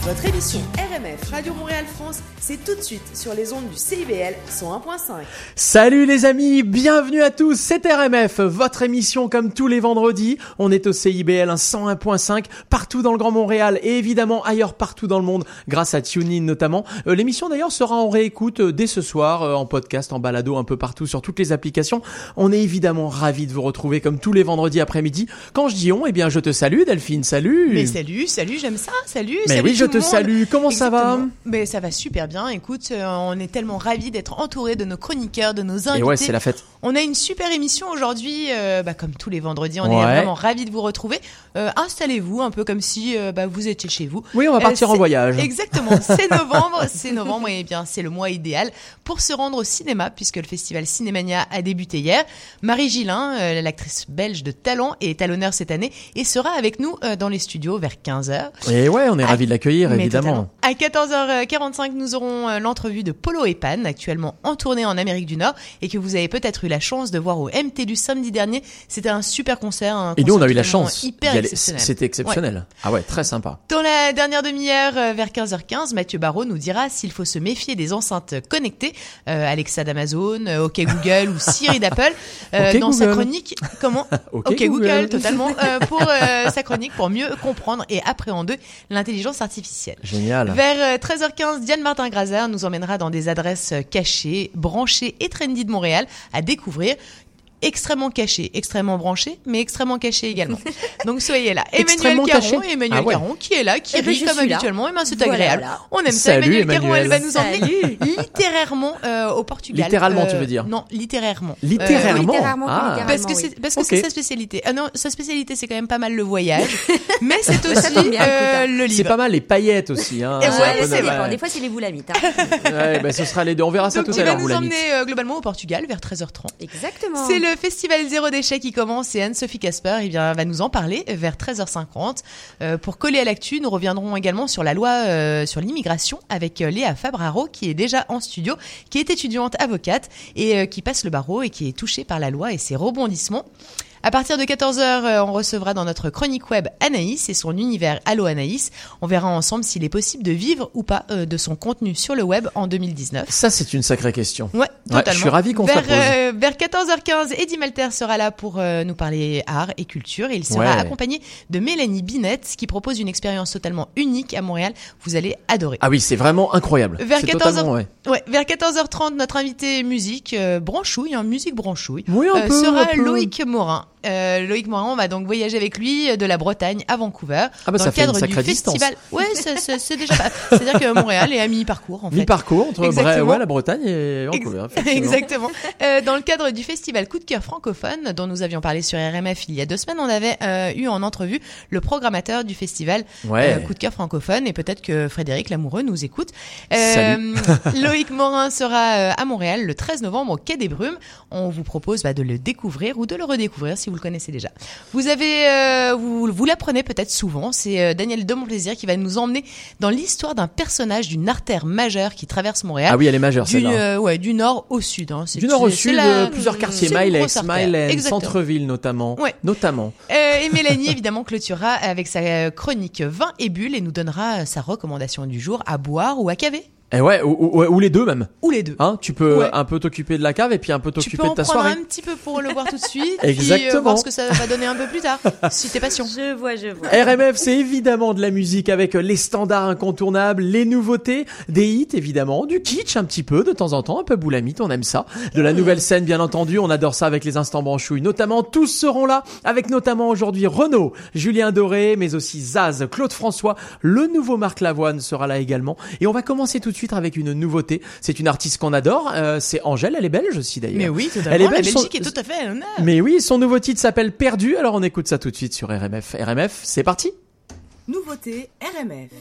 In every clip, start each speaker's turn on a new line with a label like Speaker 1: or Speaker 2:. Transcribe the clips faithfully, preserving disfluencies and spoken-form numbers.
Speaker 1: Votre émission R M F Radio Montréal France, c'est tout de suite sur les ondes du C I B L cent un point cinq.
Speaker 2: Salut les amis, bienvenue à tous, c'est R M F, votre émission comme tous les vendredis. On est au C I B L cent un point cinq, partout dans le Grand Montréal et évidemment ailleurs partout dans le monde, grâce à TuneIn notamment. Euh, l'émission d'ailleurs sera en réécoute euh, dès ce soir, euh, en podcast, en balado, un peu partout sur toutes les applications. On est évidemment ravis de vous retrouver comme tous les vendredis après-midi. Quand je dis on, eh bien je te salue Delphine, salut.
Speaker 3: Mais salut, salut, j'aime ça, salut.
Speaker 2: Mais
Speaker 3: salut
Speaker 2: oui, je te salue, comment
Speaker 3: Exactement.
Speaker 2: ça va?
Speaker 3: Mais ça va super bien, écoute, euh, on est tellement ravis d'être entourés de nos chroniqueurs, de nos invités.
Speaker 2: Et ouais, c'est la fête.
Speaker 3: On a une super émission aujourd'hui, euh, bah, comme tous les vendredis, on
Speaker 2: ouais.
Speaker 3: est vraiment ravis de vous retrouver. Euh, installez-vous un peu comme si euh, bah, vous étiez chez vous.
Speaker 2: Oui, on va partir
Speaker 3: euh,
Speaker 2: en voyage.
Speaker 3: Exactement, c'est novembre, c'est novembre et bien c'est le mois idéal pour se rendre au cinéma puisque le festival Cinémania a débuté hier. Marie Gillin, euh, l'actrice belge de talent, est à l'honneur cette année et sera avec nous euh, dans les studios vers quinze heures.
Speaker 2: Et ouais, on est ravis de l'accueillir
Speaker 3: Mais
Speaker 2: évidemment.
Speaker 3: Totalement. À quatorze heures quarante-cinq, nous aurons euh, l'entrevue de Polo et Pan, actuellement en tournée en Amérique du Nord et que vous avez peut-être eu la chance de voir au M T L U samedi dernier. C'était un super concert. Un
Speaker 2: et nous, on a eu la
Speaker 3: concert
Speaker 2: chance.
Speaker 3: hyper
Speaker 2: allait...
Speaker 3: exceptionnel.
Speaker 2: C'était exceptionnel. Ouais. Ah ouais, très sympa.
Speaker 3: Dans la dernière demi-heure, euh, vers quinze heures quinze, Mathieu Barraud nous dira s'il faut se méfier des enceintes connectées, euh, Alexa d'Amazon, euh, OK Google ou Siri d'Apple, euh,
Speaker 2: okay,
Speaker 3: dans
Speaker 2: Google.
Speaker 3: sa chronique. Comment
Speaker 2: OK,
Speaker 3: OK Google,
Speaker 2: Google
Speaker 3: totalement. Euh, pour euh, sa chronique, pour mieux comprendre et appréhender l'intelligence artificielle.
Speaker 2: Génial.
Speaker 3: Vers treize heures quinze, Diane Martin-Grazer nous emmènera dans des adresses cachées, branchées et trendy de Montréal à découvrir. Extrêmement caché, extrêmement branché, mais extrêmement caché également. Donc soyez là. Emmanuel Caron, Emmanuel ah ouais. Caron qui est là, qui
Speaker 4: eh
Speaker 3: rit
Speaker 4: ben,
Speaker 3: comme habituellement. Et ben c'est
Speaker 4: voilà,
Speaker 3: agréable.
Speaker 4: voilà.
Speaker 3: On aime
Speaker 2: Salut,
Speaker 3: ça. Emmanuel,
Speaker 2: Emmanuel
Speaker 3: Caron, elle va nous emmener
Speaker 4: Salut.
Speaker 3: littérairement euh, au Portugal.
Speaker 2: Littéralement,
Speaker 3: euh,
Speaker 2: tu veux dire?
Speaker 3: Non, littéralement.
Speaker 2: Littéralement.
Speaker 3: Euh,
Speaker 4: littéralement,
Speaker 2: ah.
Speaker 4: littéralement
Speaker 3: parce que
Speaker 4: oui.
Speaker 3: c'est parce que
Speaker 2: okay.
Speaker 3: c'est sa spécialité. Ah non, sa spécialité c'est quand même pas mal le voyage, mais c'est aussi
Speaker 4: bien,
Speaker 3: euh, le livre.
Speaker 2: C'est pas mal les paillettes aussi. Hein.
Speaker 3: Et
Speaker 4: Ah,
Speaker 3: ouais,
Speaker 4: ouais,
Speaker 3: c'est
Speaker 4: vrai.
Speaker 3: vrai.
Speaker 4: Des fois, c'est les boulamites. Hein.
Speaker 2: Ouais, bah, ce sera les deux. On verra ça
Speaker 3: Donc,
Speaker 2: tout à l'heure.
Speaker 3: il va nous
Speaker 2: Boulamite.
Speaker 3: emmener euh, globalement au Portugal vers treize heures trente.
Speaker 4: Exactement.
Speaker 3: C'est le festival Zéro Déchet qui commence et Anne-Sophie Casper eh bien, va nous en parler vers treize heures cinquante. Euh, pour coller à l'actu, nous reviendrons également sur la loi euh, sur l'immigration avec euh, Léa Fabraro qui est déjà en studio, qui est étudiante avocate et euh, qui passe le barreau et qui est touchée par la loi et ses rebondissements. À partir de quatorze heures, on recevra dans notre chronique web Anaïs et son univers Allo Anaïs. On verra ensemble s'il est possible de vivre ou pas euh, de son contenu sur le web en deux mille dix-neuf.
Speaker 2: Ça, c'est une sacrée question.
Speaker 3: Ouais, totalement.
Speaker 2: Ouais, je suis ravi qu'on
Speaker 3: vers,
Speaker 2: se la pose.
Speaker 3: Euh, vers quatorze heures quinze, Eddie Malter sera là pour euh, nous parler art et culture. Et il sera
Speaker 2: ouais.
Speaker 3: accompagné de Mélanie Binette qui propose une expérience totalement unique à Montréal. Vous allez adorer.
Speaker 2: Ah oui, c'est vraiment incroyable.
Speaker 3: Vers
Speaker 2: c'est
Speaker 3: quatorze heures,
Speaker 2: ouais.
Speaker 3: Ouais, vers quatorze heures trente, notre invité musique euh, branchouille, hein, musique branchouille,
Speaker 2: oui, un
Speaker 3: euh,
Speaker 2: peu,
Speaker 3: sera
Speaker 2: un peu.
Speaker 3: Loïc Morin. Euh, Loïc Morin, on va donc voyager avec lui de la Bretagne à Vancouver
Speaker 2: ah bah
Speaker 3: dans
Speaker 2: ça
Speaker 3: le
Speaker 2: fait
Speaker 3: cadre
Speaker 2: une sacrée
Speaker 3: du festival.
Speaker 2: Distance.
Speaker 3: Ouais, c'est, c'est, c'est déjà pas. C'est-à-dire que Montréal est à mi-parcours en fait.
Speaker 2: Mi-parcours entre Bray, ouais, la Bretagne et Vancouver.
Speaker 3: Ex- Exactement. Euh, dans le cadre du festival Coup de cœur francophone dont nous avions parlé sur R M F il y a deux semaines, on avait euh, eu en entrevue le programmateur du festival
Speaker 2: ouais.
Speaker 3: euh, Coup de cœur francophone et peut-être que Frédéric Lamoureux nous écoute.
Speaker 2: Euh,
Speaker 3: Loïc Morin sera euh, à Montréal le treize novembre au Quai des Brumes. On vous propose bah, de le découvrir ou de le redécouvrir si vous le connaissez déjà. Vous avez, euh, vous, vous l'apprenez peut-être souvent, c'est euh, Daniel Demontplaisir qui va nous emmener dans l'histoire d'un personnage d'une artère majeure qui traverse Montréal.
Speaker 2: Ah oui, elle est majeure
Speaker 3: du,
Speaker 2: celle-là.
Speaker 3: Euh, ouais, du nord au sud. Hein. C'est,
Speaker 2: du nord au
Speaker 3: c'est,
Speaker 2: sud,
Speaker 3: c'est la...
Speaker 2: plusieurs quartiers,
Speaker 3: c'est
Speaker 2: Mile X, Mile
Speaker 3: Exactement.
Speaker 2: Centre-ville notamment.
Speaker 3: Ouais.
Speaker 2: Notamment.
Speaker 3: Euh, et Mélanie évidemment clôturera avec sa chronique vin et bulles et nous donnera sa recommandation du jour à boire ou à caver.
Speaker 2: Et ouais, ou, ou, ou les deux même.
Speaker 3: Ou les deux.
Speaker 2: Hein, tu peux
Speaker 3: ouais.
Speaker 2: un peu t'occuper de la cave et puis un peu t'occuper de ta soirée.
Speaker 3: Tu peux en prendre un petit peu pour le voir tout de suite.
Speaker 2: Exactement.
Speaker 3: Puis euh, voir ce que ça va donner un peu plus tard, si t'es patient.
Speaker 4: Je vois, je vois.
Speaker 2: R M F, c'est évidemment de la musique avec les standards incontournables, les nouveautés, des hits évidemment, du kitsch un petit peu de temps en temps, un peu boulamite, on aime ça. De la nouvelle scène bien entendu, on adore ça avec les instants branchouilles. Notamment, tous seront là, avec notamment aujourd'hui Renaud, Julien Doré, mais aussi Zaz, Claude François, le nouveau Marc Lavoine sera là également. Et on va commencer tout de suite avec une nouveauté. C'est une artiste qu'on adore, euh, c'est Angèle, elle est belge aussi d'ailleurs.
Speaker 3: Mais oui, totalement.
Speaker 2: Elle est belge,
Speaker 3: la Belgique
Speaker 2: son...
Speaker 3: est tout à fait honnête.
Speaker 2: Mais oui, son nouveau titre s'appelle Perdu, alors on écoute ça tout de suite sur R M F. R M F, c'est parti.
Speaker 1: Nouveauté R M F.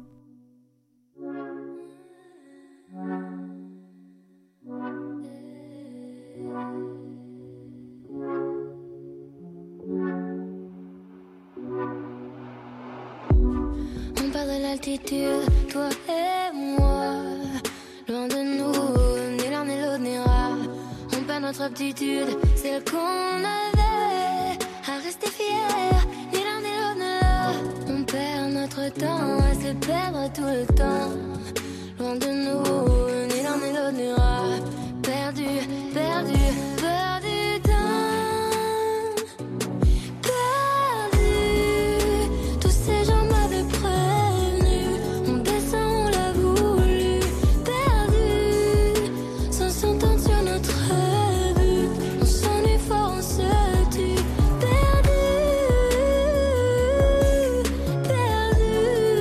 Speaker 5: On parle de l'altitude, toi et moi. Loin de nous, ni l'un ni l'autre n'ira. On perd notre aptitude, celle qu'on avait à rester fiers. Ni l'un ni l'autre ne l'a. On perd notre temps à se perdre tout le temps. Loin de nous, ni l'un ni l'autre n'ira. Perdu, perdu, perdu temps. Perdu, tous ces gens m'avaient prévenu. On descend, on l'a voulu. Perdu, sans s'entendre sur notre but. On s'ennuie fort, on se tue. Perdu, perdu,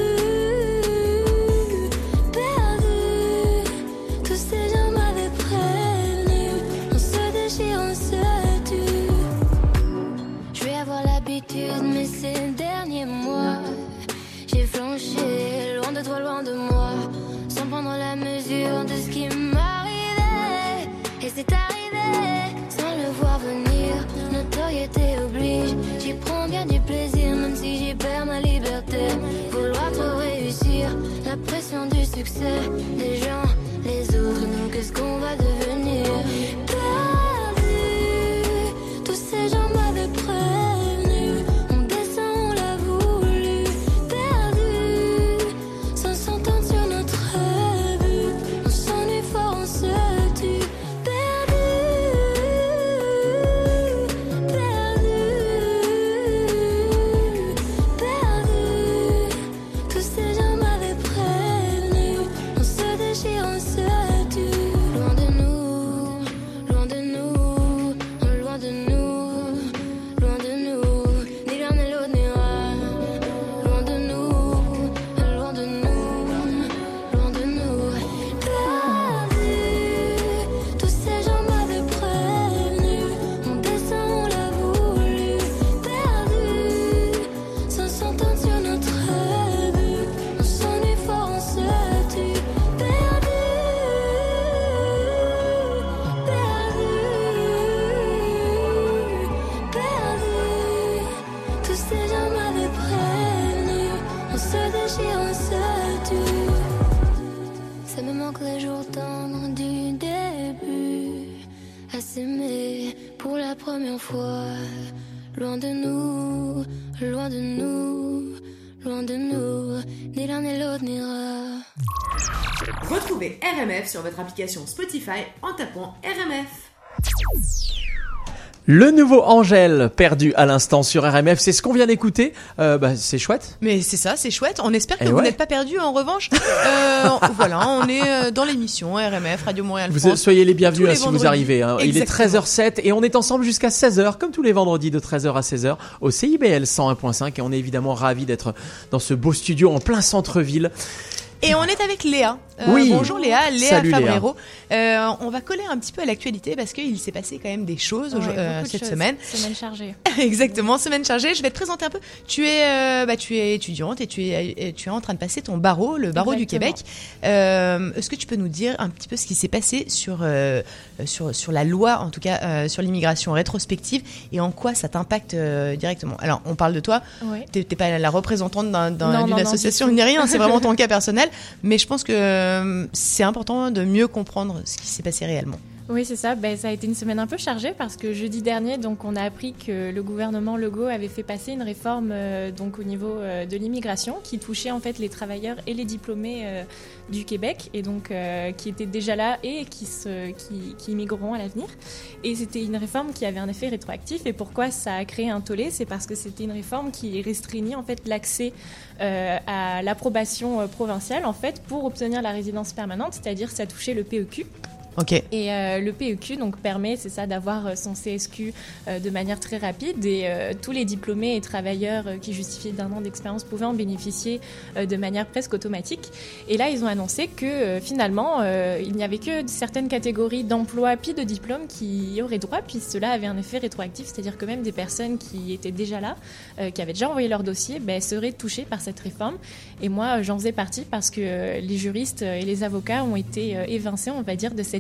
Speaker 5: perdu. Tous ces gens m'avaient prévenu. On se déchire, on se tue. Je vais avoir l'habitude, mais ces derniers mois, j'ai flanché, loin de toi, loin de moi, sans prendre la mesure de ce qui m'arrivait. Et c'est arrivé, sans le voir venir, notoriété oblige. J'y prends bien du plaisir, même si j'y perds ma liberté. Vouloir trop réussir, la pression du succès, des gens, les autres, nous, qu'est-ce qu'on va devenir? Perdu, tous ces gens m'avaient prévenu. On descend, on l'a voulu. Perdu, sans s'entendre sur notre but. On s'ennuie fort, on se tue. Perdu, perdu, perdu. Tous ces gens m'avaient prévenu. On se déchire, on se tue. Loin de nous, loin de nous, loin de nous, loin de nous. Ni l'un ni l'autre n'ira. Loin de nous, loin de nous, loin de nous. Perdu, tous ces gens m'avaient prévenu. On descend, on l'a voulu. Perdu, sans s'entendre sur notre but. On s'ennuie fort, on se tue. Perdu, perdu, perdu. Tous ces gens m'avaient prévenu. On se déchire, on se tue. Ça me manque les jours tendres du début, à s'aimer pour la première fois. Loin de nous, loin de nous, loin de nous, ni l'un ni l'autre n'ira.
Speaker 1: Retrouvez R M F sur votre application Spotify en tapant R M F.
Speaker 2: Le nouveau Angèle, perdu à l'instant sur R M F, c'est ce qu'on vient d'écouter. Euh, bah, c'est chouette.
Speaker 3: Mais c'est ça, c'est chouette. On espère que
Speaker 2: Et
Speaker 3: vous
Speaker 2: ouais.
Speaker 3: n'êtes pas perdus. En revanche, euh, voilà, on est dans l'émission R M F, Radio Montréal
Speaker 2: Vous
Speaker 3: France.
Speaker 2: soyez les
Speaker 3: tous
Speaker 2: bienvenus
Speaker 3: les
Speaker 2: hein, si vous
Speaker 3: vendredis.
Speaker 2: arrivez. Hein. Il est
Speaker 3: Exactement.
Speaker 2: treize heures sept et on est ensemble jusqu'à seize heures, comme tous les vendredis de treize heures à seize heures au C I B L cent un point cinq. Et on est évidemment ravis d'être dans ce beau studio en plein centre-ville.
Speaker 3: Et on est avec Léa. Euh,
Speaker 2: Oui.
Speaker 3: Bonjour Léa, Léa
Speaker 2: Salut,
Speaker 3: Fabrero. Euh, on va coller un petit peu à l'actualité parce qu'il s'est passé quand même des choses
Speaker 6: Ouais,
Speaker 3: aujourd- euh,
Speaker 6: beaucoup de
Speaker 3: cette
Speaker 6: choses.
Speaker 3: semaine.
Speaker 6: Semaine chargée.
Speaker 3: Exactement, semaine chargée. Je vais te présenter un peu. Tu es, euh, bah, tu es étudiante et tu es, et tu es en train de passer ton barreau, le barreau du
Speaker 6: Exactement.
Speaker 3: Québec. Euh, est-ce que tu peux nous dire un petit peu ce qui s'est passé sur euh, sur sur la loi, en tout cas euh, sur l'immigration rétrospective, et en quoi ça t'impacte euh, directement? Alors, on parle de toi.
Speaker 6: Ouais.
Speaker 3: T'es t'es pas la représentante d'un, d'un-
Speaker 6: Non,
Speaker 3: d'une
Speaker 6: non, non,
Speaker 3: association
Speaker 6: du tout.
Speaker 3: ni rien. C'est vraiment ton cas personnel. Mais je pense que euh, c'est important de mieux comprendre ce qui s'est passé réellement.
Speaker 6: Oui, c'est ça. Ben, ça a été une semaine un peu chargée parce que jeudi dernier, donc, on a appris que le gouvernement Legault avait fait passer une réforme euh, donc, au niveau euh, de l'immigration qui touchait en fait les travailleurs et les diplômés euh, du Québec et donc euh, qui étaient déjà là et qui, se, qui, qui immigreront à l'avenir. Et c'était une réforme qui avait un effet rétroactif. Et pourquoi ça a créé un tollé? C'est parce que c'était une réforme qui restreignait en fait l'accès euh, à l'approbation euh, provinciale en fait pour obtenir la résidence permanente, c'est-à-dire ça touchait le P E Q.
Speaker 3: Ok.
Speaker 6: Et euh, le P E Q donc permet, c'est ça, d'avoir euh, son C S Q euh, de manière très rapide et euh, tous les diplômés et travailleurs euh, qui justifiaient d'un an d'expérience pouvaient en bénéficier euh, de manière presque automatique. Et là, ils ont annoncé que euh, finalement, euh, il n'y avait que certaines catégories d'emplois puis de diplômes qui y auraient droit, puis cela avait un effet rétroactif, c'est-à-dire que même des personnes qui étaient déjà là, euh, qui avaient déjà envoyé leur dossier, ben, seraient touchées par cette réforme. Et moi, j'en faisais partie parce que euh, les juristes et les avocats ont été euh, évincés, on va dire, de cette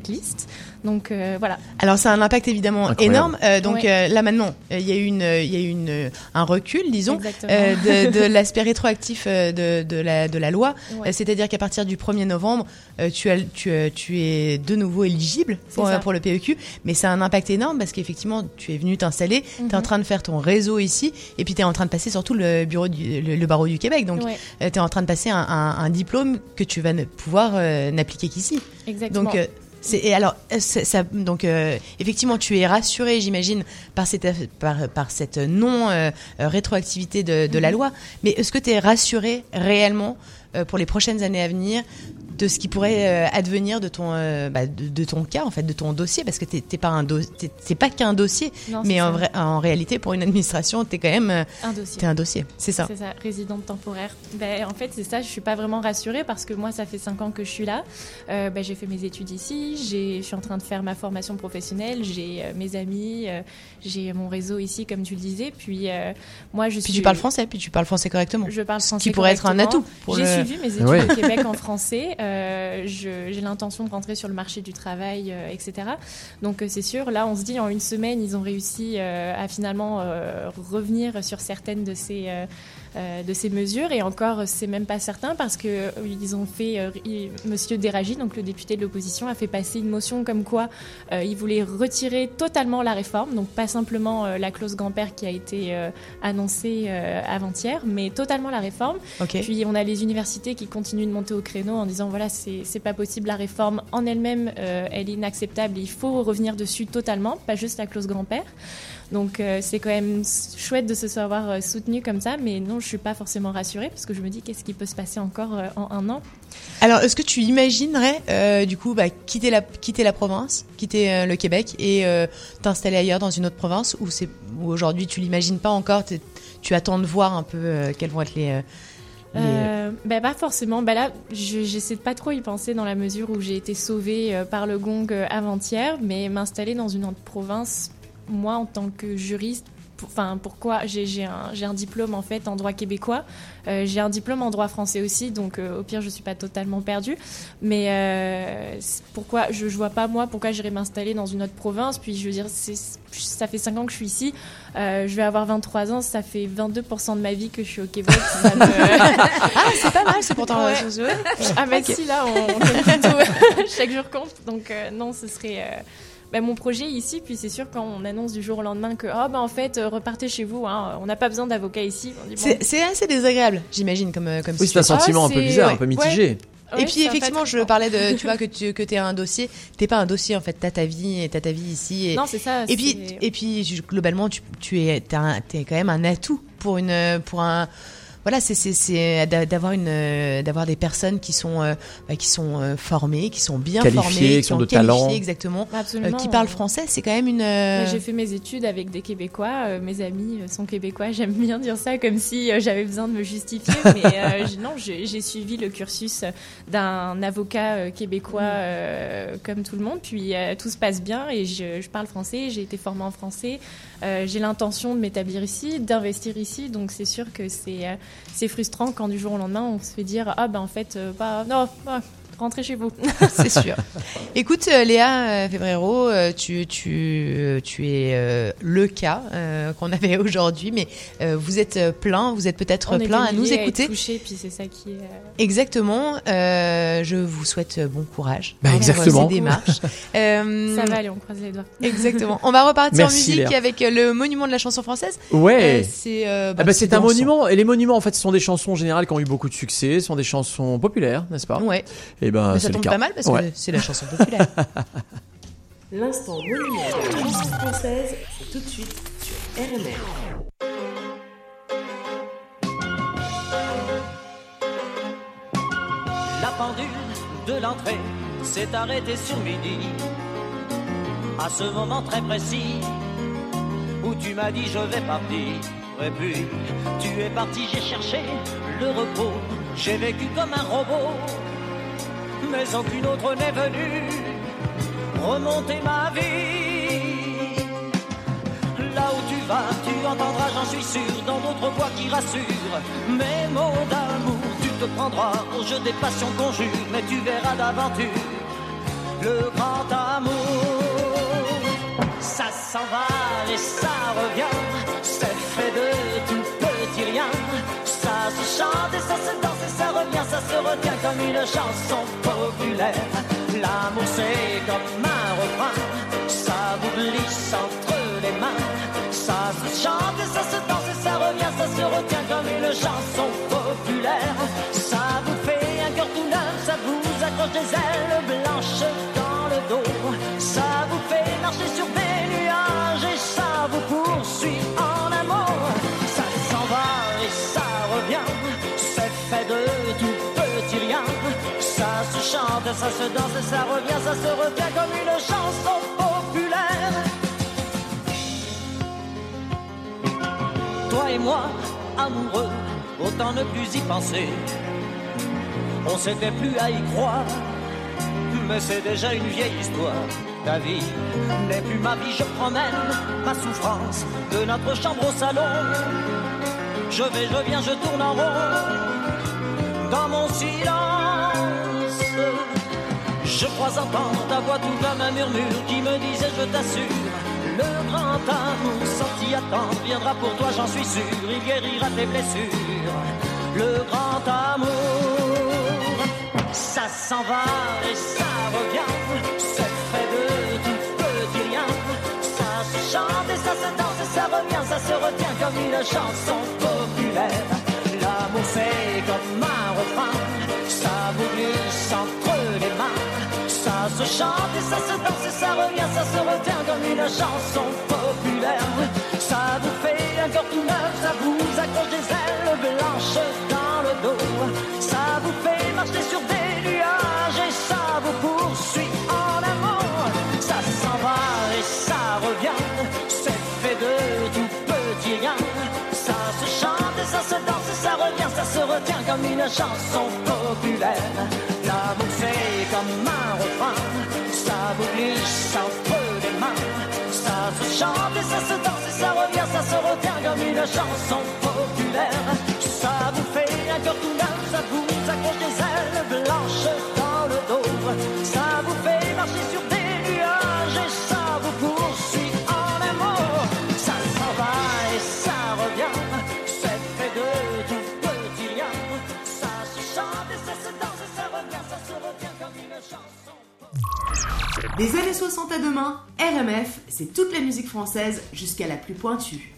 Speaker 6: liste. Donc euh, voilà.
Speaker 3: Alors c'est un impact évidemment
Speaker 2: Incroyable.
Speaker 3: énorme. Euh, donc
Speaker 6: Ouais.
Speaker 3: euh, là maintenant, il y a eu une, il y a eu une, un recul, disons,
Speaker 6: Exactement.
Speaker 3: euh, de, de l'aspect rétroactif euh, de, de la, de la loi.
Speaker 6: Ouais.
Speaker 3: Euh, c'est-à-dire qu'à partir du premier novembre, euh, tu, as, tu, euh, tu es de nouveau éligible pour,
Speaker 6: C'est ça.
Speaker 3: euh, pour le P E Q. Mais c'est un impact énorme parce qu'effectivement, tu es venu t'installer, tu es en
Speaker 6: Mhm.
Speaker 3: train de faire ton réseau ici, et puis tu es en train de passer surtout le bureau du, le, le barreau du Québec. Donc
Speaker 6: Ouais,
Speaker 3: tu es en train de passer un, un, un diplôme que tu vas ne pouvoir euh, n'appliquer qu'ici.
Speaker 6: exactement.
Speaker 3: Donc, euh, c'est, et alors, euh, c'est- ça, donc, euh, effectivement, tu es rassuré, j'imagine, par cette, par, par cette non euh, euh, rétroactivité de, de la loi. Mais est-ce que tu es rassuré réellement euh, pour les prochaines années à venir de ce qui pourrait euh, advenir de ton, euh, bah, de, de ton cas, en fait, de ton dossier, parce que t'es, t'es pas un do- t'es, t'es pas qu'un dossier,
Speaker 6: Non, c'est
Speaker 3: mais en,
Speaker 6: ça.
Speaker 3: vrai, en réalité, pour une administration, t'es quand même, euh,
Speaker 6: Un dossier.
Speaker 3: t'es un dossier. C'est ça.
Speaker 6: C'est ça, résidente temporaire. Ben, en fait, c'est ça, je suis pas vraiment rassurée parce que moi, ça fait cinq ans que je suis là. Euh, ben, j'ai fait mes études ici, j'ai, je suis en train de faire ma formation professionnelle, j'ai euh, mes amis, euh, j'ai mon réseau ici, comme tu le disais. Puis euh, moi, je
Speaker 3: Puis
Speaker 6: suis.
Speaker 3: tu parles français, puis tu parles français correctement.
Speaker 6: Je parle français.
Speaker 3: qui pourrait être un
Speaker 6: correctement.
Speaker 3: atout pour
Speaker 6: J'ai
Speaker 3: le-
Speaker 6: suivi mes études
Speaker 2: Ouais.
Speaker 6: au Québec en français. Euh, je, j'ai l'intention de rentrer sur le marché du travail, euh, et cetera. Donc euh, c'est sûr, là, on se dit en une semaine, ils ont réussi euh, à finalement euh, revenir sur certaines de ces euh, euh, de ces mesures. Et encore, c'est même pas certain parce que euh, ils ont fait, euh, il- Monsieur Déragi, donc le député de l'opposition, a fait passer une motion comme quoi euh, il voulait retirer totalement la réforme, donc pas simplement euh, la clause grand-père qui a été euh, annoncée euh, avant-hier, mais totalement la réforme.
Speaker 3: Ok.
Speaker 6: Puis on a les universités qui continuent de monter au créneau en disant voilà, c'est c'est pas possible, la réforme en elle-même, euh, elle est inacceptable, il faut revenir dessus totalement, pas juste la clause grand-père. Donc euh, c'est quand même chouette de se savoir euh, soutenu comme ça, mais non, je suis pas forcément rassurée parce que je me dis qu'est-ce qui peut se passer encore euh, en un an.
Speaker 3: Alors, est-ce que tu imaginerais, euh, du coup, bah, quitter la quitter la province, quitter euh, le Québec et euh, t'installer ailleurs dans une autre province, ou c'est ou aujourd'hui tu l'imagines pas encore, t'es- tu attends de voir un peu euh, quels vont être les, euh, les-
Speaker 6: Euh, ben pas forcément. Ben là, je, j'essaie de pas trop y penser dans la mesure où j'ai été sauvée euh, par le gong euh, avant-hier, mais m'installer dans une autre province, moi en tant que juriste, enfin pourquoi j'ai, j'ai un j'ai un diplôme en fait en droit québécois, euh, j'ai un diplôme en droit français aussi, donc euh, au pire je suis pas totalement perdue, mais euh, c'est pourquoi je, je vois pas moi pourquoi j'irais m'installer dans une autre province. Puis je veux dire, c'est, ça fait cinq ans que je suis ici, euh, je vais avoir vingt-trois ans, ça fait vingt-deux pour cent de ma vie que je suis au Québec. Ça me...
Speaker 3: Ah, c'est pas mal, c'est pourtant.
Speaker 6: Ouais.
Speaker 3: euh, c'est-
Speaker 6: Ah bah
Speaker 3: Ok.
Speaker 6: si, là, on, on fait plutôt chaque jour compte. Donc euh, non, ce serait euh, bah, mon projet ici. Puis c'est sûr, quand on annonce du jour au lendemain que oh, bah, en fait, euh, repartez chez vous, hein, on n'a pas besoin d'avocat ici. On dit, bon,
Speaker 3: C'est, c'est assez désagréable, j'imagine, comme comme
Speaker 2: Oui, c'est un
Speaker 3: situation.
Speaker 2: sentiment
Speaker 6: Ah,
Speaker 2: un peu
Speaker 6: c'est-
Speaker 2: bizarre, un
Speaker 6: ouais.
Speaker 2: peu mitigé.
Speaker 6: ouais,
Speaker 3: Et puis
Speaker 6: ça va
Speaker 3: effectivement,
Speaker 6: pas
Speaker 3: je
Speaker 6: être-
Speaker 3: parlais de, tu vois, que tu que t'es un dossier, t'es pas un dossier en fait, t'as ta vie et t'as ta vie ici. Et,
Speaker 6: Non, c'est ça.
Speaker 3: et puis
Speaker 6: c'est-
Speaker 3: et puis je- globalement, tu tu es t'es, un- t'es quand même un atout pour une pour un voilà, c'est c'est c'est d'a- d'avoir une euh, d'avoir des personnes qui sont euh, bah, qui sont euh, formées, qui sont bien
Speaker 2: Qualifiées,
Speaker 3: formées,
Speaker 2: qui sont de
Speaker 3: qualifiées,
Speaker 2: talent.
Speaker 3: exactement, euh,
Speaker 6: Absolument.
Speaker 3: qui parlent français, c'est quand même une euh,
Speaker 6: Bah, j'ai fait mes études avec des Québécois. euh, mes amis euh, sont Québécois. J'aime bien dire ça comme si euh, j'avais besoin de me justifier. Mais euh, j- non, j'ai j'ai suivi le cursus d'un avocat euh, québécois euh, comme tout le monde. Puis euh, tout se passe bien et je, je parle français. J'ai été formée en français. Euh, j'ai l'intention de m'établir ici, d'investir ici. Donc c'est sûr que c'est euh, c'est frustrant quand du jour au lendemain on se fait dire ah ben en fait euh, bah non. bah, rentrez chez vous.
Speaker 3: c'est sûr. Écoute, euh, Léa euh, Febrero, euh, tu, tu, euh, tu es euh, le cas euh, qu'on avait aujourd'hui, mais euh, vous êtes euh, plein, vous êtes peut-être
Speaker 6: On est
Speaker 3: plein
Speaker 6: des
Speaker 3: à nous
Speaker 6: milliers être
Speaker 3: écouter.
Speaker 6: touchés, puis c'est ça qui est. euh,
Speaker 3: Exactement. Euh, je vous souhaite euh, bon courage
Speaker 2: Bah,
Speaker 3: pour
Speaker 2: exactement.
Speaker 3: ces démarches. Euh,
Speaker 6: Ça va aller, on croise les doigts.
Speaker 3: Exactement. On va repartir
Speaker 2: Merci,
Speaker 3: en musique
Speaker 2: Léa.
Speaker 3: avec euh, le monument de la chanson française.
Speaker 2: Ouais.
Speaker 3: Euh, c'est euh,
Speaker 2: Ah bah, c'est un
Speaker 3: dansant.
Speaker 2: monument, et les monuments en fait ce sont des chansons en général qui ont eu beaucoup de succès, ce sont des chansons populaires, n'est-ce pas?
Speaker 3: Ouais.
Speaker 2: Et ben
Speaker 3: Mais
Speaker 2: c'est
Speaker 3: ça
Speaker 2: le
Speaker 3: tombe
Speaker 2: cas.
Speaker 3: pas mal parce
Speaker 2: Ouais.
Speaker 3: que c'est la chanson populaire.
Speaker 1: L'instant monument de la chanson française, c'est tout de suite sur R M R.
Speaker 7: La pendule de l'entrée s'est arrêtée sur midi. À ce moment très précis où tu m'as dit je vais partir. Et puis tu es parti, j'ai cherché le repos. J'ai vécu comme un robot, mais aucune autre n'est venue remonter ma vie. Là où tu vas, tu entendras, j'en suis sûr, dans d'autres voix qui rassurent. Mes mots d'amour, tu te prendras au jeu des passions qu'on jure, mais tu verras d'aventure le grand amour. Ça s'en va et ça revient, c'est fait de tout petit rien. Ça se chante et ça se danse et ça revient, ça se retient comme une chanson populaire. L'amour c'est comme un refrain, ça vous glisse entre les mains. Ça se chante et ça se danse et ça revient, ça se retient comme une chanson populaire. Ça vous fait un cœur tout neuf, ça vous accroche des ailes blanches dans le dos. Ça vous fait marcher sur des nuages et ça vous poursuit en amour. Ça s'en va et ça revient, c'est fait de tout petit rien. Ça se chante, ça se danse et ça revient, ça se retient comme une chanson populaire. Toi et moi, amoureux, autant ne plus y penser. On s'était plus à y croire, mais c'est déjà une vieille histoire. Ta vie n'est plus ma vie, je promène ma souffrance de notre chambre au salon. Je vais, je viens, je tourne en rond dans mon silence. Je crois entendre ta voix tout comme un murmure qui me disait je t'assure, le grand amour sans t'y attendre viendra pour toi, j'en suis sûr, il guérira tes blessures. Le grand amour, ça s'en va et ça revient, c'est fait de tout petit rien. Ça se chante et ça se danse et ça revient, ça se retient comme une chanson populaire. L'amour c'est comme un refrain, ça vous glisse entre les mains. Ça se chante et ça se danse et ça revient, ça se retient comme une chanson populaire. Ça vous fait un cœur tout neuf, ça vous accroche des ailes blanches dans le dos. Ça vous fait marcher sur des nuages et ça vous poursuit en amour. Ça s'en va et ça revient, c'est fait de tout petit rien. Ça se chante et ça se danse et ça revient, ça se retient comme une chanson populaire. L'amour c'est comme un refrain, ça vous glisse entre les mains. Ça se chante et ça se danse et ça revient, ça se retient comme une chanson populaire. Ça vous fait un cœur tout neuf, ça vous accroche des ailes blanches dans le dos. Ça vous fait marcher sur des nuages et ça vous poursuit en amour. Ça s'en va et ça revient, c'est fait de tout petit rien. Ça se chante et ça se danse et ça revient, ça se retient comme une chanson.
Speaker 8: Des années soixante à demain, R M F, c'est toute la musique française jusqu'à la plus pointue.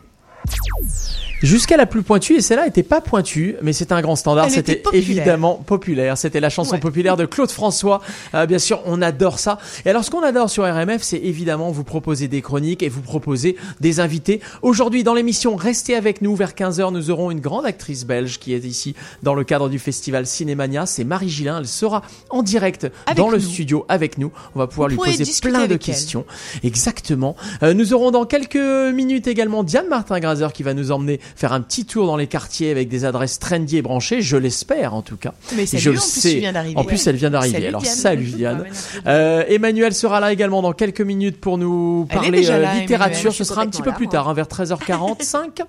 Speaker 2: Jusqu'à la plus pointue, et celle-là était pas pointue, mais c'était un grand standard,
Speaker 3: Elle
Speaker 2: c'était
Speaker 3: était populaire.
Speaker 2: évidemment populaire, c'était la chanson
Speaker 3: Ouais.
Speaker 2: populaire de Claude François, euh, bien sûr, on adore ça. Et alors ce qu'on adore sur R M F, c'est évidemment vous proposer des chroniques et vous proposer des invités. Aujourd'hui dans l'émission, restez avec nous, vers quinze heures, nous aurons une grande actrice belge qui est ici dans le cadre du festival Cinémania, c'est Marie Gillin, elle sera en direct
Speaker 3: Avec
Speaker 2: dans le
Speaker 3: nous.
Speaker 2: studio avec nous, on va pouvoir
Speaker 3: Vous
Speaker 2: lui
Speaker 3: pourrez
Speaker 2: poser
Speaker 3: discuter
Speaker 2: plein de
Speaker 3: avec elle.
Speaker 2: questions. Exactement. Euh, nous aurons dans quelques minutes également Diane Martin-Grazer qui va nous emmener faire un petit tour dans les quartiers avec des adresses trendy et branchées, je l'espère en tout cas.
Speaker 3: Mais
Speaker 2: Et
Speaker 3: salut,
Speaker 2: je
Speaker 3: en
Speaker 2: le
Speaker 3: plus,
Speaker 2: sais.
Speaker 3: tu viens d'arriver.
Speaker 2: En plus, elle vient d'arriver.
Speaker 3: Salut,
Speaker 2: Alors
Speaker 3: Diane.
Speaker 2: salut Diane. Euh, Emmanuel sera là également dans quelques minutes pour nous
Speaker 3: Elle est
Speaker 2: parler
Speaker 3: déjà
Speaker 2: euh,
Speaker 3: là,
Speaker 2: littérature.
Speaker 3: Emmanuel.
Speaker 2: Ce sera un petit peu
Speaker 4: complètement
Speaker 2: plus
Speaker 4: là,
Speaker 2: tard,
Speaker 4: moi.
Speaker 2: hein, vers treize heures quarante-cinq.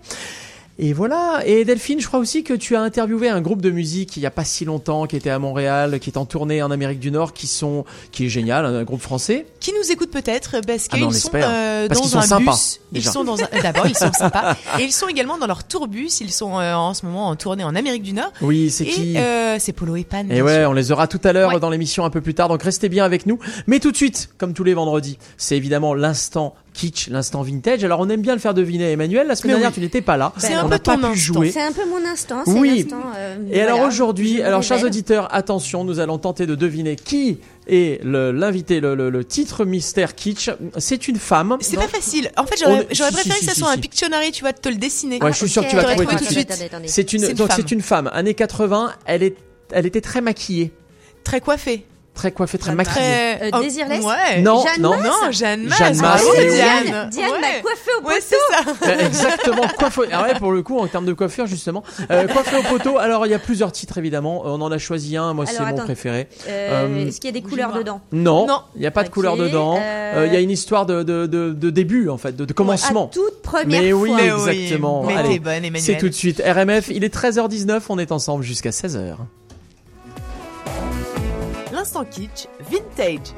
Speaker 2: Et voilà. Et Delphine, je crois aussi que tu as interviewé un groupe de musique il y a pas si longtemps, qui était à Montréal, qui est en tournée en Amérique du Nord, qui sont, qui est génial, un groupe français.
Speaker 3: Qui nous écoute peut-être parce
Speaker 2: Ah, mais on
Speaker 3: qu'ils sont
Speaker 2: l'espère.
Speaker 3: euh,
Speaker 2: Parce
Speaker 3: dans
Speaker 2: qu'ils sont
Speaker 3: un
Speaker 2: sympas,
Speaker 3: bus. Ils
Speaker 2: déjà.
Speaker 3: sont dans un. D'abord, ils sont sympas et ils sont également dans leur tourbus. Ils sont euh, en ce moment en tournée en Amérique du Nord.
Speaker 2: Oui, c'est
Speaker 3: Et
Speaker 2: qui?
Speaker 3: euh, c'est Polo et Pan.
Speaker 2: Et
Speaker 3: bien
Speaker 2: ouais,
Speaker 3: sûr.
Speaker 2: on les aura tout à l'heure
Speaker 3: Ouais.
Speaker 2: dans l'émission un peu plus tard, donc restez bien avec nous. Mais tout de suite, comme tous les vendredis, c'est évidemment l'instant kitsch, l'instant vintage. Alors on aime bien le faire deviner, Emmanuel. La semaine
Speaker 3: Mais
Speaker 2: dernière,
Speaker 3: oui.
Speaker 2: tu n'étais pas là.
Speaker 3: C'est
Speaker 2: on
Speaker 3: un peu
Speaker 2: n'a pas
Speaker 3: ton
Speaker 2: pu
Speaker 3: instant.
Speaker 2: jouer.
Speaker 4: C'est un peu mon instant, c'est
Speaker 2: Oui.
Speaker 4: l'instant. euh,
Speaker 2: Et alors
Speaker 4: voilà.
Speaker 2: aujourd'hui,
Speaker 4: Je me
Speaker 2: alors chers
Speaker 4: révèle.
Speaker 2: auditeurs, attention, nous allons tenter de deviner qui est le- l'invité, le, le, le titre mystère kitsch. C'est une femme.
Speaker 3: C'est
Speaker 2: Non.
Speaker 3: pas facile. En fait,
Speaker 2: On
Speaker 3: j'aurais
Speaker 2: est-
Speaker 3: j'aurais
Speaker 2: si,
Speaker 3: préféré
Speaker 2: si,
Speaker 3: que ça
Speaker 2: si,
Speaker 3: soit
Speaker 2: si.
Speaker 3: un Pictionary, tu vas te le dessiner.
Speaker 2: Ouais, je suis sûr que tu vas
Speaker 3: Ok.
Speaker 2: trouver tout de
Speaker 3: Attendez,
Speaker 2: suite.
Speaker 4: attendez, attendez.
Speaker 2: C'est une,
Speaker 3: C'est une
Speaker 2: donc
Speaker 3: femme.
Speaker 2: c'est une femme, années quatre-vingts. Elle est, elle était très maquillée,
Speaker 3: Très coiffée.
Speaker 2: très coiffée, très
Speaker 4: Très-
Speaker 2: maquillée.
Speaker 3: Très.
Speaker 4: Euh,
Speaker 3: oh,
Speaker 4: Désirless
Speaker 3: Ouais.
Speaker 2: Non,
Speaker 4: Jeanne
Speaker 2: non.
Speaker 4: Masse
Speaker 3: Non, Jeanne Masse.
Speaker 2: Jeanne Masse,
Speaker 3: Bravo,
Speaker 2: mais oui.
Speaker 3: Diane.
Speaker 4: Diane
Speaker 3: Ouais.
Speaker 4: m'a coiffé au
Speaker 3: Ouais,
Speaker 4: poteau.
Speaker 3: c'est ça.
Speaker 2: Euh, Exactement, coiffe. Alors ouais, pour le coup, en termes de coiffure justement, euh, coiffé au poteau. Alors il y a plusieurs titres évidemment. On en a choisi un. Moi, c'est
Speaker 4: Alors,
Speaker 2: mon
Speaker 4: attends.
Speaker 2: préféré.
Speaker 4: Euh,
Speaker 2: Euh,
Speaker 4: Est-ce qu'il y a des couleurs
Speaker 3: Bougez-moi.
Speaker 4: dedans?
Speaker 2: Non,
Speaker 3: Non.
Speaker 2: il n'y a pas de
Speaker 4: Ok,
Speaker 2: couleur dedans.
Speaker 4: euh,
Speaker 2: Euh, Il y a une histoire de, de, de, de début en fait, de, de commencement.
Speaker 4: À toute première
Speaker 2: Mais oui,
Speaker 4: fois.
Speaker 3: Mais oui,
Speaker 2: exactement.
Speaker 3: mais
Speaker 2: Allez,
Speaker 3: t'es bonne, Emmanuel.
Speaker 2: c'est tout de suite. R M F, il est treize heures dix-neuf. On est ensemble jusqu'à seize heures.
Speaker 3: L'instant kitsch vintage.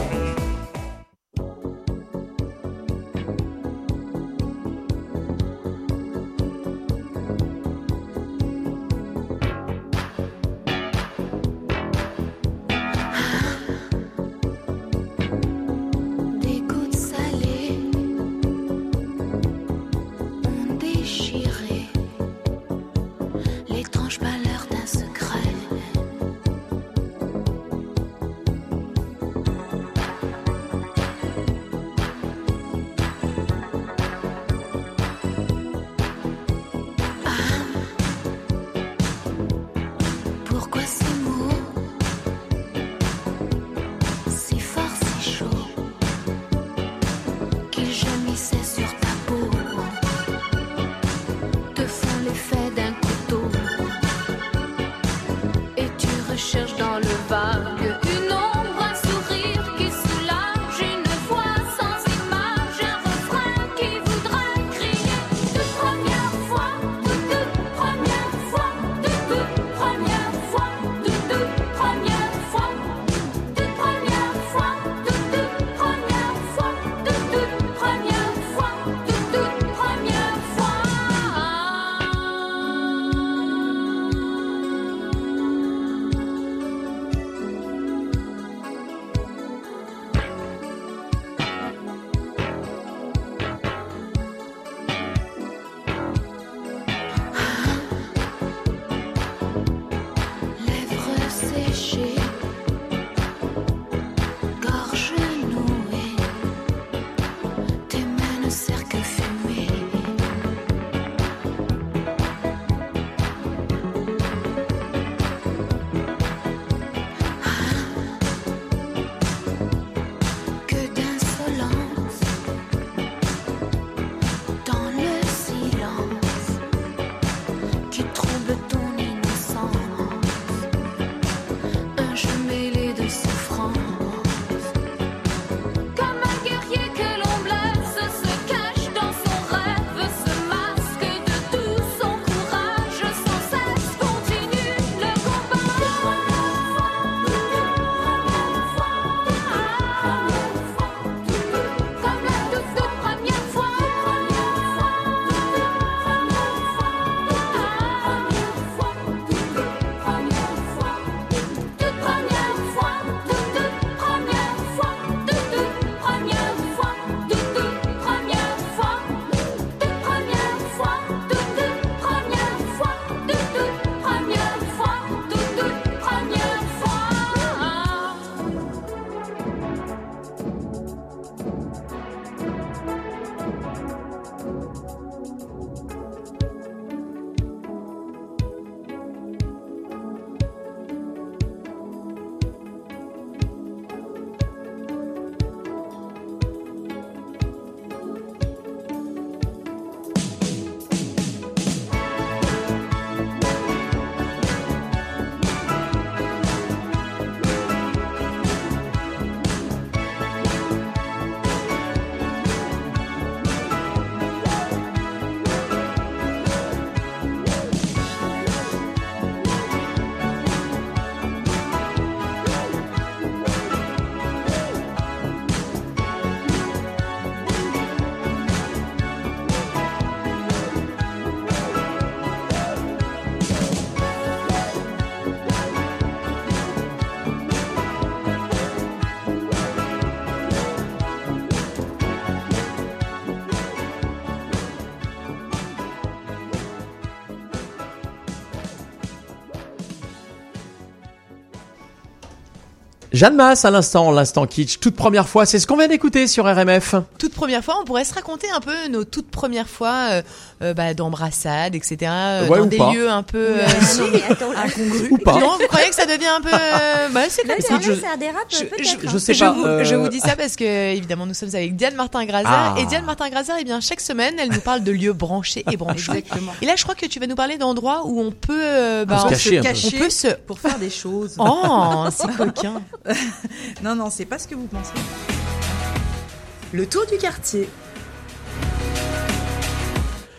Speaker 5: Des gouttes salées ont déchiré l'étrange pâleur d'un secret. Pourquoi ces mots si fort, si chaud qu'ils gémissaient sur ta peau, te font l'effet d'un couteau, et tu recherches dans le vague une ombre, un sourire qui soulage, une voix sans image, un refrain qui voudrait crier. Toute première fois, toute, toute première fois, toute, toute première fois, toute, toute première fois, toute première fois, toute, toute première fois, toute, toute première fois, toute, toute première fois. Lèvres séchées, gorge nouée, tes mains ne serrent que fumer. Que d'insolence dans le silence qui trouble ton innocence. Un jeu mêlé de souffrance. Comme un guerrier que l'on blesse se cache dans son rêve, se masque de tout son courage, sans cesse continue le combat. Comme la toute toute première fois. Toute première fois, toute toute première fois, toute toute première fois, toute toute première fois, toute première fois, toute toute première fois, toute toute première fois, toute toute première fois.
Speaker 2: Jeanne Masse à l'instant, l'instant kitsch, toute première fois, c'est ce qu'on vient d'écouter sur R M F.
Speaker 3: Toute première fois, on pourrait se raconter un peu nos toutes premières fois euh, euh, bah, d'embrassades, et cetera. Euh,
Speaker 2: Ouais,
Speaker 3: dans
Speaker 2: ou
Speaker 3: des
Speaker 2: pas.
Speaker 3: lieux un peu euh,
Speaker 4: Non, mais attends, là,
Speaker 2: Ou pas.
Speaker 3: Non, vous croyez que ça devient un peu euh, bah c'est
Speaker 4: là,
Speaker 3: comme ça.
Speaker 4: là,
Speaker 2: je-
Speaker 4: ça dérape
Speaker 3: Je-
Speaker 4: peut-être.
Speaker 2: Je sais
Speaker 3: je
Speaker 2: pas.
Speaker 3: vous,
Speaker 2: euh,
Speaker 3: je vous dis ça parce que évidemment nous sommes avec Diane Martin-Grazer
Speaker 2: Ah.
Speaker 3: et Diane Martin-Grazer, eh bien chaque semaine elle nous parle de lieux branchés et branchés.
Speaker 9: Exactement.
Speaker 3: Et là je crois que tu vas nous parler d'endroits où on peut euh, bah,
Speaker 2: se
Speaker 3: on,
Speaker 2: cacher un peu.
Speaker 9: cacher
Speaker 3: on peut se
Speaker 9: pour faire des choses.
Speaker 3: oh c'est coquin.
Speaker 9: Non, non, c'est pas ce que vous pensez. Le tour du quartier.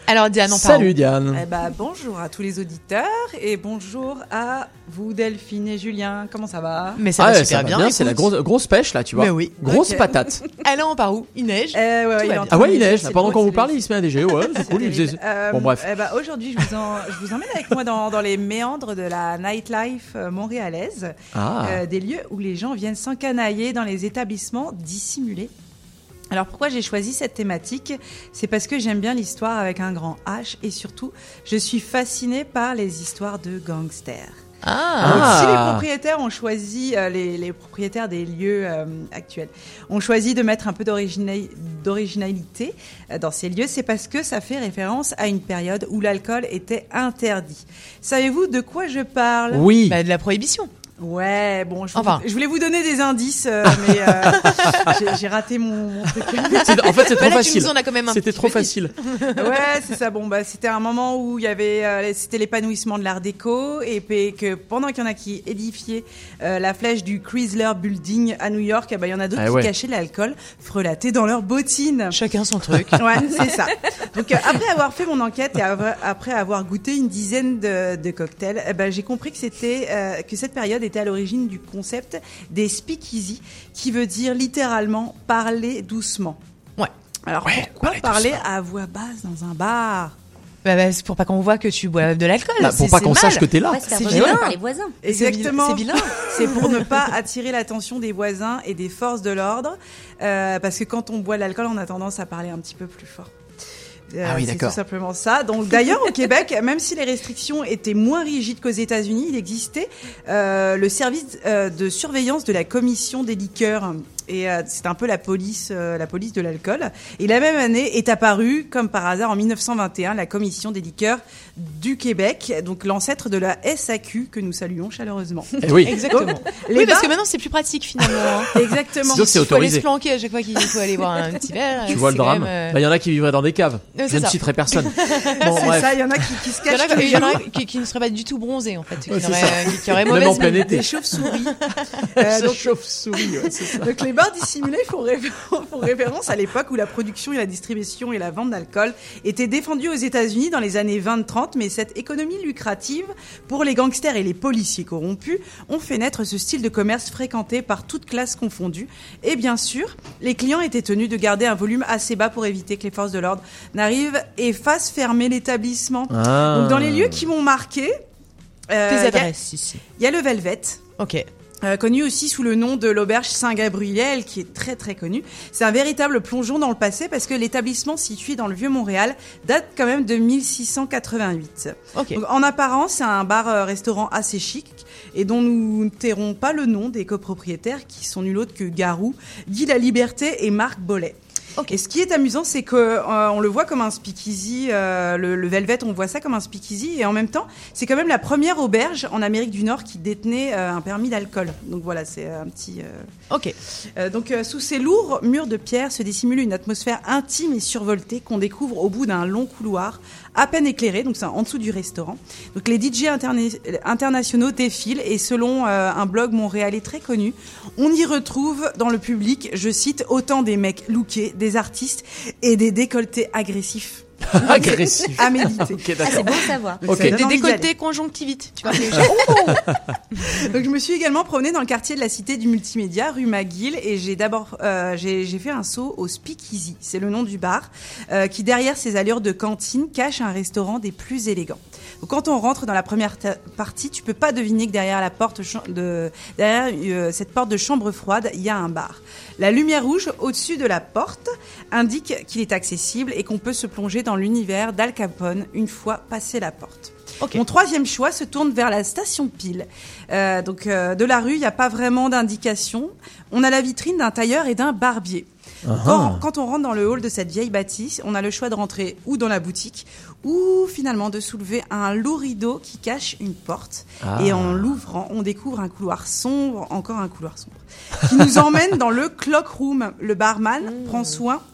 Speaker 3: Alors Diane, on
Speaker 2: Salut Diane.
Speaker 9: Eh ben, bonjour à tous les auditeurs et bonjour à vous Delphine et Julien. Comment ça va?
Speaker 3: Mais ça
Speaker 2: Ah
Speaker 3: va
Speaker 2: ouais,
Speaker 3: super
Speaker 2: ça va
Speaker 3: bien.
Speaker 2: bien, c'est la grosse, grosse pêche là, tu vois.
Speaker 3: Mais oui.
Speaker 2: Grosse
Speaker 9: Ok.
Speaker 2: patate.
Speaker 3: Alors on part où? Il neige.
Speaker 9: Eh ouais, ouais,
Speaker 3: Tout
Speaker 9: il
Speaker 3: va
Speaker 9: est en
Speaker 3: bien.
Speaker 9: train
Speaker 2: Ah ouais,
Speaker 9: de
Speaker 2: il
Speaker 9: neiger,
Speaker 2: neige.
Speaker 9: c'est
Speaker 2: Pendant
Speaker 9: beau,
Speaker 2: qu'on vous
Speaker 9: c'est
Speaker 2: parle, il se met à neiger. Ouais, c'est cool. il
Speaker 9: terrible.
Speaker 2: faisait-
Speaker 9: Euh,
Speaker 2: Bon, bref.
Speaker 9: eh ben, aujourd'hui, je vous, en- je vous emmène avec moi dans, dans les méandres de la nightlife euh, montréalaise,
Speaker 2: Ah.
Speaker 9: euh, des lieux où les gens viennent s'encanailler dans les établissements dissimulés. Alors pourquoi j'ai choisi cette thématique? C'est parce que j'aime bien l'histoire avec un grand H et surtout, je suis fascinée par les histoires de gangsters.
Speaker 3: Ah.
Speaker 9: Donc,
Speaker 2: Ah.
Speaker 9: si les propriétaires ont choisi, euh, les, les propriétaires des lieux euh, actuels ont choisi de mettre un peu d'origina- d'originalité euh, dans ces lieux, c'est parce que ça fait référence à une période où l'alcool était interdit. Savez-vous de quoi je parle?
Speaker 2: Oui.
Speaker 3: Bah, de la prohibition.
Speaker 9: Ouais, bon, je,
Speaker 3: Enfin.
Speaker 9: vous- je voulais vous donner des indices, euh, mais euh, j'ai, j'ai raté mon, mon truc.
Speaker 2: C'est- En fait, c'est
Speaker 3: Bah,
Speaker 2: trop
Speaker 3: là, tu
Speaker 2: facile.
Speaker 3: nous en as quand même un
Speaker 2: C'était
Speaker 3: petit
Speaker 2: trop
Speaker 3: peu dit.
Speaker 2: facile.
Speaker 9: Ouais, c'est ça. Bon, bah, c'était un moment où il y avait, euh, c'était l'épanouissement de l'art déco, et puis que pendant qu'il y en a qui édifiaient euh, la flèche du Chrysler Building à New York, eh ben, il y en a d'autres
Speaker 2: Ah
Speaker 9: qui
Speaker 2: ouais.
Speaker 9: cachaient de l'alcool frelaté dans leurs bottines.
Speaker 3: Chacun son truc.
Speaker 9: Ouais, c'est ça. Donc, euh, après avoir fait mon enquête et av- après avoir goûté une dizaine de, de cocktails, eh ben, j'ai compris que c'était, euh, que cette période était à l'origine du concept des speakeasy, qui veut dire littéralement parler doucement.
Speaker 3: Ouais.
Speaker 9: Alors,
Speaker 2: Ouais,
Speaker 9: pourquoi
Speaker 2: parler
Speaker 9: parler
Speaker 2: doucement.
Speaker 9: à voix basse dans un bar?
Speaker 3: Bah, bah, c'est pour pas qu'on voit que tu bois de l'alcool.
Speaker 2: Bah, pour
Speaker 3: C'est-
Speaker 2: pas
Speaker 3: c'est
Speaker 2: qu'on
Speaker 3: mal.
Speaker 2: sache que t'es là.
Speaker 4: Ouais, se faire
Speaker 3: C'est
Speaker 4: remarquer
Speaker 3: vilain.
Speaker 4: par les voisins.
Speaker 9: Exactement.
Speaker 3: C'est vilain.
Speaker 9: C'est pour ne pas attirer l'attention des voisins et des forces de l'ordre, euh, parce que quand on boit de l'alcool, on a tendance à parler un petit peu plus fort. Euh,
Speaker 2: Ah oui,
Speaker 9: c'est
Speaker 2: d'accord.
Speaker 9: tout simplement ça. Donc d'ailleurs au Québec, même si les restrictions étaient moins rigides qu'aux États-Unis, il existait euh, le service euh, de surveillance de la commission des liqueurs. Et euh, c'est un peu la police, euh, la police de l'alcool. Et la même année est apparue, comme par hasard, en mille neuf cent vingt et un, la commission des liqueurs du Québec, donc l'ancêtre de la S A Q que nous saluons chaleureusement.
Speaker 2: Eh oui.
Speaker 3: Exactement.
Speaker 9: Les
Speaker 3: Oui, parce
Speaker 9: bars-
Speaker 3: que maintenant c'est plus pratique finalement. hein.
Speaker 9: Exactement.
Speaker 2: Sinon, c'est
Speaker 3: Il faut aller
Speaker 2: autorisé.
Speaker 3: se planquer à chaque fois qu'il faut aller boire un petit verre.
Speaker 2: Tu
Speaker 3: c'est
Speaker 2: vois le
Speaker 3: quand
Speaker 2: drame.
Speaker 3: même, euh,
Speaker 2: Bah, il y en a qui vivraient dans des caves.
Speaker 3: Ouais,
Speaker 2: Je
Speaker 3: c'est
Speaker 2: ne
Speaker 3: ça.
Speaker 2: citerai personne. Bon,
Speaker 9: C'est
Speaker 2: bref.
Speaker 9: ça, il y en a qui, qui se
Speaker 3: Il y en
Speaker 9: cachent.
Speaker 3: a,
Speaker 9: tous les
Speaker 3: il y en a
Speaker 9: jours.
Speaker 3: qui, qui ne seraient pas du tout bronzés en fait, qui,
Speaker 2: Ouais, c'est
Speaker 3: n'auraient-
Speaker 2: ça.
Speaker 3: qui, qui auraient
Speaker 2: Même
Speaker 3: mauvaise
Speaker 2: en plein
Speaker 3: mine.
Speaker 2: été.
Speaker 9: Des chauves-souris. Euh, donc,
Speaker 2: chauve-souris, ouais, c'est ça.
Speaker 9: donc les bars dissimulés font, réfé- font référence à l'époque où la production et la distribution et la vente d'alcool étaient défendues aux États-Unis dans les années vingt trente, mais cette économie lucrative pour les gangsters et les policiers corrompus ont fait naître ce style de commerce fréquenté par toutes classes confondues. Et bien sûr, les clients étaient tenus de garder un volume assez bas pour éviter que les forces de l'ordre n'arrivent et fassent fermer l'établissement.
Speaker 2: Ah.
Speaker 9: Donc dans les lieux qui m'ont marqué, euh,
Speaker 3: Tes
Speaker 9: il y a-
Speaker 3: adresses ici.
Speaker 9: il y a le Velvet.
Speaker 3: Ok.
Speaker 9: Euh, connu aussi sous le nom de l'auberge Saint-Gabriel, qui est très très connu. C'est un véritable plongeon dans le passé parce que l'établissement situé dans le Vieux-Montréal date quand même de mille six cent quatre-vingt-huit.
Speaker 3: Ok.
Speaker 9: Donc, en apparence, c'est un bar-restaurant assez chic et dont nous ne tairons pas le nom des copropriétaires qui sont nul autre que Garou, Guy La Liberté et Marc Bollet.
Speaker 3: Ok.
Speaker 9: Et ce qui est amusant, c'est que euh, on le voit comme un speakeasy, euh, le, le Velvet, on voit ça comme un speakeasy, et en même temps, c'est quand même la première auberge en Amérique du Nord qui détenait euh, un permis d'alcool. Donc voilà, c'est un petit. Euh...
Speaker 3: Ok.
Speaker 9: Euh, donc euh, sous ces lourds murs de pierre se dissimule une atmosphère intime et survoltée qu'on découvre au bout d'un long couloir à peine éclairé, donc c'est en dessous du restaurant. Donc les D J interna- internationaux défilent et selon euh, un blog montréalais très connu, on y retrouve dans le public, je cite, autant des mecs lookés, des artistes et des décolletés agressifs.
Speaker 2: Agressif.
Speaker 9: À méditer.
Speaker 2: Ok,
Speaker 4: Ah,
Speaker 2: d'accord.
Speaker 4: c'est bon de savoir.
Speaker 9: Donc,
Speaker 2: Ok.
Speaker 9: ça donne
Speaker 3: Des
Speaker 9: envie d'y aller.
Speaker 3: décolletés conjonctivites. Tu vois.
Speaker 9: Donc je me suis également promenée dans le quartier de la Cité du Multimédia, rue McGill, et j'ai d'abord euh, j'ai j'ai fait un saut au Speakeasy, c'est le nom du bar, euh, qui derrière ses allures de cantine cache un restaurant des plus élégants. Donc, quand on rentre dans la première ta- partie, tu peux pas deviner que derrière la porte cha- de derrière euh, cette porte de chambre froide, il y a un bar. La lumière rouge au-dessus de la porte indique qu'il est accessible et qu'on peut se plonger dans l'univers d'Al Capone une fois passé la porte.
Speaker 3: Ok.
Speaker 9: Mon troisième choix se tourne vers la station Pile. Euh, donc euh, de la rue, il n'y a pas vraiment d'indication. On a la vitrine d'un tailleur et d'un barbier. Quand, quand on rentre dans le hall de cette vieille bâtisse, on a le choix de rentrer ou dans la boutique ou finalement de soulever un lourd rideau qui cache une porte.
Speaker 2: Ah.
Speaker 9: Et en l'ouvrant, on découvre un couloir sombre, encore un couloir sombre, qui nous emmène dans le clock room. Le barman prend soin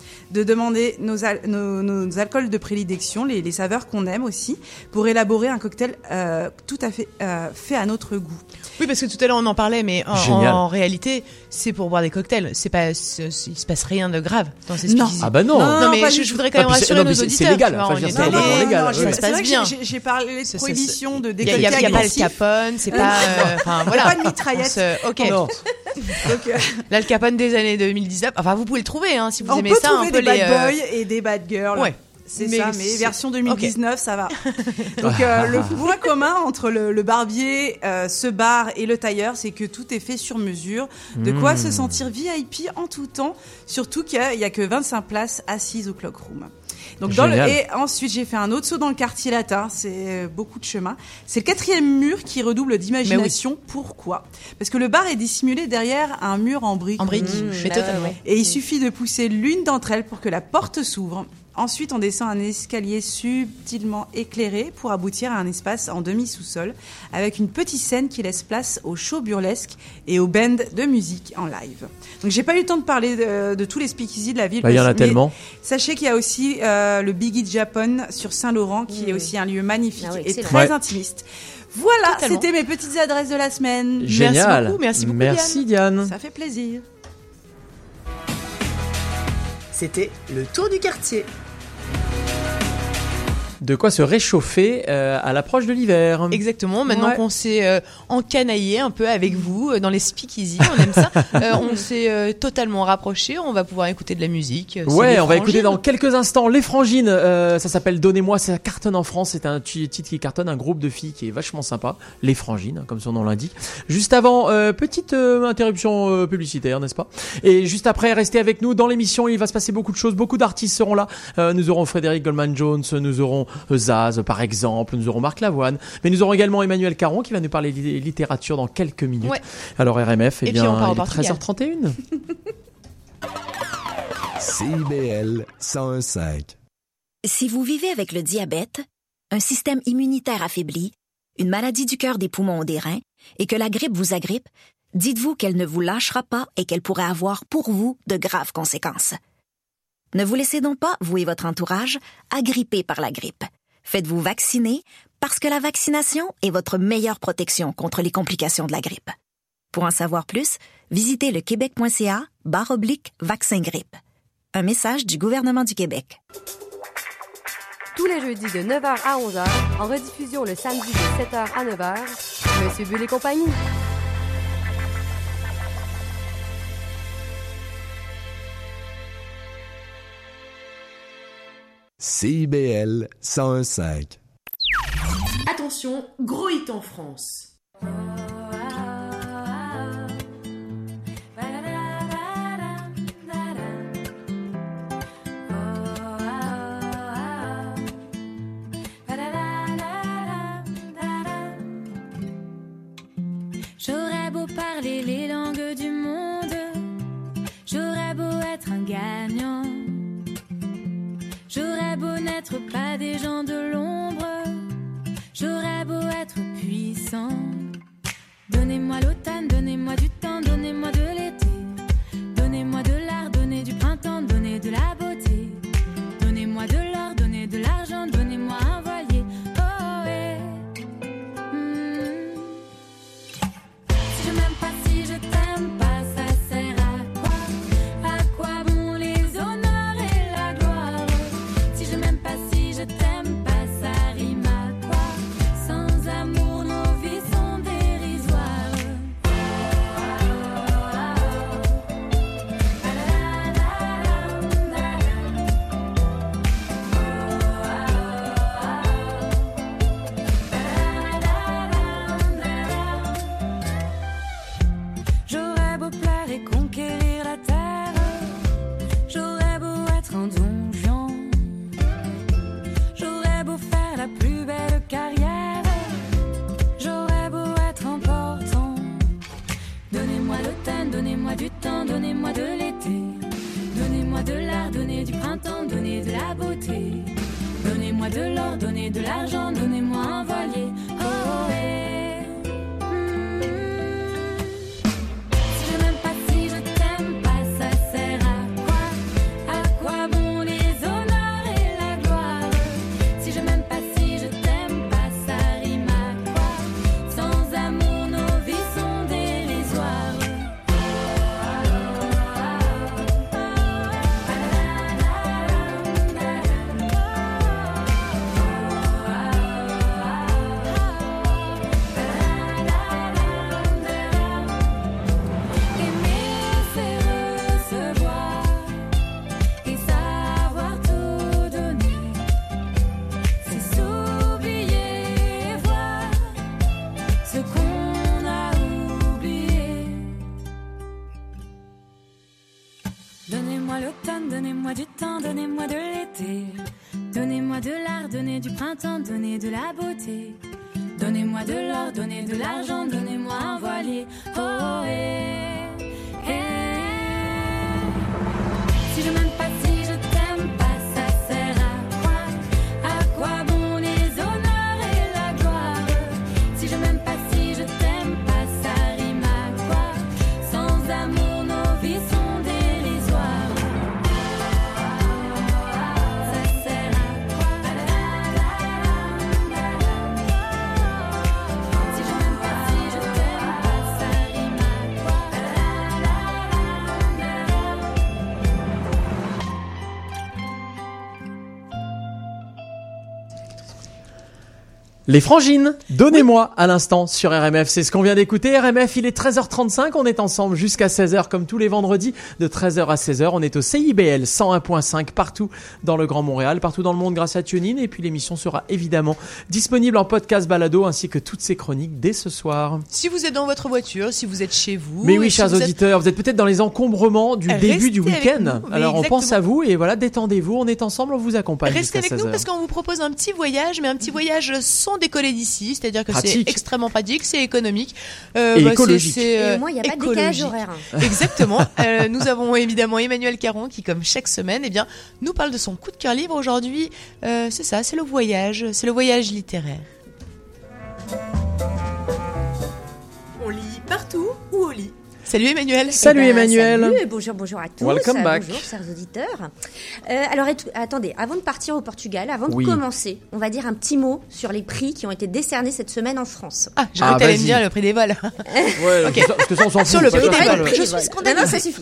Speaker 9: de demander nos, al- nos, nos alcools de prédilection, les, les saveurs qu'on aime aussi, pour élaborer un cocktail euh, tout à fait euh, fait à notre goût.
Speaker 3: Oui, parce que tout à l'heure on en parlait, mais en, en, en réalité, c'est pour boire des cocktails. C'est pas, c'est, c'est, il se passe rien de grave dans ces
Speaker 9: Non.
Speaker 3: speakeasy.
Speaker 2: Ah bah non.
Speaker 9: Non,
Speaker 3: Non, mais
Speaker 9: pas
Speaker 3: je,
Speaker 9: du
Speaker 3: je
Speaker 9: tout.
Speaker 3: voudrais quand même
Speaker 2: Ah, puis c'est-
Speaker 3: rassurer
Speaker 2: non,
Speaker 3: nos
Speaker 2: mais c'est-
Speaker 3: auditeurs.
Speaker 2: c'est légal.
Speaker 3: tu vois,
Speaker 2: Enfin,
Speaker 3: on
Speaker 2: je veux
Speaker 3: est
Speaker 2: dire, c'est
Speaker 3: allé-
Speaker 2: complètement légal.
Speaker 9: non,
Speaker 2: Oui,
Speaker 9: je-
Speaker 2: oui.
Speaker 3: ça
Speaker 9: c'est
Speaker 3: se passe
Speaker 9: vrai que
Speaker 3: bien.
Speaker 9: j'ai- J'ai parlé de
Speaker 3: C'est- c'est-
Speaker 9: prohibition de
Speaker 3: Il y a, il y a-
Speaker 9: décolleté
Speaker 3: il y a pas le
Speaker 9: agressif.
Speaker 3: Capone, c'est pas, euh, enfin voilà.
Speaker 9: Pas de mitraillette.
Speaker 3: On se- ok.
Speaker 2: Non.
Speaker 9: Donc, euh,
Speaker 3: Là, le Capone des années deux mille dix-neuf. Enfin, vous pouvez le trouver, hein, si vous
Speaker 9: on
Speaker 3: aimez
Speaker 9: peut
Speaker 3: ça,
Speaker 9: trouver
Speaker 3: un peu
Speaker 9: des
Speaker 3: les.
Speaker 9: bad
Speaker 3: euh,
Speaker 9: boys et des bad girls.
Speaker 3: Ouais.
Speaker 9: C'est
Speaker 3: Mais
Speaker 9: ça,
Speaker 3: c'est-
Speaker 9: mais version deux mille dix-neuf, ça va. Donc
Speaker 2: Ah.
Speaker 9: euh, le point commun entre le, le barbier, euh, ce bar et le tailleur, c'est que tout est fait sur mesure. De quoi
Speaker 2: Mmh.
Speaker 9: se sentir V I P en tout temps, surtout qu'il y a que vingt-cinq places assises au Clock Room. Donc dans le,
Speaker 2: Génial.
Speaker 9: et ensuite j'ai fait un autre saut dans le quartier latin, c'est beaucoup de chemin. C'est le quatrième mur qui redouble d'imagination. Pourquoi ? Parce que le bar est dissimulé derrière un mur en briques.
Speaker 3: En briques,
Speaker 4: Mmh,
Speaker 3: mais
Speaker 4: bah
Speaker 3: totalement.
Speaker 4: ouais.
Speaker 9: Et il suffit de pousser l'une d'entre elles pour que la porte s'ouvre. Ensuite, on descend un escalier subtilement éclairé pour aboutir à un espace en demi-sous-sol avec une petite scène qui laisse place au show burlesque et au band de musique en live. Donc, j'ai pas eu le temps de parler de, de tous les speakeasy de la ville.
Speaker 2: Bah, il y en a
Speaker 9: parce- mais
Speaker 2: tellement.
Speaker 9: Sachez qu'il y a aussi euh, le Biggie Japan sur Saint-Laurent qui est aussi un lieu magnifique
Speaker 4: Ah oui,
Speaker 9: et
Speaker 4: excellent.
Speaker 9: très
Speaker 2: Ouais.
Speaker 9: intimiste. Voilà,
Speaker 3: Totalement.
Speaker 9: c'était mes petites adresses de la semaine.
Speaker 2: Génial.
Speaker 3: beaucoup, merci beaucoup,
Speaker 2: Merci Diane.
Speaker 9: Ça fait plaisir.
Speaker 8: C'était le tour du quartier.
Speaker 2: De quoi se réchauffer euh, à l'approche de l'hiver.
Speaker 3: Exactement. Maintenant
Speaker 9: Ouais.
Speaker 3: qu'on s'est euh, encanaillé un peu avec vous euh, dans les speakeasy, on aime ça. Euh, on s'est euh, totalement rapprochés. On va pouvoir écouter de la musique. C'est
Speaker 2: Ouais,
Speaker 3: les
Speaker 2: on va écouter
Speaker 3: Frangines.
Speaker 2: dans quelques instants Les Frangines. Euh, ça s'appelle Donnez-moi, ça cartonne en France. C'est un t- titre qui cartonne, un groupe de filles qui est vachement sympa. Les Frangines, comme son nom l'indique. Juste avant, euh, petite euh, interruption euh, publicitaire, n'est-ce pas ? Et juste après, restez avec nous dans l'émission. Il va se passer beaucoup de choses. Beaucoup d'artistes seront là. Euh, nous aurons Frédéric Goldman-Jones, nous aurons euh, Zaz, par exemple. Nous aurons Marc Lavoine. Mais nous aurons également Emmanuel Caron qui va nous parler li- littérature dans quelques minutes.
Speaker 3: Ouais.
Speaker 2: Alors R M F, eh
Speaker 3: Et puis
Speaker 2: bien,
Speaker 3: on part au
Speaker 2: il est
Speaker 3: Portugal.
Speaker 2: treize heures trente et une.
Speaker 10: C I B L cent un virgule cinq.
Speaker 11: Si vous vivez avec le diabète, un système immunitaire affaibli, une maladie du cœur, des poumons ou des reins, et que la grippe vous agrippe, dites-vous qu'elle ne vous lâchera pas et qu'elle pourrait avoir pour vous de graves conséquences. Ne vous laissez donc pas, vous et votre entourage, agripper par la grippe. Faites-vous vacciner parce que la vaccination est votre meilleure protection contre les complications de la grippe. Pour en savoir plus, visitez le québec.ca barre oblique vaccin grippe. Un message du gouvernement du Québec.
Speaker 12: Tous les jeudis de neuf heures à onze heures, en rediffusion le samedi de sept heures à neuf heures, Monsieur Bull et compagnie.
Speaker 10: C I B L cent un virgule cinq.
Speaker 8: Attention, gros hit en France.
Speaker 5: J'aurais beau parler les langues du monde, j'aurais beau être un gagnant, j'aurais beau n'être pas des gens de l'ombre, j'aurais beau être puissant. Donnez-moi l'automne, donnez-moi du temps, donnez-moi de l'été, donnez-moi de l'art, donnez du printemps, donnez de la beauté, donnez-moi de l'or, donnez de l'argent, donnez-moi un voilier. Oh, ouais. Hmm. Si je m'aime pas, si je t'aime pas, ça sert à quoi? À quoi bon les honneurs et la gloire? Si je m'aime pas, si je t'aime pas, ça rime à quoi? Sans amour, nos vies sont dérisoires. J'aurais beau plaire et conquérir la terre, j'aurais beau être un donjon, j'aurais beau faire la plus belle carrière, j'aurais beau être important. Donnez-moi l'automne, donnez-moi du temps, donnez-moi de l'été, donnez-moi de l'art, donnez du printemps, donnez de la beauté, donnez-moi de l'or, donnez de l'argent, donnez-moi un voilier. Oh, ouais. Hmm. Si je m'aime pas, si je t'aime pas, ça sert à quoi? À quoi Donnez-moi l'automne, donnez-moi du temps, donnez-moi de l'été. Donnez-moi de l'art, donnez du printemps, donnez de la beauté. Donnez-moi de l'or, donnez de l'argent, donnez-moi un voilier. Oh, oh, eh, eh. Si je m'aime pas, si je t'aime pas, ça sert à quoi? À quoi bon les honneurs et la gloire? Si je m'aime pas, si je t'aime pas, ça rime à quoi? Sans amour, nos vies sont dérisoires. Ça sert à quoi? Si je m'aime pas, si je t'aime pas, ça rime à quoi?
Speaker 2: Les Frangines, donnez-moi à l'instant sur R M F, c'est ce qu'on vient d'écouter. R M F, il est treize heures trente-cinq, on est ensemble jusqu'à seize heures comme tous les vendredis de treize heures à seize heures. On est au C I B L cent un point cinq partout dans le Grand Montréal, partout dans le monde grâce à TuneIn. Et puis l'émission sera évidemment disponible en podcast balado ainsi que toutes ses chroniques dès ce soir.
Speaker 3: Si vous êtes dans votre voiture, si vous êtes chez vous.
Speaker 2: Mais oui,
Speaker 3: si
Speaker 2: chers
Speaker 3: vous
Speaker 2: auditeurs, êtes... vous êtes peut-être dans les encombrements du
Speaker 3: Restez
Speaker 2: début du week-end. Alors on
Speaker 3: exactement.
Speaker 2: pense à vous et voilà, détendez-vous, on est ensemble, on vous accompagne.
Speaker 3: Restez avec
Speaker 2: seize
Speaker 3: nous
Speaker 2: heures.
Speaker 3: parce qu'on vous propose un petit voyage, mais un petit voyage sans décoller d'ici. C'est-à-dire que
Speaker 2: Pratique.
Speaker 3: c'est extrêmement pratique, c'est économique. Euh,
Speaker 2: Et
Speaker 3: bah,
Speaker 2: écologique.
Speaker 3: C'est, c'est,
Speaker 4: Et
Speaker 3: euh,
Speaker 4: au moins, il n'y a pas de
Speaker 3: écologique.
Speaker 4: décalage horaire.
Speaker 3: Exactement. Euh, nous avons évidemment Emmanuel Caron qui, comme chaque semaine, eh bien, nous parle de son coup de cœur libre aujourd'hui. Euh, c'est ça, c'est le voyage, c'est le voyage littéraire.
Speaker 8: On lit partout ou au lit?
Speaker 3: Salut Emmanuel.
Speaker 2: Salut
Speaker 4: Eh ben,
Speaker 2: Emmanuel.
Speaker 4: Salut et bonjour, bonjour à tous.
Speaker 2: Welcome
Speaker 4: Euh,
Speaker 2: back.
Speaker 4: Bonjour, chers auditeurs. Euh, alors, et- attendez, avant de partir au Portugal, avant
Speaker 2: Oui.
Speaker 4: de commencer, on va dire un petit mot sur les prix qui ont été décernés cette semaine en France.
Speaker 3: Ah, j'ai
Speaker 2: Ah,
Speaker 3: cru que t'allais me
Speaker 2: vas-y.
Speaker 3: dire le prix des vols.
Speaker 2: Ouais,
Speaker 3: Ok.
Speaker 2: parce que ça on s'en fout.
Speaker 3: Sur le
Speaker 2: ça,
Speaker 3: prix
Speaker 2: ça,
Speaker 3: des
Speaker 2: ça,
Speaker 3: vols.
Speaker 2: ça,
Speaker 3: Je
Speaker 4: Je
Speaker 3: suis
Speaker 4: suis
Speaker 3: scandalisée.
Speaker 4: Non, non, ça suffit.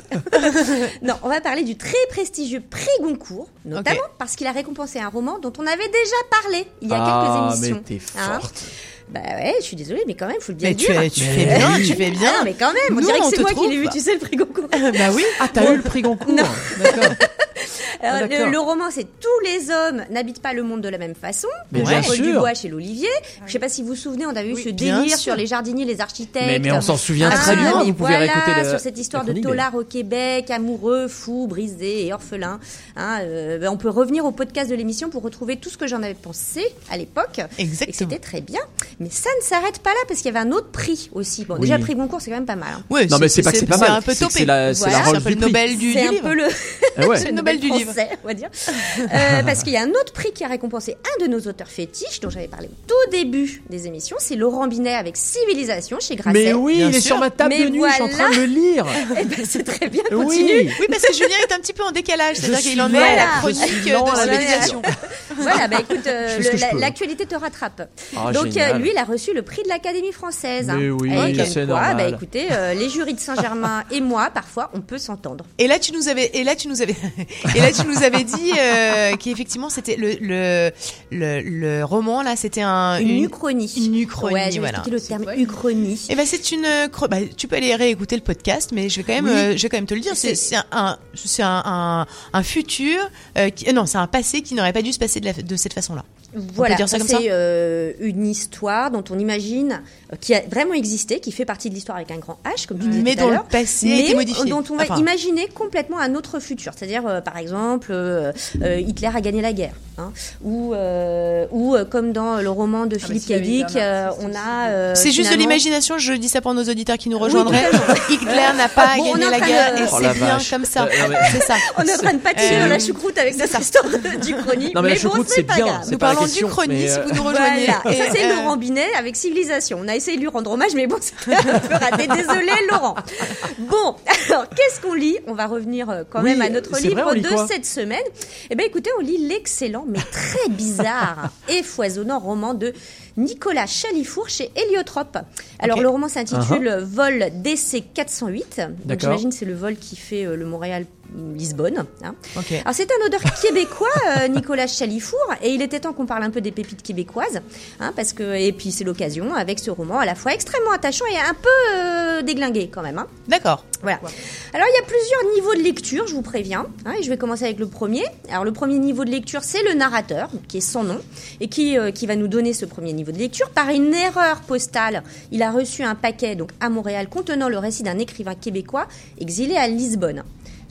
Speaker 4: Non, on va parler du très prestigieux prix Goncourt, notamment
Speaker 3: Ok.
Speaker 4: parce qu'il a récompensé un roman dont on avait déjà parlé il y a
Speaker 2: Ah,
Speaker 4: quelques émissions.
Speaker 2: mais t'es
Speaker 4: Hein
Speaker 2: forte.
Speaker 4: Bah ouais, je suis désolée, mais quand même, faut le bien
Speaker 3: Mais
Speaker 4: dire.
Speaker 3: tu, fais, tu fais
Speaker 2: Mais
Speaker 3: bien,
Speaker 2: oui.
Speaker 3: tu fais bien.
Speaker 4: Ah, mais quand même, on
Speaker 3: Nous,
Speaker 4: dirait
Speaker 3: on
Speaker 4: que c'est
Speaker 3: te
Speaker 4: moi qui l'ai
Speaker 3: trouve.
Speaker 4: vu, tu sais, le prix Goncourt.
Speaker 3: Bah oui.
Speaker 2: Ah, t'as eu le prix Goncourt.
Speaker 4: Non.
Speaker 2: D'accord.
Speaker 4: Alors,
Speaker 2: Ah,
Speaker 4: le,
Speaker 2: d'accord.
Speaker 4: le roman, c'est tous les hommes n'habitent pas le monde de la même façon.
Speaker 2: Mais
Speaker 4: de
Speaker 2: bien
Speaker 4: Jean-Paul
Speaker 2: sûr.
Speaker 4: Dubois chez l'Olivier. Je sais pas si vous vous souvenez, on avait eu ce
Speaker 3: bien
Speaker 4: délire
Speaker 3: sûr.
Speaker 4: sur les jardiniers, les architectes.
Speaker 2: Mais, mais on s'en souvient
Speaker 4: Ah,
Speaker 2: très bien.
Speaker 4: mais
Speaker 2: Vous pouvez
Speaker 4: voilà,
Speaker 2: réécouter la,
Speaker 4: sur cette histoire
Speaker 2: la
Speaker 4: de
Speaker 2: chronique,
Speaker 4: tolard au Québec, amoureux, fou, brisé et orphelin. Hein, euh, ben, on peut revenir au podcast de l'émission pour retrouver tout ce que j'en avais pensé à l'époque. Et
Speaker 3: Exactement.
Speaker 4: c'était très bien. Mais ça ne s'arrête pas là parce qu'il y avait un autre prix aussi. Bon,
Speaker 2: Oui.
Speaker 4: déjà, le prix Goncourt, c'est quand même pas mal. Hein.
Speaker 3: Ouais,
Speaker 2: Non, mais c'est pas que c'est pas mal.
Speaker 3: C'est un peu
Speaker 2: C'est que
Speaker 3: topé.
Speaker 2: c'est la- c'est
Speaker 4: la
Speaker 3: Voilà,
Speaker 2: Rolls
Speaker 3: c'est un peu
Speaker 2: du
Speaker 3: le
Speaker 2: prix.
Speaker 3: Nobel du,
Speaker 4: C'est
Speaker 3: du
Speaker 4: un
Speaker 3: livre.
Speaker 4: peu le,
Speaker 2: Ah ouais.
Speaker 4: c'est
Speaker 3: le Nobel du livre.
Speaker 4: français, on va dire. Euh, parce qu'il y a un autre prix qui a récompensé un de nos auteurs fétiches dont j'avais parlé au tout début des émissions. C'est Laurent Binet avec Civilisation chez Grasset.
Speaker 2: Mais oui,
Speaker 3: Bien
Speaker 2: il est
Speaker 3: sûr.
Speaker 2: sur ma table
Speaker 4: Mais
Speaker 2: de nuit, je suis en train de le lire.
Speaker 4: Eh ben, c'est très bien, continue.
Speaker 2: Oui.
Speaker 3: Oui, parce que Julien est un petit peu en décalage, c'est-à-dire
Speaker 2: suis
Speaker 3: qu'il en est à
Speaker 4: là,
Speaker 3: la
Speaker 4: je
Speaker 3: chronique
Speaker 2: suis lent
Speaker 3: de
Speaker 2: à la
Speaker 3: civilisation.
Speaker 4: Voilà, bah écoute, euh,
Speaker 2: Je fais ce
Speaker 4: le-
Speaker 2: que je
Speaker 4: la-
Speaker 2: peux.
Speaker 4: l'actualité te rattrape.
Speaker 2: Ah,
Speaker 4: Donc
Speaker 2: génial.
Speaker 4: euh, lui, il a reçu le prix de l'Académie française.
Speaker 2: Mais oui,
Speaker 4: Et comme
Speaker 2: c'est
Speaker 4: quoi,
Speaker 2: normal.
Speaker 4: bah écoutez, euh, les jurys de Saint-Germain et moi, parfois, on peut s'entendre.
Speaker 3: Et là, tu nous avais, et là, tu nous avais, et là, tu nous avais dit euh, qu'effectivement, c'était le, le, le, le roman là, c'était un
Speaker 4: Une uchronie.
Speaker 3: Une uchronie,
Speaker 4: Ouais, je vais
Speaker 3: voilà.
Speaker 4: expliquer le terme uchronie.
Speaker 3: Et ben c'est une, euh, cro- bah, tu peux aller réécouter le podcast, mais je vais quand même,
Speaker 4: Oui.
Speaker 3: euh, je vais quand même te le dire, c'est, c'est un, un, c'est un, un, un futur, euh, qui, euh, non, c'est un passé qui n'aurait pas dû se passer de, la, de cette façon-là.
Speaker 4: Voilà,
Speaker 3: peut dire ça comme ça
Speaker 4: c'est euh, une histoire dont on imagine euh, qui a vraiment existé, qui fait partie de l'histoire avec un grand H, comme tu disais
Speaker 3: Mais
Speaker 4: tout à
Speaker 3: dont le
Speaker 4: l'heure,
Speaker 3: passé a
Speaker 4: mais
Speaker 3: été modifié.
Speaker 4: dont on va
Speaker 3: Enfin.
Speaker 4: imaginer complètement un autre futur. C'est-à-dire, euh, par exemple, euh, euh, Hitler a gagné la guerre, hein, ou euh, ou euh, comme dans le roman de Philippe
Speaker 9: s'il y avait eu
Speaker 4: Cadic,
Speaker 9: un
Speaker 4: euh,
Speaker 9: artiste
Speaker 4: on a. euh,
Speaker 3: C'est juste de
Speaker 4: finalement-
Speaker 3: l'imagination, je dis ça pour nos auditeurs qui nous
Speaker 4: Oui,
Speaker 3: rejoindraient.
Speaker 4: totalement.
Speaker 3: Hitler n'a pas
Speaker 4: Bon, on est
Speaker 3: gagné
Speaker 4: en
Speaker 3: la
Speaker 4: train
Speaker 3: guerre
Speaker 4: de-
Speaker 3: et
Speaker 2: Oh
Speaker 3: c'est
Speaker 2: la
Speaker 3: bien
Speaker 2: vache.
Speaker 3: comme ça.
Speaker 2: Euh, non, mais-
Speaker 3: C'est ça.
Speaker 4: On est en train de patiner
Speaker 3: Euh,
Speaker 4: dans la choucroute avec notre histoire de- du chronique.
Speaker 2: Non, mais la
Speaker 4: bon,
Speaker 2: choucroute,
Speaker 4: c'est
Speaker 2: c'est
Speaker 4: pas
Speaker 2: bien.
Speaker 4: grave.
Speaker 2: C'est
Speaker 3: Nous
Speaker 2: pas la
Speaker 3: parlons
Speaker 2: question,
Speaker 3: du chronique
Speaker 2: mais,
Speaker 3: si
Speaker 2: euh,
Speaker 3: vous nous rejoignez.
Speaker 4: Voilà,
Speaker 3: Et,
Speaker 4: ça c'est
Speaker 3: euh,
Speaker 4: Laurent Binet avec Civilisation. On a essayé de lui rendre hommage, mais bon, c'est un peu raté. Désolé, Laurent. Bon, alors qu'est-ce qu'on lit? On va revenir euh, quand
Speaker 2: Oui,
Speaker 4: même à notre
Speaker 2: c'est vrai,
Speaker 4: livre
Speaker 2: on lit
Speaker 4: de
Speaker 2: quoi
Speaker 4: cette semaine. Eh ben, écoutez, on lit l'excellent, mais très bizarre et foisonnant roman de Nicolas Chalifour chez Héliotrope. Alors,
Speaker 3: Ok.
Speaker 4: le roman s'intitule Vol D C quatre cent huit. Donc,
Speaker 2: D'accord.
Speaker 4: j'imagine que c'est le vol qui fait euh, le Montréal Lisbonne. Hein.
Speaker 3: Ok.
Speaker 4: Alors c'est un auteur québécois, euh, Nicolas Chalifour, et il était temps qu'on parle un peu des pépites québécoises, hein, parce que et puis c'est l'occasion avec ce roman à la fois extrêmement attachant et un peu euh, déglingué quand même. Hein.
Speaker 3: D'accord.
Speaker 4: Voilà. Alors il y a plusieurs niveaux de lecture, je vous préviens, hein, et je vais commencer avec le premier. Alors le premier niveau de lecture, c'est le narrateur, qui est sans nom, et qui euh, qui va nous donner ce premier niveau de lecture. Par une erreur postale, il a reçu un paquet donc à Montréal contenant le récit d'un écrivain québécois exilé à Lisbonne.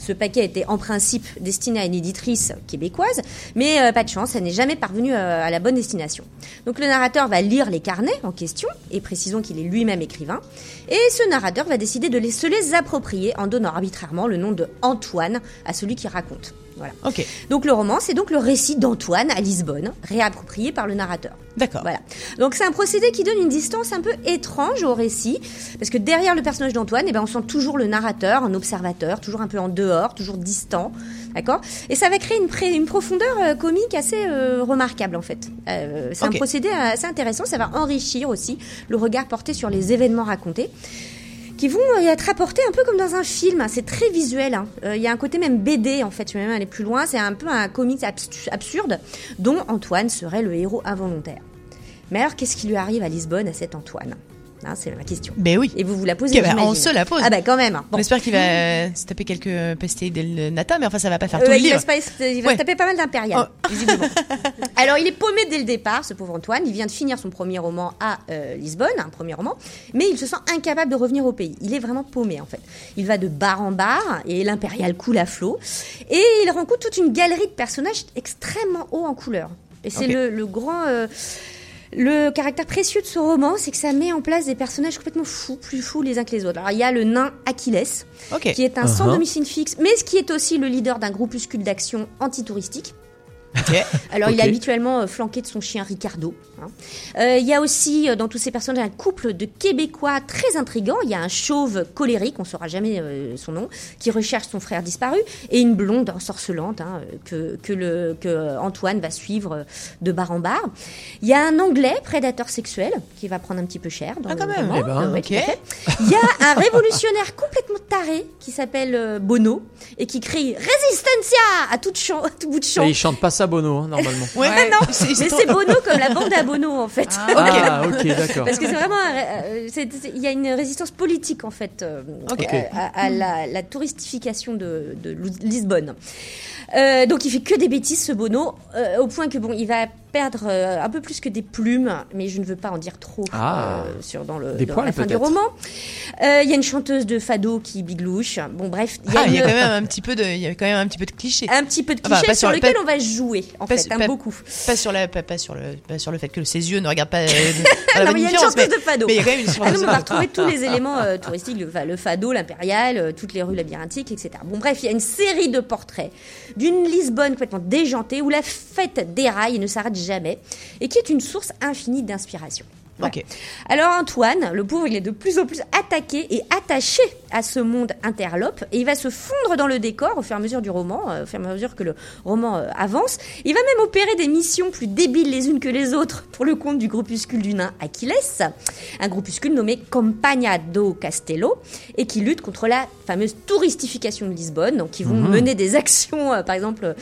Speaker 4: Ce paquet était en principe destiné à une éditrice québécoise, mais euh, pas de chance, elle n'est jamais parvenue euh, à la bonne destination. Donc le narrateur va lire les carnets en question, et précisons qu'il est lui-même écrivain, et ce narrateur va décider de les, se les approprier en donnant arbitrairement le nom de Antoine à celui qui raconte. Voilà.
Speaker 3: Ok.
Speaker 4: Donc le roman, c'est donc le récit d'Antoine à Lisbonne, réapproprié par le narrateur.
Speaker 3: D'accord.
Speaker 4: Voilà. Donc c'est un procédé qui donne une distance un peu étrange au récit, parce que derrière le personnage d'Antoine, eh ben, on sent toujours le narrateur, un observateur, toujours un peu en dehors, toujours distant, d'accord ? Et ça va créer une, pré- une profondeur euh, comique assez euh, remarquable en fait. Euh, c'est
Speaker 3: Ok.
Speaker 4: un procédé assez intéressant, ça va enrichir aussi le regard porté sur les événements racontés, qui vont être apportés un peu comme dans un film. C'est très visuel. Il hein. euh, y a un côté même B D, en fait. Je vais même aller plus loin. C'est un peu un comics abs- absurde dont Antoine serait le héros involontaire. Mais alors, qu'est-ce qui lui arrive à Lisbonne à cet Antoine hein, c'est ma question.
Speaker 3: Ben oui.
Speaker 4: Et vous vous la posez,
Speaker 3: Okay, bah, on se la pose.
Speaker 4: Ah bah quand même. Bon.
Speaker 3: On espère qu'il va euh, se taper quelques pestés del nata, mais enfin ça va pas faire
Speaker 4: Euh,
Speaker 3: tout le
Speaker 4: il
Speaker 3: livre.
Speaker 4: va, se, pas- il va
Speaker 3: Ouais.
Speaker 4: se taper pas mal d'impérial,
Speaker 3: Oh.
Speaker 4: visiblement. Alors, il est paumé dès le départ, ce pauvre Antoine. Il vient de finir son premier roman à euh, Lisbonne, un premier roman, mais il se sent incapable de revenir au pays. Il est vraiment paumé, en fait. Il va de bar en bar, et l'impérial coule à flot. Et il rencontre toute une galerie de personnages extrêmement hauts en couleur. Et c'est
Speaker 3: Ok.
Speaker 4: le, le grand... euh, le caractère précieux de ce roman, c'est que ça met en place des personnages complètement fous, plus fous les uns que les autres. Alors, il y a le nain Achilles,
Speaker 3: Ok.
Speaker 4: qui est un sans
Speaker 2: Uh-huh.
Speaker 4: domicile fixe, mais ce qui est aussi le leader d'un groupuscule d'action anti-touristique.
Speaker 3: Ok.
Speaker 4: Alors, il
Speaker 2: Ok.
Speaker 4: est habituellement euh, flanqué de son chien Ricardo. hein. Euh, il y a aussi, euh, dans tous ces personnages, un couple de Québécois très intrigants. Il y a un chauve colérique, on ne saura jamais euh, son nom, qui recherche son frère disparu, et une blonde ensorcelante hein, que, que, le, que euh, Antoine va suivre euh, de bar en bar. Il y a un Anglais prédateur sexuel qui va prendre un petit peu cher. Dans
Speaker 3: Ah,
Speaker 4: le
Speaker 3: quand même.
Speaker 4: roman.
Speaker 2: Eh ben,
Speaker 4: Euh, ouais,
Speaker 3: ok.
Speaker 4: tout à fait. Il y a un révolutionnaire complètement taré qui s'appelle euh, Bono et qui crie Resistencia à tout, champ, à tout bout de champ.
Speaker 2: Et il chante pas ça Bono, hein, normalement.
Speaker 3: Ouais.
Speaker 4: Ah non,
Speaker 3: C'est-
Speaker 4: mais
Speaker 3: c'est
Speaker 4: c'est Bono comme la bande à Bono en fait.
Speaker 2: Ah, ok, d'accord.
Speaker 4: Parce que c'est vraiment, un- euh, c'est- c'est- il y a une résistance politique en fait euh,
Speaker 3: Ok.
Speaker 4: à, à- à la, la touristification de, de Lisbonne. Euh, donc il fait que des bêtises ce Bono, euh, au point que bon, il va perdre euh, un peu plus que des plumes, mais je ne veux pas en dire trop
Speaker 2: Ah.
Speaker 4: euh, sur dans le
Speaker 2: Des
Speaker 4: dans
Speaker 2: poils,
Speaker 4: la fin du
Speaker 2: peut-être.
Speaker 4: roman. Euh, Il y a une chanteuse de fado qui biglouche. Bon bref, il y a,
Speaker 3: Ah, il y a
Speaker 4: une-
Speaker 3: quand même un petit peu de, il y a quand même un petit peu de cliché.
Speaker 4: un petit peu de
Speaker 3: Ah bah,
Speaker 4: cliché
Speaker 3: pas
Speaker 4: sur,
Speaker 3: sur-
Speaker 4: lequel
Speaker 3: pas-
Speaker 4: on va jouer en
Speaker 3: pas
Speaker 4: fait,
Speaker 3: sur-
Speaker 4: hein,
Speaker 3: pas-
Speaker 4: beaucoup.
Speaker 3: Pas sur la, pas, pas sur le, pas sur le fait que ses yeux ne regardent pas. Euh, dans la
Speaker 4: Non,
Speaker 3: bonne
Speaker 4: mais il y a une
Speaker 3: différence,
Speaker 4: chanteuse
Speaker 3: mais-
Speaker 4: de fado.
Speaker 3: Mais il y a quand même une
Speaker 4: Ah
Speaker 3: chanteuse
Speaker 4: non,
Speaker 3: de
Speaker 4: on va
Speaker 3: fado.
Speaker 4: retrouver tous les éléments euh, touristiques, le, fa- le fado, l'impérial, euh, toutes les rues labyrinthiques, et cetera. Bon, bref, il y a une série de portraits d'une Lisbonne complètement déjantée où la fête déraille et ne s'arrête jamais, et qui est une source infinie d'inspiration. Voilà.
Speaker 3: Ok.
Speaker 4: Alors Antoine, le pauvre, il est de plus en plus attaqué et attaché à ce monde interlope, et il va se fondre dans le décor au fur et à mesure du roman, euh, au fur et à mesure que le roman euh, avance. Il va même opérer des missions plus débiles les unes que les autres pour le compte du groupuscule du nain Achilles, un groupuscule nommé Compagnia do Castello, et qui lutte contre la fameuse touristification de Lisbonne, donc ils vont
Speaker 2: Mhm.
Speaker 4: mener des actions, euh, par exemple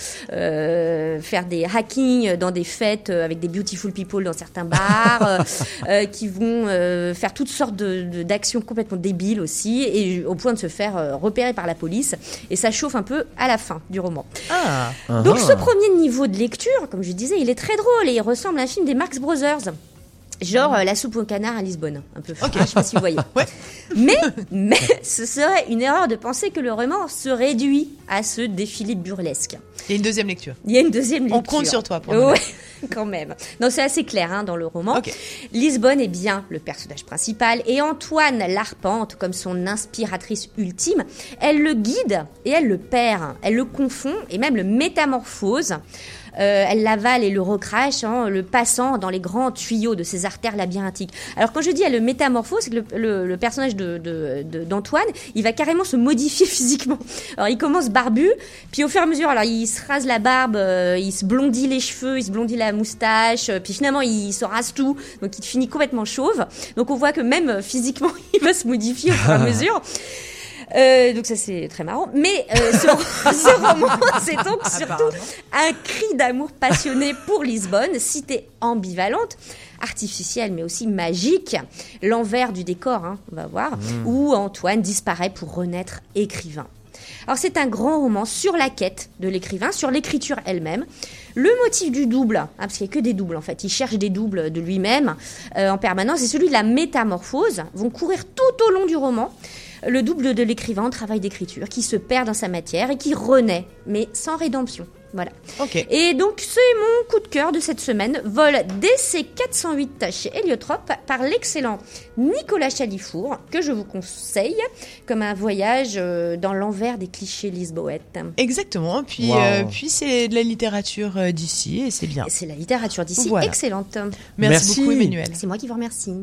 Speaker 4: euh, faire des hackings dans des fêtes euh, avec des beautiful people dans certains bars, euh, euh, qui vont euh, faire toutes sortes de, de- d'actions complètement débiles aussi, et au point de se faire euh, repérer par la police. Et ça chauffe un peu à la fin du roman.
Speaker 3: Ah.
Speaker 4: Donc
Speaker 2: Ah.
Speaker 4: ce premier niveau de lecture, comme je disais, il est très drôle et il ressemble à un film des Marx Brothers. Genre euh, La soupe au canard à Lisbonne, un peu.
Speaker 3: Ok.
Speaker 4: Je sais pas si vous voyez.
Speaker 3: Ouais.
Speaker 4: Mais, mais ce serait une erreur de penser que le roman se réduit à ce défilé burlesque.
Speaker 3: Il y a une deuxième lecture.
Speaker 4: Il y a une deuxième lecture.
Speaker 3: On compte sur toi pour nous.
Speaker 4: Ouais, quand même. Non, c'est assez clair hein, dans le roman.
Speaker 3: Ok.
Speaker 4: Lisbonne est bien le personnage principal et Antoine l'arpente comme son inspiratrice ultime. Elle le guide et elle le perd. Elle le confond et même le métamorphose. Euh, elle l'avale et le recrache, hein, le passant dans les grands tuyaux de ses artères labyrinthiques. Alors quand je dis elle le métamorphose, c'est que le, le, le personnage de, de, de- d'Antoine, il va carrément se modifier physiquement. Alors il commence barbu, puis au fur et à mesure, alors il se rase la barbe, euh, il se blondit les cheveux, il se blondit la moustache, euh, puis finalement il se rase tout, donc il finit complètement chauve. Donc on voit que même euh, physiquement, il va se modifier au fur et à mesure. Euh, donc ça c'est très marrant, mais euh, ce, ce roman c'est donc surtout un cri d'amour passionné pour Lisbonne, cité ambivalente, artificielle mais aussi magique, l'envers du décor, hein, on va voir, où Antoine disparaît pour renaître écrivain. Alors c'est un grand roman sur la quête de l'écrivain, sur l'écriture elle-même. Le motif du double, hein, parce qu'il n'y a que des doubles en fait, il cherche des doubles de lui-même euh, en permanence, et celui de la métamorphose vont courir tout au long du roman. Le double de l'écrivain en travail d'écriture qui se perd dans sa matière et qui renaît, mais sans rédemption. Voilà.
Speaker 3: Ok.
Speaker 4: Et donc, c'est mon coup de cœur de cette semaine. Vol D C quatre cent huit chez Héliotrope par l'excellent Nicolas Chalifour, que je vous conseille comme un voyage euh, dans l'envers des clichés lisboètes.
Speaker 3: Exactement. Puis,
Speaker 2: Wow.
Speaker 3: euh, puis c'est de la littérature euh, d'ici et c'est bien.
Speaker 4: C'est la littérature d'ici,
Speaker 3: Voilà.
Speaker 4: excellente.
Speaker 3: Merci,
Speaker 2: Merci.
Speaker 3: beaucoup, Emmanuel.
Speaker 4: C'est moi qui vous remercie.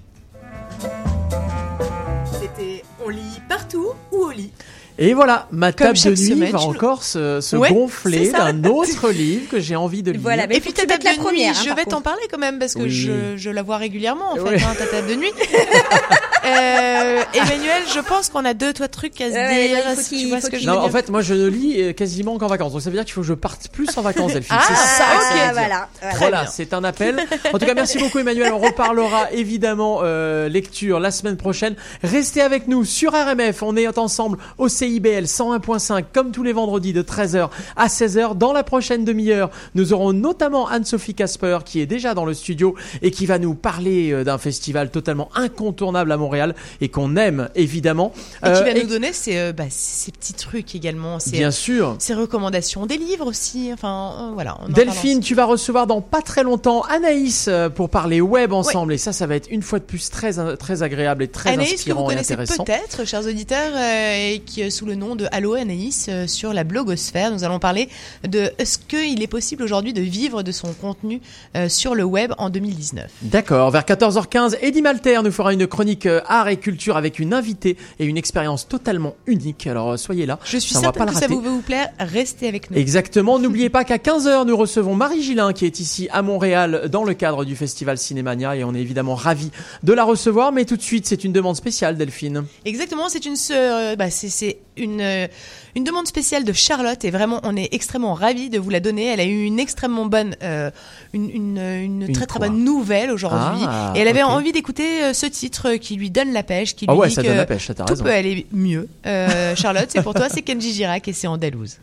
Speaker 8: C'était On lit partout ou au lit.
Speaker 2: Et voilà, ma
Speaker 3: Comme
Speaker 2: table de
Speaker 3: chaque
Speaker 2: nuit
Speaker 3: semaine,
Speaker 2: va
Speaker 3: tu-
Speaker 2: encore se, se
Speaker 3: Ouais,
Speaker 2: gonfler
Speaker 3: c'est ça.
Speaker 2: d'un autre livre que j'ai envie de lire.
Speaker 4: Voilà, mais
Speaker 3: Et
Speaker 4: faut
Speaker 3: puis
Speaker 4: que
Speaker 3: ta
Speaker 4: tu mettes
Speaker 3: table
Speaker 4: la
Speaker 3: de
Speaker 4: première,
Speaker 3: nuit,
Speaker 4: hein,
Speaker 3: je
Speaker 4: par
Speaker 3: vais
Speaker 4: contre.
Speaker 3: t'en parler quand même parce que
Speaker 2: Oui.
Speaker 3: je, je la vois régulièrement en fait,
Speaker 2: Ouais.
Speaker 3: hein, ta table de nuit. euh, Emmanuel, je pense qu'on a deux trois trucs à se
Speaker 4: Ouais,
Speaker 3: dire.
Speaker 4: ouais, il faut
Speaker 3: si
Speaker 4: qu'il-
Speaker 3: tu vois
Speaker 4: faut
Speaker 3: ce que
Speaker 4: qu'il-
Speaker 3: je veux
Speaker 2: Non, en
Speaker 3: dire.
Speaker 2: fait, moi je ne lis euh, quasiment qu'en vacances. Donc ça veut dire qu'il faut que je parte plus en vacances, Delphine.
Speaker 3: Ah,
Speaker 2: c'est ça que ça
Speaker 3: ok,
Speaker 2: veut dire.
Speaker 4: voilà. voilà.
Speaker 2: Voilà, c'est un appel. En tout cas, merci beaucoup Emmanuel. On reparlera évidemment euh, lecture la semaine prochaine. Restez avec nous sur R M F. On est ensemble au C I B L cent un point cinq comme tous les vendredis de treize heures à seize heures. Dans la prochaine demi-heure, nous aurons notamment Anne-Sophie Casper qui est déjà dans le studio et qui va nous parler euh, d'un festival totalement incontournable à Montréal et qu'on aime évidemment.
Speaker 3: Et qui
Speaker 2: Euh,
Speaker 3: va nous donner ces, euh, bah, ces petits trucs également, ces,
Speaker 2: Bien sûr.
Speaker 3: ces recommandations des livres aussi. Enfin, euh, voilà. on en
Speaker 2: Delphine,
Speaker 3: parle
Speaker 2: tu vas recevoir dans pas très longtemps Anaïs euh, pour parler web ensemble et ça, ça va être une fois de plus très très agréable et très
Speaker 3: Anaïs, que vous
Speaker 2: inspirant et
Speaker 3: connaissez
Speaker 2: intéressant.
Speaker 3: peut-être, chers auditeurs, euh, et qui euh, sous le nom de Allo Anaïs euh, sur la blogosphère, nous allons parler de est-ce qu'il est possible aujourd'hui de vivre de son contenu euh, sur le web en deux mille dix-neuf.
Speaker 2: D'accord, vers quatorze heures quinze, Eddie Malter nous fera une chronique euh, art et culture avec une invitée et une expérience totalement unique. Alors euh, soyez là,
Speaker 3: Je suis
Speaker 2: ça, on va pas
Speaker 3: certaine
Speaker 2: le
Speaker 3: que ça
Speaker 2: rater.
Speaker 3: vous va vous plaire, restez avec nous.
Speaker 2: Exactement, n'oubliez pas qu'à quinze heures, nous recevons Marie Gillin qui est ici à Montréal dans le cadre du festival Cinémania et on est évidemment ravis de la recevoir. Mais tout de suite, c'est une demande spéciale, Delphine.
Speaker 3: Exactement, c'est une euh, bah, c'est c'est une euh, une demande spéciale de Charlotte et vraiment on est extrêmement ravis de vous la donner. Elle a eu une extrêmement bonne euh, une, une une
Speaker 2: Une
Speaker 3: très très
Speaker 2: quoi
Speaker 3: bonne nouvelle aujourd'hui
Speaker 2: Ah,
Speaker 3: et elle avait
Speaker 2: ok.
Speaker 3: envie d'écouter euh, ce titre qui lui donne la pêche, qui
Speaker 2: Ah
Speaker 3: lui
Speaker 2: ouais,
Speaker 3: dit
Speaker 2: ça
Speaker 3: que
Speaker 2: donne la pêche, t'as
Speaker 3: tout
Speaker 2: raison.
Speaker 3: peut aller mieux. Euh, Charlotte, c'est pour toi, c'est Kenji Girac et c'est Andalouse.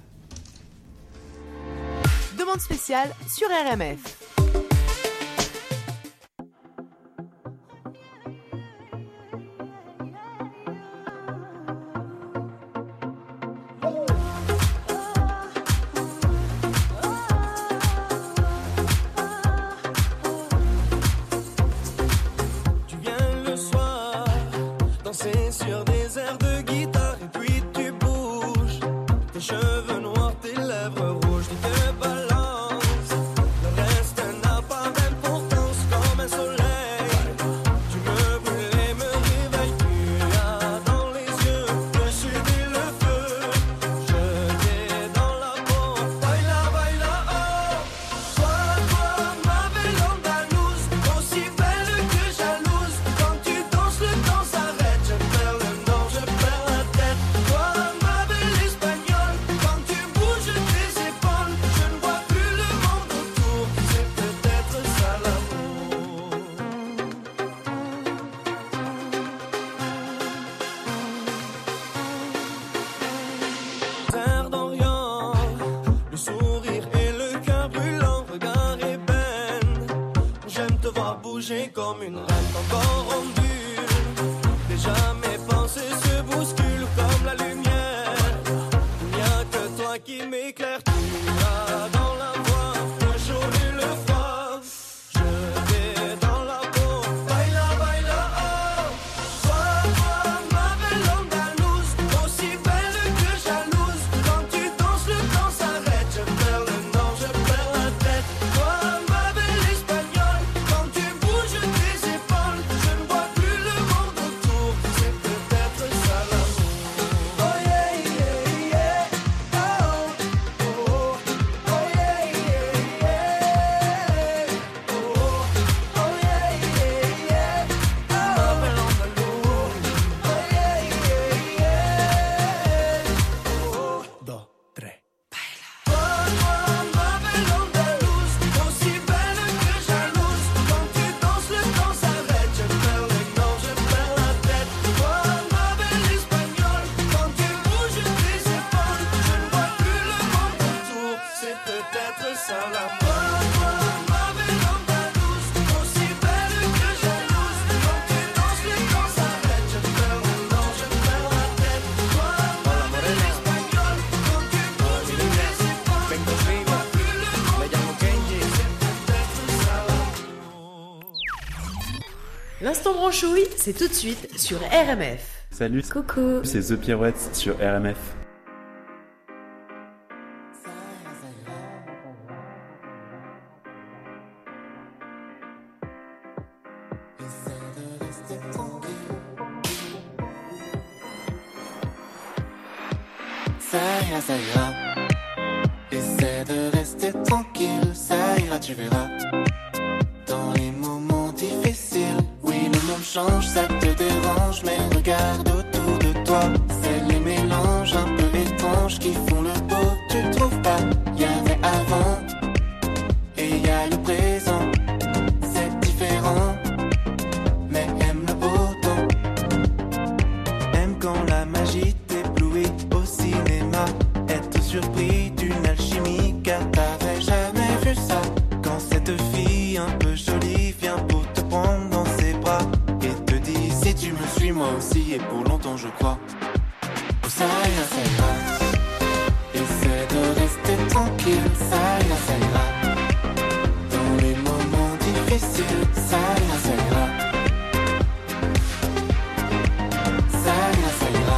Speaker 8: Demande spéciale sur R M F.
Speaker 13: Tu viens le soir, danser sur des airs de guitare et puis tu bouges. Tes cheveux noirs, tes lèvres rouges, tu te balances. Le reste n'a pas d'importance comme un soleil. Tu me brûles et me réveilles, tu as dans les yeux le sud et le feu. Je t'ai dans la peau, baila, baila, oh. Toi, toi, ma belle andalouse, aussi belle que jalouse. Quand tu danses, le temps s'arrête. Je perds le nord, je perds la tête. Toi, ma belle espagnole, quand
Speaker 1: L'instant branchouille, c'est tout de suite sur R M F.
Speaker 14: Salut,
Speaker 1: coucou,
Speaker 14: c'est The Pirouette sur R M F.
Speaker 15: Ça ira, ça ira. Essaie de rester tranquille, ça ira, tu verras. Dans les moments difficiles, oui, le monde change, ça te dérange, mais regarde autour de toi. C'est les mélanges un peu étranges qui font le beau, tu trouves pas? Y avait avant, et y a le présent. C'est différent, mais aime le beau temps. Aime quand la magie t'éblouit au cinéma. Être surpris d'une alchimie, car t'avais jamais vu ça. Quand cette fille un peu jolie vient pour te prendre dans ses bras et te dit si tu me suis moi aussi, et pour longtemps je crois. Oh, ça ira, ça ira. Essaie de rester tranquille, ça ira, ça ira. Dans les moments difficiles, ça ira, ça ira. Ça ira, ça ira.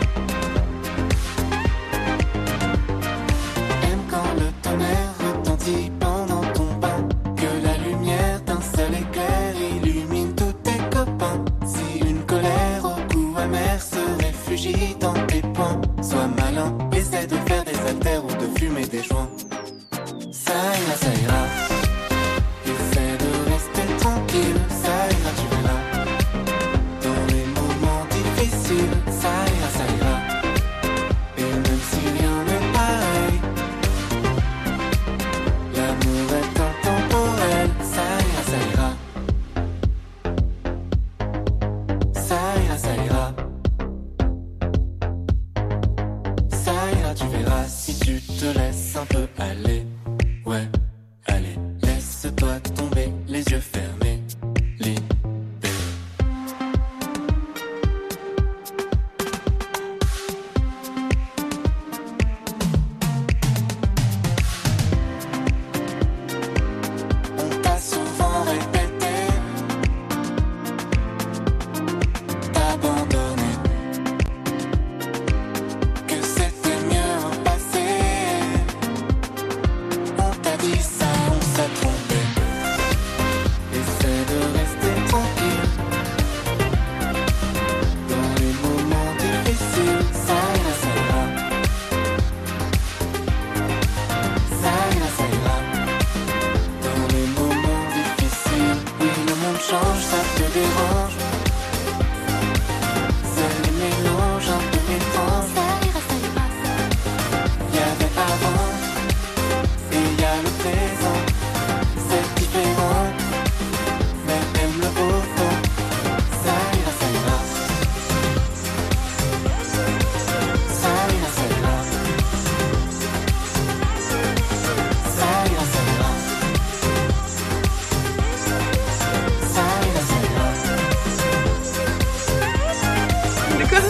Speaker 15: Aime quand le tonnerre retentit pendant ton bain, que la lumière d'un seul éclair illumine tous tes copains. Si une colère au goût amer se réfugie dans tes poings, sois malin, essaie de faire des haltères ou de fumer des joints. Ça ira, ça ira. Essaie de rester tranquille, ça ira, tu verras. Dans les moments difficiles, ça ira, ça ira. Et même si rien n'est pareil, l'amour est intemporel, ça ira, ça ira. Ça ira, ça ira. Ça ira, tu verras si tu te laisses un peu aller. Ouais, allez, laisse-toi tomber, les yeux fermés. Libéré. On t'a souvent répété d'abandonner, que c'était mieux au passé. On t'a dit ça, on s'est trompé. Essaie de rester tranquille. Dans les moments difficiles, ça ira, ça ira. Ça ira, ça ira. Dans les moments difficiles, oui, le monde change, ça te dérange. C'est le mélange un peu étrange. Ça ira, ça ira. Y avait avant, et y a le présent. C'est différent, mais aime le beau temps. Ça ira, ça ira. Ça ira, ça ira. Ça ira, ça ira. Ça ira, ça ira.
Speaker 3: De quoi?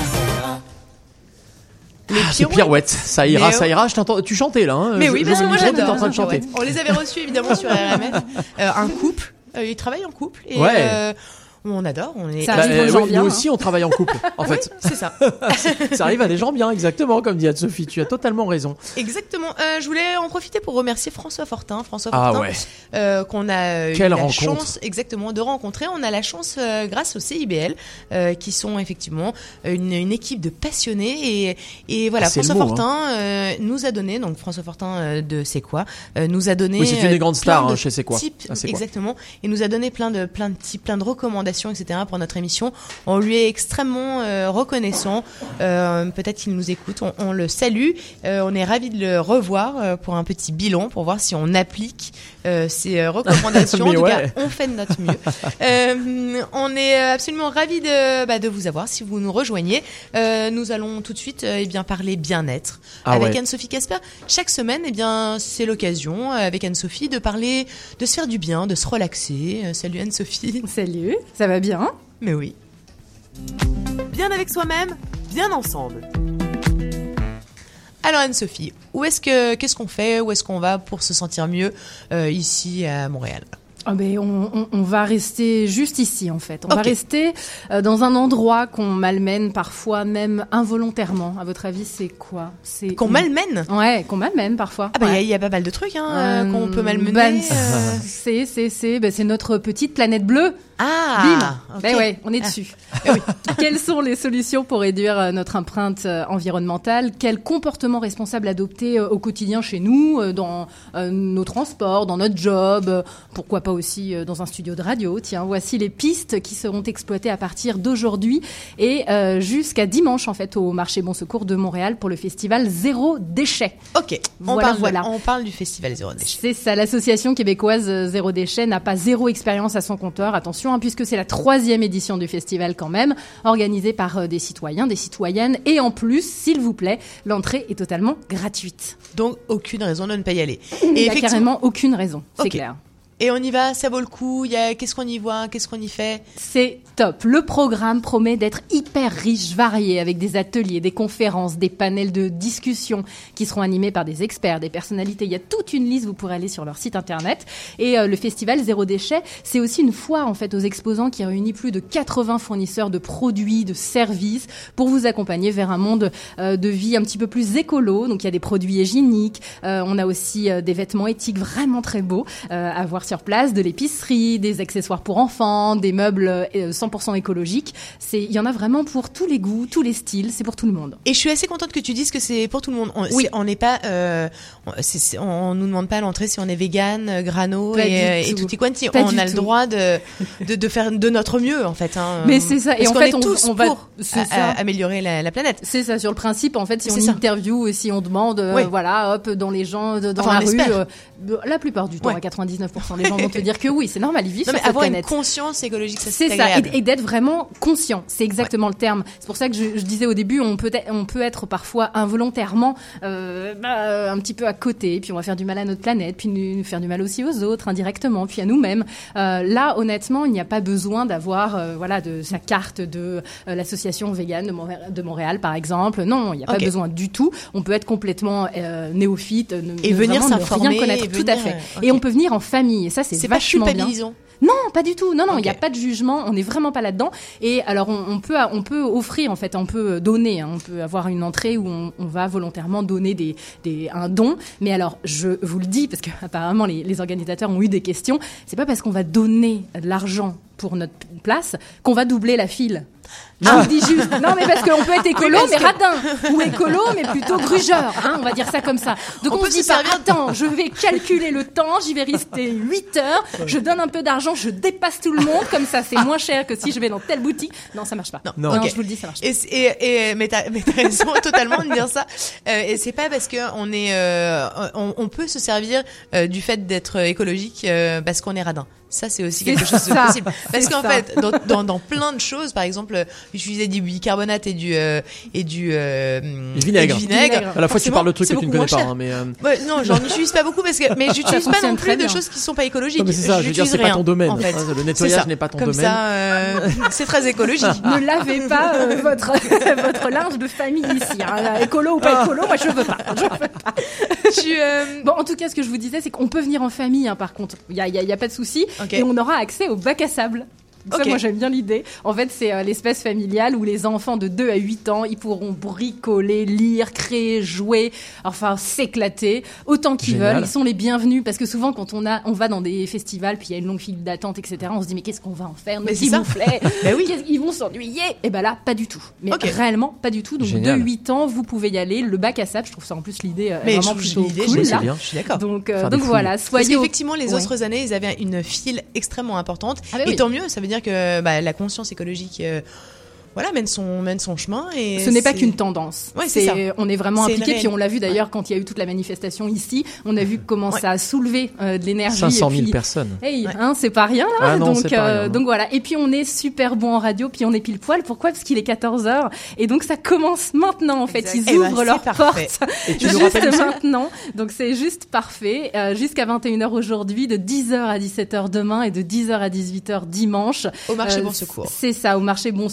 Speaker 2: Ah, c'est Pirouette, ça ira,
Speaker 3: Mais
Speaker 2: ça
Speaker 3: oh.
Speaker 2: ira. Je t'entends, tu chantais là. Hein
Speaker 3: Mais oui,
Speaker 2: Je-
Speaker 3: parce
Speaker 2: je
Speaker 3: que moi
Speaker 2: me disais, t'étais
Speaker 3: j'adore.
Speaker 2: en train de chanter.
Speaker 3: On les avait reçus évidemment sur R M F. Euh, un couple, euh, ils travaillent en couple et
Speaker 2: Ouais.
Speaker 3: euh, on adore. On est.
Speaker 2: Bah, euh, oui, nous aussi, on travaille en couple, en fait.
Speaker 3: C'est ça.
Speaker 2: Ça arrive à des gens bien, exactement, comme dit Anne-Sophie. Tu as totalement raison.
Speaker 3: Exactement. Euh, je voulais en profiter pour remercier François Fortin. François
Speaker 2: Ah
Speaker 3: Fortin,
Speaker 2: ouais.
Speaker 3: euh, qu'on a eu
Speaker 2: Quelle
Speaker 3: la
Speaker 2: rencontre.
Speaker 3: chance, exactement, de rencontrer. On a la chance, euh, grâce au C I B L, euh, qui sont effectivement une, une équipe de passionnés. Et, et voilà,
Speaker 2: Ah, c'est
Speaker 3: François
Speaker 2: le mot,
Speaker 3: Fortin euh, nous a donné, donc François Fortin euh, de C'est quoi, euh, nous a donné.
Speaker 2: Oui, c'est une des grandes
Speaker 3: euh,
Speaker 2: stars,
Speaker 3: plein de
Speaker 2: hein, chez C'est quoi.
Speaker 3: types-
Speaker 2: Ah, C'est quoi.
Speaker 3: exactement. Et nous a donné plein de, plein de tips, plein de recommandations, et cetera pour notre émission. On lui est extrêmement euh, reconnaissant. Euh, peut-être qu'il nous écoute. On, on le salue. Euh, on est ravis de le revoir euh, pour un petit bilan, pour voir si on applique euh, ces euh, recommandations. En
Speaker 2: Mais
Speaker 3: tout
Speaker 2: ouais.
Speaker 3: cas, on fait de notre mieux. Euh, on est absolument ravis de, bah, de vous avoir si vous nous rejoignez. Euh, nous allons tout de suite euh, eh bien, parler bien-être
Speaker 2: Ah
Speaker 3: avec
Speaker 2: ouais.
Speaker 3: Anne-Sophie Casper. Chaque semaine, eh bien, c'est l'occasion euh, avec Anne-Sophie de parler, de se faire du bien, de se relaxer. Euh, salut Anne-Sophie.
Speaker 9: Salut, ça va bien?
Speaker 3: Mais oui.
Speaker 1: Bien avec soi-même, bien ensemble.
Speaker 3: Alors Anne-Sophie, où est-ce que qu'est-ce qu'on fait, où est-ce qu'on va pour se sentir mieux euh, ici à Montréal?
Speaker 16: Oh ben on, on, on va rester juste ici en fait. On
Speaker 3: Okay.
Speaker 16: va rester euh, dans un endroit qu'on malmène parfois même involontairement. À votre avis, c'est quoi? C'est
Speaker 3: Qu'on malmène?
Speaker 16: Ouais, qu'on malmène parfois.
Speaker 3: Ah bah il
Speaker 16: Ouais.
Speaker 3: y, y a pas mal de trucs hein, euh,
Speaker 16: Euh,
Speaker 3: qu'on peut malmener.
Speaker 16: ben,
Speaker 3: euh.
Speaker 16: c'est c'est c'est ben, c'est notre petite planète bleue.
Speaker 3: Ah,
Speaker 16: Bim.
Speaker 3: ok.
Speaker 16: Ben ouais, on est
Speaker 3: Ah.
Speaker 16: dessus. Quelles sont les solutions pour réduire euh, notre empreinte euh, environnementale? Quels comportements responsables adopter euh, au quotidien chez nous, euh, dans euh, nos transports, dans notre job, euh, pourquoi pas aussi euh, dans un studio de radio? Tiens, voici les pistes qui seront exploitées à partir d'aujourd'hui et euh, jusqu'à dimanche en fait au marché Bon Secours de Montréal pour le festival Zéro Déchet.
Speaker 3: Ok, on,
Speaker 16: Voilà,
Speaker 3: parle,
Speaker 16: voilà.
Speaker 3: on parle du festival Zéro Déchet.
Speaker 16: C'est ça, l'association québécoise euh, Zéro Déchet n'a pas zéro expérience à son compteur, attention, hein, puisque c'est la troisième édition du festival quand même, organisée par euh, des citoyens, des citoyennes, et en plus, s'il vous plaît, l'entrée est totalement gratuite.
Speaker 3: Donc aucune raison de ne pas y aller.
Speaker 16: Il n'y a
Speaker 3: effectivement-
Speaker 16: carrément aucune raison, c'est
Speaker 3: Ok.
Speaker 16: clair.
Speaker 3: Et on y va, ça vaut le coup. Il y a qu'est-ce qu'on y voit, qu'est-ce qu'on y fait?
Speaker 16: C'est top. Le programme promet d'être hyper riche, varié, avec des ateliers, des conférences, des panels de discussion qui seront animés par des experts, des personnalités. Il y a toute une liste, vous pourrez aller sur leur site internet. Et euh, le festival Zéro Déchet, c'est aussi une foire en fait aux exposants qui réunit plus de quatre-vingts fournisseurs de produits, de services pour vous accompagner vers un monde euh, de vie un petit peu plus écolo. Donc il y a des produits hygiéniques, euh, on a aussi euh, des vêtements éthiques vraiment très beaux euh, à voir sur place, de l'épicerie, des accessoires pour enfants, des meubles euh, cent pour cent écologiques. C'est, il y en a vraiment pour tous les goûts, tous les styles, c'est pour tout le monde.
Speaker 3: Et je suis assez contente que tu dises que c'est pour tout le monde. On,
Speaker 16: Oui.
Speaker 3: c'est- on n'est pas, euh, on, c'est- c'est- on nous demande pas à l'entrée si on est vegan, euh, grano
Speaker 16: Pas
Speaker 3: et,
Speaker 16: du
Speaker 3: euh, et
Speaker 16: tout.
Speaker 3: tutti quanti.
Speaker 16: Pas
Speaker 3: On
Speaker 16: du
Speaker 3: a le
Speaker 16: tout.
Speaker 3: droit de, de de faire de notre mieux en fait. Hein.
Speaker 16: Mais c'est ça. Et
Speaker 3: Parce
Speaker 16: en
Speaker 3: qu'on
Speaker 16: fait,
Speaker 3: est
Speaker 16: on,
Speaker 3: tous
Speaker 16: on va,
Speaker 3: pour
Speaker 16: c'est
Speaker 3: a-
Speaker 16: ça.
Speaker 3: a- améliorer la, la planète.
Speaker 16: C'est ça, sur le principe, en fait, si on
Speaker 3: C'est ça.
Speaker 16: interview et si on demande, euh,
Speaker 3: Ouais.
Speaker 16: voilà, hop, dans les gens, de- dans
Speaker 3: Enfin,
Speaker 16: la
Speaker 3: on
Speaker 16: rue,
Speaker 3: espère.
Speaker 16: euh, la plupart du temps,
Speaker 3: Ouais.
Speaker 16: à quatre-vingt-dix-neuf pour cent, les gens vont te dire que oui, c'est normal, ils vivent
Speaker 3: Non
Speaker 16: sur
Speaker 3: mais
Speaker 16: cette
Speaker 3: avoir une
Speaker 16: planète.
Speaker 3: conscience écologique, ça
Speaker 16: C'est
Speaker 3: c'est
Speaker 16: ça,
Speaker 3: agréable.
Speaker 16: et, et d'être vraiment conscient. C'est exactement le terme. C'est pour ça que je, je disais au début, on peut, être, on peut être parfois involontairement euh, bah, un petit peu à côté, puis on va faire du mal à notre planète, puis nous, nous faire du mal aussi aux autres indirectement, puis à nous-mêmes. Euh, là, honnêtement, il n'y a pas besoin d'avoir, euh, voilà, de sa carte de euh, l'association végane de, Montré- de Montréal, par exemple. Non, il n'y a pas
Speaker 3: Ok.
Speaker 16: besoin du tout. On peut être complètement euh, néophyte, ne,
Speaker 3: Et
Speaker 16: ne
Speaker 3: venir
Speaker 16: vraiment ne
Speaker 3: s'informer,
Speaker 16: rien connaître.
Speaker 3: et
Speaker 16: Tout à
Speaker 3: venir,
Speaker 16: fait.
Speaker 3: euh, ok.
Speaker 16: Et on peut venir en famille. Et ça, c'est
Speaker 3: C'est pas
Speaker 16: vachement bien.
Speaker 3: culpabilisant.
Speaker 16: Non, pas du tout. Non, non, il
Speaker 3: Ok.
Speaker 16: n'y a pas de jugement. On n'est vraiment pas là-dedans. Et alors, on, on peut, on peut offrir en fait, on peut donner. Hein, on peut avoir une entrée où on, on va volontairement donner des, des, un don. Mais alors, je vous le dis parce que apparemment les, les organisateurs ont eu des questions. C'est pas parce qu'on va donner de l'argent pour notre place qu'on va doubler la file. Je vous le dis juste. Non, mais parce qu'on peut être écolo,
Speaker 3: Oui,
Speaker 16: mais
Speaker 3: parce que-
Speaker 16: radin. Ou écolo, mais plutôt grugeur. Hein, on va dire ça comme ça. Donc,
Speaker 3: On
Speaker 16: on,
Speaker 3: peut
Speaker 16: se dit
Speaker 3: se
Speaker 16: pas,
Speaker 3: servir-
Speaker 16: attends, je vais calculer le temps, j'y vais rester huit heures, je donne un peu d'argent, je dépasse tout le monde, comme ça, c'est moins cher que si je vais dans telle boutique. Non, ça marche pas.
Speaker 3: Non,
Speaker 16: Non,
Speaker 3: ok.
Speaker 16: je vous le dis, ça marche pas.
Speaker 3: Et, c'est- et, et mais t'as mais t'as raison totalement de dire ça. Euh, et c'est pas parce que on est, euh, on, on peut se servir euh, du fait d'être écologique euh, parce qu'on est radin. Ça, c'est aussi quelque
Speaker 16: C'est
Speaker 3: chose de
Speaker 16: ça.
Speaker 3: possible. Parce
Speaker 16: C'est
Speaker 3: qu'en
Speaker 16: ça.
Speaker 3: fait, dans, dans, dans plein de choses, par exemple, euh, utiliser du bicarbonate et du euh, et du, euh,
Speaker 2: Du vinaigre.
Speaker 3: et du vinaigre.
Speaker 2: À la fois, tu
Speaker 3: forcément,
Speaker 2: parles de trucs
Speaker 3: c'est
Speaker 2: que tu ne
Speaker 3: beaucoup
Speaker 2: connais
Speaker 3: moins
Speaker 2: pas,
Speaker 3: cher.
Speaker 2: hein, mais. euh,
Speaker 3: Ouais, non, j'en utilise pas beaucoup parce que, mais j'utilise pas
Speaker 16: fonctionne
Speaker 3: non
Speaker 16: très
Speaker 3: plus de
Speaker 16: bien.
Speaker 3: choses qui sont pas écologiques.
Speaker 2: Non, mais c'est ça, je veux dire,
Speaker 3: J'utilise
Speaker 2: c'est pas
Speaker 3: rien,
Speaker 2: ton domaine.
Speaker 3: en fait.
Speaker 2: Hein, le
Speaker 3: C'est
Speaker 2: nettoyage
Speaker 3: ça.
Speaker 2: n'est pas ton
Speaker 3: Comme
Speaker 2: domaine.
Speaker 3: ça, euh, c'est très écologique.
Speaker 16: Ne lavez pas euh, votre, votre linge de famille ici. Hein. Écolo ou pas écolo, moi je veux pas. Je veux pas.
Speaker 3: Tu, euh,
Speaker 16: Bon, en tout cas, ce que je vous disais, c'est qu'on peut venir en famille, hein, par contre. Il y a, il y a- il y a pas de souci.
Speaker 3: Ok.
Speaker 16: Et on aura accès au bac à sable. Ça,
Speaker 3: Ok.
Speaker 16: moi, j'aime bien l'idée. En fait, c'est euh, l'espèce familiale où les enfants de deux à huit ans, ils pourront bricoler, lire, créer, jouer, enfin, s'éclater autant qu'ils
Speaker 2: Génial.
Speaker 16: veulent. Ils sont les bienvenus parce que souvent, quand on a, on va dans des festivals, puis il y a une longue file d'attente, et cetera, on se dit, mais qu'est-ce qu'on va en faire? Nos
Speaker 3: Mais
Speaker 16: petits
Speaker 3: c'est ça.
Speaker 16: mouflets.
Speaker 3: Bah oui.
Speaker 16: Qu'est-ce- Ils vont s'ennuyer. Et ben là, pas du tout. Mais
Speaker 3: Ok.
Speaker 16: réellement, pas du tout. Donc,
Speaker 2: Génial.
Speaker 16: de huit ans, vous pouvez y aller. Le bac à sable, je trouve ça en plus l'idée euh,
Speaker 3: Mais
Speaker 16: vraiment
Speaker 3: je-
Speaker 16: plutôt
Speaker 3: l'idée,
Speaker 16: cool.
Speaker 3: je-
Speaker 2: c'est
Speaker 16: là.
Speaker 2: bien.
Speaker 3: Je suis d'accord.
Speaker 16: Donc, euh,
Speaker 2: Faire des
Speaker 16: donc
Speaker 2: fouilles.
Speaker 16: voilà,
Speaker 3: Parce
Speaker 16: soyez au-
Speaker 3: qu'effectivement, les
Speaker 16: Ouais.
Speaker 3: autres années, ils avaient une file extrêmement importante.
Speaker 16: Ah bah
Speaker 3: et
Speaker 16: oui.
Speaker 3: tant mieux, ça veut dire que bah, la conscience écologique euh, voilà, mène, son, mène son chemin. Et
Speaker 16: Ce n'est pas
Speaker 3: c'est-
Speaker 16: qu'une tendance.
Speaker 3: Ouais, c'est ça.
Speaker 16: On est vraiment
Speaker 3: C'est une
Speaker 16: impliqué. Puis
Speaker 3: réelle-
Speaker 16: on l'a vu d'ailleurs quand il y a eu toute la manifestation ici. On a vu comment
Speaker 3: Ouais.
Speaker 16: ça a soulevé euh, de l'énergie.
Speaker 2: cinq cent
Speaker 16: et
Speaker 2: mille
Speaker 16: puis-
Speaker 2: personnes.
Speaker 16: Hey,
Speaker 3: Ouais.
Speaker 16: hein, c'est pas rien là.
Speaker 2: Ah non,
Speaker 16: donc,
Speaker 2: c'est pas rien, non.
Speaker 16: donc voilà. Et puis on est super bon en radio, puis on est pile poil. Pourquoi? Parce qu'il est quatorze heures. Et donc ça commence maintenant en fait.
Speaker 3: Exact.
Speaker 16: Ils
Speaker 3: Eh ben,
Speaker 16: ouvrent
Speaker 3: c'est
Speaker 16: leurs
Speaker 3: parfait.
Speaker 16: portes.
Speaker 2: Et tu nous
Speaker 16: Juste
Speaker 2: rappelles ça
Speaker 16: maintenant. Donc c'est juste parfait. Euh, jusqu'à vingt et une heures aujourd'hui, de dix heures à dix-sept heures demain et de dix heures à dix-huit heures dimanche.
Speaker 3: Au marché
Speaker 16: Euh,
Speaker 3: Bon Secours.
Speaker 16: C'est ça, au marché Bon Secours, le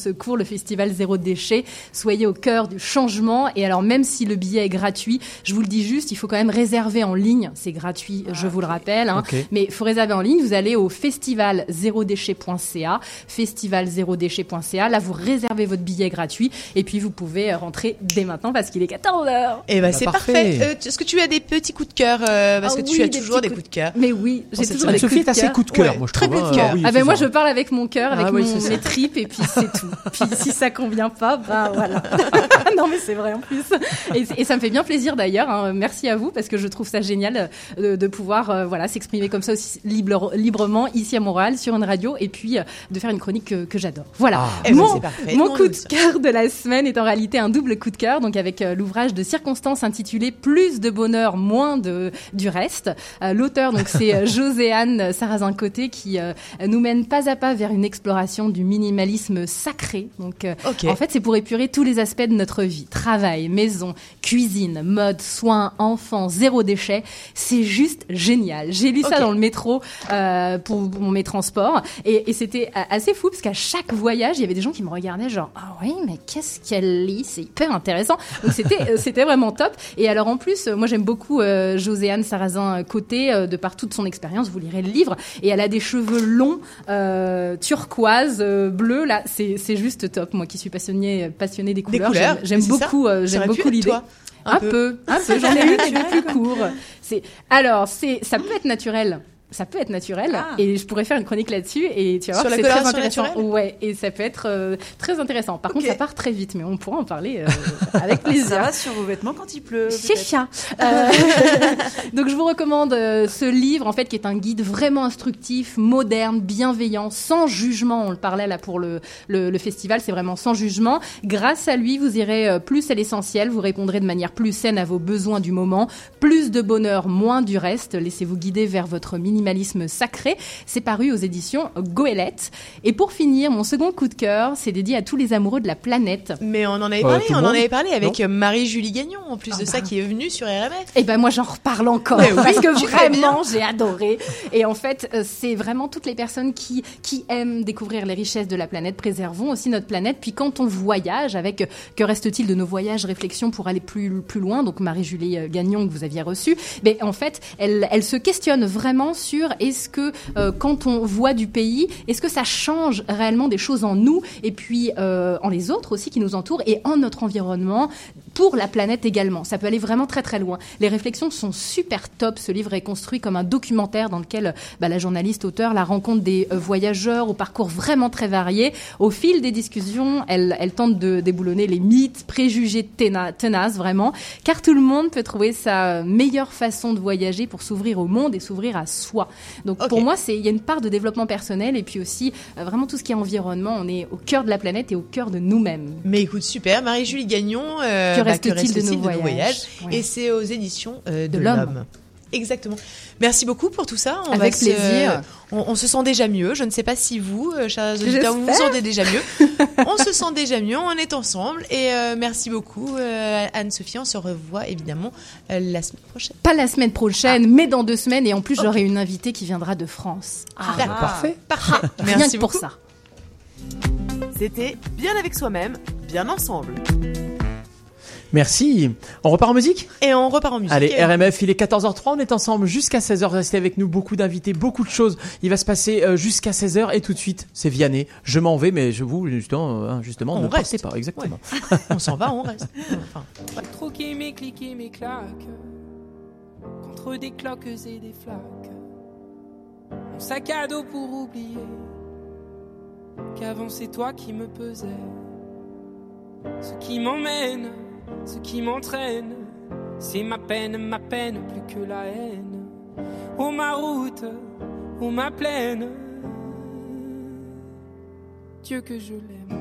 Speaker 16: festival Zéro Déchet. Soyez au cœur du changement. Et alors, même si le billet est gratuit, je vous le dis juste, il faut quand même réserver en ligne. C'est gratuit, je vous le rappelle. Hein.
Speaker 2: Okay.
Speaker 16: Mais il faut réserver en ligne. Vous allez au festival zéro déchet point c a, festival zéro déchet point c a. Là, vous réservez votre billet gratuit. Et puis, vous pouvez rentrer dès maintenant parce qu'il est quatorze heures.
Speaker 3: Et bah, c'est
Speaker 2: parfait.
Speaker 3: parfait. Euh, est-ce que tu as des petits coups de cœur euh, Parce
Speaker 16: Ah
Speaker 3: que
Speaker 16: oui,
Speaker 3: tu as
Speaker 16: des
Speaker 3: toujours des
Speaker 16: petits
Speaker 3: coups de cœur.
Speaker 16: Mais oui, j'ai
Speaker 3: Bon,
Speaker 16: toujours des
Speaker 2: Sophie
Speaker 16: coups
Speaker 2: est
Speaker 16: de
Speaker 2: assez
Speaker 16: cœur.
Speaker 2: coup de cœur,
Speaker 3: Ouais,
Speaker 2: moi je
Speaker 3: très
Speaker 2: trouve.
Speaker 3: coup de cœur.
Speaker 2: Ah, oui,
Speaker 16: Ah ben
Speaker 2: c'est
Speaker 16: moi
Speaker 2: ça.
Speaker 16: je parle avec mon cœur, avec
Speaker 2: Ah oui,
Speaker 16: mon,
Speaker 2: c'est ça.
Speaker 16: mes tripes et puis c'est tout. Puis si ça convient pas, bah voilà. Non mais c'est vrai en plus. Et, et ça me fait bien plaisir d'ailleurs. Hein. Merci à vous parce que je trouve ça génial de, de pouvoir euh, voilà s'exprimer comme ça aussi libre, librement ici à Montréal sur une radio et puis euh, de faire une chronique que, que j'adore. Voilà.
Speaker 2: Ah.
Speaker 3: Eh ben,
Speaker 16: Mon,
Speaker 3: c'est parfait.
Speaker 16: mon
Speaker 3: Nous,
Speaker 16: coup
Speaker 3: on
Speaker 16: de
Speaker 3: nous-
Speaker 16: cœur de la semaine est en réalité un double coup de cœur, donc avec euh, l'ouvrage de circonstances intitulé Plus de bonheur, moins de du reste. Euh, L'auteur donc c'est euh, Joséanne Sarrazin-Côté qui euh, nous mène pas à pas vers une exploration du minimalisme sacré. Donc euh,
Speaker 3: Ok.
Speaker 16: en fait c'est pour épurer tous les aspects de notre vie, travail, maison, cuisine, mode, soins, enfants, zéro déchet. C'est juste génial. J'ai lu ça
Speaker 3: Ok.
Speaker 16: dans le métro euh, pour, pour mes transports et, et c'était a- assez fou parce qu'à chaque voyage il y avait des gens qui me regardaient genre ah oui mais qu'est-ce qu'elle lit, c'est hyper intéressant. Donc c'était euh, c'était vraiment top. Et alors en plus euh, moi j'aime beaucoup euh, Joséanne Sarrazin-Côté euh, de par toute son expérience. Vous lirez le livre et elle a des cheveux longs euh, turquoise euh, bleu là c'est c'est juste top. Moi qui suis passionnée passionnée des couleurs,
Speaker 3: couleurs,
Speaker 16: j'aime, j'aime
Speaker 3: mais c'est
Speaker 16: beaucoup
Speaker 3: ça.
Speaker 16: euh,
Speaker 3: Ça
Speaker 16: j'aime
Speaker 3: aurait pu
Speaker 16: beaucoup
Speaker 3: être
Speaker 16: l'idée.
Speaker 3: toi. Un
Speaker 16: Un
Speaker 3: peu.
Speaker 16: peu, un peu. J'en ai eu des plus courts. C'est alors c'est ça peut être naturel. Ça peut être naturel
Speaker 9: Ah.
Speaker 16: et je pourrais faire une chronique là-dessus et tu vas voir
Speaker 3: Sur
Speaker 16: que
Speaker 3: la
Speaker 16: c'est très
Speaker 3: coloration
Speaker 16: intéressant.
Speaker 3: naturelle
Speaker 16: Ouais, et ça peut être euh, très intéressant. Par
Speaker 3: Ok.
Speaker 16: contre, ça part très vite, mais on pourra en parler euh, avec plaisir.
Speaker 9: Ça va sur vos vêtements quand il pleut.
Speaker 16: C'est
Speaker 9: peut-être.
Speaker 16: chien. Euh, donc je vous recommande euh, ce livre en fait qui est un guide vraiment instructif, moderne, bienveillant, sans jugement. On le parlait là pour le le, le festival, c'est vraiment sans jugement. Grâce à lui, vous irez euh, plus à l'essentiel, vous répondrez de manière plus saine à vos besoins du moment, plus de bonheur, moins du reste. Laissez-vous guider vers votre minimalisme sacré. C'est paru aux éditions Goélette. Et pour finir, mon second coup de cœur, c'est dédié à tous les amoureux de la planète.
Speaker 3: Mais on en avait
Speaker 2: Euh,
Speaker 3: parlé,
Speaker 2: tout le
Speaker 3: on en
Speaker 2: monde
Speaker 3: avait parlé avec
Speaker 2: Non
Speaker 3: euh, Marie-Julie Gagnon, en plus de ça, qui est venue sur R M F.
Speaker 16: Et ben moi j'en reparle encore
Speaker 3: Mais oui,
Speaker 16: parce que
Speaker 3: tu fais
Speaker 16: vraiment j'ai adoré. Et en fait euh, c'est vraiment toutes les personnes qui qui aiment découvrir les richesses de la planète. Préservons aussi notre planète. Puis quand on voyage, avec euh, que reste-t-il de nos voyages, réflexions pour aller plus plus loin. Donc Marie-Julie euh, Gagnon que vous aviez reçue, ben en fait elle elle se questionne vraiment sur est-ce que euh, quand on voit du pays, est-ce que ça change réellement des choses en nous et puis euh, en les autres aussi qui nous entourent et en notre environnement pour la planète également. Ça peut aller vraiment très très loin. Les réflexions sont super top. Ce livre est construit comme un documentaire dans lequel bah, la journaliste auteure la rencontre des euh, voyageurs au parcours vraiment très varié. Au fil des discussions, elle, elle tente de déboulonner les mythes, préjugés téna- tenaces vraiment, car tout le monde peut trouver sa meilleure façon de voyager pour s'ouvrir au monde et s'ouvrir à soi. Donc
Speaker 3: Ok.
Speaker 16: pour moi, c'est il y a une part de développement personnel et puis aussi euh, vraiment tout ce qui est environnement. On est au cœur de la planète et au cœur de nous-mêmes.
Speaker 3: Mais écoute, super. Marie-Julie Gagnon. Euh,
Speaker 16: Que
Speaker 3: bah,
Speaker 16: reste-t-il de nos voyages
Speaker 3: Ouais. Et c'est aux éditions euh, de,
Speaker 16: De l'homme.
Speaker 3: l'homme. Exactement. Merci beaucoup pour tout ça. On
Speaker 16: Avec
Speaker 3: va se-
Speaker 16: plaisir.
Speaker 3: on, on se sent déjà mieux. Je ne sais pas si vous, euh, chers auditeurs, vous vous
Speaker 16: J'espère.
Speaker 3: sentez déjà mieux. On se sent déjà mieux. On est ensemble. Et euh, merci beaucoup, euh, Anne-Sophie. On se revoit évidemment euh, la semaine prochaine.
Speaker 16: Pas la semaine prochaine, mais dans deux semaines. Et en plus, j'aurai une invitée qui viendra de France. Ah,
Speaker 3: D'accord.
Speaker 2: Parfait.
Speaker 3: Parfait.
Speaker 16: rien
Speaker 3: Merci
Speaker 16: que pour
Speaker 3: beaucoup.
Speaker 16: ça.
Speaker 8: C'était Bien avec soi-même, bien ensemble.
Speaker 2: Merci. On repart en musique ?
Speaker 3: Et on repart en musique.
Speaker 2: Allez, R M F, il est quatorze heures trois, on est ensemble jusqu'à seize heures. Restez avec nous, beaucoup d'invités, beaucoup de choses. Il va se passer euh, jusqu'à seize heures et tout de suite, c'est Vianney. Je m'en vais, mais je vous, justement, euh, justement
Speaker 3: On
Speaker 2: ne
Speaker 3: reste.
Speaker 2: partez pas, exactement.
Speaker 3: On s'en va, on reste. Enfin,
Speaker 17: J'ai troqué mes clics et mes claques contre des cloques et des flaques. Mon sac à dos pour oublier qu'avant c'est toi qui me pesais. Ce qui m'emmène, ce qui m'entraîne, c'est ma peine, ma peine plus que la haine. Oh ma route, oh ma plaine, Dieu que je l'aime.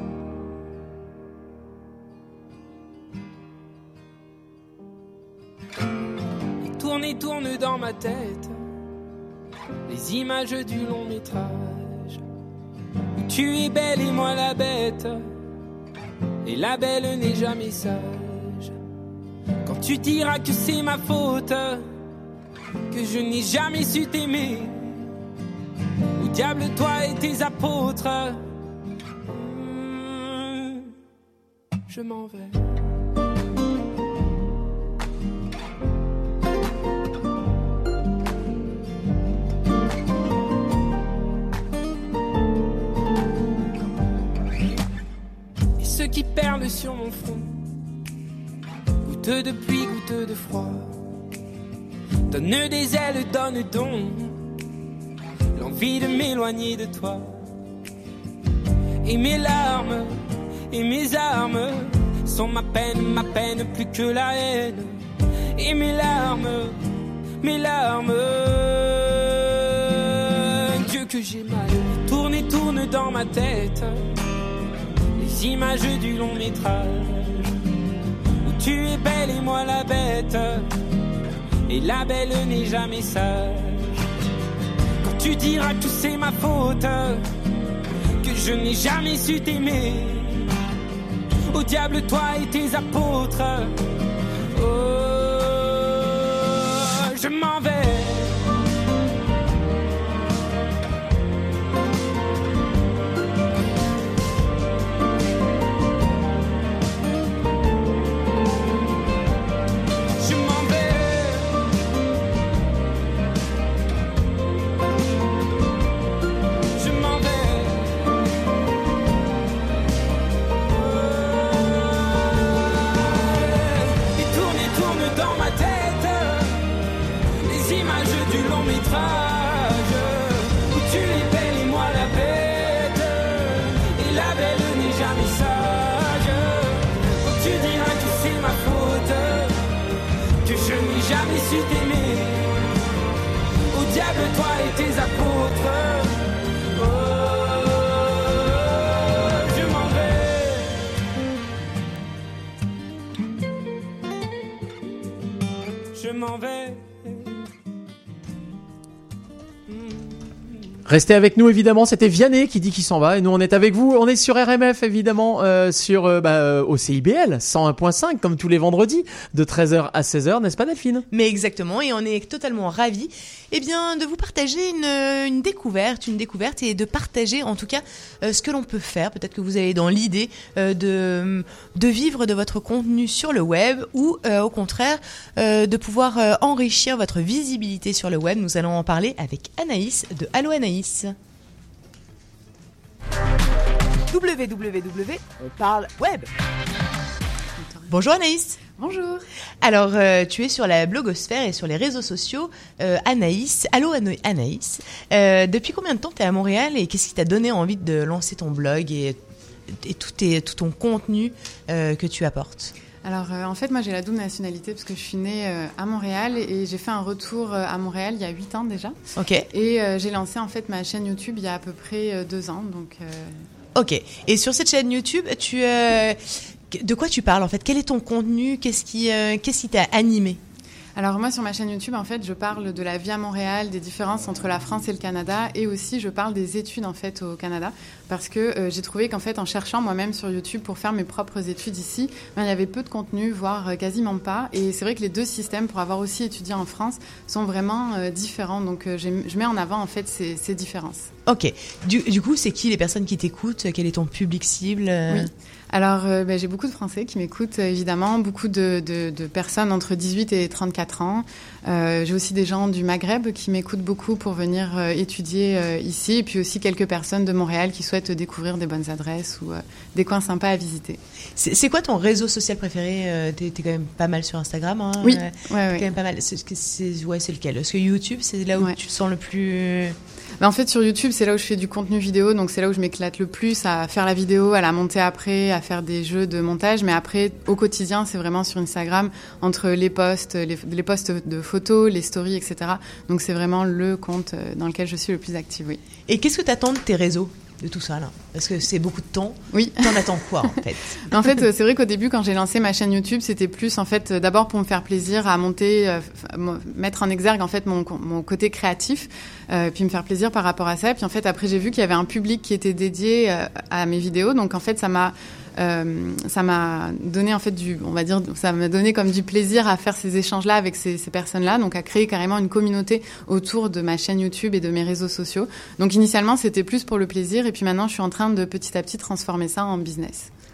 Speaker 17: Et tourne et tourne dans ma tête les images du long métrage où tu es belle et moi la bête, et la belle n'est jamais sage. Quand tu diras que c'est ma faute, que je n'ai jamais su t'aimer, au diable toi et tes apôtres. Mmh. je m'en vais. Et ceux qui perlent sur mon front, goutte de pluie, goutte de froid, donne des ailes, donne donc l'envie de m'éloigner de toi. Et mes larmes, et mes armes sont ma peine, ma peine plus que la haine. Et mes larmes, mes larmes, Dieu que j'ai mal. Tourne et tourne dans ma tête les images du long métrage où tu es belle et moi la bête. Et la belle n'est jamais sage. Quand tu diras que c'est ma faute, que je n'ai jamais su t'aimer, au diable toi et tes apôtres. Oh, je m'en vais. Où tu es belle et moi la bête, et la belle n'est jamais sage. Quand tu diras que c'est ma faute, que je n'ai jamais su t'aimer, au diable toi et tes apôtres. Oh, je m'en vais. Je m'en vais.
Speaker 2: Restez avec nous évidemment, c'était Vianney qui dit qu'il s'en va et nous on est avec vous, on est sur R M F évidemment, euh, sur euh, bah, euh, au C I B L cent un point cinq comme tous les vendredis de treize heures à seize heures, n'est-ce pas Delphine ?
Speaker 3: Mais exactement, et on est totalement ravis eh bien, de vous partager une, une découverte, une découverte et de partager en tout cas euh, ce que l'on peut faire. Peut-être que vous avez dans l'idée euh, de, de vivre de votre contenu sur le web ou euh, au contraire euh, de pouvoir euh, enrichir votre visibilité sur le web. Nous allons en parler avec Anaïs de Allo Anaïs.
Speaker 18: W W W, on parle web.
Speaker 3: Bonjour Anaïs.
Speaker 18: Bonjour.
Speaker 3: Alors, euh, tu es sur la blogosphère et sur les réseaux sociaux. Euh, Anaïs, Allo Anaïs. Euh, depuis combien de temps tu es à Montréal et qu'est-ce qui t'a donné envie de lancer ton blog et, et tout, tes, tout ton contenu euh, que tu apportes ?
Speaker 19: Alors euh, en fait moi j'ai la double nationalité parce que je suis née euh, à Montréal et j'ai fait un retour euh, à Montréal il y a huit ans déjà.
Speaker 3: Ok.
Speaker 19: Et euh, j'ai lancé en fait ma chaîne YouTube il y a à peu près euh, deux ans donc. Euh...
Speaker 3: Ok. Et sur cette chaîne YouTube tu euh, de quoi tu parles en fait ? Quel est ton contenu ? Qu'est-ce qui euh, qu'est-ce qui t'a animé ?
Speaker 19: Alors moi sur ma chaîne YouTube en fait je parle de la vie à Montréal, des différences entre la France et le Canada et aussi je parle des études en fait au Canada parce que euh, j'ai trouvé qu'en fait en cherchant moi-même sur YouTube pour faire mes propres études ici, ben, il y avait peu de contenu voire euh, quasiment pas et c'est vrai que les deux systèmes pour avoir aussi étudié en France sont vraiment euh, différents donc euh, je mets en avant en fait ces, ces différences.
Speaker 3: Ok. Du, du coup c'est qui les personnes qui t'écoutent ? Quel est ton public cible ?
Speaker 19: Oui. Alors, euh, ben, j'ai beaucoup de Français qui m'écoutent, évidemment, beaucoup de, de, de personnes entre dix-huit et trente-quatre ans. Euh, j'ai aussi des gens du Maghreb qui m'écoutent beaucoup pour venir euh, étudier euh, ici, et puis aussi quelques personnes de Montréal qui souhaitent découvrir des bonnes adresses ou euh, des coins sympas à visiter.
Speaker 3: C'est, c'est quoi ton réseau social préféré ? euh, t'es, t'es quand même pas mal sur Instagram, hein ?
Speaker 19: Oui,
Speaker 3: euh,
Speaker 19: ouais,
Speaker 3: t'es
Speaker 19: ouais.
Speaker 3: quand même pas mal. C'est, c'est, ouais, c'est lequel ? Est-ce que YouTube, c'est là où
Speaker 19: ouais.
Speaker 3: tu te sens le plus...
Speaker 19: Ben en fait, sur YouTube, c'est là où je fais du contenu vidéo, donc c'est là où je m'éclate le plus à faire la vidéo, à la monter après, à faire des jeux de montage. Mais après, au quotidien, c'est vraiment sur Instagram, entre les posts, les, les posts de photos, les stories, et cetera. Donc c'est vraiment le compte dans lequel je suis le plus active, oui.
Speaker 3: Et qu'est-ce que t'attends de tes réseaux ? De tout ça là, parce que c'est beaucoup de temps.
Speaker 19: Oui.
Speaker 3: T'en attends quoi en fait ?
Speaker 19: En fait, c'est vrai qu'au début, quand j'ai lancé ma chaîne YouTube, c'était plus en fait d'abord pour me faire plaisir à monter, euh, mettre en exergue en fait mon mon côté créatif, euh, puis me faire plaisir par rapport à ça. Puis en fait, après, j'ai vu qu'il y avait un public qui était dédié euh, à mes vidéos, donc en fait, ça m'a Euh, ça m'a donné en fait du, on va dire, ça m'a donné comme du plaisir à faire ces échanges-là avec ces, ces personnes-là, donc à créer carrément une communauté autour de ma chaîne YouTube et de mes réseaux sociaux. Donc initialement, c'était plus pour le plaisir, et puis maintenant, je suis en train de petit à petit transformer ça en business.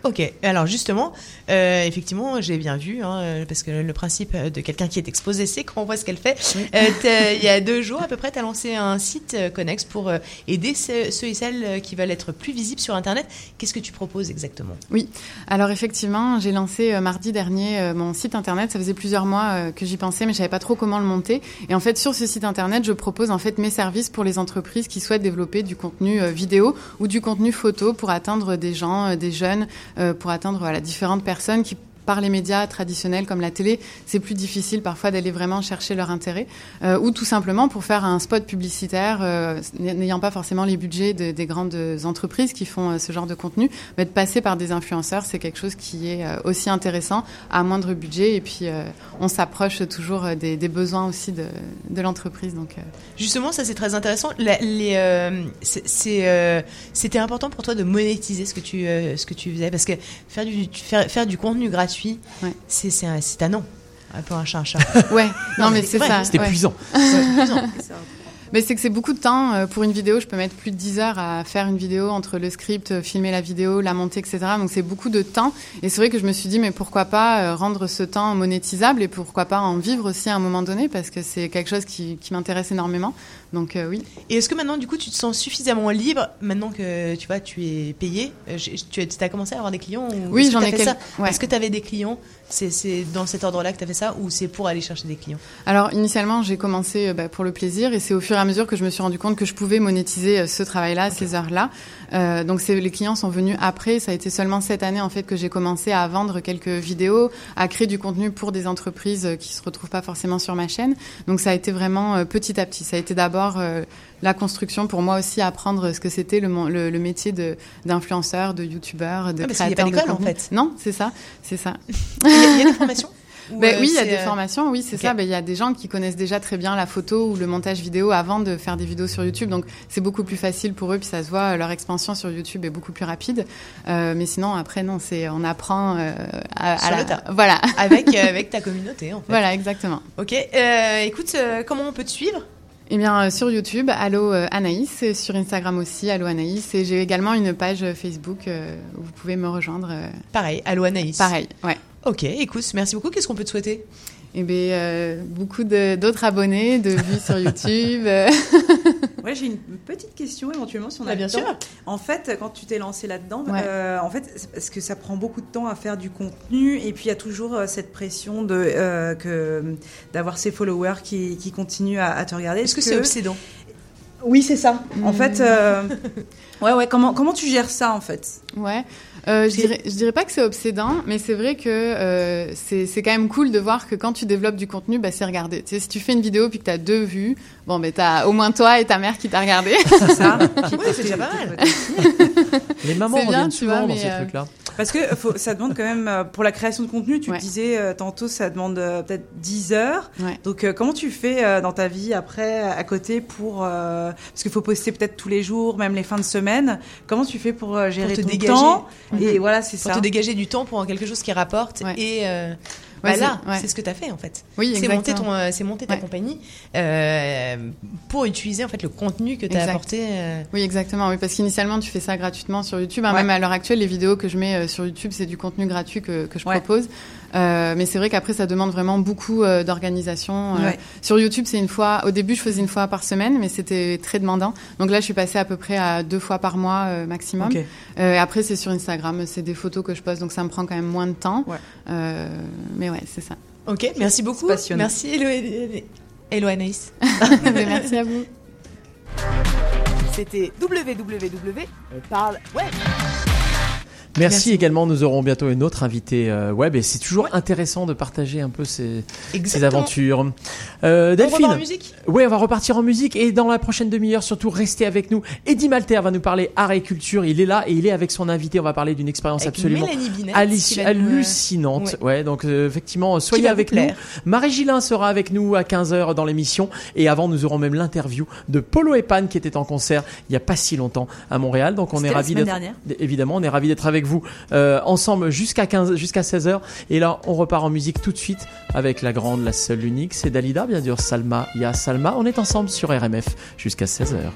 Speaker 3: Ok, alors justement, euh, effectivement, j'ai bien vu, hein, parce que le principe de quelqu'un qui est exposé, c'est qu'on voit ce qu'elle fait. Oui. Euh, il y a deux jours à peu près, tu as lancé un site euh, Connex pour euh, aider ceux, ceux et celles qui veulent être plus visibles sur Internet. Qu'est-ce que tu proposes exactement ?
Speaker 19: Oui, alors effectivement, j'ai lancé euh, mardi dernier euh, mon site Internet. Ça faisait plusieurs mois euh, que j'y pensais, mais je savais pas trop comment le monter. Et en fait, sur ce site Internet, je propose en fait mes services pour les entreprises qui souhaitent développer du contenu euh, vidéo ou du contenu photo pour atteindre des gens, euh, des jeunes, Euh, pour atteindre voilà, différentes personnes qui, par les médias traditionnels comme la télé, c'est plus difficile parfois d'aller vraiment chercher leur intérêt, euh, ou tout simplement pour faire un spot publicitaire, euh, n'ayant pas forcément les budgets de, des grandes entreprises qui font euh, ce genre de contenu, mais de passer par des influenceurs, c'est quelque chose qui est euh, aussi intéressant à moindre budget, et puis euh, on s'approche toujours des, des besoins aussi de, de l'entreprise. Donc, euh...
Speaker 3: Justement, ça c'est très intéressant. La, les, euh, c'est, c'est, euh, c'était important pour toi de monétiser ce que tu, euh, ce que tu faisais, parce que faire du, faire, faire du contenu gratuit, Ouais. C'est, c'est, un, c'est un non, un peu un chat, un chat.
Speaker 19: Ouais, non, non mais, mais c'est, c'est ça.
Speaker 2: C'était
Speaker 19: ouais.
Speaker 2: épuisant.
Speaker 19: C'est épuisant. Mais c'est que c'est beaucoup de temps. Pour une vidéo, je peux mettre plus de dix heures à faire une vidéo entre le script, filmer la vidéo, la monter, et cetera. Donc c'est beaucoup de temps. Et c'est vrai que je me suis dit, mais pourquoi pas rendre ce temps monétisable et pourquoi pas en vivre aussi à un moment donné, parce que c'est quelque chose qui, qui m'intéresse énormément. Donc euh, oui.
Speaker 3: Et est-ce que maintenant, du coup, tu te sens suffisamment libre, maintenant que tu vois, tu es payé, tu as commencé à avoir des clients ou
Speaker 19: Oui, j'en ai
Speaker 3: fait
Speaker 19: quel...
Speaker 3: ça
Speaker 19: ouais.
Speaker 3: Est-ce que tu avais des clients ? C'est, c'est dans cet ordre-là que tu as fait ça, ou c'est pour aller chercher des clients ?
Speaker 19: Alors initialement, j'ai commencé bah, pour le plaisir, et c'est au fur et à mesure que je me suis rendu compte que je pouvais monétiser ce travail-là, okay. ces heures-là. Euh, donc c'est, les clients sont venus après. Ça a été seulement cette année en fait que j'ai commencé à vendre quelques vidéos, à créer du contenu pour des entreprises qui se retrouvent pas forcément sur ma chaîne. Donc ça a été vraiment euh, petit à petit. Ça a été d'abord euh, la construction pour moi aussi, apprendre ce que c'était le, le, le métier de, d'influenceur, de youtubeur, de
Speaker 3: ah,
Speaker 19: créateur.
Speaker 3: Il n'y a pas d'école
Speaker 19: de
Speaker 3: en fait.
Speaker 19: Non, c'est ça, c'est ça.
Speaker 3: Il y, a, il y a des formations.
Speaker 19: Ben, euh, oui, il y a des euh... formations, oui, c'est okay. ça. Ben, il y a des gens qui connaissent déjà très bien la photo ou le montage vidéo avant de faire des vidéos sur YouTube. Donc, c'est beaucoup plus facile pour eux. Puis, ça se voit, leur expansion sur YouTube est beaucoup plus rapide. Euh, mais sinon, après, non, c'est, on apprend euh, à,
Speaker 3: sur
Speaker 19: à
Speaker 3: le
Speaker 19: la...
Speaker 3: tas.
Speaker 19: Voilà.
Speaker 3: Avec, euh, avec ta communauté, en fait.
Speaker 19: Voilà, exactement.
Speaker 3: Ok. Euh, écoute, euh, comment on peut te suivre ?
Speaker 19: Eh bien, euh, sur YouTube, Allo euh, Anaïs, et sur Instagram aussi, Allo Anaïs, et j'ai également une page Facebook euh, où vous pouvez me rejoindre. Euh...
Speaker 3: Pareil, Allo Anaïs.
Speaker 19: Pareil, ouais.
Speaker 3: Ok, écoute, merci beaucoup. Qu'est-ce qu'on peut te souhaiter ?
Speaker 19: Eh bien, euh, beaucoup de, d'autres abonnés, de vues sur YouTube.
Speaker 9: Ouais, j'ai une petite question éventuellement si on a
Speaker 3: ah, bien
Speaker 9: le temps.
Speaker 3: sûr.
Speaker 9: En fait, quand tu t'es lancé là-dedans,
Speaker 19: ouais.
Speaker 9: euh, en fait, c'est parce que ça prend beaucoup de temps à faire du contenu et puis il y a toujours euh, cette pression de euh, que d'avoir ces followers qui, qui continuent à, à te regarder.
Speaker 3: Est-ce que,
Speaker 9: que
Speaker 3: c'est obsédant ?
Speaker 9: Oui, c'est ça.
Speaker 19: Mmh.
Speaker 9: En fait, euh, ouais, ouais. Comment comment tu gères ça en fait ?
Speaker 19: Ouais. Euh, je dirais, je dirais pas que c'est obsédant, mais c'est vrai que euh, c'est, c'est quand même cool de voir que quand tu développes du contenu, bah, c'est regardé. Tu sais, si tu fais une vidéo puis que t'as deux vues, bon, ben, t'as au moins toi et ta mère qui t'a regardé.
Speaker 9: C'est ça.
Speaker 3: Oui, c'est déjà pas mal.
Speaker 2: Les mamans
Speaker 19: c'est bien,
Speaker 2: reviennent
Speaker 19: tu
Speaker 2: souvent
Speaker 19: vois,
Speaker 2: dans
Speaker 19: mais
Speaker 2: ces
Speaker 19: euh...
Speaker 2: trucs-là.
Speaker 9: Parce que faut, ça demande quand même, pour la création de contenu, tu
Speaker 19: ouais.
Speaker 9: te disais euh, tantôt, ça demande euh, peut-être dix heures.
Speaker 19: Ouais.
Speaker 9: Donc, euh, comment tu fais euh, dans ta vie après, à côté, pour... Euh, parce qu'il faut poster peut-être tous les jours, même les fins de semaine. Comment tu fais pour euh, gérer
Speaker 3: pour te
Speaker 9: ton
Speaker 3: dégager.
Speaker 9: temps
Speaker 3: mmh.
Speaker 9: Et voilà, c'est
Speaker 3: pour
Speaker 9: ça.
Speaker 3: Pour te dégager du temps pour quelque chose qui rapporte.
Speaker 19: Ouais.
Speaker 3: Et euh,
Speaker 19: ouais,
Speaker 3: bah là,
Speaker 19: c'est, ouais.
Speaker 3: c'est ce que tu as fait, en fait.
Speaker 19: Oui,
Speaker 3: c'est monter, ton, euh, c'est monter ta
Speaker 19: ouais.
Speaker 3: compagnie euh, pour utiliser, en fait, le contenu que tu as apporté. Euh...
Speaker 19: Oui, exactement. Oui, parce qu'initialement, tu fais ça gratuitement sur YouTube. Hein,
Speaker 9: ouais.
Speaker 19: Même à l'heure actuelle, les vidéos que je mets euh, sur YouTube, c'est du contenu gratuit que, que je
Speaker 9: ouais.
Speaker 19: propose. Euh, mais c'est vrai qu'après, ça demande vraiment beaucoup euh, d'organisation. Euh,
Speaker 9: ouais.
Speaker 19: Sur YouTube, c'est une fois... Au début, je faisais une fois par semaine, mais c'était très demandant. Donc là, je suis passée à peu près à deux fois par mois euh, maximum.
Speaker 9: Okay.
Speaker 19: Euh, après, c'est sur Instagram. C'est des photos que je poste, donc ça me prend quand même moins de temps.
Speaker 9: Ouais.
Speaker 19: Euh, mais ouais, c'est ça.
Speaker 3: Ok, merci beaucoup. Merci, Hello, Hello Anaïs.
Speaker 19: Merci à vous.
Speaker 18: C'était W W W, on parle web.
Speaker 2: Merci,
Speaker 3: Merci
Speaker 2: également, nous aurons bientôt une autre invitée euh, web et c'est toujours ouais. intéressant de partager un peu ces, ces aventures. Euh, Delphine.
Speaker 3: On va en musique.
Speaker 2: Oui, on va repartir en musique et dans la prochaine demi-heure, surtout, restez avec nous. Eddy Malter va nous parler art et culture. Il est là et il est avec son invité. On va parler d'une expérience avec absolument halluc- hallucinante. Ouais. ouais, donc euh, effectivement, soyez avec nous. Marie Gillin sera avec nous à quinze heures dans l'émission et avant, nous aurons même l'interview de Polo et Pan qui était en concert il y a pas si longtemps à Montréal. Donc on
Speaker 9: C'était
Speaker 2: est ravis d'être.
Speaker 9: Dernière.
Speaker 2: Évidemment, on est ravis d'être avec vous euh, ensemble jusqu'à quinze, jusqu'à seize heures. Et là, on repart en musique tout de suite avec la grande, la seule, l'unique. C'est Dalida, bien sûr, Salma. Il y a Salma. On est ensemble sur R M F jusqu'à seize heures.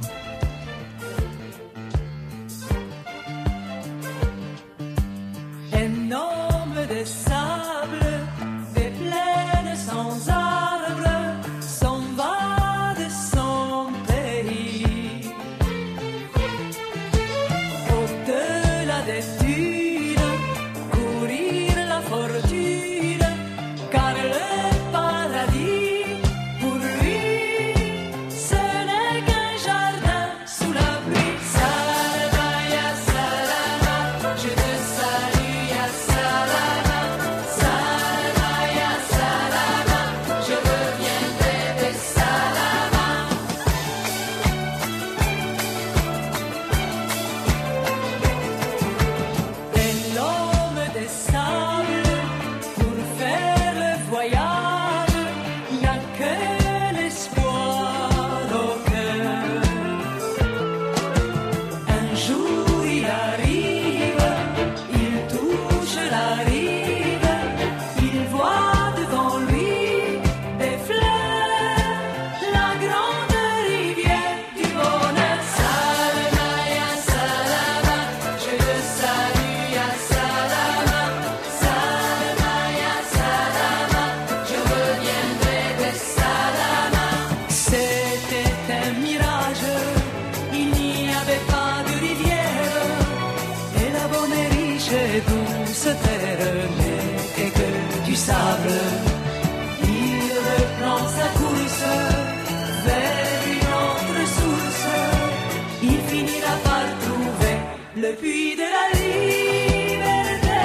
Speaker 7: se terre n'est que du sable. Il reprend sa course vers une autre source. Il finira par trouver le puits de la liberté.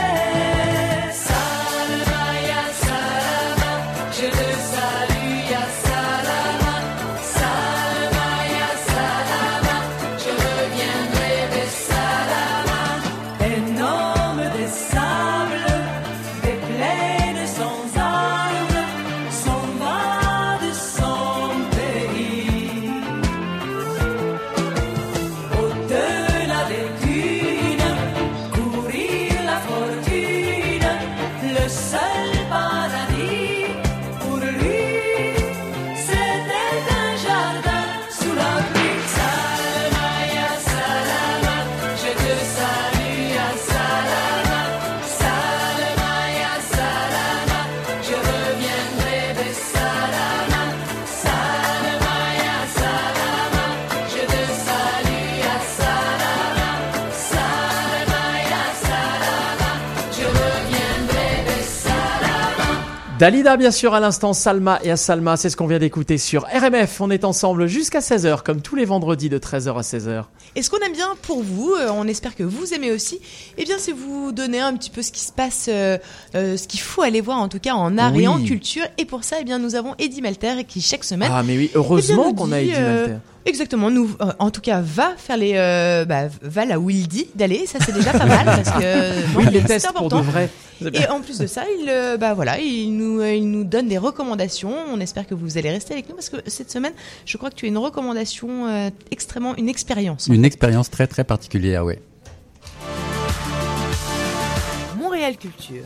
Speaker 7: Salama ya salama, je te salue ya salama. Salama ya salama, je reviendrai de salama. Un homme de sable, des plaines sans armes, s'en va de son pays. Au-delà des dunes, courir la fortune, le seul paradis pour lui, c'était un jardin sous la pluie. Salama ya salama, je te salue ya salama. Salama ya salama, je reviendrai de salama. Salama ya salama, je te salue ya salama. Salama ya salama, je reviendrai de salama.
Speaker 2: Dalida, bien sûr, à l'instant, Salma et Salma, c'est ce qu'on vient d'écouter sur R M F. On est ensemble jusqu'à seize heures, comme tous les vendredis de treize heures à seize heures.
Speaker 3: Et ce qu'on aime bien pour vous, euh, on espère que vous aimez aussi, eh bien c'est vous donner un petit peu ce qui se passe, euh, euh, ce qu'il faut aller voir en tout cas en art
Speaker 2: Oui.
Speaker 3: et en culture. Et pour ça, eh bien nous avons Eddie Malter qui chaque semaine.
Speaker 2: Ah, mais oui,
Speaker 3: eh bien,
Speaker 2: heureusement
Speaker 3: nous
Speaker 2: qu'on a
Speaker 3: dit,
Speaker 2: Eddie
Speaker 3: euh,
Speaker 2: Malter.
Speaker 3: Exactement, nous, euh, en tout cas, va faire les, euh, bah, va là où il dit d'aller. Ça c'est déjà pas mal parce que euh,
Speaker 2: Oui,
Speaker 3: bon,
Speaker 2: les
Speaker 3: c'est
Speaker 2: tests pour
Speaker 3: important.
Speaker 2: de vrai. C'est bien.
Speaker 3: Et en plus de ça, il, euh, bah voilà, il nous, euh, il nous donne des recommandations. On espère que vous allez rester avec nous parce que cette semaine, je crois que tu as une recommandation euh, extrêmement, une expérience.
Speaker 20: Une expérience très très particulière, oui.
Speaker 3: Montréal Culture.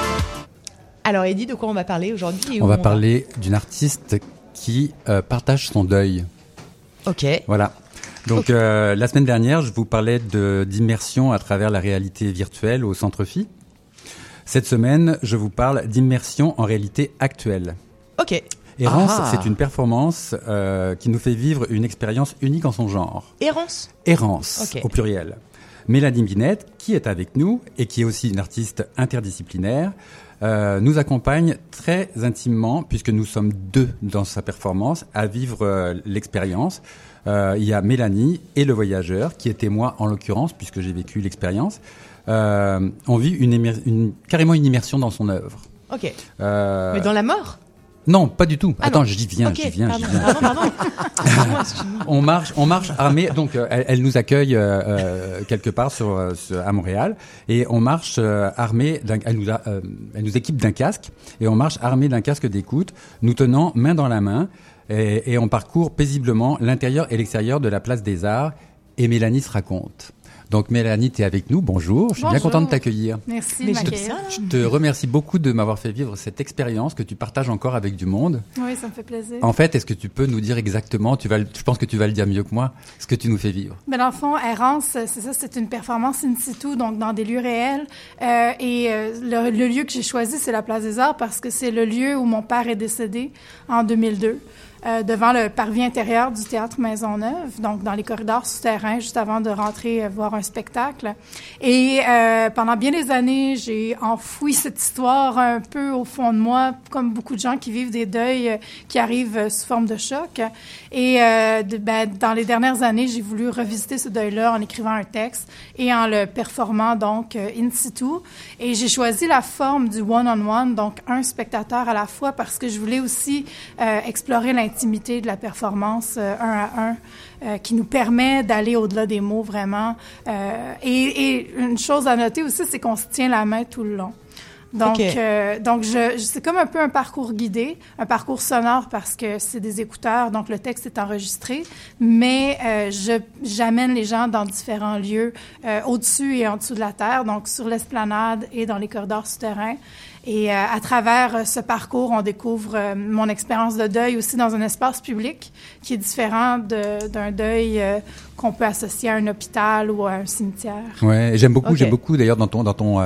Speaker 3: Alors Eddie, de quoi on va parler aujourd'hui et
Speaker 20: On
Speaker 3: où
Speaker 20: va parler d'une artiste qui euh, partage son deuil.
Speaker 3: Ok.
Speaker 20: Voilà. Donc euh, la semaine dernière, je vous parlais de d'immersion à travers la réalité virtuelle au Centre Phi. Cette semaine, je vous parle d'immersion en réalité actuelle.
Speaker 3: Ok.
Speaker 20: Errance,
Speaker 3: Ah.
Speaker 20: c'est une performance euh, qui nous fait vivre une expérience unique en son genre.
Speaker 3: Errance.
Speaker 20: Errance,
Speaker 3: Ok.
Speaker 20: au pluriel. Mélanie Binette, qui est avec nous et qui est aussi une artiste interdisciplinaire, euh, nous accompagne très intimement, puisque nous sommes deux dans sa performance, à vivre euh, l'expérience. Euh, il y a Mélanie et le voyageur, qui était moi en l'occurrence, puisque j'ai vécu l'expérience. Euh, on vit une, immer- une, carrément une immersion dans son œuvre.
Speaker 3: Ok.
Speaker 20: Euh,
Speaker 3: Mais dans la mort.
Speaker 20: Non, pas du tout.
Speaker 3: Ah
Speaker 20: Attends,
Speaker 3: non.
Speaker 20: j'y viens,
Speaker 3: Ok,
Speaker 20: j'y viens,
Speaker 3: pardon,
Speaker 20: j'y viens.
Speaker 3: pardon, pardon. Pardon, excuse-moi.
Speaker 20: On marche, on marche armé. Donc, euh, elle, elle nous accueille euh, euh, quelque part sur, euh, sur- à Montréal, et on marche euh, armé. D'un, elle nous, a, euh, elle nous équipe d'un casque, et on marche armé d'un casque d'écoute, nous tenant main dans la main, et, et on parcourt paisiblement l'intérieur et l'extérieur de la place des Arts. Et Mélanie se raconte. Donc Mélanie, tu es avec nous, bonjour, je suis bien
Speaker 21: Bonjour.
Speaker 20: content de t'accueillir.
Speaker 21: Merci de
Speaker 20: je te,
Speaker 21: m'accueillir.
Speaker 20: je te remercie beaucoup de m'avoir fait vivre cette expérience que tu partages encore avec du monde.
Speaker 21: Oui, ça me fait plaisir.
Speaker 20: En fait, est-ce que tu peux nous dire exactement, tu vas, le- je pense que tu vas le dire mieux que moi, ce que tu nous fais vivre?
Speaker 21: Mais dans le fond, Errance, c'est ça, c'est une performance in situ, donc dans des lieux réels. Euh, et euh, le, le lieu que j'ai choisi, c'est la Place des Arts parce que c'est le lieu où mon père est décédé en deux mille deux. Euh, devant le parvis intérieur du Théâtre Maisonneuve, donc dans les corridors souterrains, juste avant de rentrer euh, voir un spectacle. Et euh, pendant bien des années, j'ai enfoui cette histoire un peu au fond de moi, comme beaucoup de gens qui vivent des deuils euh, qui arrivent euh, sous forme de choc. Et euh, de, ben, dans les dernières années, j'ai voulu revisiter ce deuil-là en écrivant un texte et en le performant donc euh, in situ. Et j'ai choisi la forme du one-on-one, donc un spectateur à la fois, parce que je voulais aussi euh, explorer l'intimité l'intimité de la performance euh, un à un, euh, qui nous permet d'aller au-delà des mots vraiment. Euh, et, et une chose à noter aussi, c'est qu'on se tient la main tout le long. Donc,
Speaker 3: Ok.
Speaker 21: euh, donc je, je- c'est comme un peu un parcours guidé, un parcours sonore parce que c'est des écouteurs, donc le texte est enregistré, mais euh, je, j'amène les gens dans différents lieux, euh, au-dessus et en dessous de la terre, donc sur l'esplanade et dans les corridors souterrains. Et euh, à travers euh, ce parcours, on découvre euh, mon expérience de deuil aussi dans un espace public qui est différent de, d'un deuil euh, qu'on peut associer à un hôpital ou à un cimetière.
Speaker 20: Ouais, et j'aime beaucoup,
Speaker 21: Ok.
Speaker 20: j'aime beaucoup d'ailleurs dans ton dans ton euh,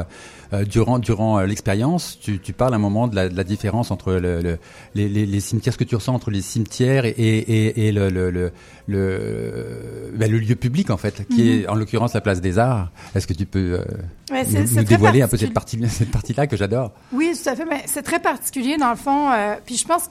Speaker 20: euh, durant durant euh, l'expérience, tu, tu parles à un moment de la, de la différence entre le, le, les, les, les cimetières, ce que tu ressens entre les cimetières et, et, et le, le, le, le, ben, le lieu public en fait, qui mm-hmm. est en l'occurrence la place des Arts. Est-ce que tu peux euh,
Speaker 21: ouais, c'est,
Speaker 20: nous,
Speaker 21: c'est
Speaker 20: nous dévoiler un peu
Speaker 21: particuli-
Speaker 20: cette partie cette partie-là que j'adore?
Speaker 21: Oui, tout à fait, mais c'est très particulier dans le fond. Euh, puis je pense que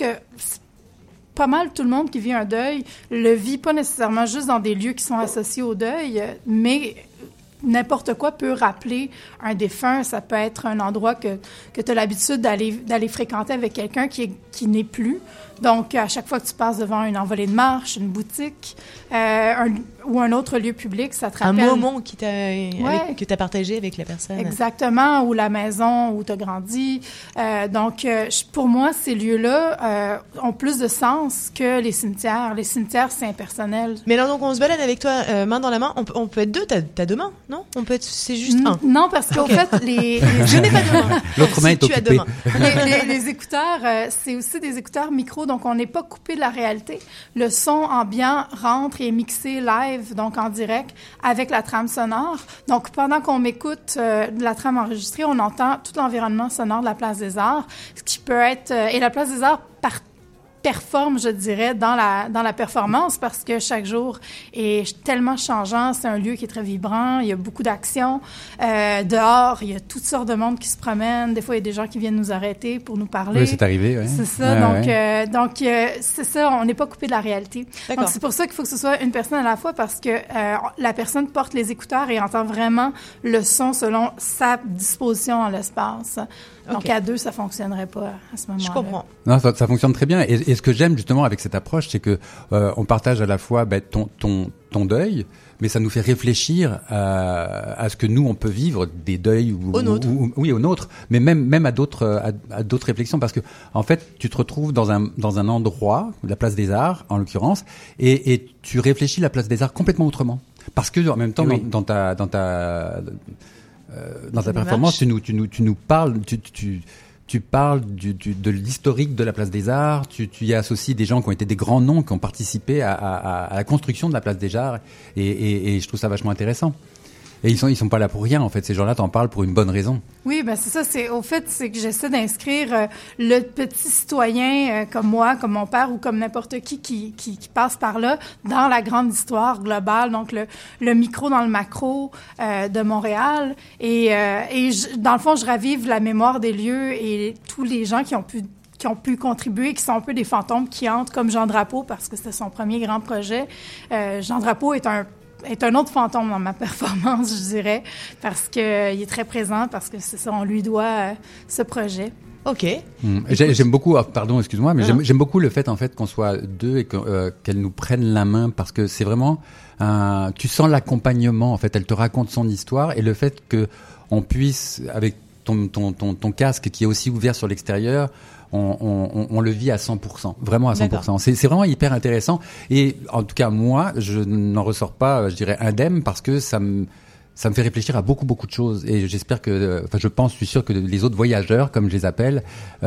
Speaker 21: pas mal tout le monde qui vit un deuil le vit pas nécessairement juste dans des lieux qui sont associés au deuil, mais n'importe quoi peut rappeler un défunt. Ça peut être un endroit que, que tu as l'habitude d'aller, d'aller fréquenter avec quelqu'un qui, est, qui n'est plus. Donc, à chaque fois que tu passes devant une envolée de marche, une boutique euh, un, ou un autre lieu public, ça te rappelle...
Speaker 3: Un moment qui t'a,
Speaker 21: Ouais.
Speaker 3: avec, que tu as partagé avec la personne.
Speaker 21: Exactement, ou la maison où tu as grandi. Euh, donc, euh, pour moi, ces lieux-là euh, ont plus de sens que les cimetières. Les cimetières, c'est impersonnel.
Speaker 3: Mais là, donc, on se balade avec toi, euh, main dans la main. On peut, on peut être deux, t'as, t'as deux mains, non? On peut être... C'est juste
Speaker 21: N-
Speaker 3: un.
Speaker 21: Non, parce qu'en
Speaker 3: Ok.
Speaker 21: fait, les... les-
Speaker 3: Je n'ai pas de main.
Speaker 20: L'autre main
Speaker 3: Si
Speaker 20: est
Speaker 3: tu as deux
Speaker 20: occupée.
Speaker 3: mains.
Speaker 21: les, les- les écouteurs, euh, c'est aussi des écouteurs micro, donc on n'est pas coupé de la réalité. Le son ambiant rentre et est mixé live, donc en direct, avec la trame sonore. Donc, pendant qu'on m'écoute euh, de la trame enregistrée, on entend tout l'environnement sonore de la Place des Arts, ce qui peut être... euh, et la Place des Arts par performe, je dirais, dans la, dans la performance parce que chaque jour est tellement changeant. C'est un lieu qui est très vibrant. Il y a beaucoup d'action. Euh, dehors, il y a toutes sortes de monde qui se promènent. Des fois, il y a des gens qui viennent nous arrêter pour nous parler.
Speaker 20: Oui, c'est arrivé, oui.
Speaker 21: C'est ça.
Speaker 20: Ouais,
Speaker 21: donc,
Speaker 20: ouais.
Speaker 21: euh, donc euh, c'est ça. On n'est pas coupé de la réalité.
Speaker 3: D'accord.
Speaker 21: Donc, c'est pour ça qu'il faut que ce soit une personne à la fois parce que euh, la personne porte les écouteurs et entend vraiment le son selon sa disposition dans l'espace. Donc,
Speaker 3: Ok.
Speaker 21: à deux, ça fonctionnerait pas à ce moment-là.
Speaker 3: Je comprends.
Speaker 20: Non, ça, ça fonctionne très bien. Et, et ce que j'aime justement avec cette approche, c'est que euh, on partage à la fois ben, ton, ton, ton deuil, mais ça nous fait réfléchir à, à ce que nous on peut vivre des deuils ou,
Speaker 3: Au nôtre.
Speaker 20: ou- ou- oui au nôtre, mais même même à d'autres à, à d'autres réflexions parce que en fait tu te retrouves dans un dans un endroit, la place des Arts en l'occurrence, et, et tu réfléchis la place des Arts complètement autrement parce que en même temps
Speaker 2: Oui.
Speaker 20: dans, dans ta dans ta euh, dans ta
Speaker 3: Démarche.
Speaker 20: performance tu nous tu nous tu nous parles tu tu tu parles du, du, de l'historique de la Place des Arts, tu, tu y associes des gens qui ont été des grands noms, qui ont participé à, à, à la construction de la Place des Arts, et, et, et je trouve ça vachement intéressant. Et ils sont, ils sont pas là pour rien, en fait. Ces gens-là t'en parlent pour une bonne raison.
Speaker 21: Oui, ben c'est ça. C'est au fait, c'est que j'essaie d'inscrire euh, le petit citoyen euh, comme moi, comme mon père ou comme n'importe qui qui, qui qui passe par là dans la grande histoire globale. Donc le, le micro dans le macro euh, de Montréal. Et euh, et je- dans le fond, je ravive la mémoire des lieux et tous les gens qui ont pu qui ont pu contribuer, qui sont un peu des fantômes qui entrent, comme Jean Drapeau, parce que c'était son premier grand projet. Euh, Jean Drapeau est un est un autre fantôme dans ma performance, je dirais, parce que euh, il est très présent, parce que c'est ça, on lui doit euh, ce projet.
Speaker 3: Ok.
Speaker 20: Mmh. J'ai- J'aime beaucoup, ah, pardon, excuse-moi, mais
Speaker 3: Non.
Speaker 20: j'aime j'aime beaucoup le fait en fait qu'on soit deux et que, euh, qu'elle nous prenne la main parce que c'est vraiment, un, tu sens l'accompagnement en fait. Elle te raconte son histoire et le fait que on puisse avec ton ton ton, ton casque qui est aussi ouvert sur l'extérieur. On, on, on le vit à cent pour cent, vraiment à cent pour cent. C'est, c'est vraiment hyper intéressant. Et en tout cas, moi, je n'en ressors pas, je dirais, indemne parce que ça me, ça me fait réfléchir à beaucoup, beaucoup de choses. Et j'espère que, enfin, je pense, je suis sûr que les autres voyageurs, comme je les appelle,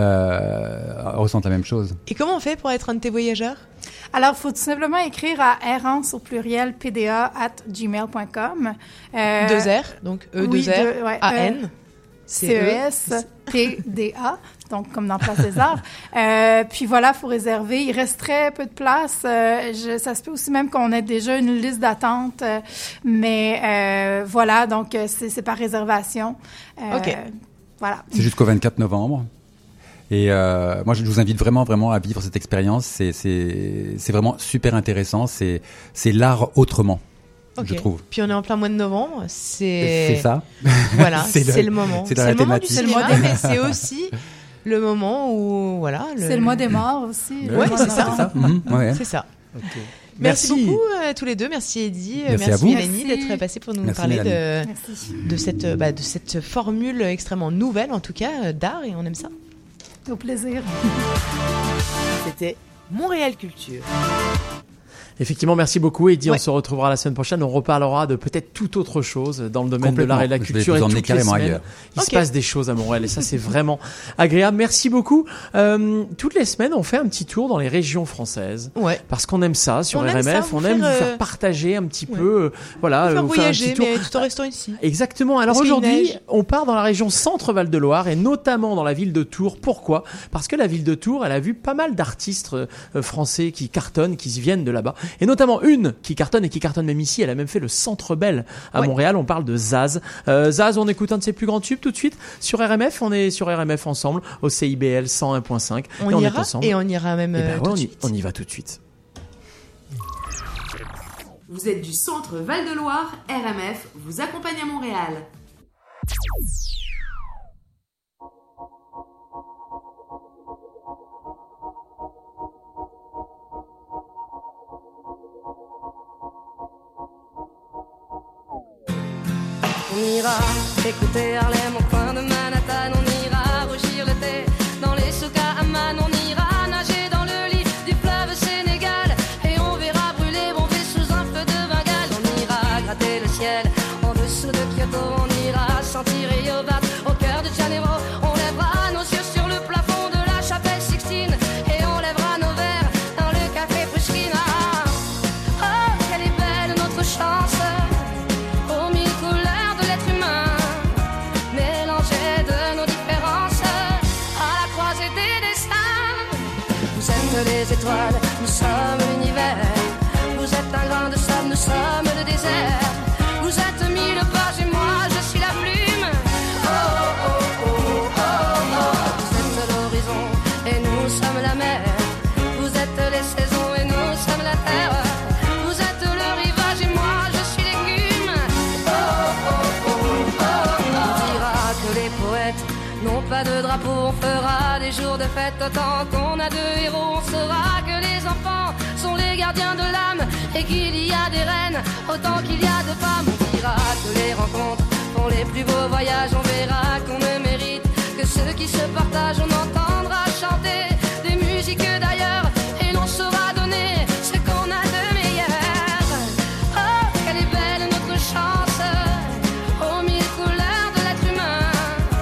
Speaker 20: euh, ressentent la même chose.
Speaker 3: Et comment on fait pour être un de tes voyageurs?
Speaker 21: Alors, il faut tout simplement écrire à errance au pluriel pda at gmail point com. Euh,
Speaker 3: Deux R, donc E,
Speaker 21: oui,
Speaker 3: deux R,
Speaker 21: deux- ouais,
Speaker 3: A,
Speaker 21: E,
Speaker 3: N.
Speaker 21: C E S P D A, donc comme dans Place des Arts. Euh, puis voilà, faut réserver. Il reste très peu de place. Euh, je, ça se peut aussi même qu'on ait déjà une liste d'attente, euh, mais euh, voilà, donc euh, c'est, c'est par réservation. Euh,
Speaker 3: Ok.
Speaker 21: Voilà.
Speaker 20: C'est jusqu'au vingt-quatre novembre. Et euh, moi, je vous invite vraiment, vraiment à vivre cette expérience. C'est, c'est, c'est vraiment super intéressant. C'est, c'est l'art autrement.
Speaker 3: Ok.
Speaker 20: Je trouve.
Speaker 3: Puis on est en plein mois de novembre. C'est,
Speaker 20: C'est ça.
Speaker 3: Voilà,
Speaker 20: C'est
Speaker 3: c'est,
Speaker 20: le-
Speaker 3: le moment.
Speaker 20: c'est dans
Speaker 3: c'est
Speaker 20: la
Speaker 3: le moment du
Speaker 20: thématique.
Speaker 3: cinéma,
Speaker 21: C'est le mois
Speaker 3: mais c'est aussi le moment où, voilà. Le...
Speaker 21: C'est le mois des morts aussi. le
Speaker 3: Ouais,
Speaker 21: mois
Speaker 3: c'est
Speaker 21: de
Speaker 3: ça.
Speaker 21: novembre.
Speaker 20: ça. Mhm, ouais.
Speaker 3: C'est ça.
Speaker 2: Ok.
Speaker 3: Merci,
Speaker 2: Merci.
Speaker 3: beaucoup à tous les deux. Merci Eddie. Euh,
Speaker 20: Merci à vous.
Speaker 3: Mélanie
Speaker 21: Merci.
Speaker 3: d'être passée pour nous
Speaker 20: Merci,
Speaker 3: parler de,
Speaker 21: Merci.
Speaker 3: de, cette, euh, bah, de cette formule extrêmement nouvelle, en tout cas, euh, d'art, et on aime ça.
Speaker 21: Au plaisir.
Speaker 18: C'était Montréal Culture.
Speaker 2: Effectivement, merci beaucoup Eddy.
Speaker 3: Ouais.
Speaker 2: On se retrouvera la semaine prochaine. On reparlera de peut-être toute autre chose dans le domaine de
Speaker 20: Complètement.
Speaker 2: l'art et de la
Speaker 20: Je vais
Speaker 2: culture.
Speaker 20: vous
Speaker 2: Et
Speaker 20: emmener
Speaker 2: toutes les
Speaker 20: carrément
Speaker 2: semaines,
Speaker 20: ailleurs.
Speaker 2: il
Speaker 3: Ok.
Speaker 2: se passe des choses à Montréal et ça c'est vraiment agréable. Merci beaucoup. Euh, toutes les semaines, on fait un petit tour dans les régions françaises.
Speaker 3: Ouais.
Speaker 2: Parce qu'on aime ça sur
Speaker 3: On
Speaker 2: R
Speaker 3: aime
Speaker 2: M F.
Speaker 3: ça,
Speaker 2: on
Speaker 3: vous
Speaker 2: aime
Speaker 3: faire,
Speaker 2: vous
Speaker 3: euh,
Speaker 2: faire partager un petit
Speaker 3: ouais.
Speaker 2: peu, euh, voilà,
Speaker 3: Faire
Speaker 2: vous faire un
Speaker 3: voyager,
Speaker 2: petit tour.
Speaker 3: mais tout en restant ici.
Speaker 2: Exactement. Alors
Speaker 3: Parce qu'il
Speaker 2: aujourd'hui,
Speaker 3: neige.
Speaker 2: on part dans la région Centre-Val de Loire et notamment dans la ville de Tours. Pourquoi ? Parce que la ville de Tours, elle a vu pas mal d'artistes euh, français qui cartonnent, qui viennent de là-bas. Et notamment une qui cartonne et qui cartonne même ici. Elle a même fait le Centre Bell à
Speaker 3: Ouais.
Speaker 2: Montréal. On parle de Zaz. Euh, Zaz, on écoute un de ses plus grands tubes tout de suite sur R M F. On est sur R M F ensemble au C I B L cent un point cinq.
Speaker 3: On
Speaker 2: et on
Speaker 3: ira
Speaker 2: est ensemble.
Speaker 3: et on ira même
Speaker 2: Eh ben
Speaker 3: euh,
Speaker 2: ouais,
Speaker 3: tout
Speaker 2: on,
Speaker 3: de
Speaker 2: y,
Speaker 3: suite.
Speaker 2: on y va tout de suite.
Speaker 8: Vous êtes du centre Val-de-Loire, R M F vous accompagne à Montréal.
Speaker 6: On ira écouter Harlem au coin de Manhattan. On ira rougir le thé dans les souks à Amman. On ira nager dans le lit du fleuve Sénégal. Et on verra brûler bomber sous un feu de Bengale. On ira gratter le ciel en dessous de Kyoto. On ira sentir Rio battre au cœur de Janeiro. On lèvera nos yeux sur le plafond de la chapelle Sixtine. Et on lèvera nos verres dans le café Pushkin. Ah, oh, quelle est belle notre chance. Aux mille couleurs de l'être humain, mélangées de nos différences, à la croisée des destins. Vous êtes les étoiles, nous sommes l'univers. Vous êtes un grain de sable, nous sommes le désert. Vous êtes mille pages et moi je suis la plume. Oh oh oh oh oh oh. Vous êtes l'horizon et nous sommes la mer. Vous êtes les saisons et nous sommes la terre. Vous êtes le rivage et moi je suis l'écume. Oh oh oh oh oh. On dira que les poètes n'ont pas de drapeau. On fera des jours de fête autant qu'on a de héros. On saura que les enfants sont les gardiens de l'âme et qu'il y a des reines autant qu'il y a de femmes. On dira que les rencontres font les plus beaux voyages. On verra qu'on ne mérite que ceux qui se partagent. On entendra chanter des musiques d'ailleurs et l'on saura donner ce qu'on a de meilleur. Oh, quelle est belle notre chance, aux mille couleurs de l'être humain,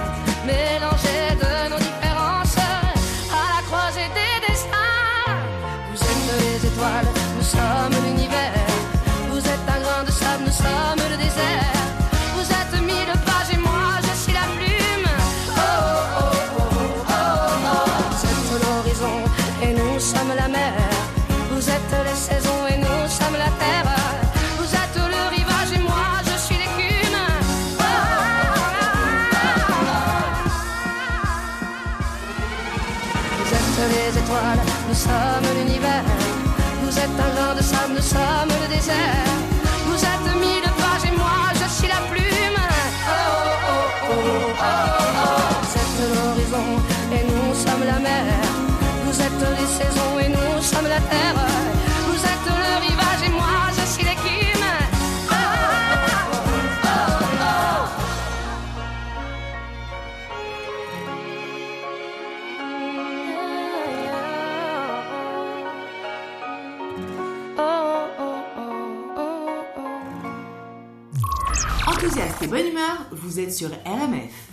Speaker 6: mélangées de nos différences, à la croisée des destins. Vous êtes les étoiles, nous sommes l'univers. Vous êtes un grain de sable, nous sommes le désert. Vous êtes mille pages et moi je suis la plume. Oh oh oh oh oh oh. Vous êtes l'horizon et nous sommes la mer. Vous êtes les saisons et nous sommes la terre. Vous êtes le rivage et moi je suis l'écume. Oh, oh, oh, oh. Vous êtes les étoiles, nous sommes l'univers. Vous êtes un grain de sable, nous sommes le désert. Vous êtes mille pages et moi je suis la plume. Oh oh oh oh oh oh. Vous êtes l'horizon et nous sommes la mer. Vous êtes les saisons et nous sommes la terre. Vous êtes le rivage et moi je suis l'écume. Oh oh oh oh oh.
Speaker 8: Enthousiaste et bonne humeur, vous êtes sur R M F.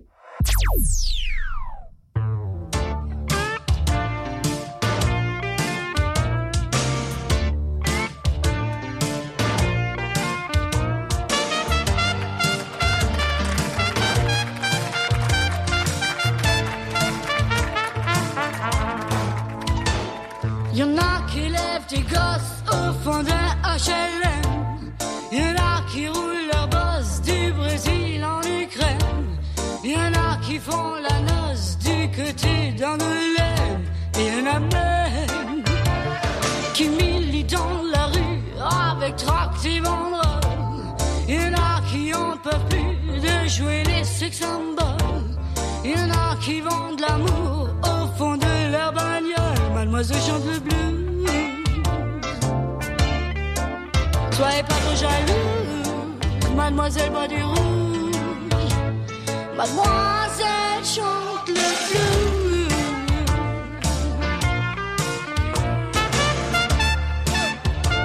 Speaker 6: Y'en a qui lèvent des gosses au fond d'un H L M. Y'en a qui roulent leur boss du Brésil en Ukraine. Y'en a qui font la noce du côté d'Angoulême. Et y'en a même qui militent dans la rue avec tract et banderoles. Y'en a qui en peuvent plus de jouer les sex symboles. Y'en a qui vendent l'amour au fond de leur bagnole. Mademoiselle chante le blues. Soyez pas trop jaloux, mademoiselle boit du rouge. Mademoiselle chante le blues.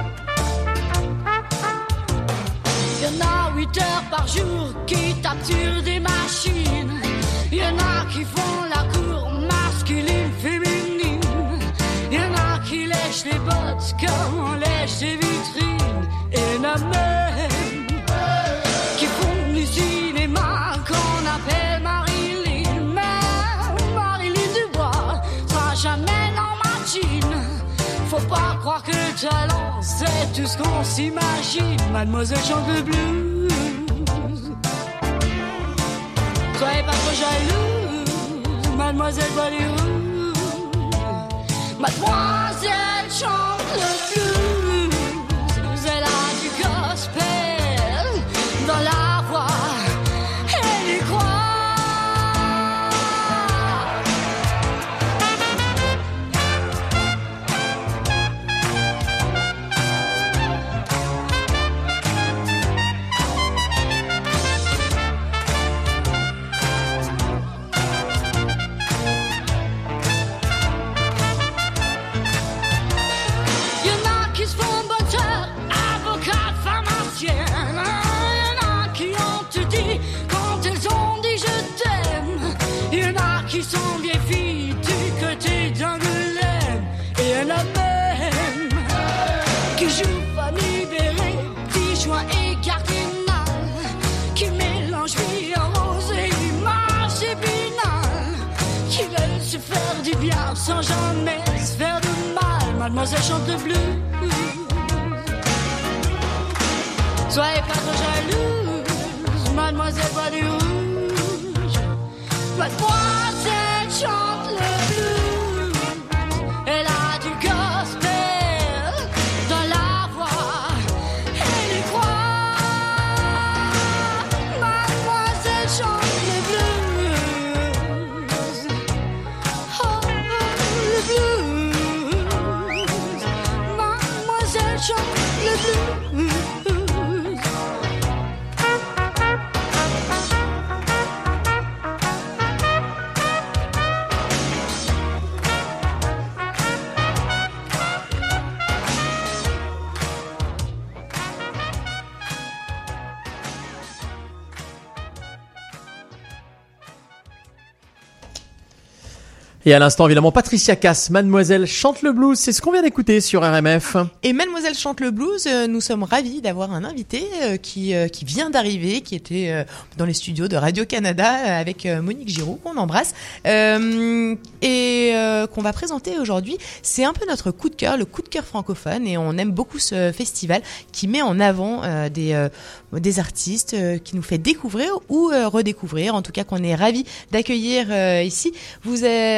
Speaker 6: talent, c'est tout ce qu'on s'imagine. Mademoiselle chante le blues. Soyez pas trop jalouse, mademoiselle Bollywood. Mademoiselle chante le blues. Elle a du gospel dans la voix. Elle y croit. Qui sont vieilles filles du côté d'Angoulême. Et il y en a même qui jouent Fanny Béré, Dijon et Cardinal, qui mélangent vie en rose et l'image épinal, qui veulent se faire du bien sans jamais se faire de mal. Mademoiselle chante le blues. Soyez pas trop jalouse, mademoiselle boit du rouge. Mademoiselle chante le blues. Elle a du gospel dans la voix. Elle y croit. Mademoiselle chante le blues. Oh, le blues. Mademoiselle chante le blues.
Speaker 2: Et à l'instant, évidemment, Patricia Cass, Mademoiselle chante le blues, c'est ce qu'on vient d'écouter sur R M F.
Speaker 3: Et Mademoiselle chante le blues, euh, nous sommes ravis d'avoir un invité euh, qui euh, qui vient d'arriver, qui était euh, dans les studios de Radio-Canada euh, avec euh, Monique Giraud, qu'on embrasse, euh, et euh, qu'on va présenter aujourd'hui. C'est un peu notre coup de cœur, le coup de cœur francophone, et on aime beaucoup ce festival qui met en avant euh, des euh, des artistes, euh, qui nous fait découvrir ou euh, redécouvrir, en tout cas qu'on est ravis d'accueillir euh, ici. Vous avez,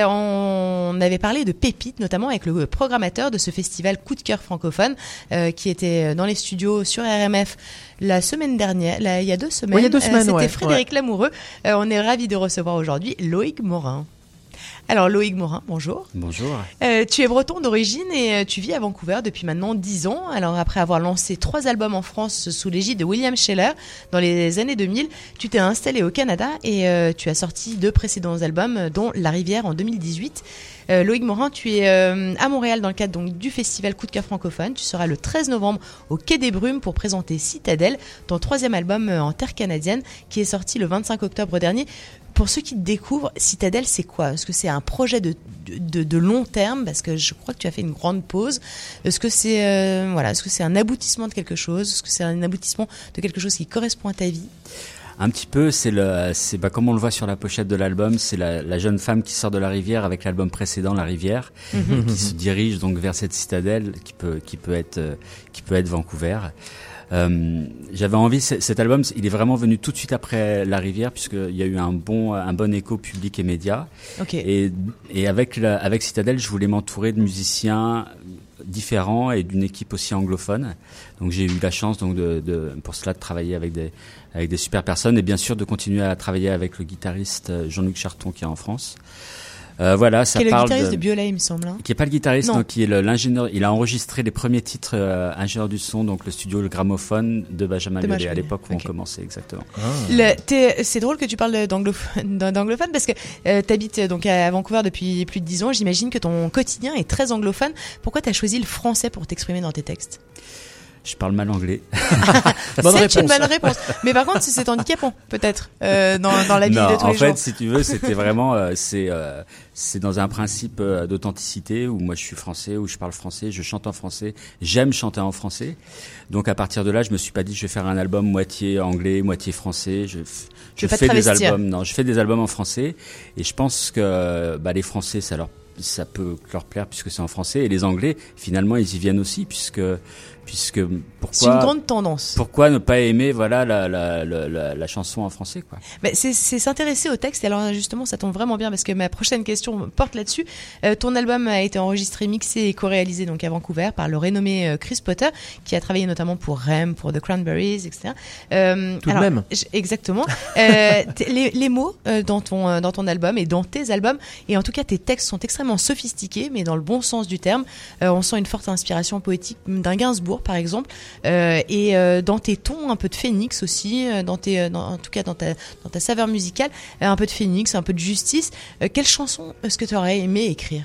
Speaker 3: on avait parlé de pépites, notamment avec le programmateur de ce festival Coup de cœur francophone, euh, qui était dans les studios sur R M F la semaine dernière, là, il y a deux semaines.
Speaker 2: Oui, il y a deux semaines,
Speaker 3: euh, C'était
Speaker 2: ouais,
Speaker 3: Frédéric
Speaker 2: ouais.
Speaker 3: Lamoureux. Euh, on est ravis de recevoir aujourd'hui Loïc Morin. Alors Loïc Morin, bonjour.
Speaker 11: Bonjour.
Speaker 3: Euh, tu es breton d'origine et euh, tu vis à Vancouver depuis maintenant dix ans. Alors après avoir lancé trois albums en France sous l'égide de William Scheller dans les années deux mille, tu t'es installé au Canada et euh, tu as sorti deux précédents albums, dont La Rivière en deux mille dix-huit. Euh, Loïc Morin, tu es euh, à Montréal dans le cadre donc du festival Coup de cœur francophone. Tu seras le treize novembre au Quai des Brumes pour présenter Citadelle, ton troisième album euh, en terre canadienne, qui est sorti le vingt-cinq octobre dernier. Pour ceux qui te découvrent, Citadelle, c'est quoi? Est-ce que c'est un projet de, de, de long terme? Parce que je crois que tu as fait une grande pause. Est-ce que c'est euh, voilà, est-ce que c'est un aboutissement de quelque chose? Est-ce que c'est un aboutissement de quelque chose qui correspond à ta vie?
Speaker 11: Un petit peu, c'est le, c'est bah, comme on le voit sur la pochette de l'album, c'est la, la jeune femme qui sort de la rivière avec l'album précédent, La Rivière,
Speaker 3: Mhm.
Speaker 11: qui se dirige donc vers cette citadelle qui peut, qui peut être, euh, qui peut être Vancouver. Euh, j'avais envie, c- cet album, il est vraiment venu tout de suite après La Rivière, puisqu'il y a eu un bon, un bon écho public et médias.
Speaker 3: Ok.
Speaker 11: Et, et avec la, avec Citadelle, je voulais m'entourer de musiciens différents et d'une équipe aussi anglophone. Donc j'ai eu la chance donc de, de pour cela de travailler avec des avec des super personnes et bien sûr de continuer à travailler avec le guitariste Jean-Luc Charton qui est en France. Euh, voilà, ça
Speaker 3: Qui est le
Speaker 11: parle
Speaker 3: guitariste
Speaker 11: de,
Speaker 3: de Biola, il me semble. Hein.
Speaker 11: qui est pas le guitariste,
Speaker 3: Non.
Speaker 11: non, qui est le- l'ingénieur. Il a enregistré les premiers titres euh, ingénieur du son, donc le studio Le Gramophone de Benjamin
Speaker 3: De
Speaker 11: Biolay
Speaker 3: Benjamin
Speaker 11: à l'époque où
Speaker 3: ok.
Speaker 11: on commençait exactement.
Speaker 3: Le- t'es- c'est drôle que tu parles d'anglophone, d'anglophone parce que euh, tu habites donc à Vancouver depuis plus de dix ans. J'imagine que ton quotidien est très anglophone. Pourquoi tu as choisi le français pour t'exprimer dans tes textes?
Speaker 11: Je parle mal anglais.
Speaker 2: Bonne
Speaker 3: C'est une
Speaker 2: réponse.
Speaker 3: bonne réponse. Mais par contre, c'est handicapant, peut-être, euh, dans, dans la vie
Speaker 11: non,
Speaker 3: de tous
Speaker 11: en
Speaker 3: les
Speaker 11: fait,
Speaker 3: jours.
Speaker 11: si tu veux, c'était vraiment, euh, c'est, euh, c'est dans un principe euh, d'authenticité où moi je suis français, où je parle français, je chante en français, j'aime chanter en français. Donc à partir de là, je me suis pas dit je vais faire un album moitié anglais, moitié français. Je, je fais des albums, non, je fais des albums en français et je pense que bah, les Français, ça leur ça peut leur plaire puisque c'est en français et les Anglais finalement ils y viennent aussi puisque puisque pourquoi
Speaker 3: c'est une grande tendance.
Speaker 11: Pourquoi ne pas aimer voilà la la la, la, la chanson en français quoi.
Speaker 3: Bah, c'est c'est s'intéresser au texte et alors justement ça tombe vraiment bien parce que ma prochaine question porte là-dessus. Euh, ton album a été enregistré, mixé et co-réalisé donc à Vancouver par le renommé euh, Chris Potter qui a travaillé notamment pour R E M, pour The Cranberries, et cetera. Euh,
Speaker 2: Tout
Speaker 3: alors,
Speaker 2: de même.
Speaker 3: j- Exactement. euh, t- les, les mots euh, dans ton euh, dans ton album et dans tes albums et en tout cas tes textes sont extrêmement sophistiqués mais dans le bon sens du terme. Euh, on sent une forte inspiration poétique d'un Gainsbourg par exemple euh, et euh, dans tes tons un peu de Phoenix aussi euh, dans tes dans, en tout cas dans ta dans ta saveur musicale euh, un peu de Phoenix, un peu de Justice. Euh, quelle chanson est-ce que tu aurais aimé écrire?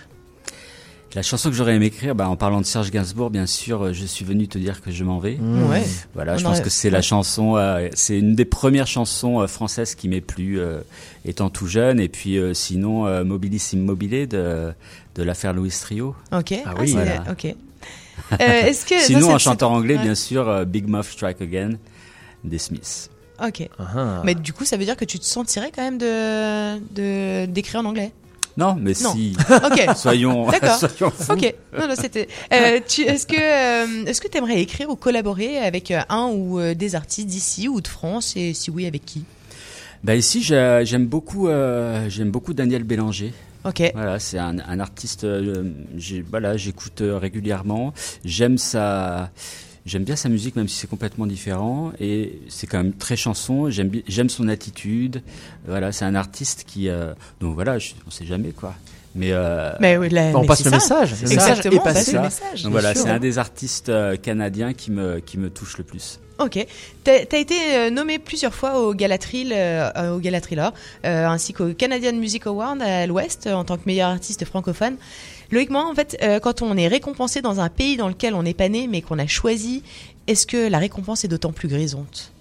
Speaker 11: La chanson que j'aurais aimé écrire, bah, en parlant de Serge Gainsbourg, bien sûr, euh, je suis venu te dire que je m'en vais.
Speaker 3: Mmh. Ouais.
Speaker 11: Voilà,
Speaker 3: On
Speaker 11: je pense
Speaker 3: aurait...
Speaker 11: que c'est la chanson, euh, c'est une des premières chansons euh, françaises qui m'est plu euh, étant tout jeune. Et puis euh, sinon, euh, Mobilis Immobile de de l'affaire Louis Trio.
Speaker 3: Ok.
Speaker 11: Ah
Speaker 3: oui.
Speaker 11: Voilà.
Speaker 3: Ok. Euh, est-ce que
Speaker 11: sinon,
Speaker 3: ça,
Speaker 11: en chanteur anglais,
Speaker 3: ouais.
Speaker 11: bien sûr, euh, Big Muff Strike Again des Smiths.
Speaker 3: Ok.
Speaker 2: Uh-huh.
Speaker 3: Mais du coup, ça veut dire que tu te sentirais quand même de de d'écrire en anglais.
Speaker 11: Non, mais
Speaker 3: non.
Speaker 11: si.
Speaker 3: Ok.
Speaker 11: soyons,
Speaker 3: D'accord.
Speaker 11: soyons fous.
Speaker 3: Ok. Non, non, c'était. Euh, tu, est-ce que, euh, est-ce que t'aimerais écrire ou collaborer avec euh, un ou euh, des artistes d'ici ou de France et si oui, avec qui?
Speaker 11: Bah ici, j'ai- j'aime beaucoup, euh, j'aime beaucoup Daniel Bélanger.
Speaker 3: Ok.
Speaker 11: Voilà, c'est un, un artiste. Euh, j'ai, voilà, j'écoute euh, régulièrement. J'aime sa. J'aime bien sa musique, même si c'est complètement différent, et c'est quand même très chanson. J'aime, bi- j'aime son attitude. Voilà, c'est un artiste qui, euh, donc voilà, je, on sait jamais quoi. Mais, euh,
Speaker 3: Mais oui, la-
Speaker 2: On
Speaker 3: mais
Speaker 2: passe
Speaker 3: c'est
Speaker 2: le
Speaker 3: ça.
Speaker 2: message. Le
Speaker 3: Exactement,
Speaker 2: message est
Speaker 3: on passe
Speaker 2: passé.
Speaker 3: le
Speaker 11: ça.
Speaker 3: message.
Speaker 11: Donc voilà,
Speaker 2: sûr.
Speaker 11: c'est un des artistes euh, canadiens qui me qui me touche le plus.
Speaker 3: Ok. T'as, t'as été euh, nommé plusieurs fois au Galatril, euh, au Galatrila, euh, ainsi qu'au Canadian Music Award à l'Ouest euh, en tant que meilleur artiste francophone. Logiquement, en fait, euh, quand on est récompensé dans un pays dans lequel on n'est pas né, mais qu'on a choisi, est-ce que la récompense est d'autant plus grisante?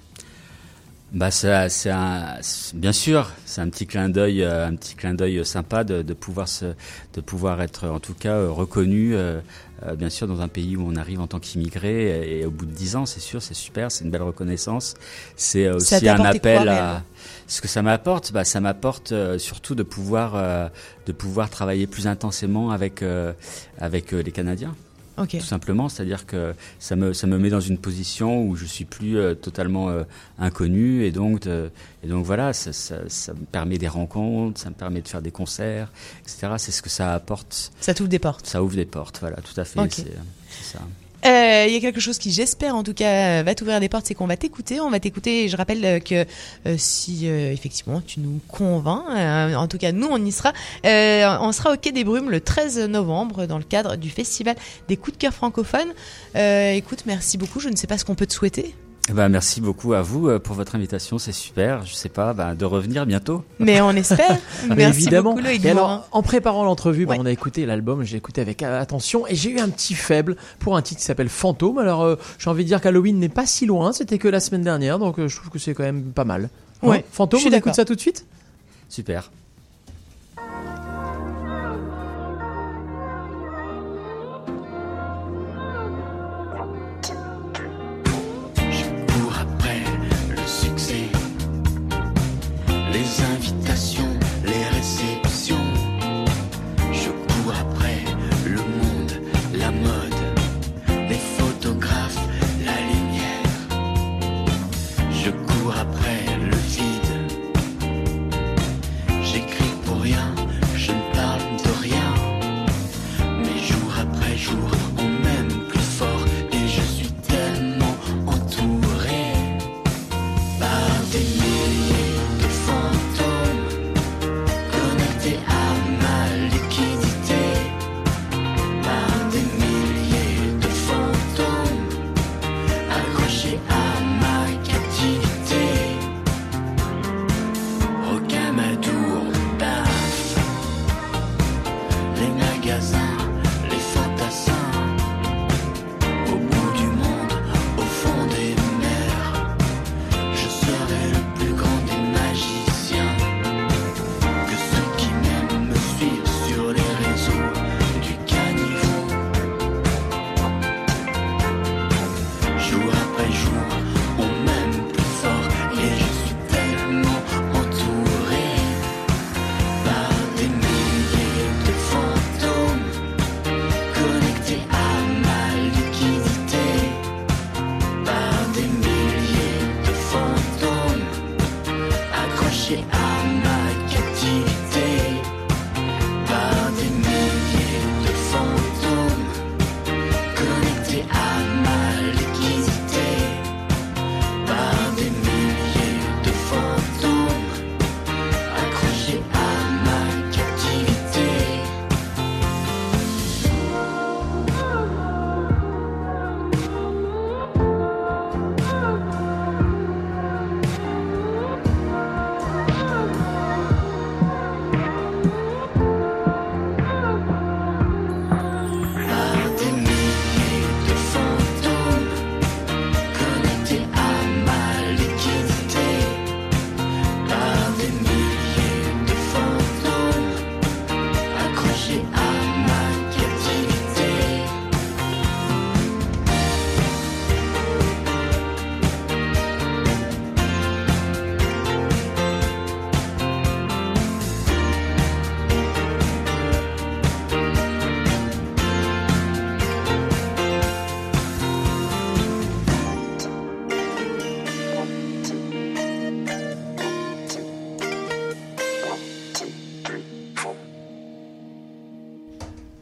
Speaker 11: Bah ça, c'est un, c'est- bien sûr, c'est un petit clin d'œil, euh, un petit clin d'œil sympa de, de pouvoir se, de pouvoir être en tout cas euh, reconnu, euh, euh, bien sûr, dans un pays où on arrive en tant qu'immigré et, et au bout de dix ans, c'est sûr, c'est super, c'est une belle reconnaissance. C'est euh,
Speaker 3: Ça
Speaker 11: aussi
Speaker 3: t'a
Speaker 11: un
Speaker 3: apporté
Speaker 11: appel
Speaker 3: quoi,
Speaker 11: à
Speaker 3: réellement
Speaker 11: ce que ça m'apporte. Bah ça m'apporte euh, surtout de pouvoir, euh, de pouvoir travailler plus intensément avec, euh, avec euh, les Canadiens.
Speaker 3: Ok.
Speaker 11: Tout simplement, c'est-à-dire que ça me ça me met dans une position où je suis plus euh, totalement euh, inconnu et donc de, et donc voilà, ça, ça ça me permet des rencontres, ça me permet de faire des concerts, et cetera. C'est ce que ça apporte.
Speaker 3: Ça t'ouvre des portes.
Speaker 11: Ça ouvre des portes, voilà, tout à fait.
Speaker 3: Ok.
Speaker 11: C'est, c'est ça.
Speaker 3: Euh, Il y a quelque chose qui, j'espère en tout cas, va t'ouvrir des portes, c'est qu'on va t'écouter. On va t'écouter. Et je rappelle euh, que euh, si euh, effectivement tu nous convaincs, euh, en tout cas nous on y sera. Euh, on sera au Quai des Brumes le treize novembre dans le cadre du festival des coups de cœur francophones. Euh, écoute, merci beaucoup. Je ne sais pas ce qu'on peut te souhaiter.
Speaker 11: Eh ben, merci beaucoup à vous euh, pour votre invitation, c'est super. Je sais pas, ben, de revenir bientôt.
Speaker 3: Mais on espère.
Speaker 2: Mais
Speaker 3: Merci
Speaker 2: évidemment.
Speaker 3: beaucoup Loïc
Speaker 2: Et
Speaker 3: Morin.
Speaker 2: alors, en préparant l'entrevue, bah,
Speaker 3: Ouais.
Speaker 2: on a écouté l'album, j'ai écouté avec euh, attention et j'ai eu un petit faible pour un titre qui s'appelle Fantôme. Alors, euh, j'ai envie de dire qu'Halloween n'est pas si loin, c'était que la semaine dernière, donc euh, je trouve que c'est quand même pas mal. Hein,
Speaker 3: Ouais,
Speaker 2: Fantôme,
Speaker 3: je suis
Speaker 2: on écoute
Speaker 3: d'accord.
Speaker 2: ça tout de suite?
Speaker 11: Super.
Speaker 15: Cours après le succès, les invitations, les réceptions. Je cours après le monde, la mode, les photographes, la lumière. Je cours après le vide. J'écris pour rien, je ne parle de rien. Mais jour après jour, on m'aime plus fort et je suis tellement entouré par des milliers de fantômes connectés à ma liquidité, par des milliers de fantômes accrochés à ma captivité. Rocamadour, baf, les magasins, les fantassins. Au bout du monde, au fond des mers, je serai le plus grand des magiciens. Que ceux qui m'aiment me suivent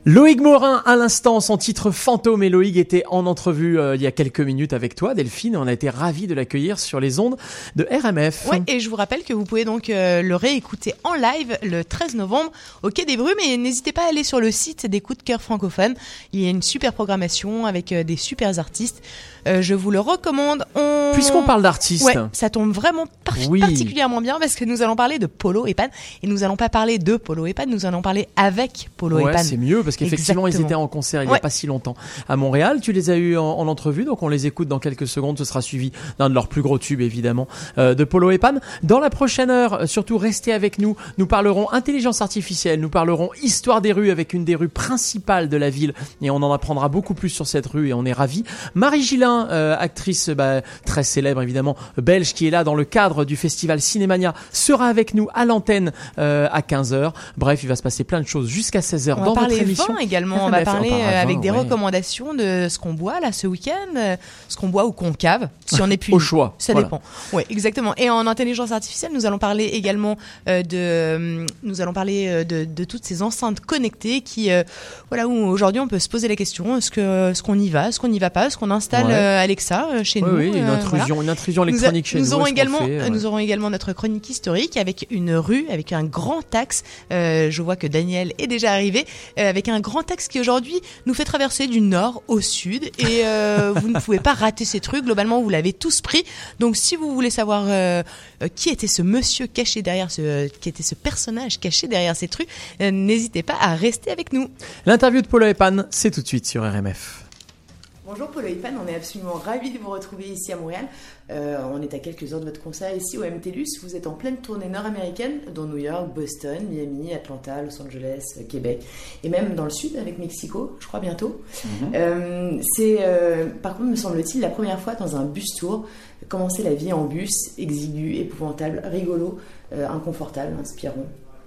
Speaker 2: Loïc Morin à l'instant, son titre Fantôme, et Loïc était en entrevue euh, il y a quelques minutes avec toi Delphine, et on a été ravis de l'accueillir sur les ondes de R M F.
Speaker 3: Ouais, et je vous rappelle que vous pouvez donc euh, le réécouter en live le treize novembre au Quai des Brumes, et n'hésitez pas à aller sur le site des Coups de Cœur francophones, il y a une super programmation avec euh, des super artistes. Euh, je vous le recommande. On...
Speaker 2: Puisqu'on parle d'artistes.
Speaker 3: Ouais, ça tombe vraiment par-
Speaker 2: Oui.
Speaker 3: particulièrement bien parce que nous allons parler de Polo et Pan, et nous allons pas parler de Polo et Pan, nous allons parler avec Polo
Speaker 2: Ouais,
Speaker 3: et Pan.
Speaker 2: c'est mieux parce qu'effectivement
Speaker 3: Exactement.
Speaker 2: ils étaient en concert il y a
Speaker 3: Ouais.
Speaker 2: pas si longtemps à Montréal. Tu les as eus en, en entrevue, donc on les écoute dans quelques secondes. Ce sera suivi d'un de leurs plus gros tubes évidemment, euh, de Polo et Pan. Dans la prochaine heure, euh, surtout restez avec nous. Nous parlerons intelligence artificielle, nous parlerons histoire des rues avec une des rues principales de la ville, et on en apprendra beaucoup plus sur cette rue et on est ravis. Marie Gillin, euh, actrice bah, très célèbre évidemment, belge, qui est là dans le cadre du festival Cinémania, sera avec nous à l'antenne euh, à quinze heures. Bref, il va se passer plein de choses jusqu'à seize heures
Speaker 3: On
Speaker 2: dans
Speaker 3: va
Speaker 2: votre
Speaker 3: parler
Speaker 2: émission.
Speaker 3: vin également, on
Speaker 2: R M
Speaker 3: va
Speaker 2: F.
Speaker 3: parler
Speaker 2: parlera
Speaker 3: euh,
Speaker 2: vin,
Speaker 3: avec des
Speaker 2: ouais.
Speaker 3: recommandations de ce qu'on boit là ce week-end, euh, ce qu'on boit ou qu'on cave, si on est plus
Speaker 2: Au choix,
Speaker 3: ça
Speaker 2: voilà.
Speaker 3: dépend. Ouais, exactement. Et en intelligence artificielle, nous allons parler également euh, de, euh, nous allons parler euh, de, de toutes ces enceintes connectées qui, euh, voilà, où aujourd'hui on peut se poser la question est-ce que, est-ce qu'on y va, est-ce qu'on n'y va pas, est-ce qu'on installe
Speaker 2: Ouais.
Speaker 3: euh, Alexa euh, chez
Speaker 2: Oui,
Speaker 3: nous.
Speaker 2: oui, une
Speaker 3: euh,
Speaker 2: intrusion,
Speaker 3: voilà.
Speaker 2: une intrusion
Speaker 3: Nous a-
Speaker 2: électronique chez nous.
Speaker 3: nous aurons
Speaker 2: est-ce qu'on
Speaker 3: également,
Speaker 2: fait, ouais.
Speaker 3: nous aurons également notre chronique historique avec une rue, avec un grand axe. Euh, je vois que Daniel est déjà arrivé, euh, avec un grand axe qui aujourd'hui nous fait traverser du nord au sud, et euh, vous ne pouvez pas rater ces trucs. Globalement, vous l'avez tous pris. Donc, si vous voulez savoir euh, euh, qui était ce monsieur caché derrière ce, euh, qui était ce personnage caché derrière ces trucs, euh, n'hésitez pas à rester avec nous.
Speaker 2: L'interview de Polo et Pan, c'est tout de suite sur R M F.
Speaker 12: Bonjour Polo et Pan, on est absolument ravis de vous retrouver ici à Montréal. Euh, on est à quelques heures de votre concert ici au M T L U S. Vous êtes en pleine tournée nord-américaine, dont New York, Boston, Miami, Atlanta, Los Angeles, Québec, et même dans le sud avec Mexico, je crois bientôt.
Speaker 22: Mhm.
Speaker 12: Euh, c'est euh, par contre, me semble-t-il, la première fois dans un bus tour. Commencer la vie en bus, exigu, épouvantable, rigolo, euh, inconfortable, inspirant.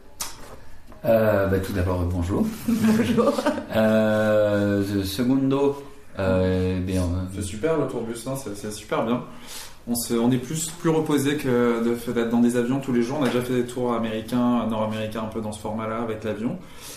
Speaker 11: Euh, bah, tout d'abord, bonjour.
Speaker 12: Bonjour.
Speaker 11: Euh, the secondo, euh, bien, euh,
Speaker 22: C'est super le tourbus, hein, c'est, c'est super bien. On, se, on est plus, plus reposé que de, d'être dans des avions tous les jours. On a déjà fait des tours américains, nord-américains, un peu dans ce format-là avec l'avion.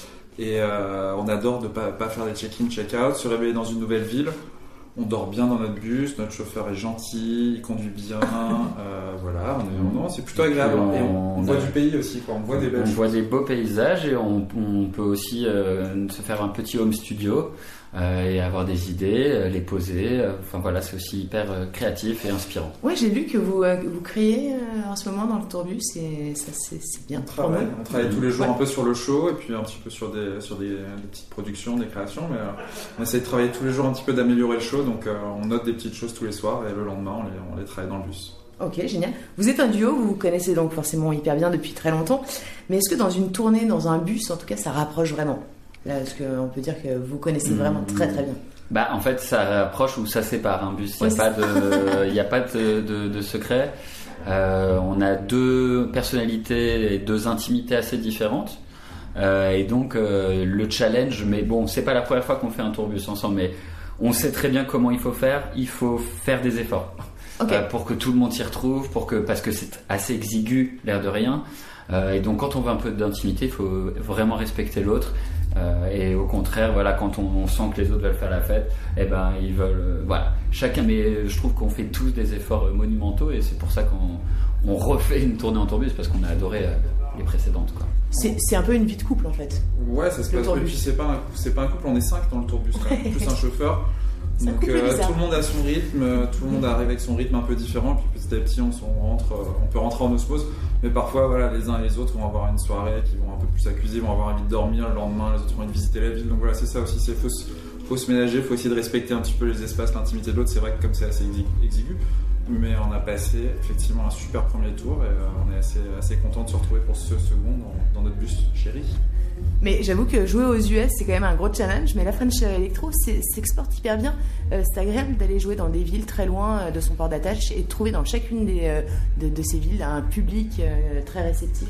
Speaker 22: Et euh, on adore de ne pas, pas faire des check-in, check-out, se réveiller dans une nouvelle ville. On dort bien dans notre bus, notre chauffeur est gentil, il conduit bien, euh, voilà, on est, non, c'est plutôt agréable.
Speaker 11: Et puis
Speaker 22: Et on, on voit du pays aussi, quoi. On voit des belles
Speaker 11: on
Speaker 22: choses.
Speaker 11: voit des beaux paysages, et on, on peut aussi euh, se faire un petit home studio euh, et avoir des idées, euh, les poser. euh, Enfin voilà, c'est aussi hyper euh, créatif et inspirant.
Speaker 12: Ouais, j'ai lu que vous, euh, que vous créez euh, en ce moment dans le tourbus, et ça c'est, c'est bien.
Speaker 22: On travaille, on travaille tous les jours
Speaker 12: Ouais.
Speaker 22: un peu sur le show, et puis un petit peu sur des, sur des, des petites productions, des créations, mais euh, on essaie de travailler tous les jours un petit peu d'améliorer le show, donc euh, on note des petites choses tous les soirs, et le lendemain on les, on les travaille dans le bus.
Speaker 12: Ok, génial. Vous êtes un duo, vous vous connaissez donc forcément hyper bien depuis très longtemps, mais est-ce que dans une tournée, dans un bus, en tout cas, ça rapproche vraiment? Là, est-ce qu'on peut dire que vous connaissez vraiment très très bien?
Speaker 11: Bah, en fait, ça rapproche ou ça sépare un bus. Il
Speaker 12: Ouais,
Speaker 11: n'y a, pas de- il y a pas de, de, de secret. Euh, on a deux personnalités et deux intimités assez différentes. Euh, et donc, euh, le challenge, mais bon, c'est pas la première fois qu'on fait un tourbus ensemble, mais on sait très bien comment il faut faire. Il faut faire des efforts.
Speaker 12: Ok.
Speaker 11: Euh, pour que tout le monde s'y retrouve, pour que, parce que c'est assez exigu, l'air de rien. Euh, et donc, quand on veut un peu d'intimité, il faut vraiment respecter l'autre. Euh, et au contraire, voilà, quand on, on sent que les autres veulent faire la fête, eh ben ils veulent, euh, voilà, chacun. Mais je trouve qu'on fait tous des efforts euh, monumentaux, et c'est pour ça qu'on on refait une tournée en tourbus, parce qu'on a adoré euh, les précédentes, quoi.
Speaker 12: C'est, c'est un peu une vie de couple en fait.
Speaker 22: Ouais, ça se
Speaker 12: Le
Speaker 22: passe. Et
Speaker 12: tourbus.
Speaker 22: puis c'est pas, un, c'est pas un couple, on est cinq dans le tourbus, là, plus un chauffeur.
Speaker 12: C'est un
Speaker 22: Donc
Speaker 12: couple
Speaker 22: euh,
Speaker 12: bizarre.
Speaker 22: tout le monde a son rythme, euh, tout le monde arrive avec son rythme un peu différent, puis petit à petit on, s'en rentre, euh, on peut rentrer en osmose. Mais parfois, voilà, les uns et les autres vont avoir une soirée qui vont un peu plus s'accuser, vont avoir envie de dormir, le lendemain les autres vont envie de visiter la ville. Donc voilà, c'est ça aussi, c'est faut, se- faut se ménager, faut essayer de respecter un petit peu les espaces, l'intimité de l'autre. C'est vrai que comme c'est assez exigu, exigu, mais on a passé effectivement un super premier tour, et euh, on est assez, assez content de se retrouver pour ce second dans, dans notre bus chéri.
Speaker 12: Mais j'avoue que jouer aux U S, c'est quand même un gros challenge. Mais la French Electro c'est- s'exporte hyper bien. Euh, c'est agréable d'aller jouer dans des villes très loin euh, de son port d'attache, et de trouver dans chacune des, euh, de, de ces villes un public euh, très réceptif.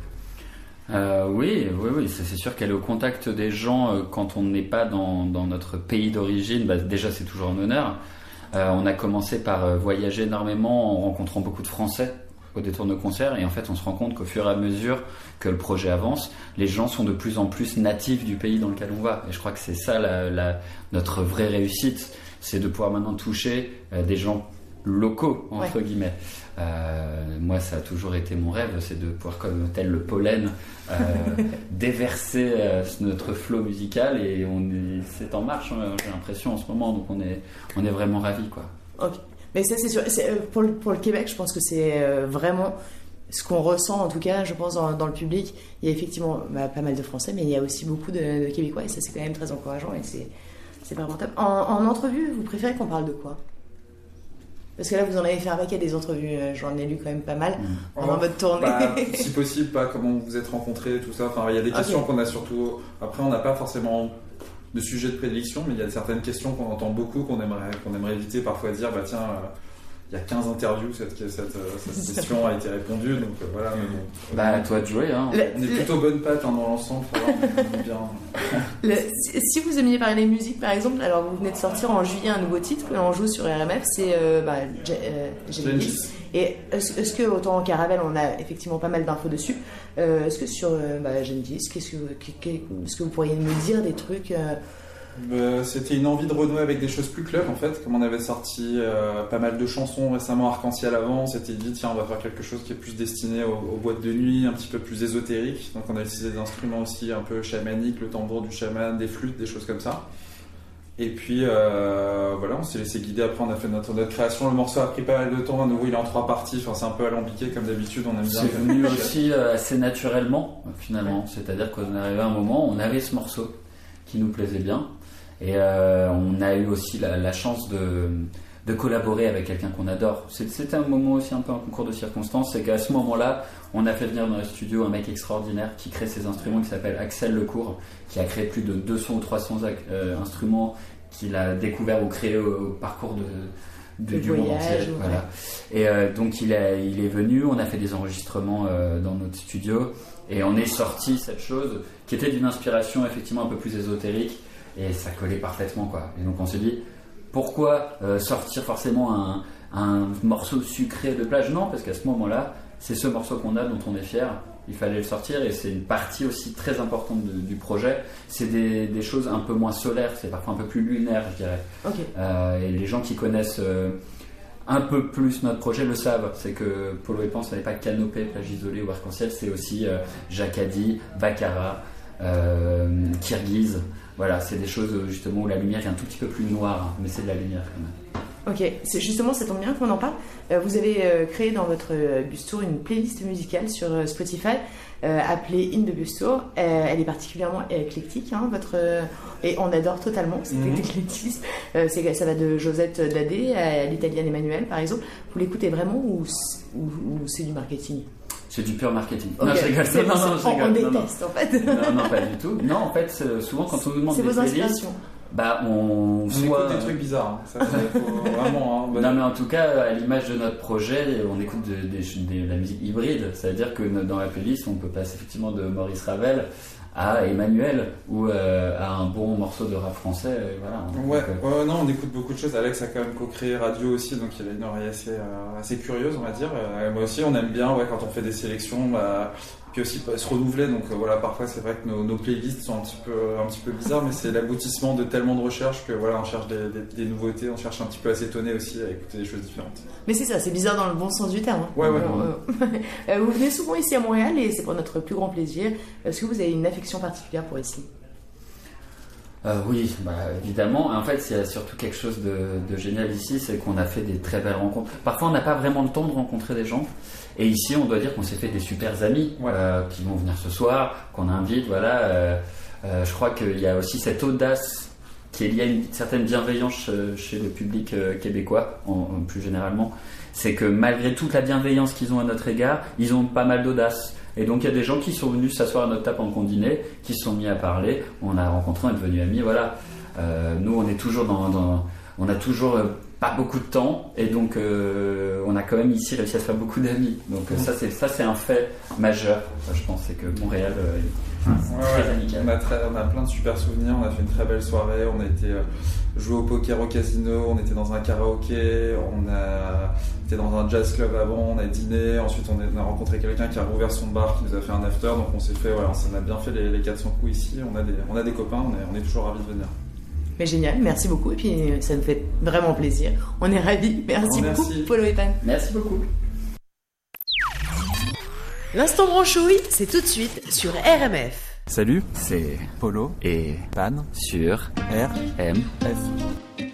Speaker 11: Euh, oui, oui, oui, c'est, c'est sûr qu'elle est au contact des gens euh, quand on n'est pas dans, dans notre pays d'origine. Bah, déjà, c'est toujours un honneur. Euh, on a commencé par euh, voyager énormément en rencontrant beaucoup de Français
Speaker 5: au détour de nos concerts. Et en fait, on se rend compte qu'au fur et à mesure que le projet avance, les gens sont de plus en plus natifs du pays dans lequel on va. Et je crois que c'est ça la, la, notre vraie réussite, c'est de pouvoir maintenant toucher euh, des gens locaux, entre ouais. guillemets. Euh, moi, ça a toujours été mon rêve, c'est de pouvoir, comme tel le pollen, euh, déverser euh, notre flot musical, et on est, c'est en marche, hein, j'ai l'impression en ce moment, donc on est, on est vraiment ravis, quoi.
Speaker 12: Ok, mais ça c'est sûr. C'est, euh, pour, le, pour le Québec, je pense que c'est euh, vraiment ce qu'on ressent, en tout cas, je pense dans, dans le public. Il y a effectivement bah, pas mal de Français, mais il y a aussi beaucoup de, de Québécois, et ça c'est quand même très encourageant, et c'est, c'est vraiment top. En, en entrevue, vous préférez qu'on parle de quoi ? Parce que là, vous en avez fait un paquet des entrevues, j'en ai lu quand même pas mal mmh. pendant oh, votre tournée.
Speaker 22: Bah, si possible, pas comment vous vous êtes rencontrés, tout ça. Enfin, il y a des questions okay. qu'on a surtout. Après, on n'a pas forcément de sujet de prédilection, mais il y a certaines questions qu'on entend beaucoup, qu'on aimerait, qu'on aimerait éviter parfois de dire, bah tiens, euh, il y a quinze interviews, cette, cette, cette question a été répondue, donc euh, voilà. Mais bon,
Speaker 5: bah, à toi de jouer. Hein.
Speaker 22: Le, on est le... plutôt bonne patte hein, dans l'ensemble. bien.
Speaker 12: Le, si vous aimiez parler musique, par exemple, alors vous venez de sortir en juillet un nouveau titre que l'on joue sur R M F, c'est euh, bah, euh, Genesis. Et est-ce, est-ce que, autant en Caravelle, on a effectivement pas mal d'infos dessus, euh, est-ce que sur euh, bah, Genesis, qu'est-ce que, qu'est-ce que vous pourriez me dire des trucs euh,
Speaker 22: Euh, c'était une envie de renouer avec des choses plus club en fait, comme on avait sorti euh, pas mal de chansons récemment Arc-en-Ciel avant, on s'était dit tiens on va faire quelque chose qui est plus destiné aux, aux boîtes de nuit, un petit peu plus ésotérique, donc on a utilisé des instruments aussi un peu chamaniques, le tambour du chaman, des flûtes, des choses comme ça. Et puis euh, voilà, on s'est laissé guider, après on a fait notre, notre création, le morceau a pris pas mal de temps, à nouveau il est en trois parties, enfin, c'est un peu alambiqué comme d'habitude, on aime bien.
Speaker 5: C'est venu aussi euh, assez naturellement finalement, ouais. C'est-à-dire qu'on arrivait à un moment, on avait ce morceau qui nous plaisait bien. Et euh, on a eu aussi la, la chance de, de collaborer avec quelqu'un qu'on adore. C'était un moment aussi un peu un concours de circonstances, c'est qu'à ce moment-là, on a fait venir dans le studio un mec extraordinaire qui crée ses instruments, qui s'appelle Axel Lecourt, qui a créé plus de deux cents ou trois cents euh, instruments qu'il a découvert ou créé au, au parcours de, de, du voyage, monde entier. Ouais. Voilà. Et euh, donc il, a, il est venu, on a fait des enregistrements euh, dans notre studio, et on est sorti cette chose qui était d'une inspiration effectivement un peu plus ésotérique. Et ça collait parfaitement, quoi. Et donc on s'est dit, pourquoi euh, sortir forcément un, un morceau sucré de plage ? Non, parce qu'à ce moment-là, c'est ce morceau qu'on a, dont on est fier. Il fallait le sortir, et c'est une partie aussi très importante de, du projet. C'est des, des choses un peu moins solaires, c'est parfois un peu plus lunaire, je dirais.
Speaker 12: Okay.
Speaker 5: Euh, et les gens qui connaissent euh, un peu plus notre projet le savent. C'est que Polo et Pan, ce n'est pas Canopée, plage isolée ou Arc-en-Ciel, c'est aussi euh, Jacadi, Baccarat, euh, Kirghiz. Voilà, c'est des choses justement où la lumière est un tout petit peu plus noire, mais c'est de la lumière quand même.
Speaker 12: Ok, c'est justement, ça tombe bien qu'on en parle. Euh, vous avez euh, créé dans votre euh, bus tour une playlist musicale sur euh, Spotify euh, appelée In the Bus Tour. Euh, elle est particulièrement éclectique, hein, votre, euh, et on adore totalement cet mm-hmm. éclectisme. Euh, c'est, ça va de Josette Dadé à l'italienne Emmanuel, par exemple. Vous l'écoutez vraiment ou, ou, ou c'est du marketing ?
Speaker 5: C'est du pur marketing.
Speaker 12: Okay.
Speaker 5: Non, je rigole.
Speaker 12: C'est,
Speaker 5: non, non,
Speaker 12: je rigole. On
Speaker 5: non,
Speaker 12: déteste,
Speaker 5: non.
Speaker 12: en fait.
Speaker 5: Non, non, pas du tout. Non, en fait, souvent, quand on nous demande
Speaker 12: c'est
Speaker 5: des
Speaker 12: vos
Speaker 5: playlists,
Speaker 12: inspirations.
Speaker 5: bah, on,
Speaker 22: on
Speaker 5: soit...
Speaker 22: écoute des trucs bizarres. Hein. Ça, faut vraiment, hein, bah...
Speaker 5: Non, mais en tout cas, à l'image de notre projet, on écoute de, de, de, de la musique hybride. C'est-à-dire que dans la playlist, on peut passer effectivement de Maurice Ravel à Emmanuel ou euh, à un bon morceau de rap français. Et voilà.
Speaker 22: Ouais,
Speaker 5: donc, euh...
Speaker 22: ouais, non, on écoute beaucoup de choses. Alex a quand même co-créé Radio aussi, donc il a une oreille assez, euh, assez curieuse, on va dire. Euh, moi aussi, on aime bien, ouais, quand on fait des sélections, bah, puis aussi se renouveler. Donc euh, voilà, parfois c'est vrai que nos, nos playlists sont un petit peu, un petit peu bizarres, mais c'est l'aboutissement de tellement de recherches que voilà, on cherche des, des, des nouveautés, on cherche un petit peu à s'étonner aussi, à écouter des choses différentes.
Speaker 12: Mais c'est ça, c'est bizarre dans le bon sens du terme. Hein.
Speaker 22: Ouais, ouais.
Speaker 12: Alors, euh, vous venez souvent ici à Montréal et c'est pour notre plus grand plaisir. Est-ce que vous avez une affection particulière pour ici ?
Speaker 5: Euh, oui, bah, évidemment. En fait, il y a surtout quelque chose de, de génial ici, c'est qu'on a fait des très belles rencontres. Parfois, on n'a pas vraiment le temps de rencontrer des gens. Et ici, on doit dire qu'on s'est fait des super amis ouais. euh, qui vont venir ce soir, qu'on invite. Voilà. Euh, euh, je crois qu'il y a aussi cette audace qui est liée à une certaine bienveillance chez le public euh, québécois, en, en plus généralement. C'est que malgré toute la bienveillance qu'ils ont à notre égard, ils ont pas mal d'audace. Et donc il y a des gens qui sont venus s'asseoir à notre table pendant qu'on dînait, qui se sont mis à parler, on a rencontré, on est devenus amis, voilà. Euh, nous on est toujours dans, dans, on a toujours euh, pas beaucoup de temps et donc euh, on a quand même ici réussi à se faire beaucoup d'amis. Donc euh, ça c'est ça c'est un fait majeur. Enfin, je pense c'est que Montréal euh, est
Speaker 22: ouais,
Speaker 5: très
Speaker 22: ouais.
Speaker 5: amical.
Speaker 22: On a très, on a plein de super souvenirs. On a fait une très belle soirée. On a été euh, jouer au poker au casino. On était dans un karaoké. On a été dans un jazz club avant. On a dîné. Ensuite on a, on a rencontré quelqu'un qui a rouvert son bar, qui nous a fait un after. Donc on s'est fait voilà, on a bien fait les, les quatre cents coups ici. On a des on a des copains. On est on est toujours ravis de venir.
Speaker 12: Mais génial, merci beaucoup. Et puis, ça nous fait vraiment plaisir. On est ravis. Merci
Speaker 5: Oh,
Speaker 12: beaucoup,
Speaker 5: merci.
Speaker 12: Polo et Pan.
Speaker 5: Merci beaucoup.
Speaker 8: L'instant branchouille, c'est tout de suite sur R M F.
Speaker 14: Salut, c'est Polo et Pan sur R M F.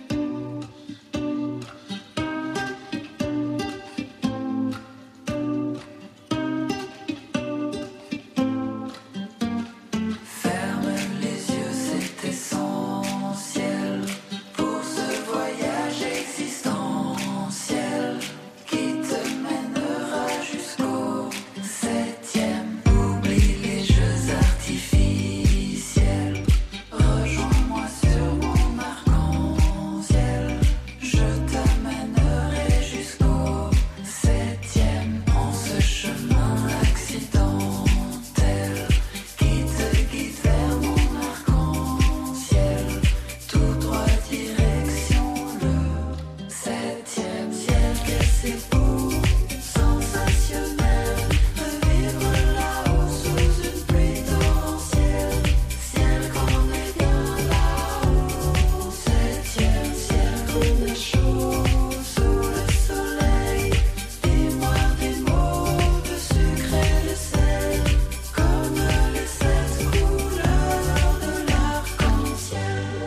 Speaker 15: Ferme les yeux, c'est essentiel pour ce voyage existentiel qui te mènera jusqu'au septième. Oublie les jeux artificiels, rejoins-moi sur mon arc-en-ciel. Je t'amènerai jusqu'au septième. Prends ce chemin accidentel qui te guide vers mon arc-en-ciel. Tout droit direction le septième ciel. Que c'est beau, sensationnel, revivre là-haut sous une pluie torrentielle. Ciel qu'on est bien là-haut, septième ciel qu'on est chaud sous le soleil. Dis-moi des mots de sucre et de sel, comme les sept couleurs de l'arc-en-ciel.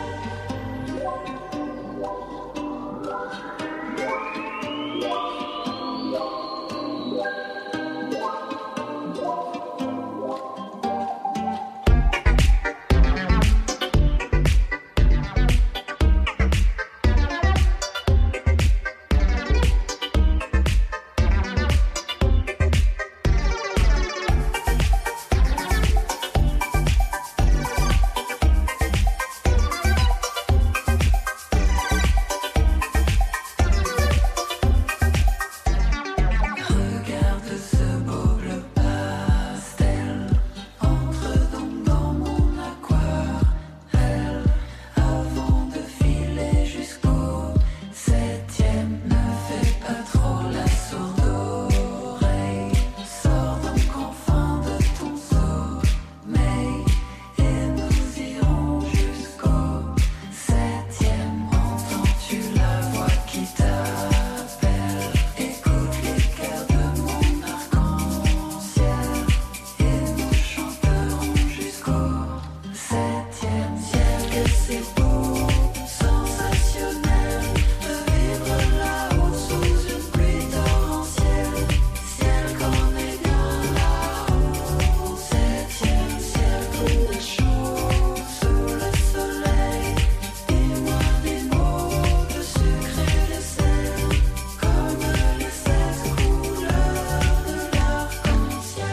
Speaker 15: Regarde ce beau bleu pastel, entre donc dans mon aquarelle, avant de filer jusqu'au septième. Ne fais pas trop la sourde oreille, sors donc enfin de ton sommeil, et nous irons jusqu'au septième. Entends-tu la voix qui t'appelle? Écoute les cœurs de mon arc-en-ciel, et nous chanterons jusqu'au septième ciel. Que c'est beau, sensationnel, revivre là-haut sous une pluie torrentielle. Ciel qu'on est bien là-haut, septième ciel qu'on est chaud sous le soleil. Dis-moi des mots de sucre et de sel, comme les sept couleurs de l'arc-en-ciel.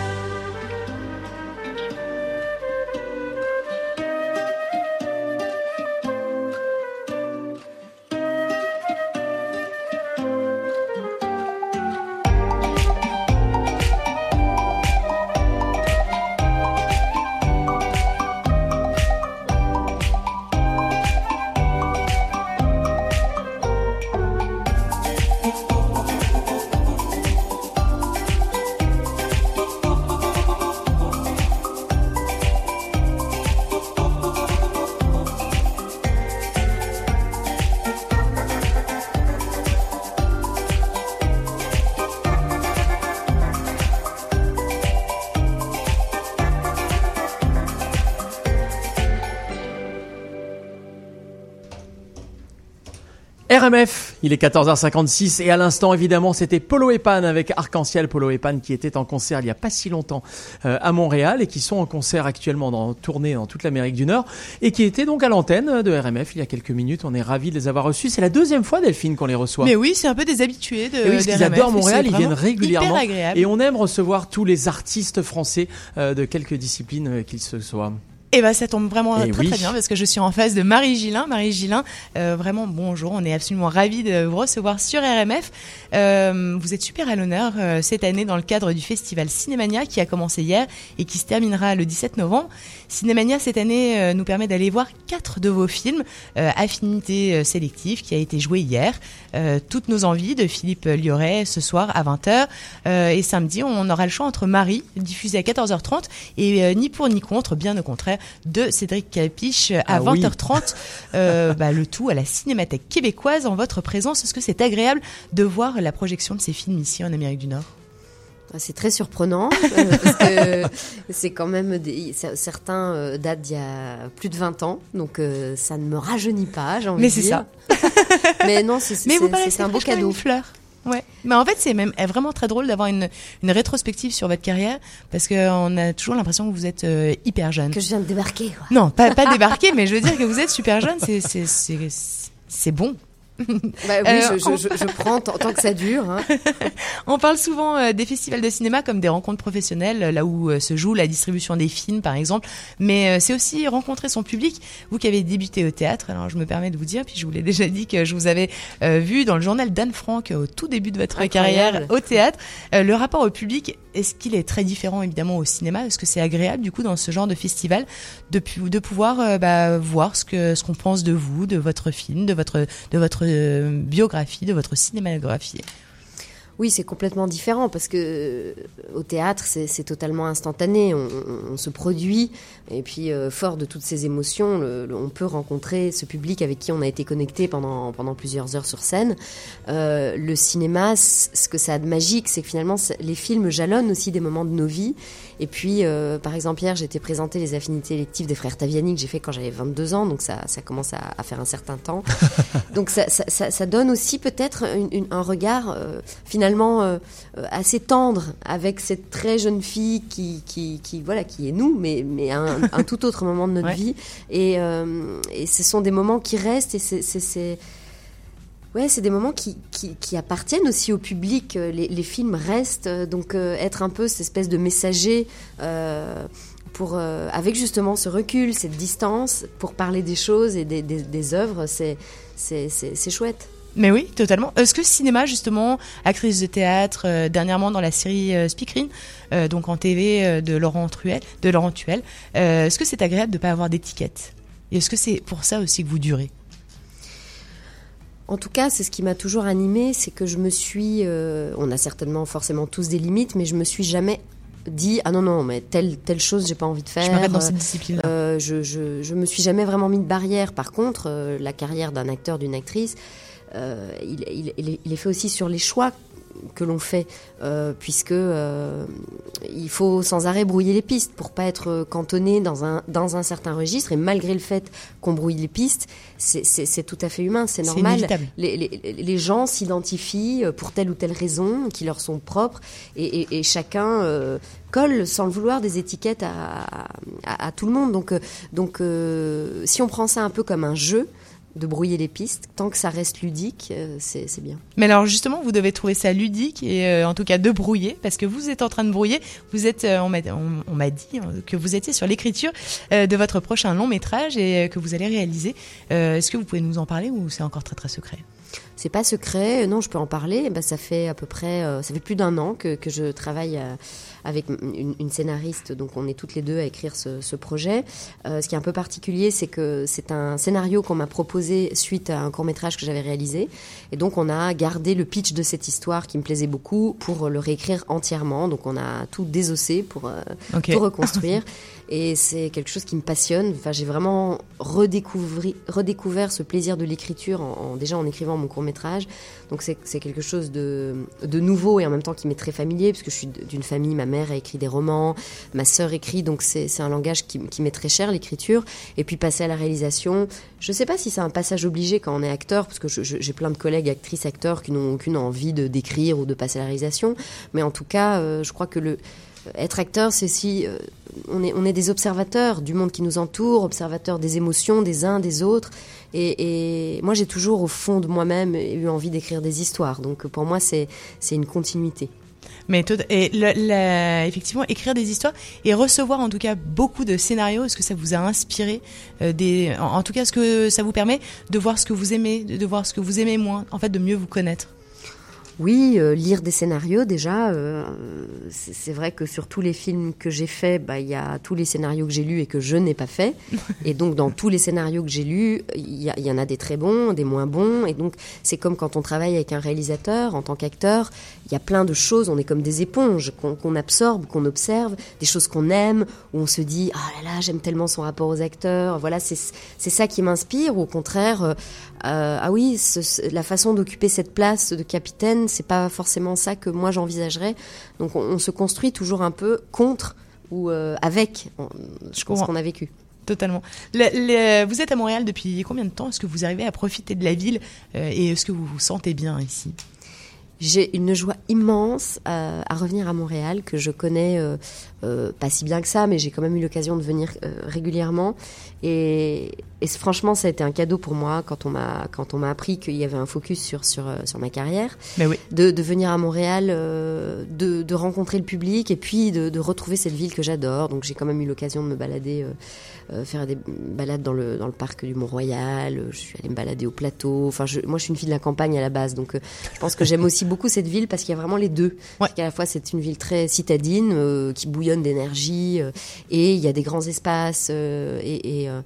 Speaker 2: R M F, il est quatorze heures cinquante-six et à l'instant évidemment c'était Polo et Pan avec Arc-en-Ciel. Polo et Pan qui étaient en concert il y a pas si longtemps euh, à Montréal et qui sont en concert actuellement dans tournée dans toute l'Amérique du Nord et qui étaient donc à l'antenne de R M F il y a quelques minutes. On est ravis de les avoir reçus. C'est la deuxième fois Delphine qu'on les reçoit.
Speaker 3: Mais oui, c'est un peu des habitués de
Speaker 2: Et oui, parce qu'ils
Speaker 3: d'R M F,
Speaker 2: adorent
Speaker 3: et
Speaker 2: Montréal,
Speaker 3: c'est
Speaker 2: ils viennent
Speaker 3: vraiment
Speaker 2: régulièrement
Speaker 3: hyper agréable.
Speaker 2: et on aime recevoir tous les artistes français euh, de quelque discipline euh, qu'ils se soient.
Speaker 3: Eh ben, ça tombe vraiment
Speaker 2: Eh
Speaker 3: très
Speaker 2: oui.
Speaker 3: très bien parce que je suis en face de Marie Gillin. Marie Gillin, euh, vraiment bonjour, on est absolument ravis de vous recevoir sur R M F. Euh, vous êtes super à l'honneur euh, cette année dans le cadre du festival Cinémania qui a commencé hier et qui se terminera le dix-sept novembre. Cinémania cette année euh, nous permet d'aller voir quatre de vos films, euh, Affinité euh, sélective qui a été joué hier, euh, Toutes nos envies de Philippe Liorret ce soir à vingt heures euh, et samedi on aura le choix entre Marie diffusé à quatorze heures trente et euh, Ni pour ni contre, bien au contraire, de Cédric Capiche à
Speaker 2: Ah
Speaker 3: vingt heures
Speaker 2: oui.
Speaker 3: trente, euh, bah, le tout à la Cinémathèque québécoise en votre présence. Est-ce que c'est agréable de voir la projection de ces films ici en Amérique du Nord?
Speaker 4: C'est très surprenant euh, parce que c'est quand même des, certains euh, datent d'il y a plus de vingt ans, donc euh, ça ne me rajeunit pas, j'ai envie
Speaker 3: Mais
Speaker 4: de
Speaker 3: c'est
Speaker 4: dire.
Speaker 3: ça.
Speaker 4: Mais non, c'est,
Speaker 3: Mais
Speaker 4: c'est,
Speaker 3: vous
Speaker 4: c'est,
Speaker 3: paraissez
Speaker 4: c'est un beau
Speaker 3: presque comme
Speaker 4: cadeau.
Speaker 3: une fleur. Ouais. Mais en fait, c'est même est vraiment très drôle d'avoir une, une rétrospective sur votre carrière parce qu'on a toujours l'impression que vous êtes euh, hyper jeune.
Speaker 4: Que je viens de débarquer. Quoi.
Speaker 3: Non, pas, pas débarquer, mais je veux dire que vous êtes super jeune, c'est, c'est, c'est, c'est bon.
Speaker 4: Bah oui,
Speaker 3: Euh,
Speaker 4: je, je, je, je prends tant, tant que ça dure. Hein.
Speaker 3: On parle souvent euh, des festivals de cinéma comme des rencontres professionnelles, euh, là où euh, se joue la distribution des films, par exemple. Mais euh, c'est aussi rencontrer son public. Vous qui avez débuté au théâtre, alors je me permets de vous dire, puis je vous l'ai déjà dit que je vous avais euh, vu dans le journal d'Anne Frank euh, au tout début de votre
Speaker 4: Incroyable.
Speaker 3: carrière au théâtre. Euh, le rapport au public, est-ce qu'il est très différent évidemment au cinéma? Est-ce que c'est agréable du coup dans ce genre de festival de, pu- de pouvoir euh, bah, voir ce que ce qu'on pense de vous, de votre film, de votre de votre euh, biographie, de votre cinématographie?
Speaker 4: Oui, c'est complètement différent parce que euh, au théâtre, c'est, c'est totalement instantané. On, on, on se produit et puis, euh, fort de toutes ces émotions, le, le, on peut rencontrer ce public avec qui on a été connecté pendant, pendant plusieurs heures sur scène. Euh, le cinéma, c- ce que ça a de magique, c'est que finalement, c'est- les films jalonnent aussi des moments de nos vies. Et puis, euh, par exemple, hier, j'ai été présenter les affinités électives des frères Taviani que j'ai fait quand j'avais vingt-deux ans, donc ça, ça commence à, à faire un certain temps. Donc ça, ça, ça, ça donne aussi peut-être une, une, un regard euh, finalement euh, assez tendre avec cette très jeune fille qui, qui, qui voilà, qui est nous, mais, mais à un, un tout autre moment de notre
Speaker 3: Ouais.
Speaker 4: vie. Et, euh, et ce sont des moments qui restent et c'est, c'est, c'est ouais, c'est des moments qui, qui, qui appartiennent aussi au public. Les, les films restent, donc euh, être un peu cette espèce de messager euh, pour, euh, avec justement ce recul, cette distance, pour parler des choses et des, des, des œuvres, c'est, c'est, c'est, c'est chouette.
Speaker 3: Mais oui, totalement. Est-ce que cinéma, justement, actrice de théâtre, euh, dernièrement dans la série euh, Speakerine, euh, donc en T V euh, de Laurent Truel, de Laurent Tuel, euh, est-ce que c'est agréable de ne pas avoir d'étiquette? Et est-ce que c'est pour ça aussi que vous durez?
Speaker 4: En tout cas, c'est ce qui m'a toujours animée, c'est que je me suis... Euh, on a certainement forcément tous des limites, mais je me suis jamais dit « Ah non, non, mais telle, telle chose, j'ai pas envie de faire. »
Speaker 3: Je m'arrête dans cette discipline-là.
Speaker 4: Euh, je, je, je me suis jamais vraiment mis de barrière. Par contre, euh, la carrière d'un acteur, d'une actrice, euh, il, il, il, est, il est fait aussi sur les choix que l'on fait, euh, puisque euh, il faut sans arrêt brouiller les pistes pour pas être cantonné dans un dans un certain registre. Et malgré le fait qu'on brouille les pistes, c'est c'est, c'est tout à fait humain, c'est
Speaker 3: C'est
Speaker 4: normal.
Speaker 3: inévitable.
Speaker 4: Les, les, les gens s'identifient pour telle ou telle raison qui leur sont propres, et, et, et chacun euh, colle sans le vouloir des étiquettes à, à, à tout le monde. Donc donc euh, si on prend ça un peu comme un jeu, de brouiller les pistes, tant que ça reste ludique, euh, c'est, c'est bien.
Speaker 3: Mais alors justement, vous devez trouver ça ludique et euh, en tout cas de brouiller, parce que vous êtes en train de brouiller. Vous êtes, euh, on, m'a, on, on m'a dit euh, que vous étiez sur l'écriture euh, de votre prochain long métrage et euh, que vous allez réaliser. Euh, est-ce que vous pouvez nous en parler ou c'est encore très très secret?
Speaker 4: C'est pas secret, non, je peux en parler. Ben, ça fait à peu près, euh, ça fait plus d'un an que, que je travaille euh, avec une, une scénariste, donc on est toutes les deux à écrire ce, ce projet. Euh, ce qui est un peu particulier, c'est que c'est un scénario qu'on m'a proposé suite à un court-métrage que j'avais réalisé, et donc on a gardé le pitch de cette histoire qui me plaisait beaucoup pour le réécrire entièrement. Donc on a tout désossé pour euh,
Speaker 3: Okay.
Speaker 4: tout reconstruire. Et c'est quelque chose qui me passionne. Enfin, j'ai vraiment redécouvert, redécouvert ce plaisir de l'écriture en, en, déjà en écrivant mon court-métrage. Donc c'est, c'est quelque chose de, de nouveau et en même temps qui m'est très familier, puisque je suis d'une famille, ma mère a écrit des romans, ma sœur écrit, donc c'est, c'est un langage qui, qui m'est très cher, l'écriture. Et puis passer à la réalisation, je ne sais pas si c'est un passage obligé quand on est acteur, parce que je, je, j'ai plein de collègues actrices, acteurs qui n'ont aucune envie de, d'écrire ou de passer à la réalisation. Mais en tout cas, euh, je crois que le... Être acteur, c'est si euh, on est on est des observateurs du monde qui nous entoure, observateurs des émotions des uns des autres. Et, et moi, j'ai toujours au fond de moi-même eu envie d'écrire des histoires. Donc pour moi, c'est c'est une continuité.
Speaker 3: Mais tout, et le, le, effectivement, écrire des histoires et recevoir en tout cas beaucoup de scénarios, est-ce que ça vous a inspiré euh, des, en, en tout cas, est-ce que ça vous permet de voir ce que vous aimez, de, de voir ce que vous aimez moins, en fait, de mieux vous connaître?
Speaker 4: Oui, euh, lire des scénarios déjà, euh, c'est, c'est vrai que sur tous les films que j'ai faits, bah, y a tous les scénarios que j'ai lus et que je n'ai pas faits. Et donc dans tous les scénarios que j'ai lus, il y, y en a des très bons, des moins bons. Et donc c'est comme quand on travaille avec un réalisateur, en tant qu'acteur, il y a plein de choses, on est comme des éponges qu'on, qu'on absorbe, qu'on observe, des choses qu'on aime, où on se dit « Ah là là, j'aime tellement son rapport aux acteurs ». Voilà, c'est, c'est ça qui m'inspire. Ou au contraire, euh, euh, ah oui, ce, la façon d'occuper cette place de capitaine, c'est pas forcément ça que moi j'envisagerais. Donc on, on se construit toujours un peu contre ou euh, avec on, je pense qu'on a vécu.
Speaker 3: Totalement. Le, le, vous êtes à Montréal depuis combien de temps? Est-ce que vous arrivez à profiter de la ville euh, et est-ce que vous vous sentez bien ici?
Speaker 4: J'ai une joie immense à, à revenir à Montréal, que je connais euh, euh, pas si bien que ça, mais j'ai quand même eu l'occasion de venir euh, régulièrement. Et, et franchement, ça a été un cadeau pour moi quand on m'a quand on m'a appris qu'il y avait un focus sur sur sur ma carrière.
Speaker 3: Mais oui.
Speaker 4: De, de venir à Montréal, euh, de, de rencontrer le public et puis de, de retrouver cette ville que j'adore. Donc j'ai quand même eu l'occasion de me balader, euh, euh, faire des balades dans le dans le parc du Mont-Royal. Je suis allée me balader au plateau. Enfin, je, moi, je suis une fille de la campagne à la base, donc euh, je pense que j'aime aussi beaucoup cette ville parce qu'il y a vraiment les deux. Ouais. Parce qu'à la fois c'est une ville très citadine euh, qui bouillonne d'énergie euh, et il y a des grands espaces euh, et, et, euh,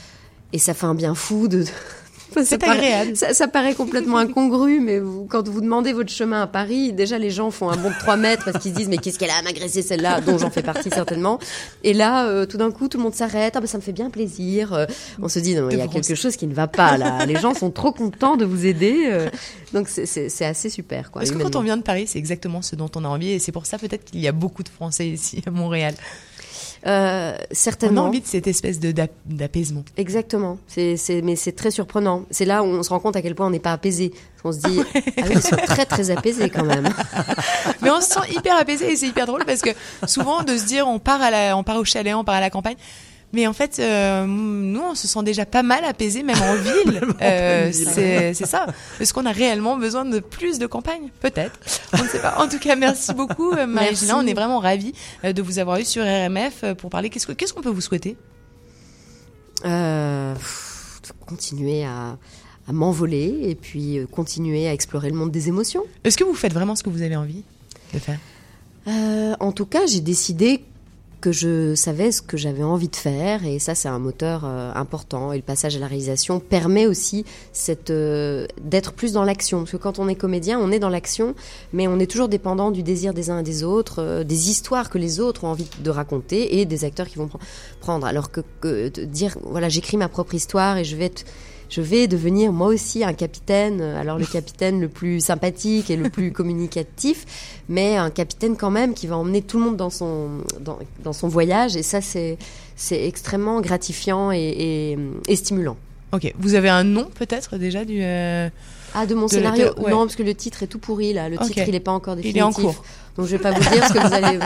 Speaker 4: et ça fait un bien fou de... de...
Speaker 3: C'est ça agréable.
Speaker 4: Paraît, ça, ça paraît complètement incongru, mais vous, quand vous demandez votre chemin à Paris, déjà les gens font un bond de trois mètres parce qu'ils se disent mais qu'est-ce qu'elle a à m'agresser celle-là, dont j'en fais partie certainement. Et là, euh, tout d'un coup, tout le monde s'arrête. Ah ben ça me fait bien plaisir. Euh, on se dit non, il y a quelque chose qui ne va pas là. Les gens sont trop contents de vous aider. Euh, donc c'est, c'est, c'est assez super, quoi.
Speaker 3: Parce que quand on vient de Paris, c'est exactement ce dont on a envie, et c'est pour ça peut-être qu'il y a beaucoup de Français ici à Montréal.
Speaker 4: Euh, certainement.
Speaker 3: On a envie de cette espèce de d'ap- d'apaisement.
Speaker 4: Exactement. C'est, c'est, mais c'est très surprenant. C'est là où on se rend compte à quel point on n'est pas apaisé. On se dit, ah oui, ils sont très très apaisés quand même.
Speaker 3: Mais on se sent hyper apaisé et c'est hyper drôle parce que souvent de se dire, on part à la, on part au chalet, on part à la campagne. Mais en fait, euh, nous, on se sent déjà pas mal apaisé, même en ville. euh, c'est, c'est ça. Est-ce qu'on a réellement besoin de plus de campagne? Peut-être. On ne sait pas. En tout cas, merci beaucoup, Marie-Gina. On est vraiment ravis de vous avoir eu sur R M F pour parler. Qu'est-ce, que, qu'est-ce qu'on peut vous souhaiter?
Speaker 4: euh, Continuer à, à m'envoler et puis continuer à explorer le monde des émotions.
Speaker 3: Est-ce que vous faites vraiment ce que vous avez envie de faire?
Speaker 4: euh, En tout cas, j'ai décidé que je savais ce que j'avais envie de faire et ça c'est un moteur euh, important et le passage à la réalisation permet aussi cette, euh, d'être plus dans l'action parce que quand on est comédien on est dans l'action mais on est toujours dépendant du désir des uns et des autres, euh, des histoires que les autres ont envie de raconter et des acteurs qui vont pr- prendre alors que, que de dire voilà j'écris ma propre histoire et je vais être Je vais devenir moi aussi un capitaine, alors le capitaine le plus sympathique et le plus communicatif, mais un capitaine quand même qui va emmener tout le monde dans son, dans, dans son voyage, et ça c'est, c'est extrêmement gratifiant et, et, et stimulant.
Speaker 3: Ok, vous avez un nom peut-être déjà du... Euh...
Speaker 4: Ah, de mon
Speaker 3: de
Speaker 4: scénario
Speaker 3: de, ouais.
Speaker 4: Non, parce que le titre est tout pourri là, le
Speaker 3: okay.
Speaker 4: titre il n'est pas encore définitif.
Speaker 3: Il est en cours.
Speaker 4: Donc je vais pas vous dire ce que vous allez...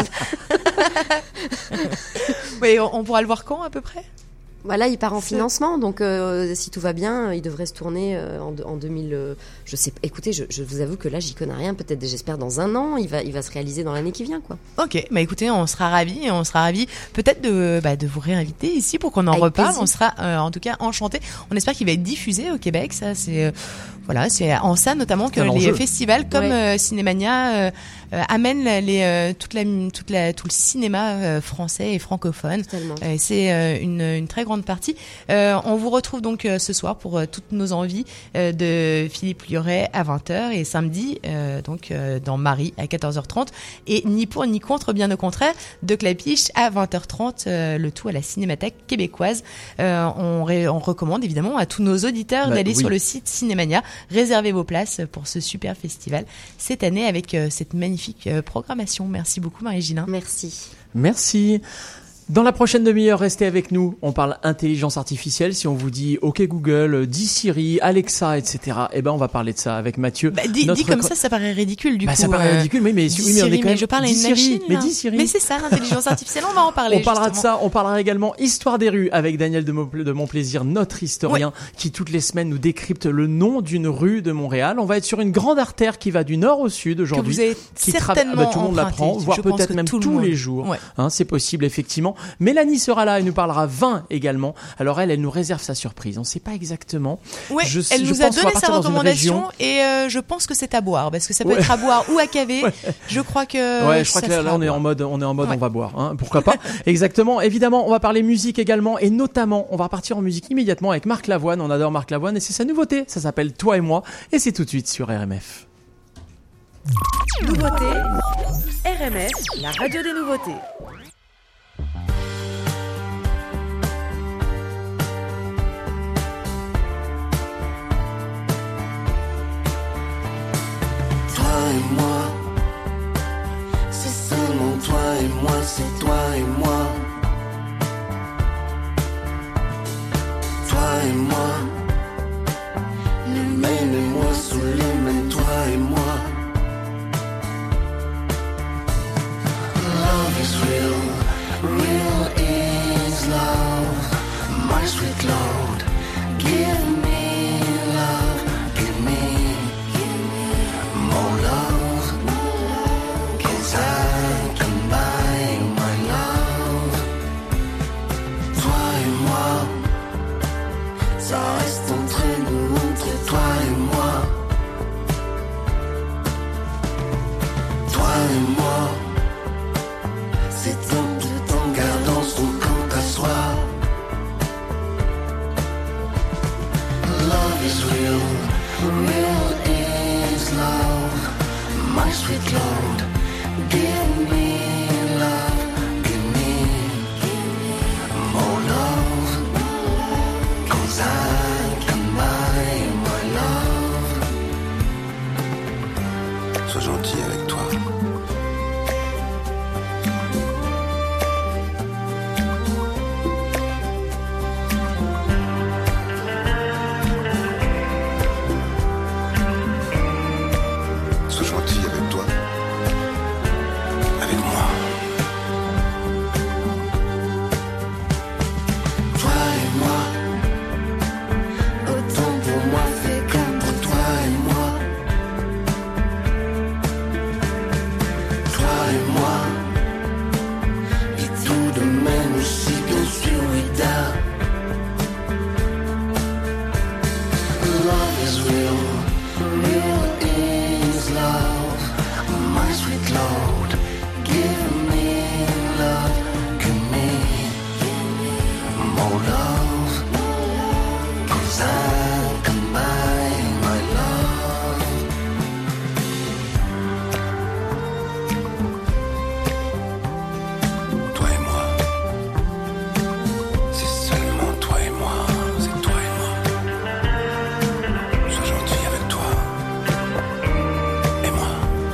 Speaker 3: Oui, on, on pourra le voir quand à peu près?
Speaker 4: Voilà, il part en financement, donc euh, si tout va bien, il devrait se tourner euh, en, en deux mille. Euh, je sais. Écoutez, je, je vous avoue que là, j'y connais rien. Peut-être, j'espère dans un an, il va, il va se réaliser dans l'année qui vient, quoi.
Speaker 3: Ok, bah écoutez, on sera ravis et on sera ravis peut-être de, bah, de vous réinviter ici pour qu'on en
Speaker 4: Avec
Speaker 3: reparle.
Speaker 4: plaisir.
Speaker 3: On sera, euh, en tout cas, enchantés. On espère qu'il va être diffusé au Québec. Ça, c'est euh, voilà, c'est en ça notamment que les festivals comme
Speaker 4: ouais.
Speaker 3: euh, Cinémania euh, euh, amènent les euh, toute la toute la tout le cinéma euh, français et francophone. Euh, c'est euh, une une très grande partie. Euh, on vous retrouve donc euh, ce soir pour euh, toutes nos envies euh, de Philippe Liorret à vingt heures et samedi euh, donc euh, dans Marie à quatorze heures trente et ni pour ni contre, bien au contraire, de Clapiche à vingt heures trente, euh, le tout à la Cinémathèque québécoise. Euh, on, ré- on recommande évidemment à tous nos auditeurs bah, d'aller oui. sur le site Cinémania, réserver vos places pour ce super festival cette année avec euh, cette magnifique euh, programmation. Merci beaucoup Marie-Gina.
Speaker 4: Merci.
Speaker 2: Merci. Dans la prochaine demi-heure, restez avec nous. On parle intelligence artificielle. Si on vous dit OK Google, dis Siri, Alexa, et cetera, eh ben on va parler de ça avec Mathieu.
Speaker 3: Bah, dit, dit comme ça, ça paraît ridicule du
Speaker 2: bah,
Speaker 3: coup.
Speaker 2: Ça paraît
Speaker 3: euh,
Speaker 2: ridicule, mais, mais,
Speaker 3: dis
Speaker 2: oui, mais on est
Speaker 3: Siri,
Speaker 2: quand même.
Speaker 3: mais je parle à une
Speaker 2: Siri,
Speaker 3: machine.
Speaker 2: mais
Speaker 3: là.
Speaker 2: dis Siri.
Speaker 3: Mais c'est ça l'intelligence artificielle. On va en parler.
Speaker 2: On parlera
Speaker 3: justement.
Speaker 2: de ça. On parlera également Histoire des rues avec Daniel de, Mo- de Montplaisir, notre historien, ouais. qui toutes les semaines nous décrypte le nom d'une rue de Montréal. On va être sur une grande artère qui va du nord au sud aujourd'hui.
Speaker 3: Que vous avez
Speaker 2: qui
Speaker 3: certainement
Speaker 2: tra- ah bah, tout le monde
Speaker 3: emprunté,
Speaker 2: l'apprend, voire peut-être même tous les jours.
Speaker 3: Ouais.
Speaker 2: Hein, c'est possible effectivement. Mélanie sera là et nous parlera vin également. Alors elle, elle nous réserve sa surprise. On ne sait pas exactement.
Speaker 3: Ouais,
Speaker 2: je,
Speaker 3: elle
Speaker 2: je
Speaker 3: nous a
Speaker 2: pense
Speaker 3: donné sa recommandation
Speaker 2: région...
Speaker 3: et euh, je pense que c'est à boire parce que ça peut
Speaker 2: ouais.
Speaker 3: être à boire ou à caver. Ouais. Je crois que.
Speaker 2: Ouais, je crois que là, là on est en mode, on est en mode, ouais. on va boire. Hein, pourquoi pas. Exactement. Évidemment, on va parler musique également et notamment, on va partir en musique immédiatement avec Marc Lavoine. On adore Marc Lavoine et c'est sa nouveauté. Ça s'appelle Toi et moi et c'est tout de suite sur R M F.
Speaker 1: Nouveauté, R M F, la radio des nouveautés.
Speaker 15: Toi et moi, c'est seulement toi et moi, c'est toi et moi. Toi et moi, les mains et moi sous les mains, toi et moi. Love is real, real is love, my sweet Lord. Give me love, give me, give me more love, cause I can buy my love. Toi et moi, ça reste entre nous, entre toi et moi. Toi et moi, c'est tant tout en gardant son quant à soi. Love is real, real is love, my sweet Lord. Give me love, give me, give me more love, cause I can buy my love. Sois gentil avec toi. Sois gentil avec toi. Avec moi. Toi et moi. Autant pour moi fait qu'un pour toi et moi. Toi et moi. Et tout de même aussi bien sûr Ouida. Love is real, real is love, my sweet Lord. Give me love, give me more love, cause I can buy my love. Toi et moi, c'est seulement toi et moi, c'est toi et moi. Sois gentil avec toi et moi.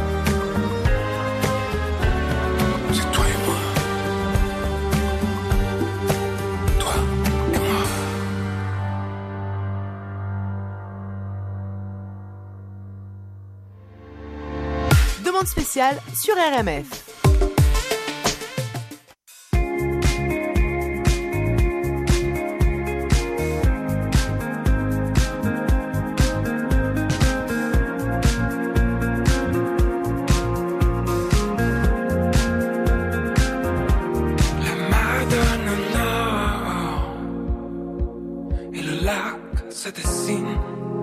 Speaker 15: C'est toi et moi. Toi et moi.
Speaker 18: Demande spéciale sur R M F.
Speaker 17: La Madone Nord et le lac se dessinent,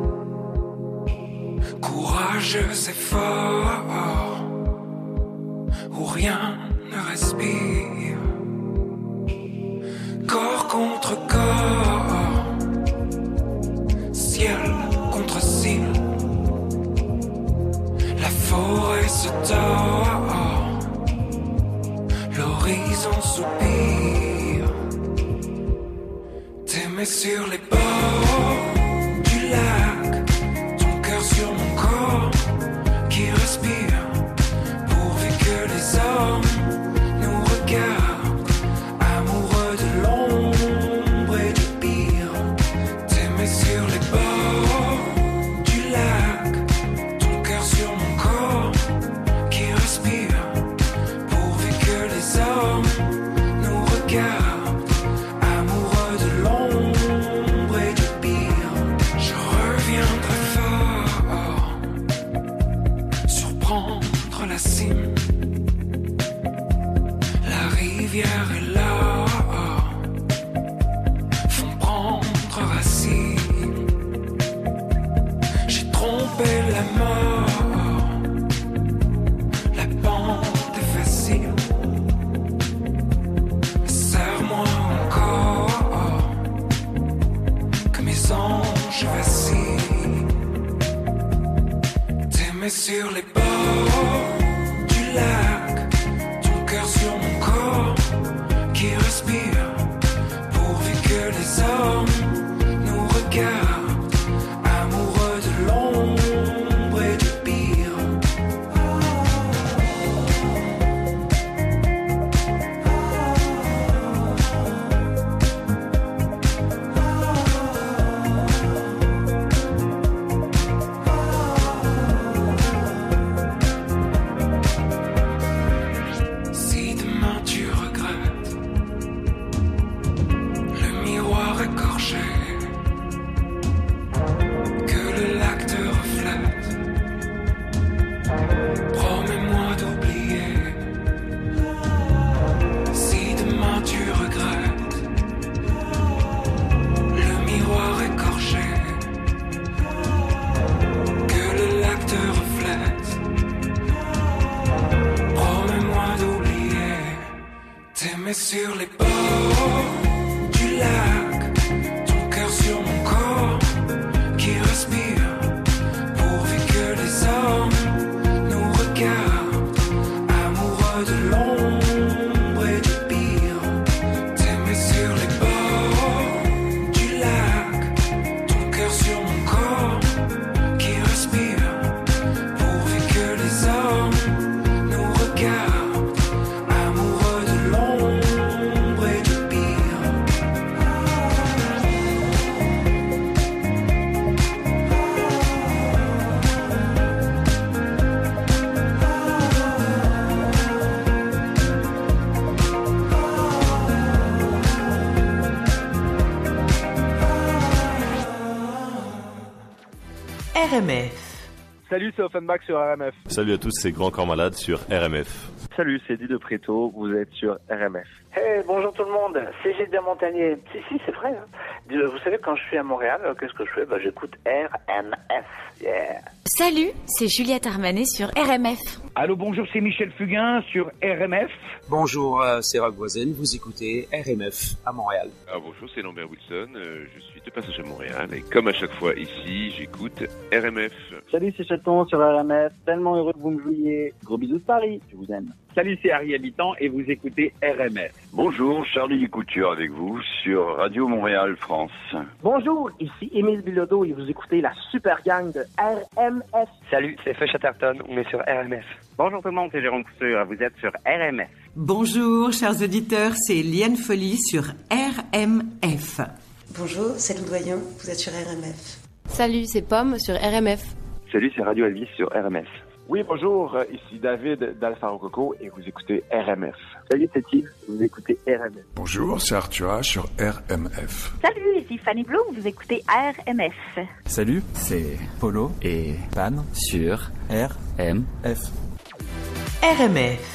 Speaker 17: courageux et fort, où rien ne respire, corps contre corps, ciel contre ciel, la forêt se tord, l'horizon soupire. T'aimer sur les bords du lac, ton cœur sur mon corps qui respire, pourvu que les hommes nous regardent à
Speaker 10: les anges vacillent. T'aimer sur les bords du lac, ton cœur sur mon corps qui respire, pourvu que les hommes nous regardent, amoureux de l'ombre et du pire. Si demain tu regrettes le miroir écorché, que le lac te reflète, promets-moi d'oublier. Si demain tu regrettes le miroir écorché, que le lac te reflète, promets-moi d'oublier. T'aimer sur les bords du lac, ton cœur sur mon corps qui respire, pourvu que les hommes nous regardent, amoureux de l'ombre et du pire. T'aimer sur les bords du lac, ton cœur sur mon corps qui respire, pourvu que les hommes nous regardent, amoureux de l'ombre et du pire.
Speaker 8: R M F.
Speaker 13: Salut, c'est Offenbach sur R M F.
Speaker 23: Salut à tous, c'est Grand Corps Malade sur R M F.
Speaker 13: Salut, c'est Eddie de Préto, vous êtes sur R M F.
Speaker 24: Hey, bonjour tout le monde, c'est Gilles Montagnier. Si, si, c'est vrai. Hein. Vous savez, quand je suis à Montréal, qu'est-ce que je fais? Bah, j'écoute R M F. Yeah.
Speaker 25: Salut, c'est Juliette Armanet sur R M F.
Speaker 26: Allô, bonjour, c'est Michel Fugain sur R M F.
Speaker 27: Bonjour, euh, c'est Rock Voisine, vous écoutez R M F à Montréal.
Speaker 28: Ah, bonjour, c'est Lambert Wilson, euh, je suis de passage à Montréal et comme à chaque fois ici, j'écoute R M F.
Speaker 29: Salut, c'est Chaton sur R M F, tellement heureux que vous me jouiez. Gros bisous de Paris, je vous aime.
Speaker 26: Salut, c'est Harry Habitant et vous écoutez R M F.
Speaker 30: Bonjour, Charlie Couture avec vous sur Radio Montréal France.
Speaker 31: Bonjour, ici Émile Bilodeau et vous écoutez la super gang de R M F.
Speaker 32: Salut, c'est Feu Chatterton, on est sur R M F.
Speaker 33: Bonjour tout le monde, c'est Jérôme Couture, vous êtes sur R M F.
Speaker 8: Bonjour, chers auditeurs, c'est Liane Folly sur R M F.
Speaker 34: Bonjour, c'est Lou Doyen, vous êtes sur R M F.
Speaker 4: Salut, c'est Pomme sur R M F.
Speaker 30: Salut, c'est Radio Elvis sur R M F.
Speaker 35: Oui, bonjour, ici David d'Alpha Rococo et vous écoutez R M F.
Speaker 36: Salut, c'est Yves, vous écoutez R M F.
Speaker 37: Bonjour, c'est Arthur sur R M F.
Speaker 38: Salut, ici Fanny Bloom, vous écoutez R M F.
Speaker 14: Salut, c'est Polo et Pan sur R M F.
Speaker 8: R M F.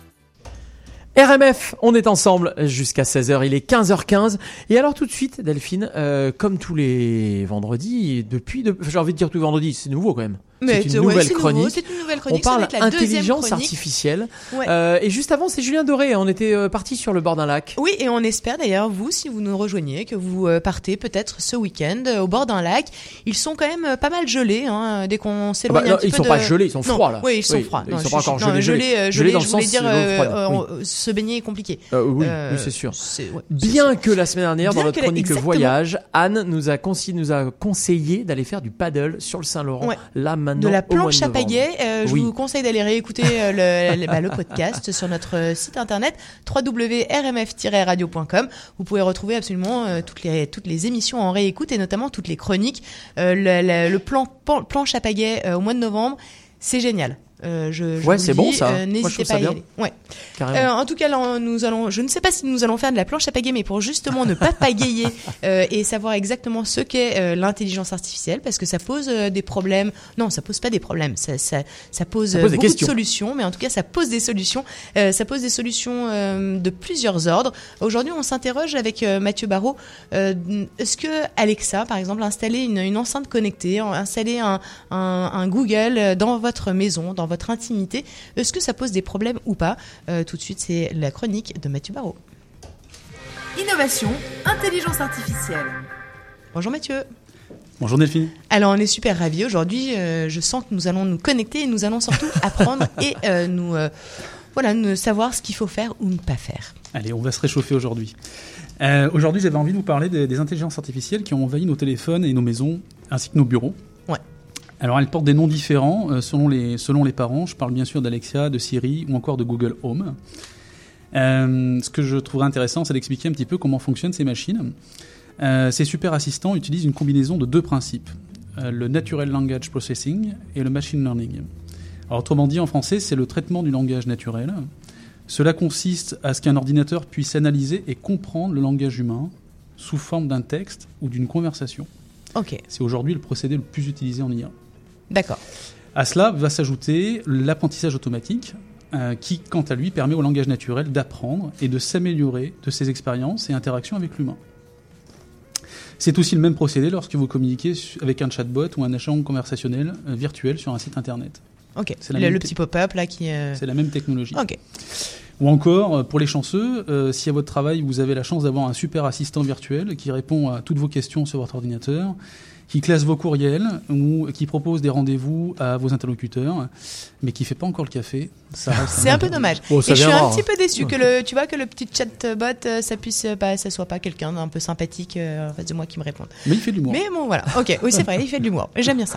Speaker 2: R M F, on est ensemble jusqu'à seize heures, il est quinze heures quinze. Et alors tout de suite, Delphine, euh, comme tous les vendredis, depuis, de, j'ai envie de dire tous les vendredis, c'est nouveau quand même.
Speaker 3: Mais
Speaker 2: c'est une,
Speaker 3: ouais,
Speaker 2: nouvelle
Speaker 3: c'est
Speaker 2: chronique.
Speaker 3: Nouveau, c'est une nouvelle chronique.
Speaker 2: On parle
Speaker 3: ça va être la deuxième
Speaker 2: intelligence
Speaker 3: chronique.
Speaker 2: artificielle.
Speaker 3: Ouais.
Speaker 2: Euh, et juste avant, c'est Julien Doré. On était euh, parti sur le bord d'un lac.
Speaker 3: Oui, et on espère d'ailleurs, vous, si vous nous rejoignez, que vous euh, partez peut-être ce week-end euh, au bord d'un lac. Ils sont quand même euh, pas mal gelés, hein, dès qu'on s'éloigne
Speaker 2: Ah bah, non,
Speaker 3: un petit
Speaker 2: ils
Speaker 3: peu
Speaker 2: sont
Speaker 3: de...
Speaker 2: pas gelés, ils sont
Speaker 3: non,
Speaker 2: froids là.
Speaker 3: Oui, ils sont
Speaker 2: oui,
Speaker 3: froids.
Speaker 2: Ils
Speaker 3: non,
Speaker 2: sont
Speaker 3: je
Speaker 2: pas
Speaker 3: suis-
Speaker 2: encore
Speaker 3: non,
Speaker 2: gelés.
Speaker 3: gelés,
Speaker 2: gelés
Speaker 3: euh, gelés,
Speaker 2: dans le
Speaker 3: je voulais
Speaker 2: sens
Speaker 3: dire,
Speaker 2: de l'eau
Speaker 3: euh,
Speaker 2: froide.
Speaker 3: euh,
Speaker 2: Oui.
Speaker 3: euh, se baigner est compliqué.
Speaker 2: Euh, oui,
Speaker 3: Euh,
Speaker 2: oui, c'est sûr.
Speaker 3: c'est- ouais,
Speaker 2: Bien que la semaine dernière,
Speaker 3: Bien
Speaker 2: dans notre
Speaker 3: que la-
Speaker 2: chronique
Speaker 3: exactement.
Speaker 2: voyage, Anne nous a, consi- nous a conseillé d'aller faire du paddle sur le Saint-Laurent.
Speaker 3: Ouais.
Speaker 2: Là maintenant,
Speaker 3: de la
Speaker 2: au mois
Speaker 3: planche
Speaker 2: de
Speaker 3: à
Speaker 2: novembre.
Speaker 3: pagaie. Euh, je
Speaker 2: Oui.
Speaker 3: vous conseille d'aller réécouter euh, le, le, bah, le podcast sur notre euh, site internet w w w point r m f tiret radio point com. Vous pouvez retrouver absolument euh, toutes les toutes les émissions en réécoute et notamment toutes les chroniques. Euh, le, le, le plan pan- planche à pagaie euh, au mois de novembre, c'est génial. Euh, je, je
Speaker 2: Ouais,
Speaker 3: vous
Speaker 2: c'est
Speaker 3: le
Speaker 2: bon,
Speaker 3: dis,
Speaker 2: ça.
Speaker 3: euh,
Speaker 2: Moi, je
Speaker 3: N'hésitez
Speaker 2: trouve
Speaker 3: pas
Speaker 2: ça
Speaker 3: à y
Speaker 2: bien.
Speaker 3: aller. Ouais.
Speaker 2: Carrément.
Speaker 3: Euh, en tout cas, là, nous allons. Je ne sais pas si nous allons faire de la planche à pagaie, mais pour justement ne pas pagayer euh, et savoir exactement ce qu'est euh, l'intelligence artificielle, parce que ça pose euh, des problèmes. Non, ça pose pas des problèmes. Ça, ça, ça pose,
Speaker 2: Ça
Speaker 3: euh,
Speaker 2: pose des
Speaker 3: beaucoup
Speaker 2: questions.
Speaker 3: de solutions, mais en tout cas, ça pose des solutions. Euh, ça pose des solutions euh, de plusieurs ordres. Aujourd'hui, on s'interroge avec euh, Mathieu Barrault. Euh, Est-ce que Alexa, par exemple, installer une, une enceinte connectée, installer un, un, un Google dans votre maison, dans votre intimité, est-ce que ça pose des problèmes ou pas? Euh, Tout de suite, c'est la chronique de Mathieu Barrault.
Speaker 8: Innovation, intelligence artificielle.
Speaker 3: Bonjour Mathieu.
Speaker 1: Bonjour Delphine.
Speaker 3: Alors on est super ravis aujourd'hui, euh, je sens que nous allons nous connecter et nous allons surtout apprendre et euh, nous, euh, voilà, nous savoir ce qu'il faut faire ou ne pas faire.
Speaker 1: Allez, on va se réchauffer aujourd'hui. Euh, aujourd'hui j'avais envie de vous parler des, des intelligences artificielles qui ont envahi nos téléphones et nos maisons ainsi que nos bureaux.
Speaker 3: Ouais.
Speaker 1: Alors elles portent des noms différents euh, selon, les, selon les parents, je parle bien sûr d'Alexia, de Siri ou encore de Google Home. Euh, ce que je trouverais intéressant c'est d'expliquer un petit peu comment fonctionnent ces machines. Euh, ces super assistants utilisent une combinaison de deux principes, euh, le Natural Language Processing et le Machine Learning. Alors, autrement dit, en français, c'est le traitement du langage naturel. Cela consiste à ce qu'un ordinateur puisse analyser et comprendre le langage humain sous forme d'un texte ou d'une conversation.
Speaker 3: Ok.
Speaker 1: C'est aujourd'hui le procédé le plus utilisé en I A.
Speaker 3: D'accord.
Speaker 1: À cela va s'ajouter l'apprentissage automatique, euh, qui, quant à lui, permet au langage naturel d'apprendre et de s'améliorer de ses expériences et interactions avec l'humain. C'est aussi le même procédé lorsque vous communiquez avec un chatbot ou un échange conversationnel euh, virtuel sur un site internet.
Speaker 3: Ok, c'est le, le petit pop-up là qui... Euh...
Speaker 1: C'est la même technologie.
Speaker 3: Ok.
Speaker 1: Ou encore, pour les chanceux, euh, si à votre travail vous avez la chance d'avoir un super assistant virtuel qui répond à toutes vos questions sur votre ordinateur, qui classe vos courriels ou qui propose des rendez-vous à vos interlocuteurs, mais qui fait pas encore le café, ça reste.
Speaker 3: C'est un peu dommage.
Speaker 2: Oh,
Speaker 3: et je suis
Speaker 2: rare,
Speaker 3: un petit
Speaker 2: hein.
Speaker 3: peu déçu que le, tu vois, que le petit chatbot, euh, ça puisse, bah, ça soit pas quelqu'un d'un peu sympathique euh, en face de moi qui me réponde.
Speaker 1: Mais il fait de l'humour.
Speaker 3: Mais bon, voilà. Ok, oui, c'est vrai, il fait de l'humour. J'aime bien ça.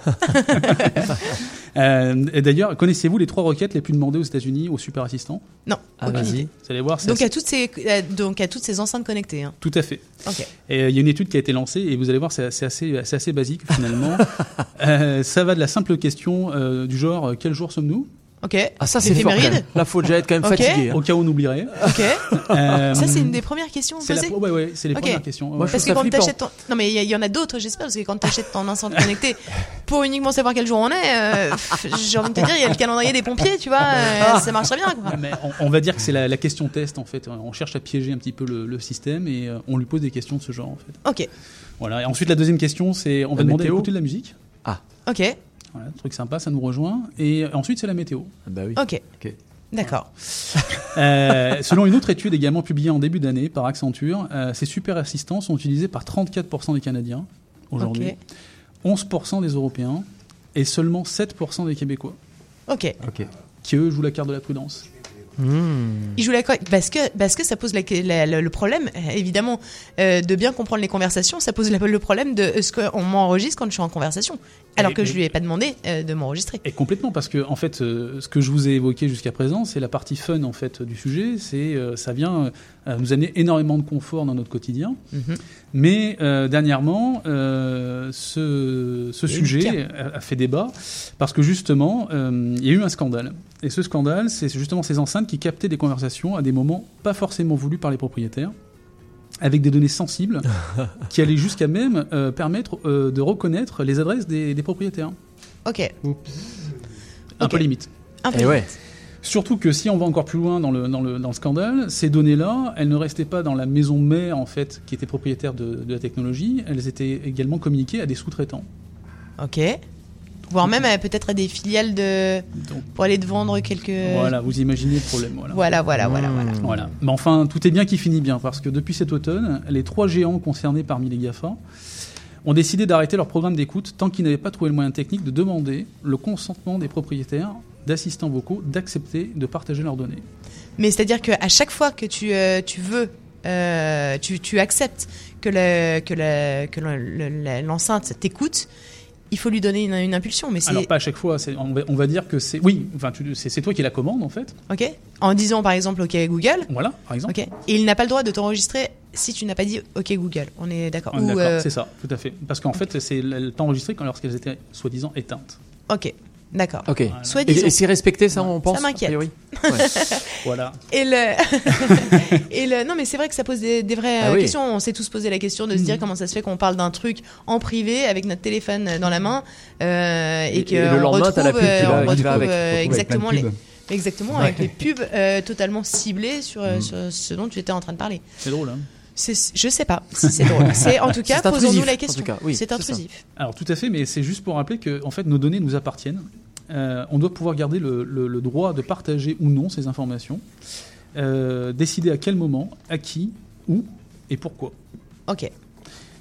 Speaker 1: euh, et d'ailleurs, connaissez-vous les trois requêtes les plus demandées aux États-Unis aux super assistants ?
Speaker 3: Non.
Speaker 2: Ah, vas-y.
Speaker 1: Vous allez voir.
Speaker 3: Donc
Speaker 1: assez...
Speaker 3: à toutes ces, euh, donc à toutes ces enceintes connectées. Hein.
Speaker 1: Tout à fait.
Speaker 3: Ok.
Speaker 1: Et il euh, y a une étude qui a été lancée et vous allez voir, c'est, c'est assez, c'est assez basique finalement. euh, ça va de la simple question euh, du genre quel jour sommes-nous ?
Speaker 3: Ok.
Speaker 2: Ah ça c'est fort quand même. Là faut déjà être quand même
Speaker 3: okay.
Speaker 2: fatigué. Hein.
Speaker 1: Au cas où on oublierait.
Speaker 3: Ok.
Speaker 1: euh,
Speaker 3: ça c'est une des premières questions
Speaker 1: c'est
Speaker 3: posées.
Speaker 1: La, ouais ouais, c'est les
Speaker 3: okay.
Speaker 1: premières questions.
Speaker 3: Moi, parce que quand t'achètes ton... non mais il y, y en a d'autres, j'espère, parce que quand t'achètes ton enceinte connectée pour uniquement savoir quel jour on est, euh, j'ai envie de te dire, il y a le calendrier des pompiers, tu vois, euh, ça marcherait bien quoi.
Speaker 1: Mais on, on va dire que c'est la, la question test en fait. On cherche à piéger un petit peu le, le système et euh, on lui pose des questions de ce genre en fait.
Speaker 3: Ok.
Speaker 1: Voilà. Et ensuite la deuxième question c'est on va
Speaker 2: la
Speaker 1: demander
Speaker 2: météo.
Speaker 1: à écouter de la musique.
Speaker 2: Ah.
Speaker 3: Ok.
Speaker 1: Voilà, truc sympa, ça nous rejoint. Et ensuite, c'est la météo.
Speaker 2: Bah oui.
Speaker 3: Ok. okay. D'accord.
Speaker 1: euh, selon une autre étude également publiée en début d'année par Accenture, euh, ces super assistants sont utilisés par trente-quatre pour cent des Canadiens aujourd'hui, okay. onze pour cent des Européens et seulement sept pour cent des Québécois.
Speaker 3: Ok.
Speaker 2: Ok.
Speaker 1: Qui eux jouent la carte de la prudence.
Speaker 3: Mmh. Ils jouent la parce que parce que ça pose la, la, le problème évidemment euh, de bien comprendre les conversations. Ça pose la, le problème de est-ce qu'on m'enregistre quand je suis en conversation alors et, que et, je lui ai pas demandé euh, de m'enregistrer.
Speaker 1: Et complètement parce que en fait euh, ce que je vous ai évoqué jusqu'à présent c'est la partie fun en fait du sujet. C'est euh, ça vient euh, nous amener énormément de confort dans notre quotidien. Mmh. Mais euh, dernièrement euh, ce ce sujet a, a fait débat parce que justement euh, il y a eu un scandale. Et ce scandale, c'est justement ces enceintes qui captaient des conversations à des moments pas forcément voulus par les propriétaires, avec des données sensibles qui allaient jusqu'à même euh, permettre euh, de reconnaître les adresses des, des propriétaires.
Speaker 3: Ok.
Speaker 1: Oups. Un okay. peu limite.
Speaker 3: Un peu
Speaker 2: Et ouais.
Speaker 1: Surtout que si on va encore plus loin dans le, dans le, dans le scandale, ces données-là, elles ne restaient pas dans la maison mère en fait, qui était propriétaire de, de la technologie, elles étaient également communiquées à des sous-traitants.
Speaker 3: Ok. Voire même à, peut-être à des filiales de Donc, pour aller te vendre quelques.
Speaker 1: Voilà, vous imaginez le problème. Voilà,
Speaker 3: voilà, voilà, voilà, voilà.
Speaker 1: voilà. Mais enfin, tout est bien qui finit bien, parce que depuis cet automne, les trois géants concernés parmi les GAFA ont décidé d'arrêter leur programme d'écoute tant qu'ils n'avaient pas trouvé le moyen technique de demander le consentement des propriétaires d'assistants vocaux d'accepter de partager leurs données.
Speaker 3: Mais c'est-à-dire qu'à chaque fois que tu, euh, tu veux, euh, tu, tu acceptes que, le, que, la, que le, le, l'enceinte t'écoute, il faut lui donner une, une impulsion. Mais c'est...
Speaker 1: Alors pas à chaque fois, c'est, on, va, on va dire que c'est... Oui, enfin, tu, c'est, c'est toi qui la commande en fait.
Speaker 3: Ok. En disant par exemple OK Google.
Speaker 1: Voilà, par exemple.
Speaker 3: Ok. Et il n'a pas le droit de t'enregistrer si tu n'as pas dit OK Google. On est d'accord.
Speaker 1: On est
Speaker 3: Ou,
Speaker 1: d'accord,
Speaker 3: euh...
Speaker 1: c'est ça, tout à fait. Parce qu'en fait, c'est le temps enregistré quand lorsqu'elles étaient soi-disant éteintes.
Speaker 3: Ok. D'accord.
Speaker 2: Ok.
Speaker 3: Voilà. Soit disons.
Speaker 2: Et, et c'est respecté, ça, on pense.
Speaker 3: Ça m'inquiète.
Speaker 2: Ouais.
Speaker 1: Voilà.
Speaker 3: Et le, et le, non, mais c'est vrai que ça pose des, des vraies
Speaker 2: ah oui.
Speaker 3: questions. On s'est tous posé la question de se mmh. dire comment ça se fait qu'on parle d'un truc en privé avec notre téléphone dans la main euh, et, et que
Speaker 2: et le
Speaker 3: on
Speaker 2: lendemain,
Speaker 3: retrouve,
Speaker 2: t'as la pub qui va,
Speaker 3: on
Speaker 2: qui
Speaker 3: retrouve
Speaker 2: va avec,
Speaker 3: euh, exactement
Speaker 5: avec
Speaker 3: les, exactement
Speaker 5: ouais.
Speaker 3: avec les pubs euh, totalement ciblées sur, mmh. sur ce dont tu étais en train de parler.
Speaker 1: C'est drôle, hein.
Speaker 3: C'est, je sais pas si c'est drôle. C'est en tout cas,
Speaker 2: c'est
Speaker 3: posons-nous la question.
Speaker 2: En tout cas, oui,
Speaker 3: c'est intrusif.
Speaker 1: C'est Alors tout à fait, mais c'est juste pour rappeler que en fait nos données nous appartiennent. Euh, on doit pouvoir garder le, le, le droit de partager ou non ces informations, euh, décider à quel moment, à qui, où et pourquoi.
Speaker 3: Ok.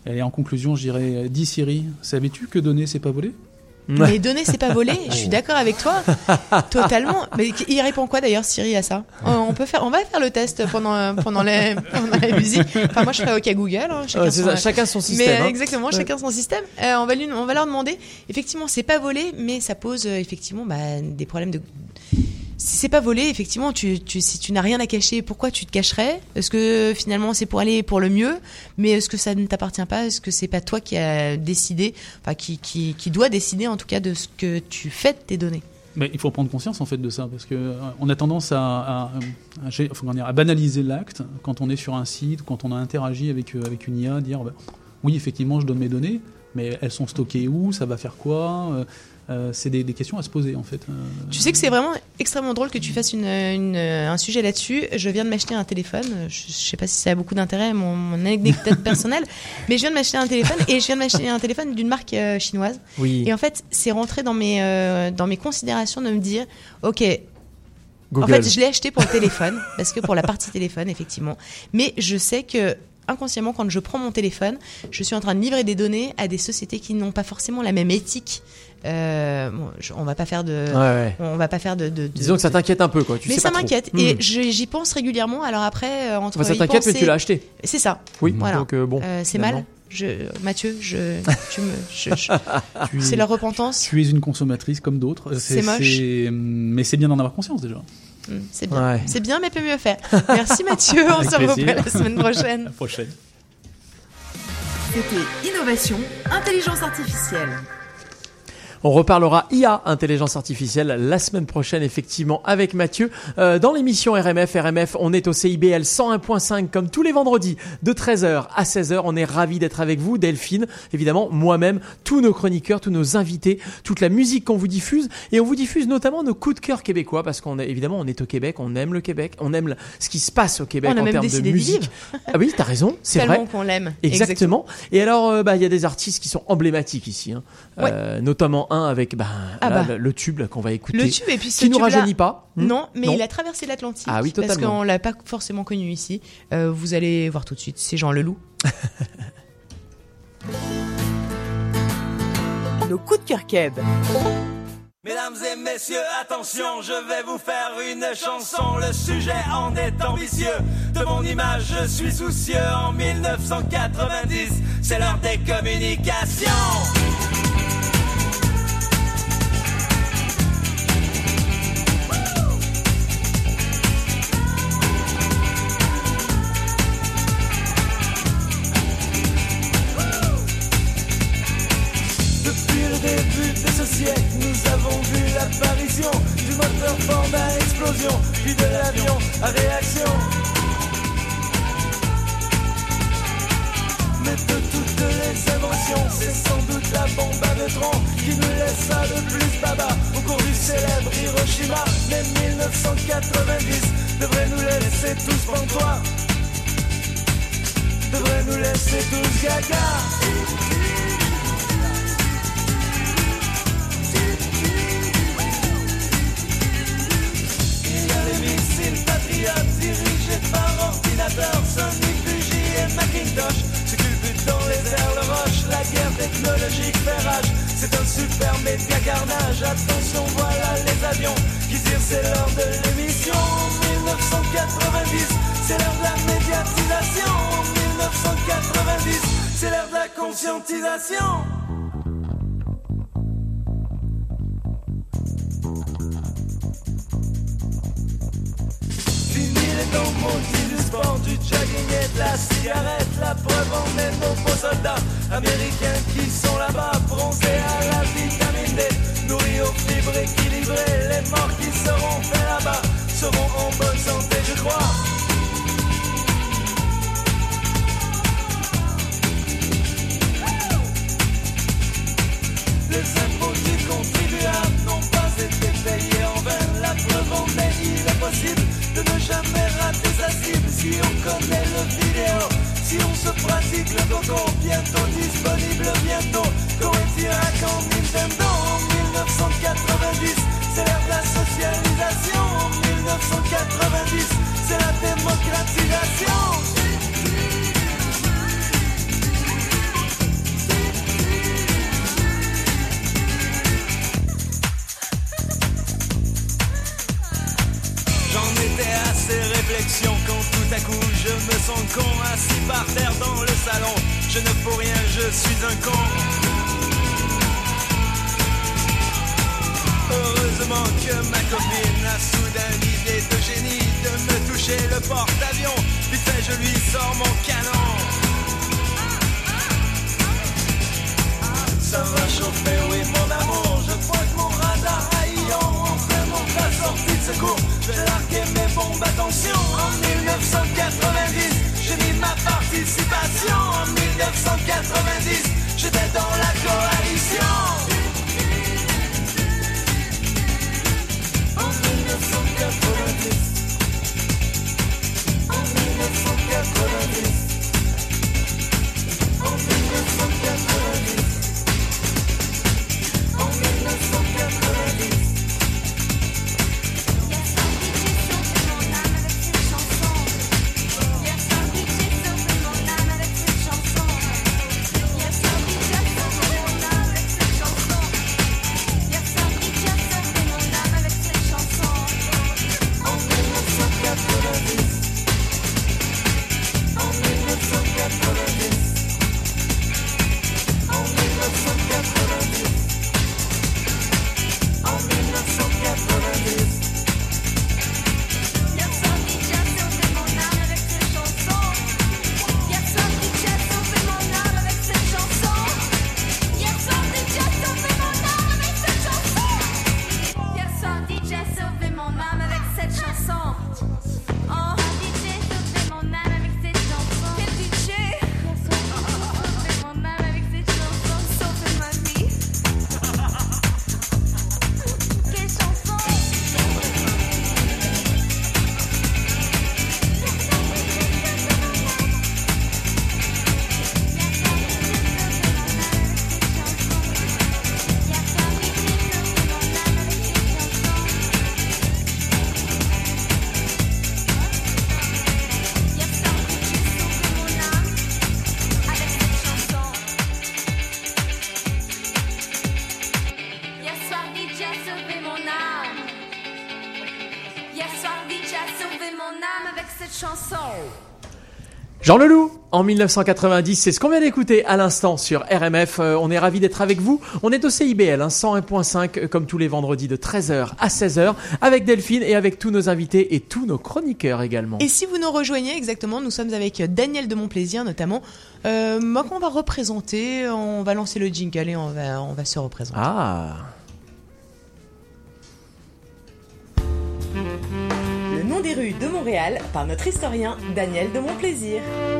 Speaker 1: Et en conclusion, je dirais, dis Siri, savais-tu que donner, c'est pas voler ?
Speaker 3: Mais donner, c'est pas voler. Je suis d'accord avec toi, totalement. Mais il répond quoi d'ailleurs, Siri, à ça ? On peut faire, on va faire le test pendant pendant la pendant la musique. Enfin, moi, je ferais OK Google. Hein, chacun,
Speaker 2: ouais,
Speaker 3: son,
Speaker 2: ça, chacun son système.
Speaker 3: Mais
Speaker 2: hein.
Speaker 3: exactement,
Speaker 2: ouais.
Speaker 3: chacun son système. Euh, on va lui, on va leur demander. Effectivement, c'est pas voler, mais ça pose euh, effectivement bah, des problèmes de. Si c'est pas volé, effectivement, tu, tu, si tu n'as rien à cacher, pourquoi tu te cacherais ? Est-ce que finalement c'est pour aller pour le mieux ? Mais est-ce que ça ne t'appartient pas ? Est-ce que c'est pas toi qui a décidé, enfin qui, qui, qui doit décider en tout cas de ce que tu fais de tes données ?
Speaker 1: Mais il faut prendre conscience en fait de ça, parce que euh, on a tendance à, à, à, enfin, à banaliser l'acte quand on est sur un site, quand on a interagi avec, euh, avec une I A, dire bah, oui effectivement je donne mes données, mais elles sont stockées où ? Ça va faire quoi ? euh, Euh, c'est des, des questions à se poser en fait. Euh...
Speaker 3: Tu sais que c'est vraiment extrêmement drôle que tu fasses une, une, un sujet là-dessus. Je viens de m'acheter un téléphone. Je, je sais pas si ça a beaucoup d'intérêt, mon, mon anecdote personnelle, mais je viens de m'acheter un téléphone et je viens de m'acheter un téléphone d'une marque euh, chinoise.
Speaker 2: Oui.
Speaker 3: Et en fait, c'est rentré dans mes euh, dans mes considérations de me dire, ok.
Speaker 2: Google.
Speaker 3: En fait, je l'ai acheté pour le téléphone parce que pour la partie téléphone effectivement. Mais je sais que inconsciemment, quand je prends mon téléphone, je suis en train de livrer des données à des sociétés qui n'ont pas forcément la même éthique. Euh, bon, je, on va pas faire de,
Speaker 2: ouais, ouais.
Speaker 3: on va pas faire de. de, de
Speaker 2: Disons que ça t'inquiète un peu, quoi. Tu
Speaker 3: mais
Speaker 2: sais
Speaker 3: ça
Speaker 2: pas
Speaker 3: m'inquiète
Speaker 2: trop.
Speaker 3: et
Speaker 2: mmh.
Speaker 3: je, j'y pense régulièrement. Alors après, euh, entre
Speaker 2: enfin, ça t'inquiète,
Speaker 3: penser...
Speaker 2: mais tu l'as acheté.
Speaker 3: C'est ça.
Speaker 2: Oui.
Speaker 3: Voilà.
Speaker 2: Donc euh, bon.
Speaker 3: Euh, c'est
Speaker 2: finalement.
Speaker 3: mal. Je, Mathieu, je, tu me, je, je... tu c'est es, la repentance.
Speaker 1: Tu es une consommatrice comme d'autres.
Speaker 3: C'est, c'est moche.
Speaker 1: C'est... Mais c'est bien d'en avoir conscience déjà.
Speaker 3: Mmh, c'est bien.
Speaker 2: Ouais.
Speaker 3: C'est bien, mais peut mieux faire. Merci Mathieu. On se revoit la semaine prochaine.
Speaker 1: La prochaine.
Speaker 8: C'était Innovation, Intelligence Artificielle.
Speaker 2: On reparlera I A, intelligence artificielle, la semaine prochaine, effectivement, avec Mathieu. Euh, dans l'émission R M F, R M F, on est au C I B L cent un point cinq, comme tous les vendredis, de treize heures à seize heures. On est ravis d'être avec vous, Delphine, évidemment, moi-même, tous nos chroniqueurs, tous nos invités, toute la musique qu'on vous diffuse. Et on vous diffuse notamment nos coups de cœur québécois, parce qu'on est, évidemment, on est au Québec, on aime le Québec, on aime ce qui se passe au Québec
Speaker 3: on a
Speaker 2: en
Speaker 3: même
Speaker 2: termes de musique. Ah oui, t'as raison, c'est
Speaker 3: Tellement
Speaker 2: vrai.
Speaker 3: qu'on l'aime.
Speaker 2: Exactement.
Speaker 3: Exactement.
Speaker 2: Et alors, euh, bah, il y a des artistes qui sont emblématiques ici, hein.
Speaker 3: Ouais.
Speaker 2: Euh, notamment un avec bah,
Speaker 3: ah
Speaker 2: là,
Speaker 3: bah.
Speaker 2: le, le tube là, qu'on va écouter,
Speaker 3: le tube et puis ce
Speaker 2: qui nous
Speaker 3: tube-là,
Speaker 2: rajeunit pas. Hmm
Speaker 3: non, mais
Speaker 2: non.
Speaker 3: il a traversé l'Atlantique.
Speaker 2: Ah oui, totalement.
Speaker 3: Parce qu'on l'a pas forcément connu ici. Euh, vous allez voir tout de suite. C'est Jean Leloup.
Speaker 8: Nos coups de cœur Keb.
Speaker 5: Mesdames et messieurs, attention, je vais vous faire une chanson. Le sujet en est ambitieux. De mon image, je suis soucieux. En mille neuf cent quatre-vingt-dix, c'est l'heure des communications. Début de ce siècle, nous avons vu l'apparition du moteur fort à explosion, puis de l'avion à réaction. Mais de toutes les inventions, c'est sans doute la bombe à neutrons qui nous laissa le plus baba au cours du célèbre Hiroshima. Mais mille neuf cent quatre-vingt-dix devrait nous laisser tous pantois, devrait nous laisser tous gaga. Patriotes dirigés par ordinateur, Sony, Fuji et Macintosh se culbutent dans les airs, le roche, la guerre technologique fait rage. C'est un super média carnage, attention voilà les avions qui tirent, c'est l'heure de l'émission. mille neuf cent quatre-vingt-dix, c'est l'heure de la médiatisation. mille neuf cent quatre-vingt-dix, c'est l'heure de la conscientisation. Dans maudit du sport, du jogging et de la cigarette. La preuve en est nos beaux soldats américains qui sont là-bas, bronzés à la vitamine D, nourris aux fibres équilibrées. Les morts qui seront faits là-bas seront en bonne santé, je crois. Les impôts du contribuable n'ont pas été payés en vain. La preuve en est, il est possible de ne jamais rater sa cible. Si on connaît le vidéo, si on se pratique le coco, bientôt disponible, bientôt Coétirac en Nintendo. En mille neuf cent quatre-vingt-dix, c'est l'ère de la socialisation. En mille neuf cent quatre-vingt-dix, c'est la démocratisation. suis un con. Heureusement que ma copine a soudain l'idée de génie de me toucher le porte-avions. Vite fait, je lui sors mon canon. Ça va chauffer, oui mon amour. Je pointe mon radar à Ion. On remonte la sortie de secours. Je vais larguer mes bombes, attention. En dix-neuf cent quatre-vingt-dix, j'ai mis ma participation. En dix-neuf cent quatre-vingt-dix, j'étais dans la coalition. En dix-neuf cent quatre-vingt-dix, en dix-neuf cent quatre-vingt-dix, en dix-neuf cent quatre-vingt-dix, en dix-neuf cent quatre-vingt-dix.
Speaker 2: Jean Leloup, en dix-neuf cent quatre-vingt-dix, c'est ce qu'on vient d'écouter à l'instant sur R M F. Euh, on est ravis d'être avec vous. On est au C I B L, hein, cent un virgule cinq, euh, comme tous les vendredis de treize heures à seize heures, avec Delphine et avec tous nos invités et tous nos chroniqueurs également.
Speaker 3: Et si vous nous rejoignez, exactement, nous sommes avec Daniel de Montplaisir notamment. Euh, moi, qu'on va représenter, on va lancer le jingle et on va, on va se représenter.
Speaker 2: Ah.
Speaker 8: Le nom des rues de Montréal par notre historien Daniel de Montplaisir.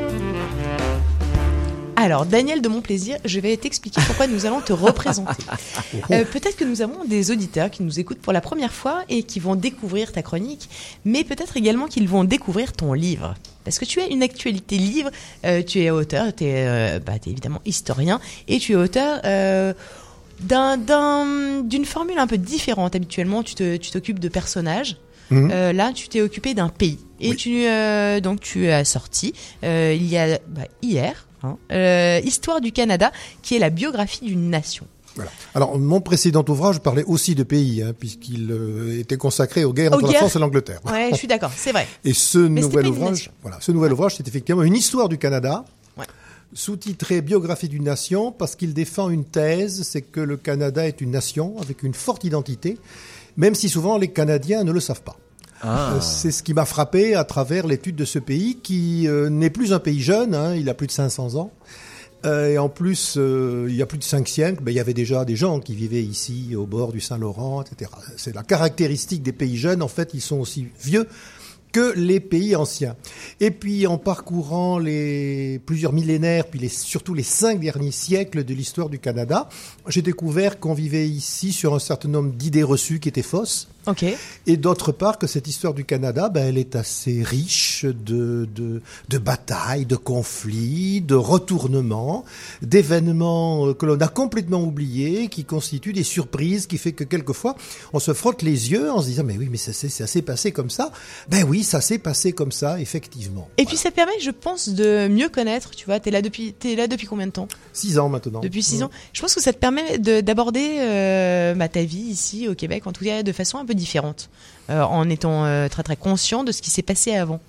Speaker 3: Alors, Daniel de Montplaisir, je vais t'expliquer pourquoi nous allons te représenter. Euh, peut-être que nous avons des auditeurs qui nous écoutent pour la première fois et qui vont découvrir ta chronique, mais peut-être également qu'ils vont découvrir ton livre. Parce que tu as une actualité livre, euh, tu es auteur, tu es euh, bah, t'es évidemment historien, et tu es auteur euh, d'un, d'un, d'une formule un peu différente. Habituellement, tu, te, tu t'occupes de personnages. Mmh. Euh, là, tu t'es occupé d'un pays. Et oui. tu, euh, donc, tu as sorti, euh, il y a bah, hier, hein, euh, Histoire du Canada, qui est la biographie d'une nation.
Speaker 6: Voilà. Alors, mon précédent ouvrage parlait aussi de pays, hein, puisqu'il euh, était consacré aux guerres aux entre guerres. la France et l'Angleterre.
Speaker 3: Ouais, je suis d'accord, c'est vrai.
Speaker 6: Et ce Mais nouvel ouvrage, voilà, ce nouvel ouais. ouvrage, c'est effectivement une histoire du Canada. Ouais. Sous-titré Biographie d'une nation, parce qu'il défend une thèse, c'est que le Canada est une nation avec une forte identité, même si souvent les Canadiens ne le savent pas. Ah. Euh, c'est ce qui m'a frappé à travers l'étude de ce pays, qui euh, n'est plus un pays jeune, hein, il a plus de cinq cents ans. Euh, et en plus, euh, il y a plus de cinq siècles, ben, il y avait déjà des gens qui vivaient ici, au bord du Saint-Laurent, et cetera. C'est la caractéristique des pays jeunes, en fait, ils sont aussi vieux que les pays anciens. Et puis, en parcourant les plusieurs millénaires, puis les, surtout les cinq derniers siècles de l'histoire du Canada, j'ai découvert qu'on vivait ici sur un certain nombre d'idées reçues qui étaient fausses.
Speaker 3: Okay.
Speaker 6: Et d'autre part, que cette histoire du Canada, ben, elle est assez riche de, de, de batailles, de conflits, de retournements, d'événements que l'on a complètement oubliés, qui constituent des surprises, qui fait que quelquefois, on se frotte les yeux en se disant, mais oui, mais ça, ça, ça s'est passé comme ça. Ben oui, ça s'est passé comme ça, effectivement.
Speaker 3: Et voilà. Puis ça permet, je pense, de mieux connaître, tu vois, t'es là depuis, t'es là depuis combien de temps ?
Speaker 6: Six ans maintenant.
Speaker 3: Depuis six
Speaker 6: mmh.
Speaker 3: ans. Je pense que ça te permet de, d'aborder euh, bah, ta vie ici au Québec, en tout cas de façon un peu différente, euh, en étant euh, très très conscient de ce qui s'est passé avant.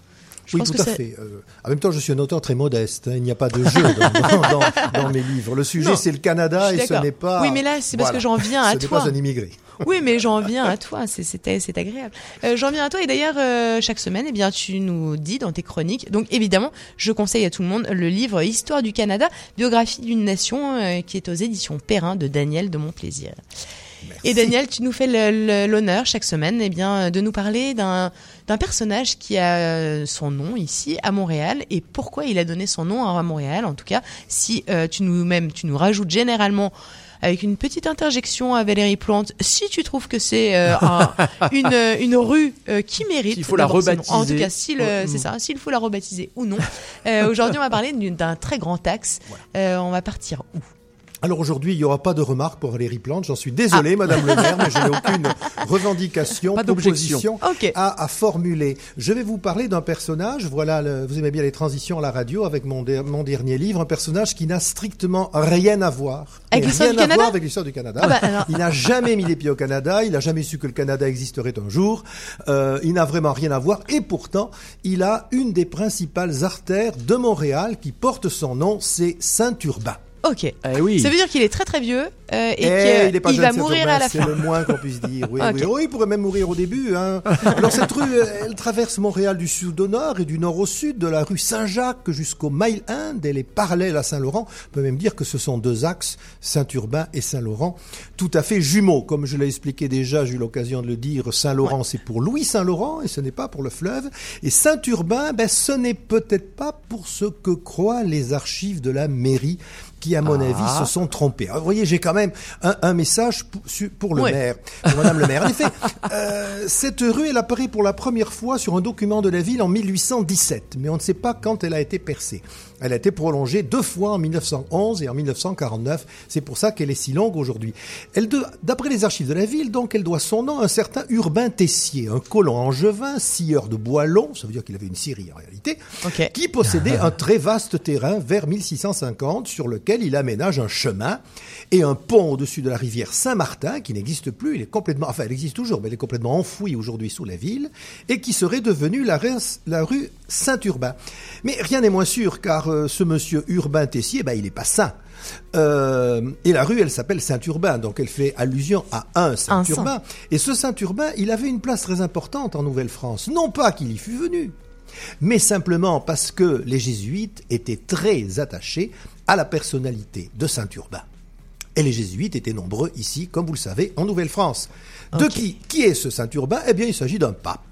Speaker 3: Je
Speaker 6: oui,
Speaker 3: pense
Speaker 6: tout
Speaker 3: que
Speaker 6: à
Speaker 3: ça...
Speaker 6: fait. Euh, en même temps, je suis un auteur très modeste. Hein. Il n'y a pas de jeu dans, dans, dans, dans mes livres. Le sujet,
Speaker 3: Non,
Speaker 6: c'est le Canada et ce n'est pas...
Speaker 3: Oui, mais là, c'est parce
Speaker 6: voilà.
Speaker 3: que j'en viens à
Speaker 6: ce
Speaker 3: toi.
Speaker 6: Ce n'est pas un immigré.
Speaker 3: Oui, mais j'en viens à toi, c'est, c'est, c'est agréable. Euh, j'en viens à toi et d'ailleurs, euh, chaque semaine, eh bien, tu nous dis dans tes chroniques, donc évidemment, je conseille à tout le monde le livre Histoire du Canada, biographie d'une nation, euh, qui est aux éditions Perrin de Daniel de Montplaisir. Merci. Et Daniel, tu nous fais le, le, l'honneur chaque semaine, eh bien, de nous parler d'un, d'un personnage qui a son nom ici à Montréal et pourquoi il a donné son nom à Montréal. En tout cas, si euh, tu nous même tu nous rajoutes généralement avec une petite interjection à Valérie Plante, si tu trouves que c'est euh, un, une, une rue euh, qui mérite.
Speaker 2: Il faut la rebaptiser.
Speaker 3: En tout cas, si le, ouais. c'est ça, s'il faut la rebaptiser ou non. Euh, aujourd'hui, on va parler d'un très grand axe. Voilà. Euh, on va partir où ?
Speaker 6: Alors aujourd'hui, il n'y aura pas de remarques pour Valérie Plante. J'en suis désolé, ah. Madame le maire, mais je n'ai aucune revendication, pas proposition okay. à, à formuler. Je vais vous parler d'un personnage. Voilà, le, vous aimez bien les transitions à la radio avec mon, de, mon dernier livre, un personnage qui n'a strictement rien à voir.
Speaker 3: Avec l'histoire
Speaker 6: rien
Speaker 3: du
Speaker 6: à
Speaker 3: Canada
Speaker 6: voir avec l'histoire du Canada.
Speaker 3: Ah bah, alors...
Speaker 6: Il n'a jamais mis les pieds au Canada. Il n'a jamais su que le Canada existerait un jour. Euh, il n'a vraiment rien à voir. Et pourtant, il a une des principales artères de Montréal qui porte son nom. C'est Saint-Urbain.
Speaker 3: Ok.
Speaker 2: Eh oui.
Speaker 3: Ça veut dire qu'il est très très vieux euh, et,
Speaker 6: et
Speaker 3: qu'il il va mourir à la
Speaker 6: c'est
Speaker 3: fin.
Speaker 6: C'est le moins qu'on puisse dire. Oui,
Speaker 3: okay.
Speaker 6: oui. oui, il pourrait même mourir au début. Hein. Alors cette rue, elle traverse Montréal du sud au nord et du nord au sud, de la rue Saint-Jacques jusqu'au Mile End. Elle est parallèle à Saint-Laurent. On peut même dire que ce sont deux axes, Saint-Urbain et Saint-Laurent, tout à fait jumeaux. Comme je l'ai expliqué déjà, j'ai eu l'occasion de le dire, Saint-Laurent, ouais. c'est pour Louis Saint-Laurent et ce n'est pas pour le fleuve. Et Saint-Urbain, ben, ce n'est peut-être pas pour ce que croient les archives de la mairie, qui, à mon ah. avis, se sont trompés. Alors, vous voyez, j'ai quand même un, un message pour, pour le ouais. maire, pour Madame le maire. En effet, euh, cette rue, elle apparaît pour la première fois sur un document de la ville en mille huit cent dix-sept, mais on ne sait pas quand elle a été percée. Elle a été prolongée deux fois en mille neuf cent onze et en mille neuf cent quarante-neuf. C'est pour ça qu'elle est si longue aujourd'hui. Elle de, d'après les archives de la ville, donc, elle doit son nom à un certain Urbain Tessier, un colon angevin, scieur de bois long, ça veut dire qu'il avait une scierie en réalité, okay. qui possédait un très vaste terrain vers mille six cent cinquante sur lequel il aménage un chemin et un pont au-dessus de la rivière Saint-Martin qui n'existe plus. Il est complètement, enfin, elle existe toujours, mais elle est complètement enfouie aujourd'hui sous la ville et qui serait devenue la, la rue Saint-Urbain. Mais rien n'est moins sûr car euh, ce monsieur Urbain Tessier, ben, il n'est pas saint. Euh, et la rue, elle s'appelle Saint-Urbain, donc elle fait allusion à un Saint-Urbain. Un et ce Saint-Urbain, il avait une place très importante en Nouvelle-France. Non pas qu'il y fût venu, mais simplement parce que les jésuites étaient très attachés à la personnalité de Saint-Urbain. Et les jésuites étaient nombreux ici, comme vous le savez, en Nouvelle-France. Okay. De qui, qui est ce Saint-Urbain ? Eh bien, il s'agit d'un pape.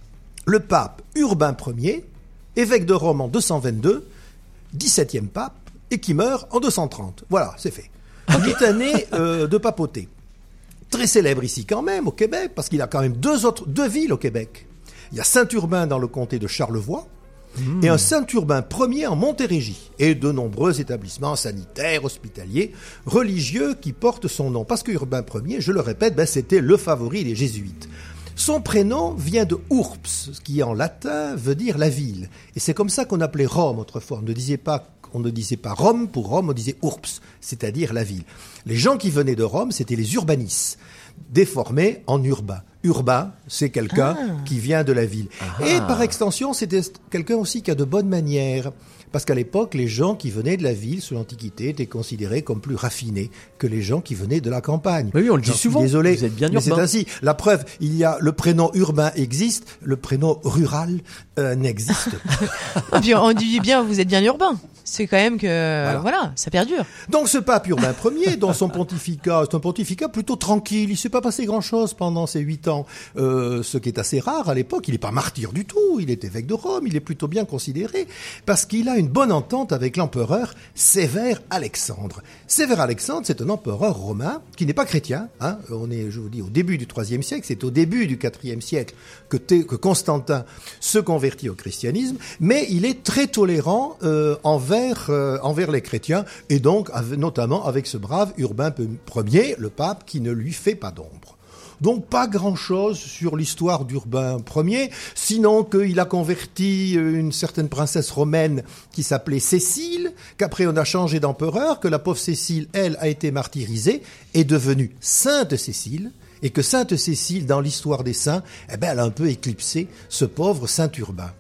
Speaker 6: Le pape Urbain Ier, évêque de Rome en deux cent vingt-deux, dix-septième pape, et qui meurt en deux cent trente. Voilà, c'est fait. Huit années euh, de papauté. Très célèbre ici quand même, au Québec, parce qu'il a quand même deux autres, deux villes au Québec. Il y a Saint-Urbain dans le comté de Charlevoix, Mmh. et un Saint-Urbain Ier en Montérégie, et de nombreux établissements sanitaires, hospitaliers, religieux qui portent son nom. Parce que Urbain Ier, je le répète, ben, c'était le favori des jésuites. Son prénom vient de Urps, qui en latin veut dire la ville. Et c'est comme ça qu'on appelait Rome autrefois. On ne disait pas, on ne disait pas Rome pour Rome, on disait Urps, c'est-à-dire la ville. Les gens qui venaient de Rome, c'était les urbanis, déformés en urbains. Urbain, c'est quelqu'un ah. qui vient de la ville. Ah. Et par extension, c'était quelqu'un aussi qui a de bonnes manières. Parce qu'à l'époque, les gens qui venaient de la ville, sous l'Antiquité, étaient considérés comme plus raffinés que les gens qui venaient de la campagne.
Speaker 2: Oui, on le dit
Speaker 6: J'en
Speaker 2: souvent.
Speaker 6: Désolé,
Speaker 2: vous êtes bien
Speaker 6: mais
Speaker 2: urbain.
Speaker 6: c'est ainsi. La preuve, il y a le prénom urbain existe, le prénom rural euh, n'existe pas.
Speaker 3: Et puis on dit bien, vous êtes bien urbain. C'est quand même que, voilà. voilà, ça perdure.
Speaker 6: Donc ce pape Urbain Ier, dans son pontificat, c'est un pontificat plutôt tranquille. Il ne s'est pas passé grand-chose pendant ces huit ans, euh, ce qui est assez rare à l'époque. Il n'est pas martyr du tout. Il est évêque de Rome. Il est plutôt bien considéré parce qu'il a une bonne entente avec l'empereur Sévère Alexandre. Sévère Alexandre, c'est un empereur romain qui n'est pas chrétien. Hein. On est, je vous dis, au début du troisième siècle. C'est au début du quatrième siècle que, que Constantin se convertit au christianisme. Mais il est très tolérant euh, envers Euh, envers les chrétiens, et donc avec, notamment avec ce brave Urbain Ier, le pape, qui ne lui fait pas d'ombre. Donc pas grand-chose sur l'histoire d'Urbain Ier, sinon qu'il a converti une certaine princesse romaine qui s'appelait Cécile, qu'après on a changé d'empereur, que la pauvre Cécile, elle, a été martyrisée, est devenue Sainte Cécile, et que Sainte Cécile, dans l'histoire des saints, eh ben, elle a un peu éclipsé ce pauvre Saint Urbain.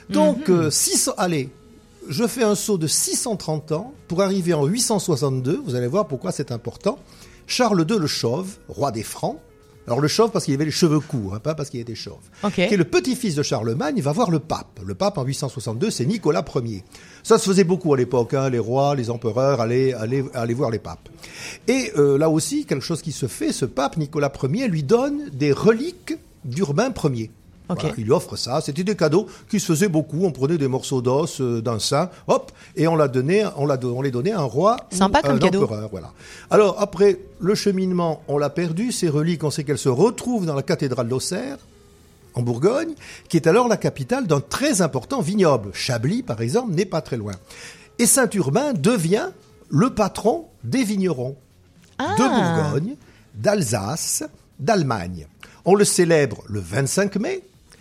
Speaker 6: Donc,
Speaker 3: Mhm.
Speaker 6: euh, six cents, allez, je fais un saut de six cent trente ans pour arriver en huit cent soixante-deux. Vous allez voir pourquoi c'est important. Charles deux le Chauve, roi des Francs. Alors le chauve parce qu'il avait les cheveux courts, hein, pas parce qu'il était chauve.
Speaker 3: Ok.
Speaker 6: Qui est le petit-fils de Charlemagne, il va voir le pape. Le pape en huit cent soixante-deux, c'est Nicolas Ier. Ça se faisait beaucoup à l'époque, hein, les rois, les empereurs allaient, allaient, allaient voir les papes. Et euh, là aussi, quelque chose qui se fait, ce pape Nicolas Ier lui donne des reliques d'Urbain Ier.
Speaker 3: Ok.
Speaker 6: Voilà, il lui offre ça. C'était des cadeaux qui se faisaient beaucoup. On prenait des morceaux d'os euh, d'un saint, hop, et on l'a donné, on l'a, on les donnait à un roi
Speaker 3: Sympa
Speaker 6: ou
Speaker 3: comme
Speaker 6: un
Speaker 3: cadeau.
Speaker 6: empereur. Voilà. Alors après le cheminement, on l'a perdu. Ces reliques, on sait qu'elles se retrouvent dans la cathédrale d'Auxerre, en Bourgogne, qui est alors la capitale d'un très important vignoble. Chablis, par exemple, n'est pas très loin. Et Saint-Urbain devient le patron des vignerons
Speaker 3: Ah.
Speaker 6: de Bourgogne, d'Alsace, d'Allemagne. On le célèbre le vingt-cinq mai.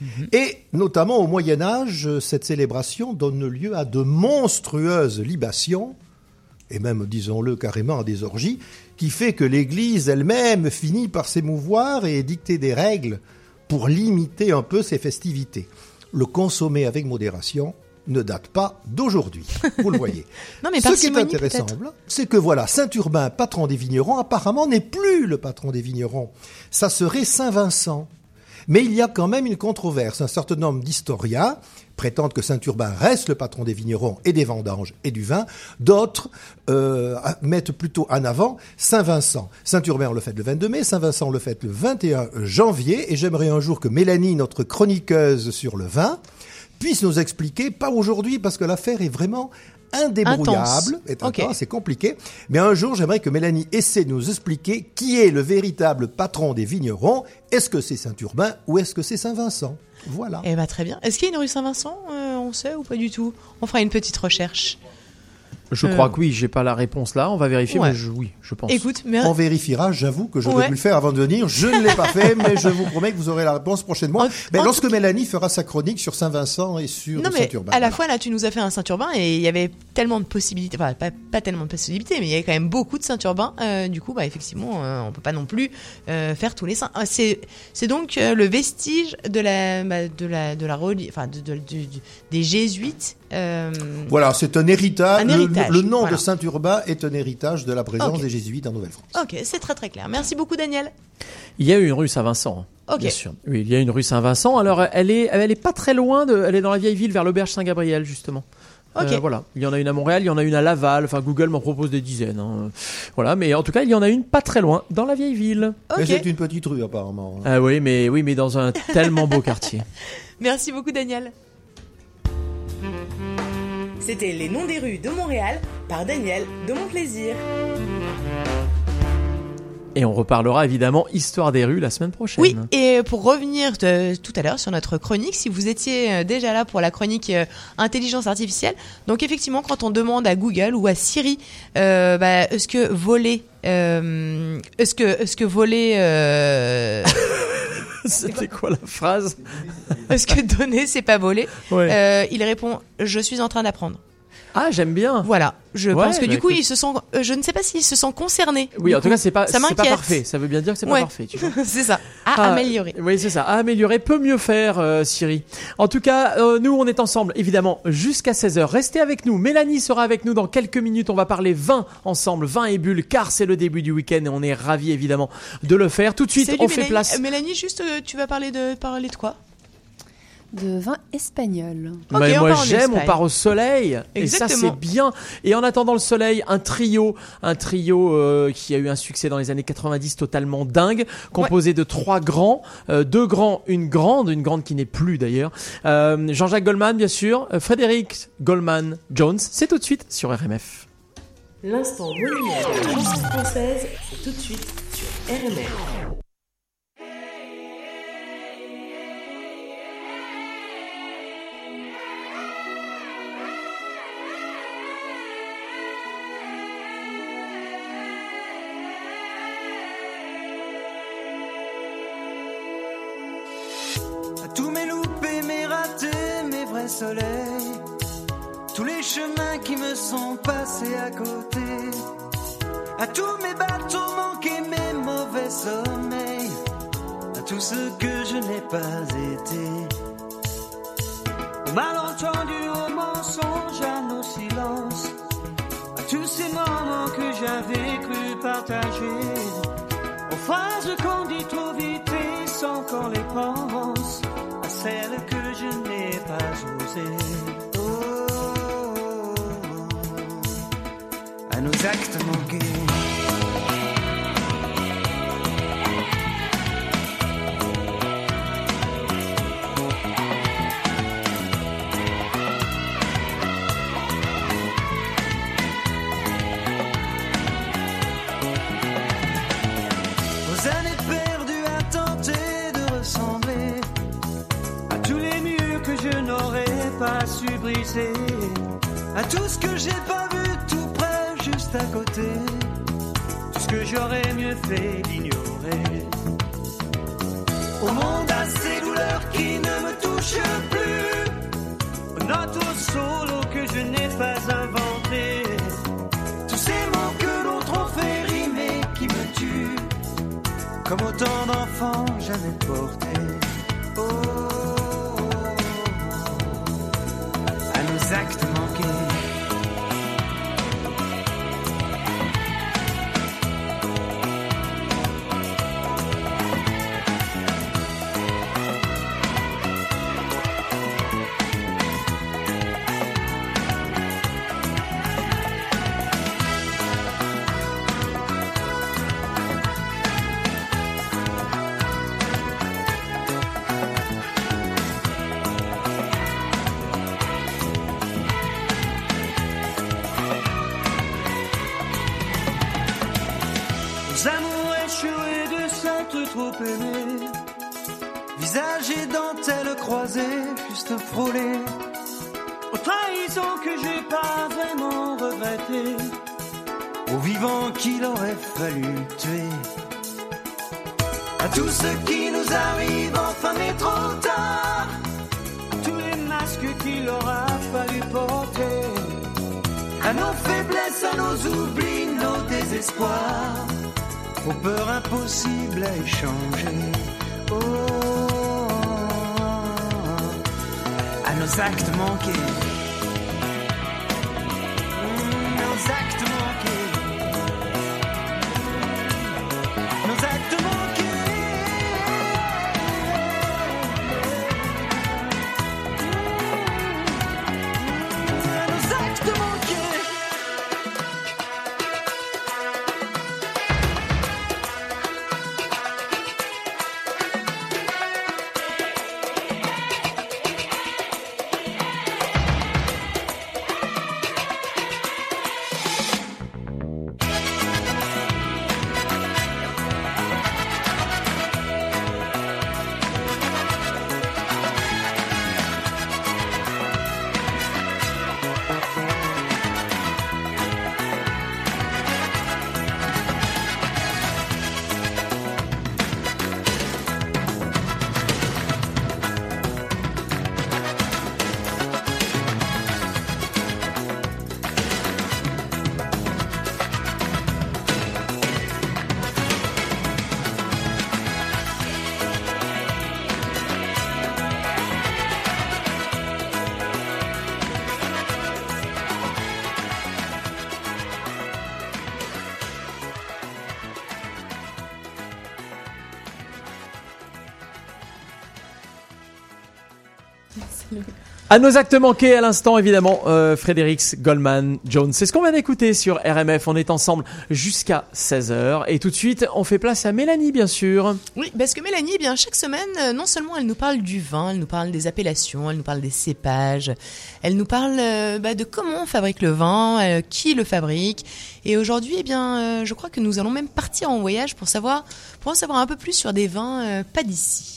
Speaker 6: Et notamment au Moyen-Âge, cette célébration donne lieu à de monstrueuses libations, et même, disons-le carrément, à des orgies, qui fait que l'Église elle-même finit par s'émouvoir et dicter des règles pour limiter un peu ces festivités. Le consommer avec modération ne date pas d'aujourd'hui, vous le voyez.
Speaker 3: Non, mais
Speaker 6: Ce qui est
Speaker 3: parcimonie,
Speaker 6: intéressant,
Speaker 3: peut-être.
Speaker 6: là, c'est que voilà, Saint-Urbain, patron des vignerons, apparemment n'est plus le patron des vignerons. Ça serait Saint-Vincent. Mais il y a quand même une controverse. Un certain nombre d'historiens prétendent que Saint-Urbain reste le patron des vignerons et des vendanges et du vin. D'autres euh, mettent plutôt en avant Saint-Vincent. Saint-Urbain, on le fête le vingt-deux mai, Saint-Vincent, on le fête le vingt et un janvier. Et j'aimerais un jour que Mélanie, notre chroniqueuse sur le vin, puisse nous expliquer, pas aujourd'hui parce que l'affaire est vraiment indébrouillable,
Speaker 3: Intense.
Speaker 6: est
Speaker 3: Ok.
Speaker 6: intense, c'est compliqué, mais un jour j'aimerais que Mélanie essaie de nous expliquer qui est le véritable patron des vignerons. Est-ce que c'est Saint-Urbain ou est-ce que c'est Saint-Vincent? Voilà.
Speaker 3: Eh ben très bien. Est-ce qu'il y a une rue Saint-Vincent euh, On sait ou pas du tout? On fera une petite recherche.
Speaker 2: Je
Speaker 3: Euh.
Speaker 2: crois que oui, j'ai pas la réponse là, on va vérifier,
Speaker 3: Ouais.
Speaker 2: mais je, oui, je pense.
Speaker 3: Écoute, mais
Speaker 6: On vérifiera, j'avoue que je
Speaker 3: Ouais.
Speaker 6: vais le faire avant de venir. Je ne l'ai pas fait, mais je vous promets que vous aurez la réponse prochainement.
Speaker 3: En-
Speaker 6: Mais
Speaker 3: en
Speaker 6: lorsque
Speaker 3: tout-
Speaker 6: Mélanie fera sa chronique sur Saint-Vincent et sur
Speaker 3: non mais
Speaker 6: Saint-Urbain.
Speaker 3: à la
Speaker 6: Voilà.
Speaker 3: fois là tu nous as fait un Saint-Urbain et il y avait tellement de possibilités, enfin pas, pas tellement de possibilités, mais il y avait quand même beaucoup de Saint-Urbain. Euh, du coup bah effectivement euh, on peut pas non plus euh, faire tous les saints. Ah, c'est c'est donc euh, le vestige de la bah, de la de la reli- enfin de, de- du- du- des jésuites. Euh,
Speaker 6: Voilà, c'est un héritage.
Speaker 3: Un
Speaker 6: Le-
Speaker 3: héritage,
Speaker 6: Le, nom
Speaker 3: voilà.
Speaker 6: de Saint-Urbain est un héritage de la présence
Speaker 3: Ok.
Speaker 6: des jésuites en Nouvelle-France.
Speaker 3: Ok, c'est très très clair. Merci beaucoup Daniel.
Speaker 2: Il y a une rue Saint-Vincent.
Speaker 3: Ok.
Speaker 2: Bien sûr. Oui, il y a une rue Saint-Vincent. Alors, elle est, elle est pas très loin de, elle est dans la vieille ville vers l'auberge Saint-Gabriel, justement.
Speaker 3: Ok.
Speaker 2: Euh, voilà. Il y en a une à Montréal, il y en a une à Laval. Enfin, Google m'en propose des dizaines. hein. Voilà. Mais en tout cas, il y en a une pas très loin, dans la vieille ville.
Speaker 6: Mais
Speaker 3: Ok.
Speaker 6: c'est une petite rue apparemment.
Speaker 2: Ah oui, mais, oui, mais dans un tellement beau quartier.
Speaker 3: Merci beaucoup Daniel.
Speaker 8: C'était Les Noms des rues de Montréal par Daniel de Mon Plaisir.
Speaker 2: Et on reparlera évidemment Histoire des rues la semaine prochaine.
Speaker 3: Oui, et pour revenir de, tout à l'heure sur notre chronique, si vous étiez euh, déjà là pour la chronique euh, intelligence artificielle, donc effectivement quand on demande à Google ou à Siri, euh, bah, est-ce que voler, euh, est-ce que, est-ce que voler, euh,
Speaker 2: C'était quoi la phrase?
Speaker 3: est-ce que donner c'est pas voler,
Speaker 2: Ouais.
Speaker 3: euh, il répond je suis en train d'apprendre.
Speaker 2: Ah, j'aime bien.
Speaker 3: Voilà, je
Speaker 2: Ouais,
Speaker 3: pense que
Speaker 2: bah
Speaker 3: du coup
Speaker 2: écoute.
Speaker 3: il se sent, euh, je ne sais pas s'il se sent concerné.
Speaker 2: Oui,
Speaker 3: Du
Speaker 2: en tout
Speaker 3: coup,
Speaker 2: cas, c'est pas,
Speaker 3: ça
Speaker 2: c'est pas
Speaker 3: m'inquiète.
Speaker 2: parfait. Ça veut bien dire que c'est pas
Speaker 3: Ouais.
Speaker 2: parfait, tu vois.
Speaker 3: C'est ça, à
Speaker 2: Ah,
Speaker 3: améliorer.
Speaker 2: Oui, c'est ça. À améliorer, peut mieux faire, euh, Siri. En tout cas, euh, nous, on est ensemble, évidemment, jusqu'à seize heures. Restez avec nous. Mélanie sera avec nous dans quelques minutes. On va parler vin ensemble, vin et bulles, car c'est le début du week-end et on est ravis, évidemment, de le faire. Tout de suite,
Speaker 3: Salut,
Speaker 2: on
Speaker 3: Mélanie.
Speaker 2: fait place.
Speaker 3: Euh, Mélanie, juste, euh, tu vas parler de, parler de quoi?
Speaker 7: De vin espagnol.
Speaker 3: Ok,
Speaker 2: Mais
Speaker 3: on
Speaker 2: moi
Speaker 3: part en
Speaker 2: j'aime, on
Speaker 3: Espagne.
Speaker 2: part au soleil et ça
Speaker 3: Exactement.
Speaker 2: c'est bien. Et en attendant le soleil, un trio, un trio euh, qui a eu un succès dans les années quatre-vingt-dix totalement dingue, composé de trois grands, euh, deux grands, une grande, une grande qui n'est plus d'ailleurs. Euh, Jean-Jacques Goldman bien sûr, euh, Frédéric Goldman Jones. C'est tout de suite sur R M F.
Speaker 8: L'instant monument de la musique française, c'est tout de suite sur R M F.
Speaker 5: À tous mes loupés, mes ratés, mes vrais soleils, tous les chemins qui me sont passés à côté, à tous mes bateaux manqués, mes mauvais sommeils, à tout ce que je n'ai pas été. Aux malentendus, aux mensonges, à nos silences, à tous ces moments que j'avais cru partager, aux phrases qu'on dit trop vite et sans qu'on les pense, à celles que je n'ai pas osées. Oh, à nos actes manqués. Pas su briser à tout ce que j'ai pas vu tout près, juste à côté, tout ce que j'aurais mieux fait d'ignorer. Au monde à ces douleurs qui ne me touchent plus, aux notes au solo que je n'ai pas inventé, tous ces mots que l'autre ont fait rimer qui me tuent, comme autant d'enfants jamais portés. Oh, actes manqués. Trop aimé, visage et dentelle croisée, juste frôlé, aux trahisons que j'ai pas vraiment regrettées, aux vivants qu'il aurait fallu tuer, à tout ce qui nous arrive enfin mais trop tard, tous les masques qu'il aura fallu porter, à nos faiblesses, à nos oublis, nos désespoirs, aux peurs impossibles à échanger. Oh, à nos actes manqués. Mmh, nos actes manqués. Nos actes manqués. Mmh, à nos actes manqués.
Speaker 2: À nos actes manqués à l'instant, évidemment, euh, Fredericks, Goldman, Jones. C'est ce qu'on vient d'écouter sur R M F. On est ensemble jusqu'à seize heures. Et tout de suite, on fait place à Mélanie, bien sûr.
Speaker 3: Oui, parce que Mélanie, eh bien, chaque semaine, non seulement elle nous parle du vin, elle nous parle des appellations, elle nous parle des cépages, elle nous parle euh, bah, de comment on fabrique le vin, euh, qui le fabrique. Et aujourd'hui, eh bien, euh, je crois que nous allons même partir en voyage pour savoir, pour en savoir un peu plus sur des vins euh, pas d'ici.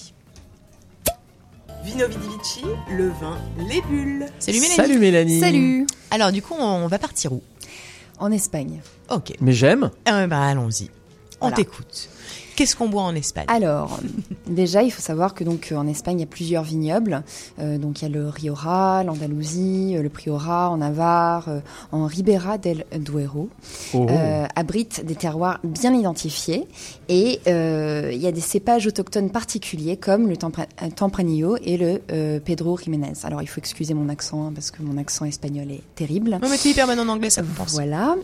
Speaker 8: Vino Vidi Vici, le vin, les bulles.
Speaker 3: Salut Mélanie.
Speaker 2: Salut Mélanie.
Speaker 7: Salut.
Speaker 3: Alors du coup, on va partir où ?
Speaker 7: En Espagne.
Speaker 3: Ok.
Speaker 2: Mais j'aime.
Speaker 3: Euh, bah allons-y. On
Speaker 7: Voilà.
Speaker 3: t'écoute. Qu'est-ce qu'on boit en Espagne ?
Speaker 7: Alors, déjà, il faut savoir que donc en Espagne, il y a plusieurs vignobles. Euh, donc, il y a le Rioja, l'Andalousie, le Priora, en Navarre, euh, en Ribera del Duero.
Speaker 2: Oh.
Speaker 7: Euh, abritent des terroirs bien identifiés. Et euh, il y a des cépages autochtones particuliers comme le Tempra- Tempranillo et le euh, Pedro Jiménez. Alors, il faut excuser mon accent hein, parce que mon accent espagnol est terrible.
Speaker 3: Non, mais tu es hyper bonne en anglais, ça compense.
Speaker 7: Voilà.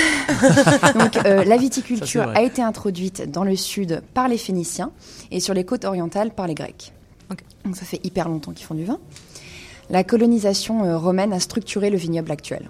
Speaker 7: Donc, euh, la viticulture a été introduite dans le sud par les Phéniciens et sur les côtes orientales par les Grecs.
Speaker 3: Okay.
Speaker 7: Donc ça fait hyper longtemps qu'ils font du vin. La colonisation euh, romaine a structuré le vignoble actuel.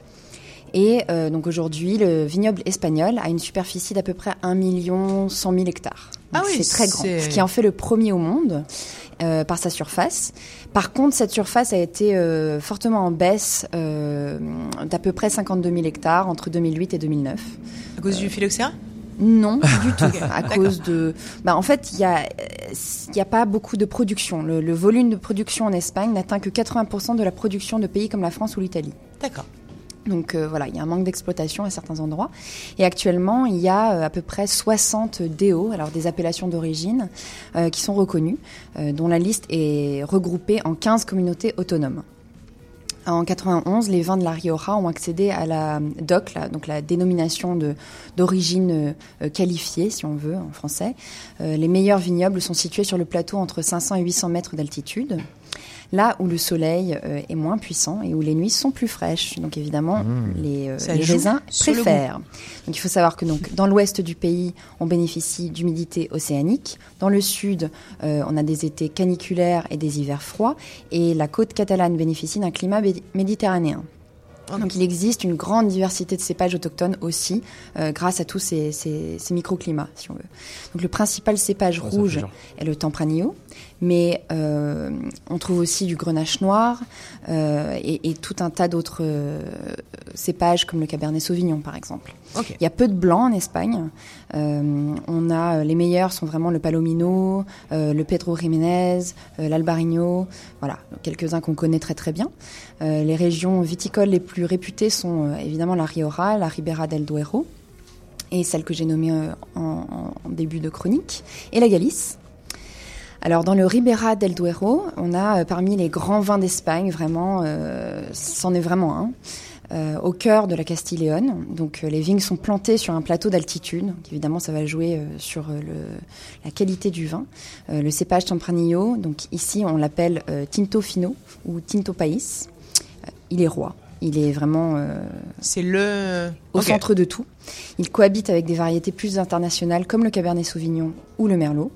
Speaker 7: Et euh, donc aujourd'hui, le vignoble espagnol a une superficie d'à peu près un million cent mille hectares. Donc
Speaker 3: ah oui,
Speaker 7: c'est très grand,
Speaker 3: c'est...
Speaker 7: ce qui en fait le premier au monde euh, par sa surface. Par contre, cette surface a été euh, fortement en baisse euh, d'à peu près cinquante-deux mille hectares entre deux mille huit et deux mille neuf.
Speaker 3: À cause euh, du phylloxéra ?
Speaker 7: Non, du tout. À cause de, bah en fait, il y a, il y a pas beaucoup de production. Le, le volume de production en Espagne n'atteint que quatre-vingts pour cent de la production de pays comme la France ou l'Italie.
Speaker 3: D'accord.
Speaker 7: Donc euh, voilà, il y a un manque d'exploitation à certains endroits. Et actuellement, il y a euh, à peu près soixante D O, alors des appellations d'origine, euh, qui sont reconnues, euh, dont la liste est regroupée en quinze communautés autonomes. En quatre-vingt-onze, les vins de la Rioja ont accédé à la D O C, la, donc la dénomination de, d'origine euh, qualifiée, si on veut, en français. Euh, les meilleurs vignobles sont situés sur le plateau entre cinq cents et huit cents mètres d'altitude, là où le soleil euh, est moins puissant et où les nuits sont plus fraîches. Donc évidemment, mmh. les, euh, les raisins préfèrent. Donc il faut savoir que donc, dans l'ouest du pays, on bénéficie d'humidité océanique. Dans le sud, euh, on a des étés caniculaires et des hivers froids. Et la côte catalane bénéficie d'un climat bé- méditerranéen. Okay. Donc il existe une grande diversité de cépages autochtones aussi, euh, grâce à tous ces, ces, ces microclimats, si on veut. Donc le principal cépage oh, rouge est le Tempranillo, mais euh, on trouve aussi du Grenache noir euh, et, et tout un tas d'autres euh, cépages comme le Cabernet Sauvignon par exemple. Okay. Il y a peu de blancs en Espagne. Euh, on a les meilleurs sont vraiment le Palomino, euh, le Pedro Jiménez, euh, l'Albarino, voilà, quelques-uns qu'on connaît très très bien. Euh, les régions viticoles les plus réputées sont euh, évidemment la Rioja, la Ribera del Duero et celle que j'ai nommée euh, en, en début de chronique, et la Galice. Alors dans le Ribera del Duero, on a euh, parmi les grands vins d'Espagne, vraiment, euh, c'en est vraiment un. Euh, au cœur de la Castille et Léon. Donc euh, les vignes sont plantées sur un plateau d'altitude. Donc, évidemment, ça va jouer euh, sur euh, le, la qualité du vin. Euh, le cépage Tempranillo, donc ici on l'appelle euh, Tinto Fino ou Tinto País. Euh, il est roi. Il est vraiment euh,
Speaker 3: c'est le
Speaker 7: au
Speaker 3: okay.
Speaker 7: centre de tout. Il cohabite avec des variétés plus internationales comme le Cabernet Sauvignon ou le Merlot.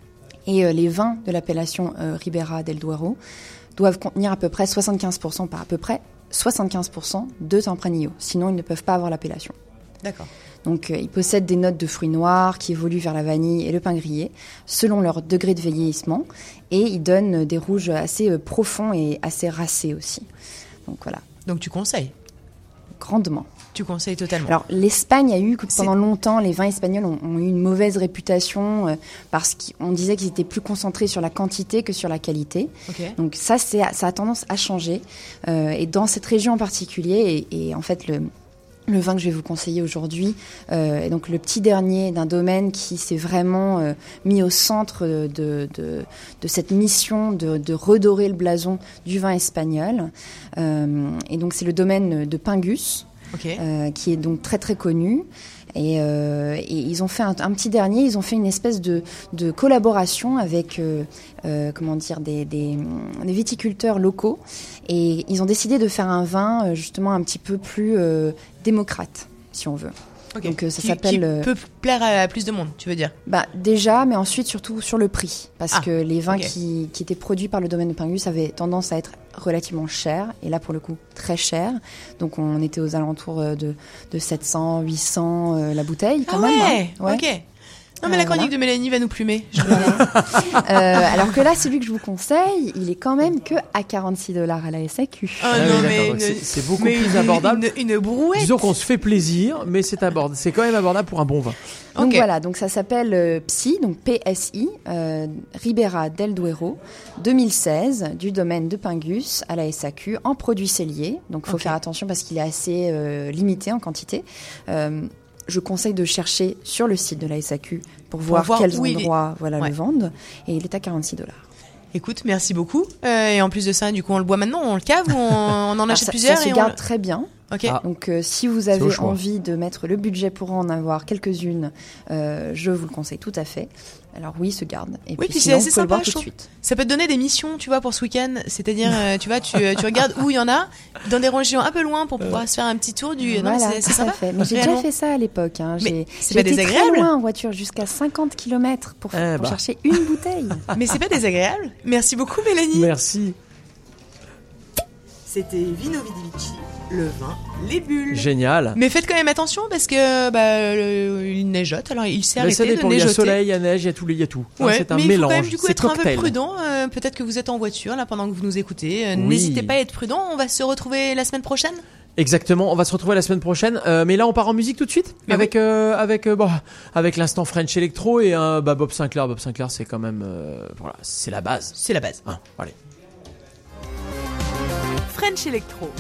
Speaker 7: Et euh, les vins de l'appellation euh, Ribera del Duero doivent contenir à peu près soixante-quinze pour cent, pas à peu près, soixante-quinze pour cent de Tempranillo. Sinon, ils ne peuvent pas avoir l'appellation.
Speaker 3: D'accord.
Speaker 7: Donc, euh, ils possèdent des notes de fruits noirs qui évoluent vers la vanille et le pain grillé, selon leur degré de vieillissement. Et ils donnent des rouges assez euh, profonds et assez racés aussi. Donc, voilà.
Speaker 3: Donc, tu conseilles ?
Speaker 7: Grandement.
Speaker 3: Tu conseilles totalement.
Speaker 7: Alors, l'Espagne a eu, pendant C'est... longtemps, les vins espagnols ont, ont eu une mauvaise réputation euh, parce qu'on disait qu'ils étaient plus concentrés sur la quantité que sur la qualité.
Speaker 3: Okay.
Speaker 7: Donc ça, c'est, ça a tendance à changer. Euh, et dans cette région en particulier, et, et en fait, le... Le vin que je vais vous conseiller aujourd'hui euh, est donc le petit dernier d'un domaine qui s'est vraiment euh, mis au centre de, de, de cette mission de, de redorer le blason du vin espagnol. Euh, et donc c'est le domaine de Pingus,
Speaker 3: okay.
Speaker 7: euh, qui est donc très très connu. Et, euh, et ils ont fait un, un petit dernier, ils ont fait une espèce de, de collaboration avec euh, euh, comment dire, des, des, des viticulteurs locaux. Et ils ont décidé de faire un vin justement un petit peu plus euh, démocrate, si on veut.
Speaker 3: Okay.
Speaker 7: Donc ça
Speaker 3: qui,
Speaker 7: s'appelle.
Speaker 3: Qui peut plaire à plus de monde, tu veux dire ?
Speaker 7: Bah déjà, mais ensuite surtout sur le prix, parce
Speaker 3: ah,
Speaker 7: que les vins
Speaker 3: okay.
Speaker 7: qui, qui étaient produits par le domaine de Pingus avaient tendance à être relativement chers, et là pour le coup très chers. Donc on était aux alentours de, de sept cents, huit cents euh, la bouteille quand
Speaker 3: ah
Speaker 7: même.
Speaker 3: Ouais,
Speaker 7: hein. ouais.
Speaker 3: Ok. Non mais euh, la chronique voilà. de Mélanie va nous plumer. Je
Speaker 7: euh, alors que là, celui que je vous conseille, il est quand même que à quarante-six dollars à la S A Q.
Speaker 3: Ah, ah non oui, mais une,
Speaker 2: c'est, c'est beaucoup
Speaker 3: mais
Speaker 2: plus
Speaker 3: une,
Speaker 2: abordable.
Speaker 3: Une, une brouette.
Speaker 2: Disons qu'on se fait plaisir, mais c'est abord... c'est quand même abordable pour un bon vin.
Speaker 7: Donc
Speaker 3: okay.
Speaker 7: voilà, donc ça s'appelle euh, Psy, donc P S I, euh, Ribera del Duero, deux mille seize, du domaine de Pingus à la S A Q en produits celliers. Donc il faut okay. faire attention parce qu'il est assez euh, limité en quantité. Euh, je conseille de chercher sur le site de la S A Q pour,
Speaker 3: Pour
Speaker 7: voir,
Speaker 3: voir
Speaker 7: quels
Speaker 3: où il est.
Speaker 7: endroits voilà,
Speaker 3: Ouais.
Speaker 7: le vendent. Et il est à quarante-six dollars.
Speaker 3: Écoute, merci beaucoup. Euh, et en plus de ça, du coup, on le boit maintenant, on le cave ou on, on en
Speaker 7: Alors,
Speaker 3: achète
Speaker 7: ça,
Speaker 3: plusieurs
Speaker 7: ça se
Speaker 3: et on
Speaker 7: garde
Speaker 3: le-
Speaker 7: très bien.
Speaker 3: Ok.
Speaker 2: Ah.
Speaker 7: Donc euh, si vous
Speaker 2: C'est au
Speaker 7: avez
Speaker 2: choix.
Speaker 7: envie de mettre le budget pour en avoir quelques-unes, euh, je vous le conseille tout à fait. Alors oui, il se garde. Et
Speaker 3: Oui,
Speaker 7: puis,
Speaker 3: puis c'est
Speaker 7: sinon,
Speaker 3: assez
Speaker 7: vous pouvez le
Speaker 3: sympa,
Speaker 7: voir
Speaker 3: je
Speaker 7: tout de
Speaker 3: trouve.
Speaker 7: suite.
Speaker 3: Ça peut te donner des missions, tu vois, pour ce week-end. C'est-à-dire, euh, tu vois, tu, euh, tu regardes où il y en a, dans des régions un peu loin pour pouvoir se faire un petit tour du. Non,
Speaker 7: Voilà,
Speaker 3: c'est, c'est
Speaker 7: tout à
Speaker 3: sympa.
Speaker 7: fait. Mais j'ai
Speaker 3: Réellement.
Speaker 7: déjà fait ça à l'époque. Hein.
Speaker 3: Mais
Speaker 7: J'ai,
Speaker 3: c'est
Speaker 7: j'ai
Speaker 3: pas
Speaker 7: été très
Speaker 3: désagréable.
Speaker 7: loin en voiture, jusqu'à cinquante kilomètres pour,
Speaker 2: Eh
Speaker 7: pour
Speaker 2: bah.
Speaker 7: chercher une bouteille.
Speaker 3: Mais c'est pas désagréable. Merci beaucoup, Mélanie.
Speaker 2: Merci.
Speaker 8: C'était Vino Vidivici, le vin, les bulles.
Speaker 2: Génial.
Speaker 3: Mais faites quand même attention parce que bah, le- il neigeote. Alors il s'est
Speaker 2: Mais ça
Speaker 3: arrêté de
Speaker 2: dépend, il y a
Speaker 3: neigeoter.
Speaker 2: soleil, il y a neige, il y a tout, il y a tout. Hein,
Speaker 3: Ouais,
Speaker 2: c'est un
Speaker 3: mais
Speaker 2: mélange.
Speaker 3: il faut quand même du coup
Speaker 2: c'est
Speaker 3: être un
Speaker 2: cocktail.
Speaker 3: peu prudent. Euh, peut-être que vous êtes en voiture là pendant que vous nous écoutez. Euh,
Speaker 2: Oui.
Speaker 3: N'hésitez pas à être prudent. On va se retrouver la semaine prochaine.
Speaker 2: Exactement, on va se retrouver la semaine prochaine. Euh, mais là, on part en musique tout de suite
Speaker 3: Mais
Speaker 2: avec euh, avec euh, bon, avec l'instant French Electro et euh, bah, Bob Sinclair. Bob Sinclair, c'est quand même euh, voilà, c'est la base.
Speaker 3: C'est la base.
Speaker 2: Hein, allez.
Speaker 8: French Electro.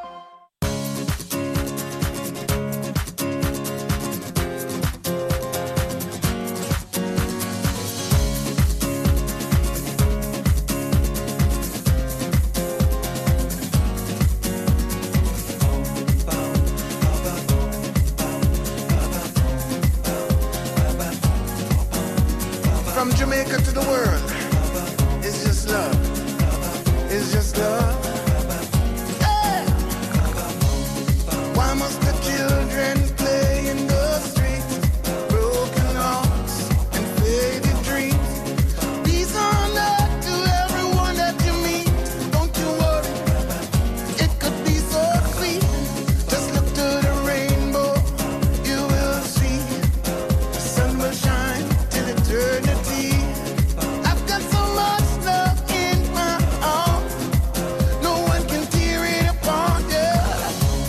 Speaker 5: From Jamaica to the world, it's just love. It's just love. Yeah. Why must the children play in the streets? Broken hearts and faded dreams. Peace on earth to everyone that you meet. Don't you worry, it could be so sweet. Just look to the rainbow, you will see. The sun will shine till eternity. I've got so much love in my heart. No one can tear it apart, yeah.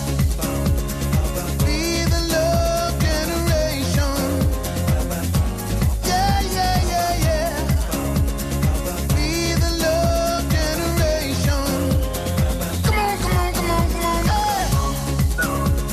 Speaker 5: Be the love generation. Yeah, yeah, yeah, yeah. Be the love generation. Come on, come on, come on, come on, yeah.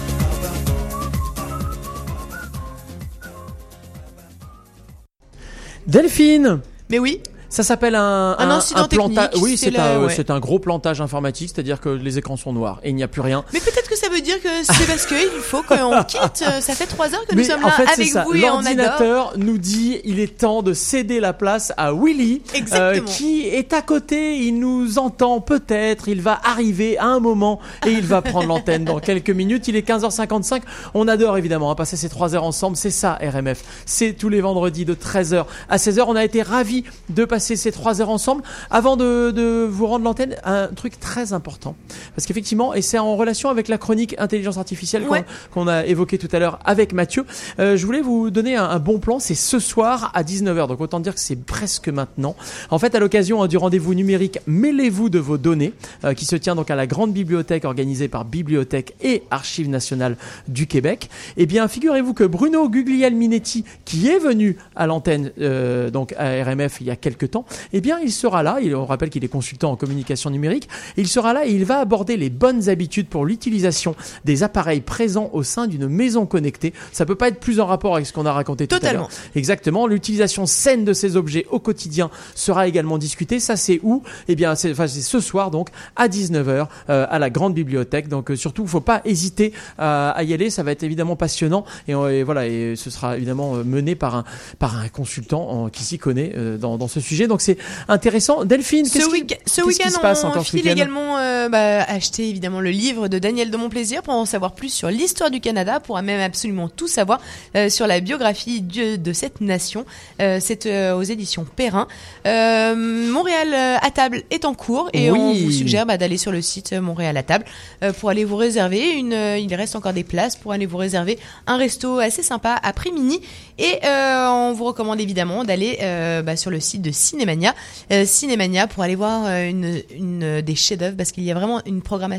Speaker 2: Delphine.
Speaker 3: Mais oui.
Speaker 2: Ça s'appelle un,
Speaker 3: Un incident
Speaker 2: planta-
Speaker 3: technique,
Speaker 2: Oui,
Speaker 3: c'est
Speaker 2: c'est,
Speaker 3: la-
Speaker 2: un,
Speaker 3: ouais.
Speaker 2: c'est un gros plantage informatique, c'est-à-dire que les écrans sont noirs et il n'y a plus rien.
Speaker 3: Mais peut-être que ça veut dire que c'est parce qu'il faut qu'on quitte. Ça fait trois heures que nous
Speaker 2: Mais
Speaker 3: sommes
Speaker 2: en
Speaker 3: là
Speaker 2: fait, c'est
Speaker 3: avec
Speaker 2: ça.
Speaker 3: vous et on adore.
Speaker 2: L'ordinateur nous dit il est temps de céder la place à Willy, euh,
Speaker 3: Exactement.
Speaker 2: qui est à côté. Il nous entend peut-être. Il va arriver à un moment et il va prendre l'antenne dans quelques minutes. Il est quinze heures cinquante-cinq. On adore évidemment hein, passer ces trois heures ensemble. C'est ça R M F. C'est tous les vendredis de treize heures à seize heures. On a été ravis de passer ces trois heures ensemble. Avant de, de vous rendre l'antenne, un truc très important. Parce qu'effectivement, et c'est en relation avec la chronique intelligence artificielle qu'on,
Speaker 3: Ouais.
Speaker 2: qu'on a évoqué tout à l'heure avec Mathieu, euh, je voulais vous donner un, un bon plan. C'est ce soir à dix-neuf heures. Donc autant dire que c'est presque maintenant. En fait, à l'occasion hein, du rendez-vous numérique Mêlez-vous de vos données, euh, qui se tient donc à la grande bibliothèque organisée par Bibliothèque et Archives nationales du Québec, eh bien, figurez-vous que Bruno Guglielminetti, qui est venu à l'antenne euh, donc à R M F il y a quelques temps, eh bien, il sera là. Il, on rappelle qu'il est consultant en communication numérique. Il sera là et il va aborder les bonnes habitudes pour l'utilisation des appareils présents au sein d'une maison connectée. Ça peut pas être plus en rapport avec ce qu'on a raconté tout à
Speaker 3: Totalement.
Speaker 2: l'heure. Exactement. L'utilisation saine de ces objets au quotidien sera également discutée. Ça, c'est où? Eh bien, c'est, enfin, c'est ce soir, donc, à dix-neuf heures, euh, à la grande bibliothèque. Donc, euh, surtout, faut pas hésiter à, à y aller. Ça va être évidemment passionnant. Et, euh, et voilà, et ce sera évidemment euh, mené par un, par un consultant euh, qui s'y connaît euh, dans, dans ce sujet. Donc, c'est intéressant. Delphine,
Speaker 3: Ce,
Speaker 2: qu'est-ce,
Speaker 3: week-
Speaker 2: qui,
Speaker 3: ce
Speaker 2: qu'est-ce
Speaker 3: week-end,
Speaker 2: qui se passe
Speaker 3: on
Speaker 2: encore ce
Speaker 3: file
Speaker 2: week-end?
Speaker 3: également euh, bah, acheter évidemment le livre de Daniel de Montplaisir pour en savoir plus sur l'histoire du Canada, pour même absolument tout savoir euh, sur la biographie de, de cette nation. Euh, c'est euh, aux éditions Perrin. Euh, Montréal euh, à table est en cours et
Speaker 2: Oui.
Speaker 3: on vous suggère bah, d'aller sur le site euh, Montréal à table euh, pour aller vous réserver une. Euh, il reste encore des places pour aller vous réserver un resto assez sympa après midi et euh, on vous recommande évidemment d'aller euh, bah, sur le site de Cinémania. Euh, Cinémania pour aller voir euh, une, une des chefs-d'œuvre parce qu'il y a vraiment une programmation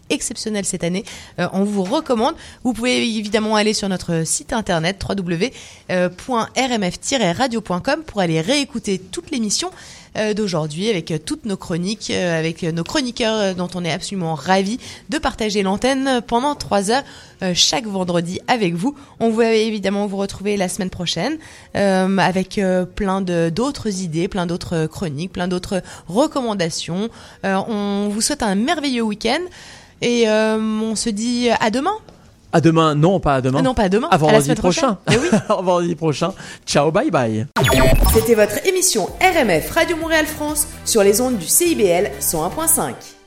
Speaker 3: exceptionnel cette année. Euh, on vous recommande. Vous pouvez évidemment aller sur notre site internet w w w point r m f tiret radio point com pour aller réécouter toute l'émission euh, d'aujourd'hui avec euh, toutes nos chroniques, euh, avec euh, nos chroniqueurs euh, dont on est absolument ravis de partager l'antenne pendant trois heures euh, chaque vendredi avec vous. On va évidemment vous retrouver la semaine prochaine euh, avec euh, plein de d'autres idées, plein d'autres chroniques, plein d'autres recommandations. Euh, on vous souhaite un merveilleux week-end et euh, on se dit à demain.
Speaker 2: À demain, non, pas à demain.
Speaker 3: Ah non, pas à demain.
Speaker 2: À vendredi
Speaker 3: à la semaine
Speaker 2: prochain.
Speaker 3: Eh oui.
Speaker 2: À vendredi prochain. Ciao, bye bye.
Speaker 8: C'était votre émission R M F Radio Montréal France sur les ondes du C I B L cent un point cinq.